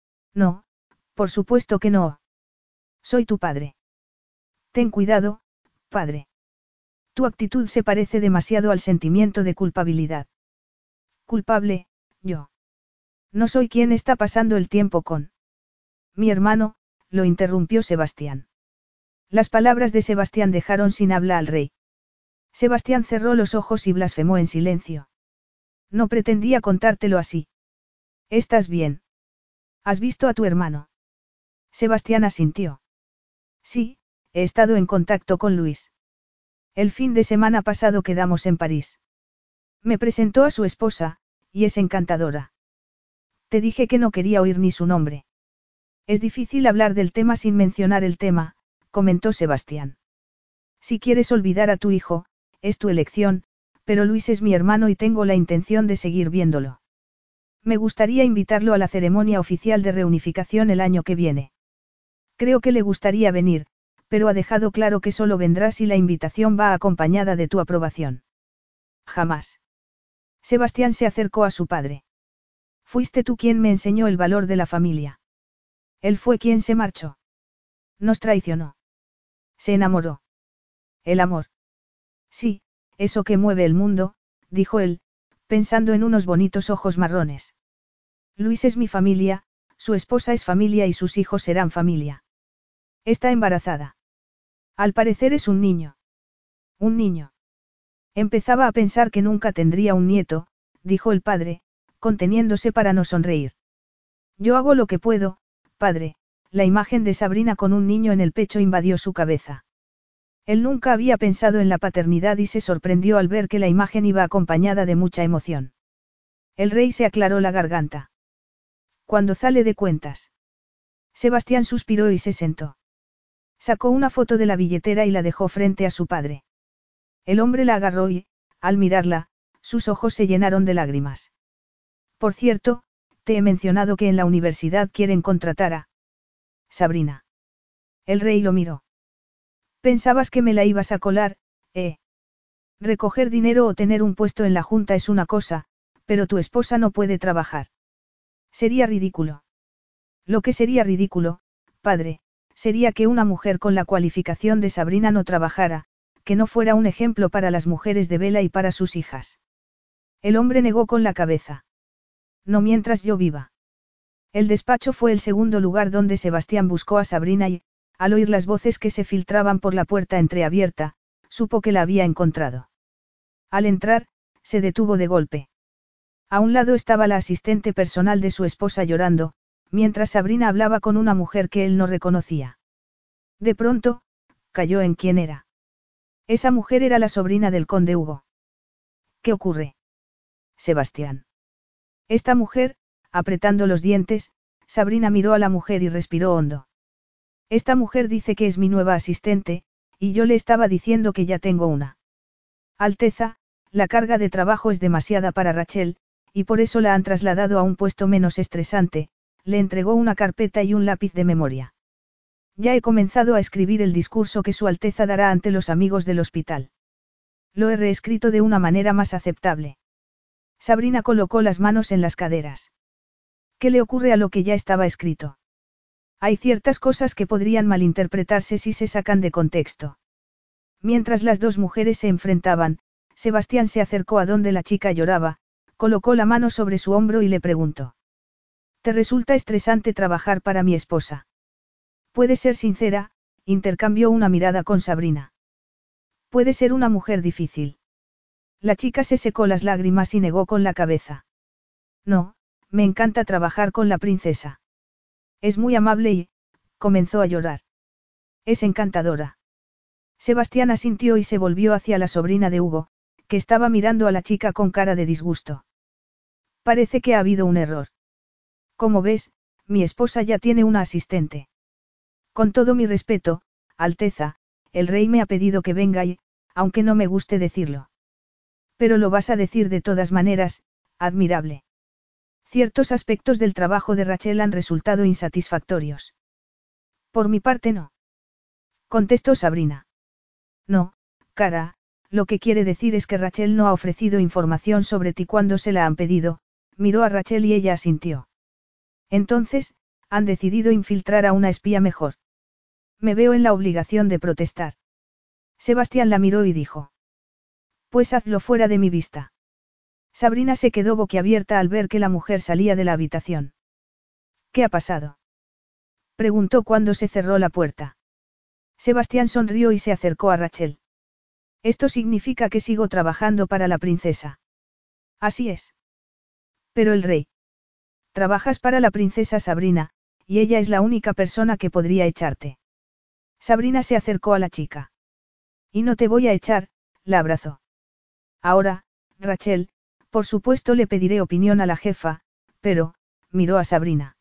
Speaker 1: No, por supuesto que no. Soy tu padre. Ten cuidado, padre. Tu actitud se parece demasiado al sentimiento de culpabilidad. Culpable, yo. No soy quien está pasando el tiempo con. Mi hermano, lo interrumpió Sebastián. Las palabras de Sebastián dejaron sin habla al rey. Sebastián cerró los ojos y blasfemó en silencio. No pretendía contártelo así. ¿Estás bien? ¿Has visto a tu hermano? Sebastián asintió. Sí, he estado en contacto con Luis. El fin de semana pasado quedamos en París. Me presentó a su esposa, y es encantadora. Te dije que no quería oír ni su nombre. Es difícil hablar del tema sin mencionar el tema, comentó Sebastián. Si quieres olvidar a tu hijo, es tu elección, pero Luis es mi hermano y tengo la intención de seguir viéndolo. Me gustaría invitarlo a la ceremonia oficial de reunificación el año que viene. Creo que le gustaría venir, pero ha dejado claro que solo vendrá si la invitación va acompañada de tu aprobación. Jamás. Sebastián se acercó a su padre. Fuiste tú quien me enseñó el valor de la familia. Él fue quien se marchó. Nos traicionó. Se enamoró. El amor. Sí, eso que mueve el mundo, dijo él, pensando en unos bonitos ojos marrones. Luis es mi familia, su esposa es familia y sus hijos serán familia. Está embarazada. Al parecer es un niño. Un niño. Empezaba a pensar que nunca tendría un nieto, dijo el padre, conteniéndose para no sonreír. Yo hago lo que puedo, padre, la imagen de Sabrina con un niño en el pecho invadió su cabeza. Él nunca había pensado en la paternidad y se sorprendió al ver que la imagen iba acompañada de mucha emoción. El rey se aclaró la garganta. Cuando sale de cuentas. Sebastián suspiró y se sentó. Sacó una foto de la billetera y la dejó frente a su padre. El hombre la agarró y, al mirarla, sus ojos se llenaron de lágrimas. Por cierto, te he mencionado que en la universidad quieren contratar a Sabrina. El rey lo miró. Pensabas que me la ibas a colar, ¿eh? Recoger dinero o tener un puesto en la junta es una cosa, pero tu esposa no puede trabajar. Sería ridículo. Lo que sería ridículo, padre, sería que una mujer con la cualificación de Sabrina no trabajara, que no fuera un ejemplo para las mujeres de Vela y para sus hijas. El hombre negó con la cabeza. No mientras yo viva. El despacho fue el segundo lugar donde Sebastián buscó a Sabrina y, al oír las voces que se filtraban por la puerta entreabierta, supo que la había encontrado. Al entrar, se detuvo de golpe. A un lado estaba la asistente personal de su esposa llorando, mientras Sabrina hablaba con una mujer que él no reconocía. De pronto, cayó en quién era. Esa mujer era la sobrina del conde Hugo. ¿Qué ocurre? Sebastián. Esta mujer, apretando los dientes, Sabrina miró a la mujer y respiró hondo. Esta mujer dice que es mi nueva asistente, y yo le estaba diciendo que ya tengo una. Alteza, la carga de trabajo es demasiada para Rachel, y por eso la han trasladado a un puesto menos estresante, le entregó una carpeta y un lápiz de memoria. Ya he comenzado a escribir el discurso que Su Alteza dará ante los amigos del hospital. Lo he reescrito de una manera más aceptable. Sabrina colocó las manos en las caderas. ¿Qué le ocurre a lo que ya estaba escrito? Hay ciertas cosas que podrían malinterpretarse si se sacan de contexto. Mientras las dos mujeres se enfrentaban, Sebastián se acercó a donde la chica lloraba, colocó la mano sobre su hombro y le preguntó. ¿Te resulta estresante trabajar para mi esposa? Puede ser sincera, intercambió una mirada con Sabrina. Puede ser una mujer difícil. La chica se secó las lágrimas y negó con la cabeza. No, me encanta trabajar con la princesa. Es muy amable y, comenzó a llorar. Es encantadora. Sebastián asintió y se volvió hacia la sobrina de Hugo, que estaba mirando a la chica con cara de disgusto. Parece que ha habido un error. Como ves, mi esposa ya tiene una asistente. Con todo mi respeto, Alteza, el rey me ha pedido que venga y, aunque no me guste decirlo. Pero lo vas a decir de todas maneras, admirable. Ciertos aspectos del trabajo de Rachel han resultado insatisfactorios. Por mi parte no. Contestó Sabrina. No, cara, lo que quiere decir es que Rachel no ha ofrecido información sobre ti cuando se la han pedido, miró a Rachel y ella asintió. Entonces, han decidido infiltrar a una espía mejor. Me veo en la obligación de protestar. Sebastián la miró y dijo. Pues hazlo fuera de mi vista. Sabrina se quedó boquiabierta al ver que la mujer salía de la habitación. ¿Qué ha pasado? Preguntó cuando se cerró la puerta. Sebastián sonrió y se acercó a Rachel. Esto significa que sigo trabajando para la princesa. Así es. Pero el rey. Trabajas para la princesa Sabrina, y ella es la única persona que podría echarte. Sabrina se acercó a la chica. Y no te voy a echar, la abrazó. Ahora, Rachel, por supuesto le pediré opinión a la jefa, pero, miró a Sabrina.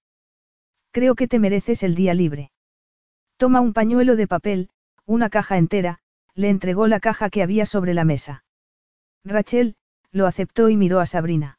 Speaker 1: Creo que te mereces el día libre. Toma un pañuelo de papel, una caja entera, le entregó la caja que había sobre la mesa. Rachel, lo aceptó y miró a Sabrina.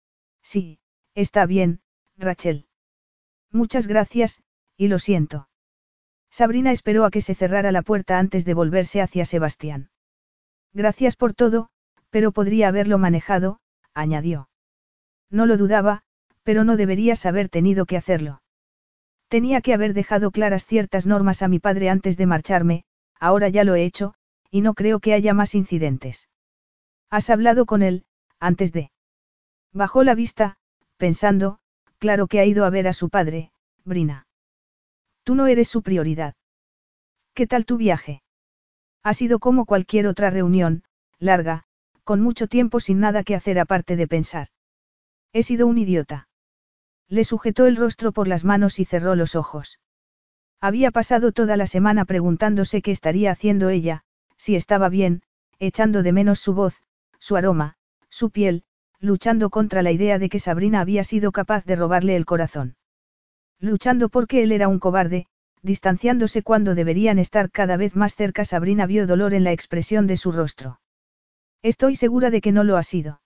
Speaker 1: Sí, está bien, Rachel. Muchas gracias, y lo siento. Sabrina esperó a que se cerrara la puerta antes de volverse hacia Sebastián. Gracias por todo, pero podría haberlo manejado, añadió. No lo dudaba, pero no deberías haber tenido que hacerlo. Tenía que haber dejado claras ciertas normas a mi padre antes de marcharme, ahora ya lo he hecho, y no creo que haya más incidentes. ¿Has hablado con él, antes de? Bajó la vista, pensando, claro que ha ido a ver a su padre, Brina. Tú no eres su prioridad. ¿Qué tal tu viaje? Ha sido como cualquier otra reunión, larga, con mucho tiempo sin nada que hacer aparte de pensar. He sido un idiota. Le sujetó el rostro por las manos y cerró los ojos. Había pasado toda la semana preguntándose qué estaría haciendo ella, si estaba bien, echando de menos su voz, su aroma, su piel, luchando contra la idea de que Sabrina había sido capaz de robarle el corazón. Luchando porque él era un cobarde, distanciándose cuando deberían estar cada vez más cerca. Sabrina vio dolor en la expresión de su rostro. Estoy segura de que no lo ha sido.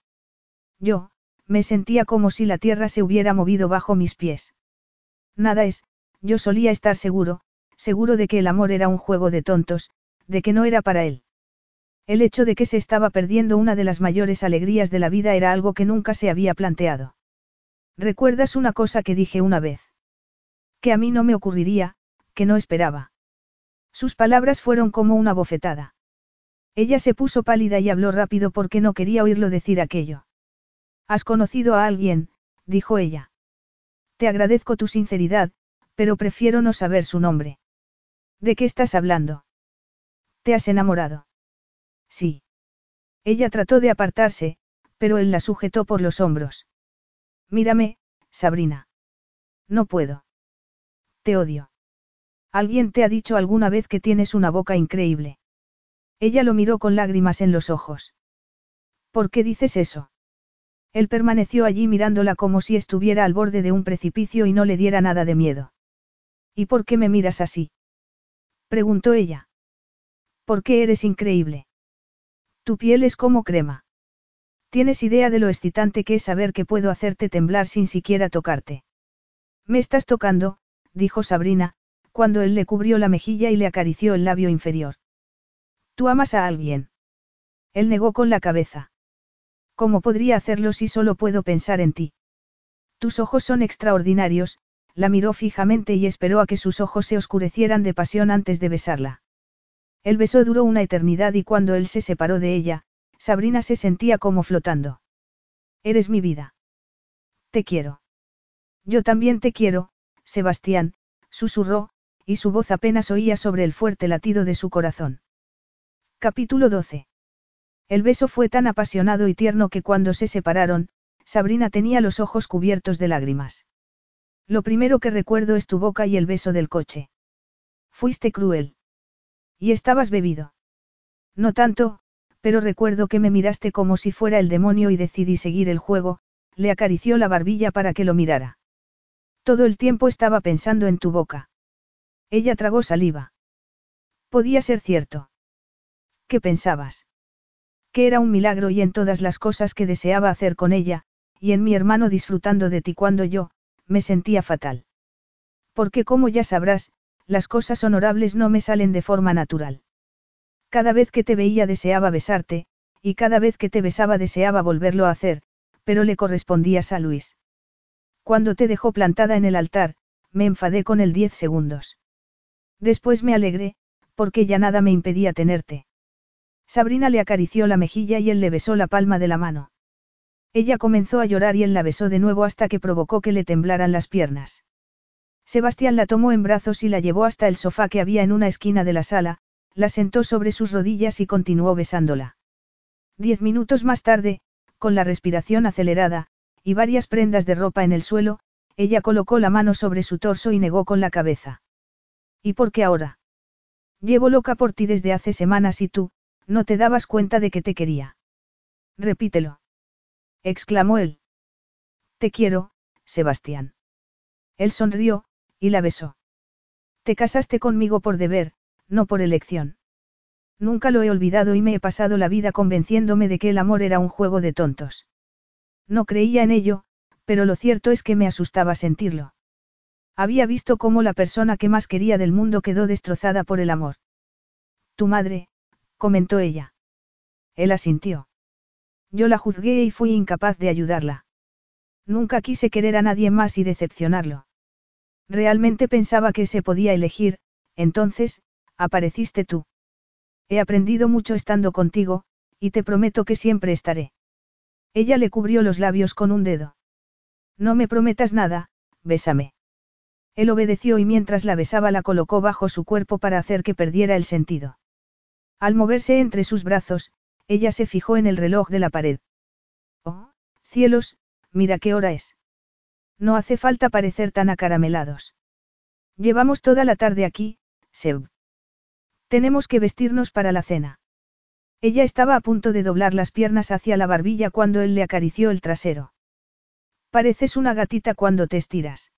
Speaker 1: Me sentía como si la tierra se hubiera movido bajo mis pies. Nada es, yo solía estar seguro de que el amor era un juego de tontos, de que no era para él. El hecho de que se estaba perdiendo una de las mayores alegrías de la vida era algo que nunca se había planteado. ¿Recuerdas una cosa que dije una vez? Que a mí no me ocurriría, que no esperaba. Sus palabras fueron como una bofetada. Ella se puso pálida y habló rápido porque no quería oírlo decir aquello. ¿Has conocido a alguien?, dijo ella. Te agradezco tu sinceridad, pero prefiero no saber su nombre. ¿De qué estás hablando? ¿Te has enamorado? Sí. Ella trató de apartarse, pero él la sujetó por los hombros. Mírame, Sabrina. No puedo. Te odio. ¿Alguien te ha dicho alguna vez que tienes una boca increíble? Ella lo miró con lágrimas en los ojos. ¿Por qué dices eso? Él permaneció allí mirándola como si estuviera al borde de un precipicio y no le diera nada de miedo. ¿Y por qué me miras así?, preguntó ella. ¿Por qué eres increíble? Tu piel es como crema. ¿Tienes idea de lo excitante que es saber que puedo hacerte temblar sin siquiera tocarte? Me estás tocando, dijo Sabrina, cuando él le cubrió la mejilla y le acarició el labio inferior. ¿Tú amas a alguien? Él negó con la cabeza. ¿Cómo podría hacerlo si solo puedo pensar en ti? Tus ojos son extraordinarios, la miró fijamente y esperó a que sus ojos se oscurecieran de pasión antes de besarla. El beso duró una eternidad y cuando él se separó de ella, Sabrina se sentía como flotando. Eres mi vida. Te quiero. Yo también te quiero, Sebastián, susurró, y su voz apenas oía sobre el fuerte latido de su corazón. Capítulo 12. El beso fue tan apasionado y tierno que cuando se separaron, Sabrina tenía los ojos cubiertos de lágrimas. Lo primero que recuerdo es tu boca y el beso del coche. Fuiste cruel. Y estabas bebido. No tanto, pero recuerdo que me miraste como si fuera el demonio y decidí seguir el juego. Le acarició la barbilla para que lo mirara. Todo el tiempo estaba pensando en tu boca. Ella tragó saliva. Podía ser cierto. ¿Qué pensabas? Que era un milagro y en todas las cosas que deseaba hacer con ella, y en mi hermano disfrutando de ti cuando yo, me sentía fatal. Porque como ya sabrás, las cosas honorables no me salen de forma natural. Cada vez que te veía deseaba besarte, y cada vez que te besaba deseaba volverlo a hacer, pero le correspondías a Luis. Cuando te dejó plantada en el altar, me enfadé con él 10 segundos. Después me alegré, porque ya nada me impedía tenerte. Sabrina le acarició la mejilla y él le besó la palma de la mano. Ella comenzó a llorar y él la besó de nuevo hasta que provocó que le temblaran las piernas. Sebastián la tomó en brazos y la llevó hasta el sofá que había en una esquina de la sala, la sentó sobre sus rodillas y continuó besándola. 10 minutos más tarde, con la respiración acelerada, y varias prendas de ropa en el suelo, ella colocó la mano sobre su torso y negó con la cabeza. ¿Y por qué ahora? Llevo loca por ti desde hace semanas y tú, no te dabas cuenta de que te quería. Repítelo. Exclamó él. Te quiero, Sebastián. Él sonrió, y la besó. Te casaste conmigo por deber, no por elección. Nunca lo he olvidado y me he pasado la vida convenciéndome de que el amor era un juego de tontos. No creía en ello, pero lo cierto es que me asustaba sentirlo. Había visto cómo la persona que más quería del mundo quedó destrozada por el amor. Tu madre, comentó ella. Él asintió. Yo la juzgué y fui incapaz de ayudarla. Nunca quise querer a nadie más y decepcionarlo. Realmente pensaba que se podía elegir, entonces, apareciste tú. He aprendido mucho estando contigo, y te prometo que siempre estaré. Ella le cubrió los labios con un dedo. No me prometas nada, bésame. Él obedeció y mientras la besaba la colocó bajo su cuerpo para hacer que perdiera el sentido. Al moverse entre sus brazos, ella se fijó en el reloj de la pared. Oh, cielos, mira qué hora es. No hace falta parecer tan acaramelados. Llevamos toda la tarde aquí, Seb. Tenemos que vestirnos para la cena. Ella estaba a punto de doblar las piernas hacia la barbilla cuando él le acarició el trasero. Pareces una gatita cuando te estiras.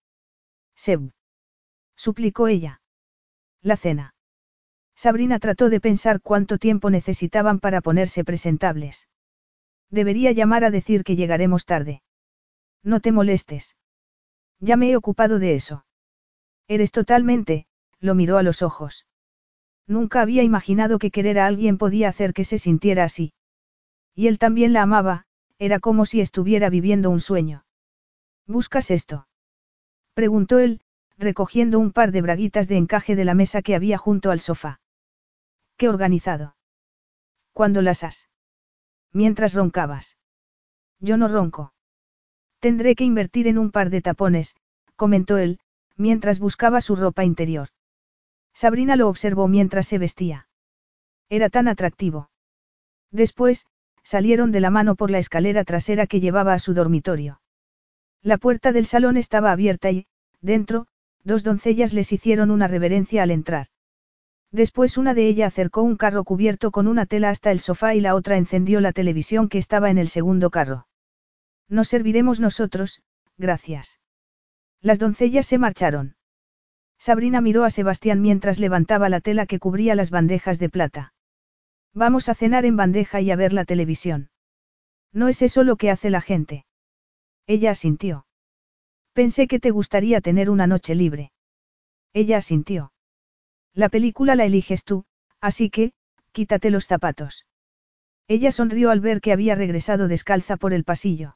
Speaker 1: Seb. Suplicó ella. La cena. Sabrina trató de pensar cuánto tiempo necesitaban para ponerse presentables. Debería llamar a decir que llegaremos tarde. No te molestes. Ya me he ocupado de eso. Eres totalmente, lo miró a los ojos. Nunca había imaginado que querer a alguien podía hacer que se sintiera así. Y él también la amaba, era como si estuviera viviendo un sueño. ¿Buscas esto? Preguntó él, recogiendo un par de braguitas de encaje de la mesa que había junto al sofá. ¡Qué organizado! ¿Cuándo las has? Mientras roncabas. Yo no ronco. Tendré que invertir en un par de tapones, comentó él, mientras buscaba su ropa interior. Sabrina lo observó mientras se vestía. Era tan atractivo. Después, salieron de la mano por la escalera trasera que llevaba a su dormitorio. La puerta del salón estaba abierta y, dentro, dos doncellas les hicieron una reverencia al entrar. Después una de ellas acercó un carro cubierto con una tela hasta el sofá y la otra encendió la televisión que estaba en el segundo carro. Nos serviremos nosotros, gracias. Las doncellas se marcharon. Sabrina miró a Sebastián mientras levantaba la tela que cubría las bandejas de plata. Vamos a cenar en bandeja y a ver la televisión. ¿No es eso lo que hace la gente? Ella asintió. Pensé que te gustaría tener una noche libre. Ella asintió. La película la eliges tú, así que, quítate los zapatos. Ella sonrió al ver que había regresado descalza por el pasillo.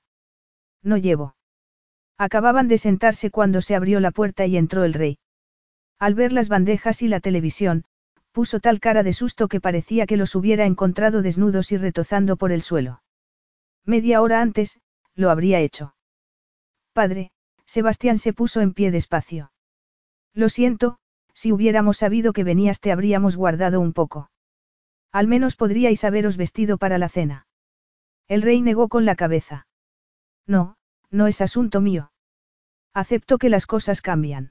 Speaker 1: No llevo. Acababan de sentarse cuando se abrió la puerta y entró el rey. Al ver las bandejas y la televisión, puso tal cara de susto que parecía que los hubiera encontrado desnudos y retozando por el suelo. Media hora antes, lo habría hecho. Padre, Sebastián se puso en pie despacio. Lo siento, si hubiéramos sabido que venías te habríamos guardado un poco. Al menos podríais haberos vestido para la cena. El rey negó con la cabeza. No, no es asunto mío. Acepto que las cosas cambian.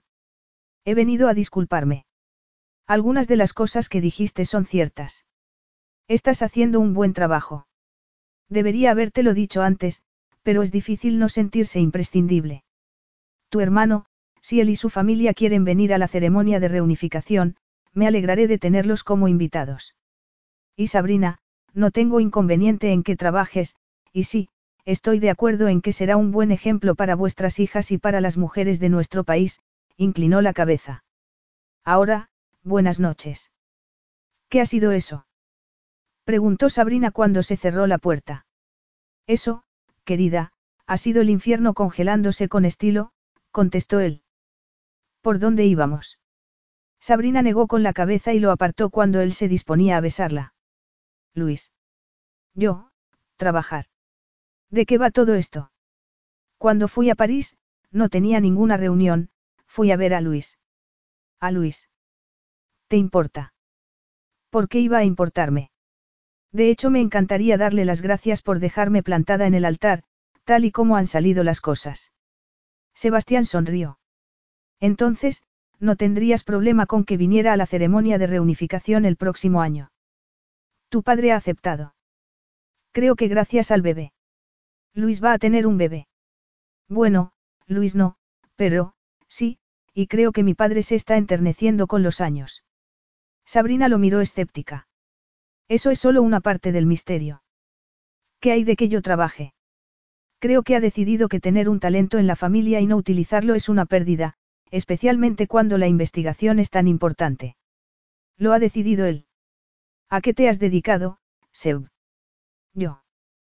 Speaker 1: He venido a disculparme. Algunas de las cosas que dijiste son ciertas. Estás haciendo un buen trabajo. Debería habértelo dicho antes, pero es difícil no sentirse imprescindible. Tu hermano, si él y su familia quieren venir a la ceremonia de reunificación, me alegraré de tenerlos como invitados. Y Sabrina, no tengo inconveniente en que trabajes, y sí, estoy de acuerdo en que será un buen ejemplo para vuestras hijas y para las mujeres de nuestro país, inclinó la cabeza. Ahora, buenas noches. ¿Qué ha sido eso? Preguntó Sabrina cuando se cerró la puerta. Eso, querida, ha sido el infierno congelándose con estilo, contestó él. ¿Por dónde íbamos? Sabrina negó con la cabeza y lo apartó cuando él se disponía a besarla. Luis. Yo, trabajar. ¿De qué va todo esto? Cuando fui a París, no tenía ninguna reunión, fui a ver a Luis. ¿A Luis? ¿Te importa? ¿Por qué iba a importarme? De hecho, me encantaría darle las gracias por dejarme plantada en el altar, tal y como han salido las cosas. Sebastián sonrió. Entonces, no tendrías problema con que viniera a la ceremonia de reunificación el próximo año. Tu padre ha aceptado. Creo que gracias al bebé. Luis va a tener un bebé. Bueno, Luis no, pero, sí, y creo que mi padre se está enterneciendo con los años. Sabrina lo miró escéptica. Eso es solo una parte del misterio. ¿Qué hay de que yo trabaje? Creo que ha decidido que tener un talento en la familia y no utilizarlo es una pérdida, especialmente cuando la investigación es tan importante. Lo ha decidido él. ¿A qué te has dedicado, Seb? Yo.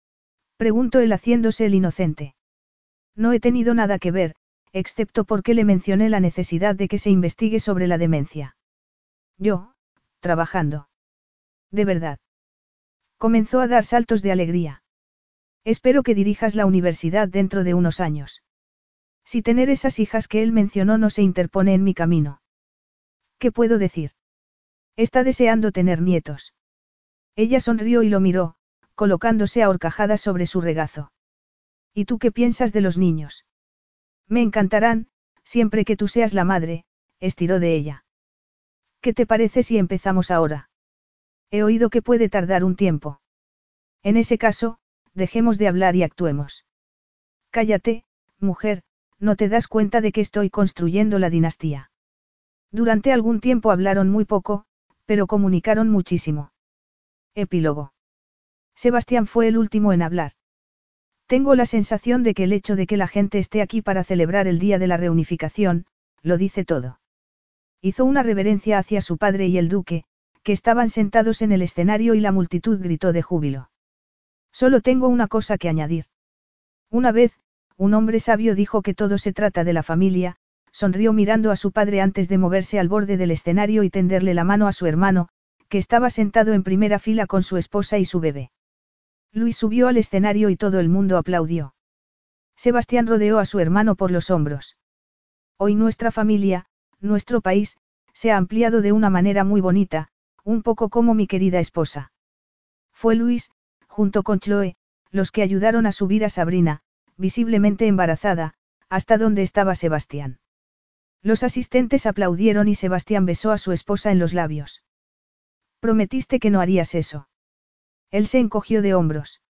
Speaker 1: Preguntó él haciéndose el inocente. No he tenido nada que ver, excepto porque le mencioné la necesidad de que se investigue sobre la demencia. Yo, trabajando. De verdad. Comenzó a dar saltos de alegría. Espero que dirijas la universidad dentro de unos años. Si tener esas hijas que él mencionó no se interpone en mi camino. ¿Qué puedo decir? Está deseando tener nietos. Ella sonrió y lo miró, colocándose a horcajadas sobre su regazo. ¿Y tú qué piensas de los niños? Me encantarán, siempre que tú seas la madre, estiró de ella. ¿Qué te parece si empezamos ahora? He oído que puede tardar un tiempo. En ese caso, dejemos de hablar y actuemos. Cállate, mujer, no te das cuenta de que estoy construyendo la dinastía. Durante algún tiempo hablaron muy poco, pero comunicaron muchísimo. Epílogo. Sebastián fue el último en hablar. Tengo la sensación de que el hecho de que la gente esté aquí para celebrar el día de la reunificación, lo dice todo. Hizo una reverencia hacia su padre y el duque, que estaban sentados en el escenario y la multitud gritó de júbilo. Solo tengo una cosa que añadir. Una vez, un hombre sabio dijo que todo se trata de la familia, sonrió mirando a su padre antes de moverse al borde del escenario y tenderle la mano a su hermano, que estaba sentado en primera fila con su esposa y su bebé. Luis subió al escenario y todo el mundo aplaudió. Sebastián rodeó a su hermano por los hombros. Hoy nuestra familia, nuestro país, se ha ampliado de una manera muy bonita, un poco como mi querida esposa. Fue Luis, junto con Chloe, los que ayudaron a subir a Sabrina, visiblemente embarazada, hasta donde estaba Sebastián. Los asistentes aplaudieron y Sebastián besó a su esposa en los labios. Prometiste que no harías eso. Él se encogió de hombros.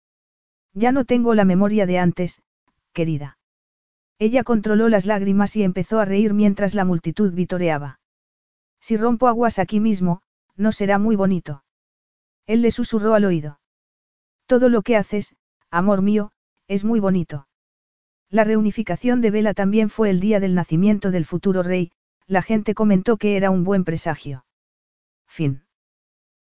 Speaker 1: Ya no tengo la memoria de antes, querida. Ella controló las lágrimas y empezó a reír mientras la multitud vitoreaba. Si rompo aguas aquí mismo, no será muy bonito. Él le susurró al oído. Todo lo que haces, amor mío, es muy bonito. La reunificación de Bella también fue el día del nacimiento del futuro rey, la gente comentó que era un buen presagio. Fin.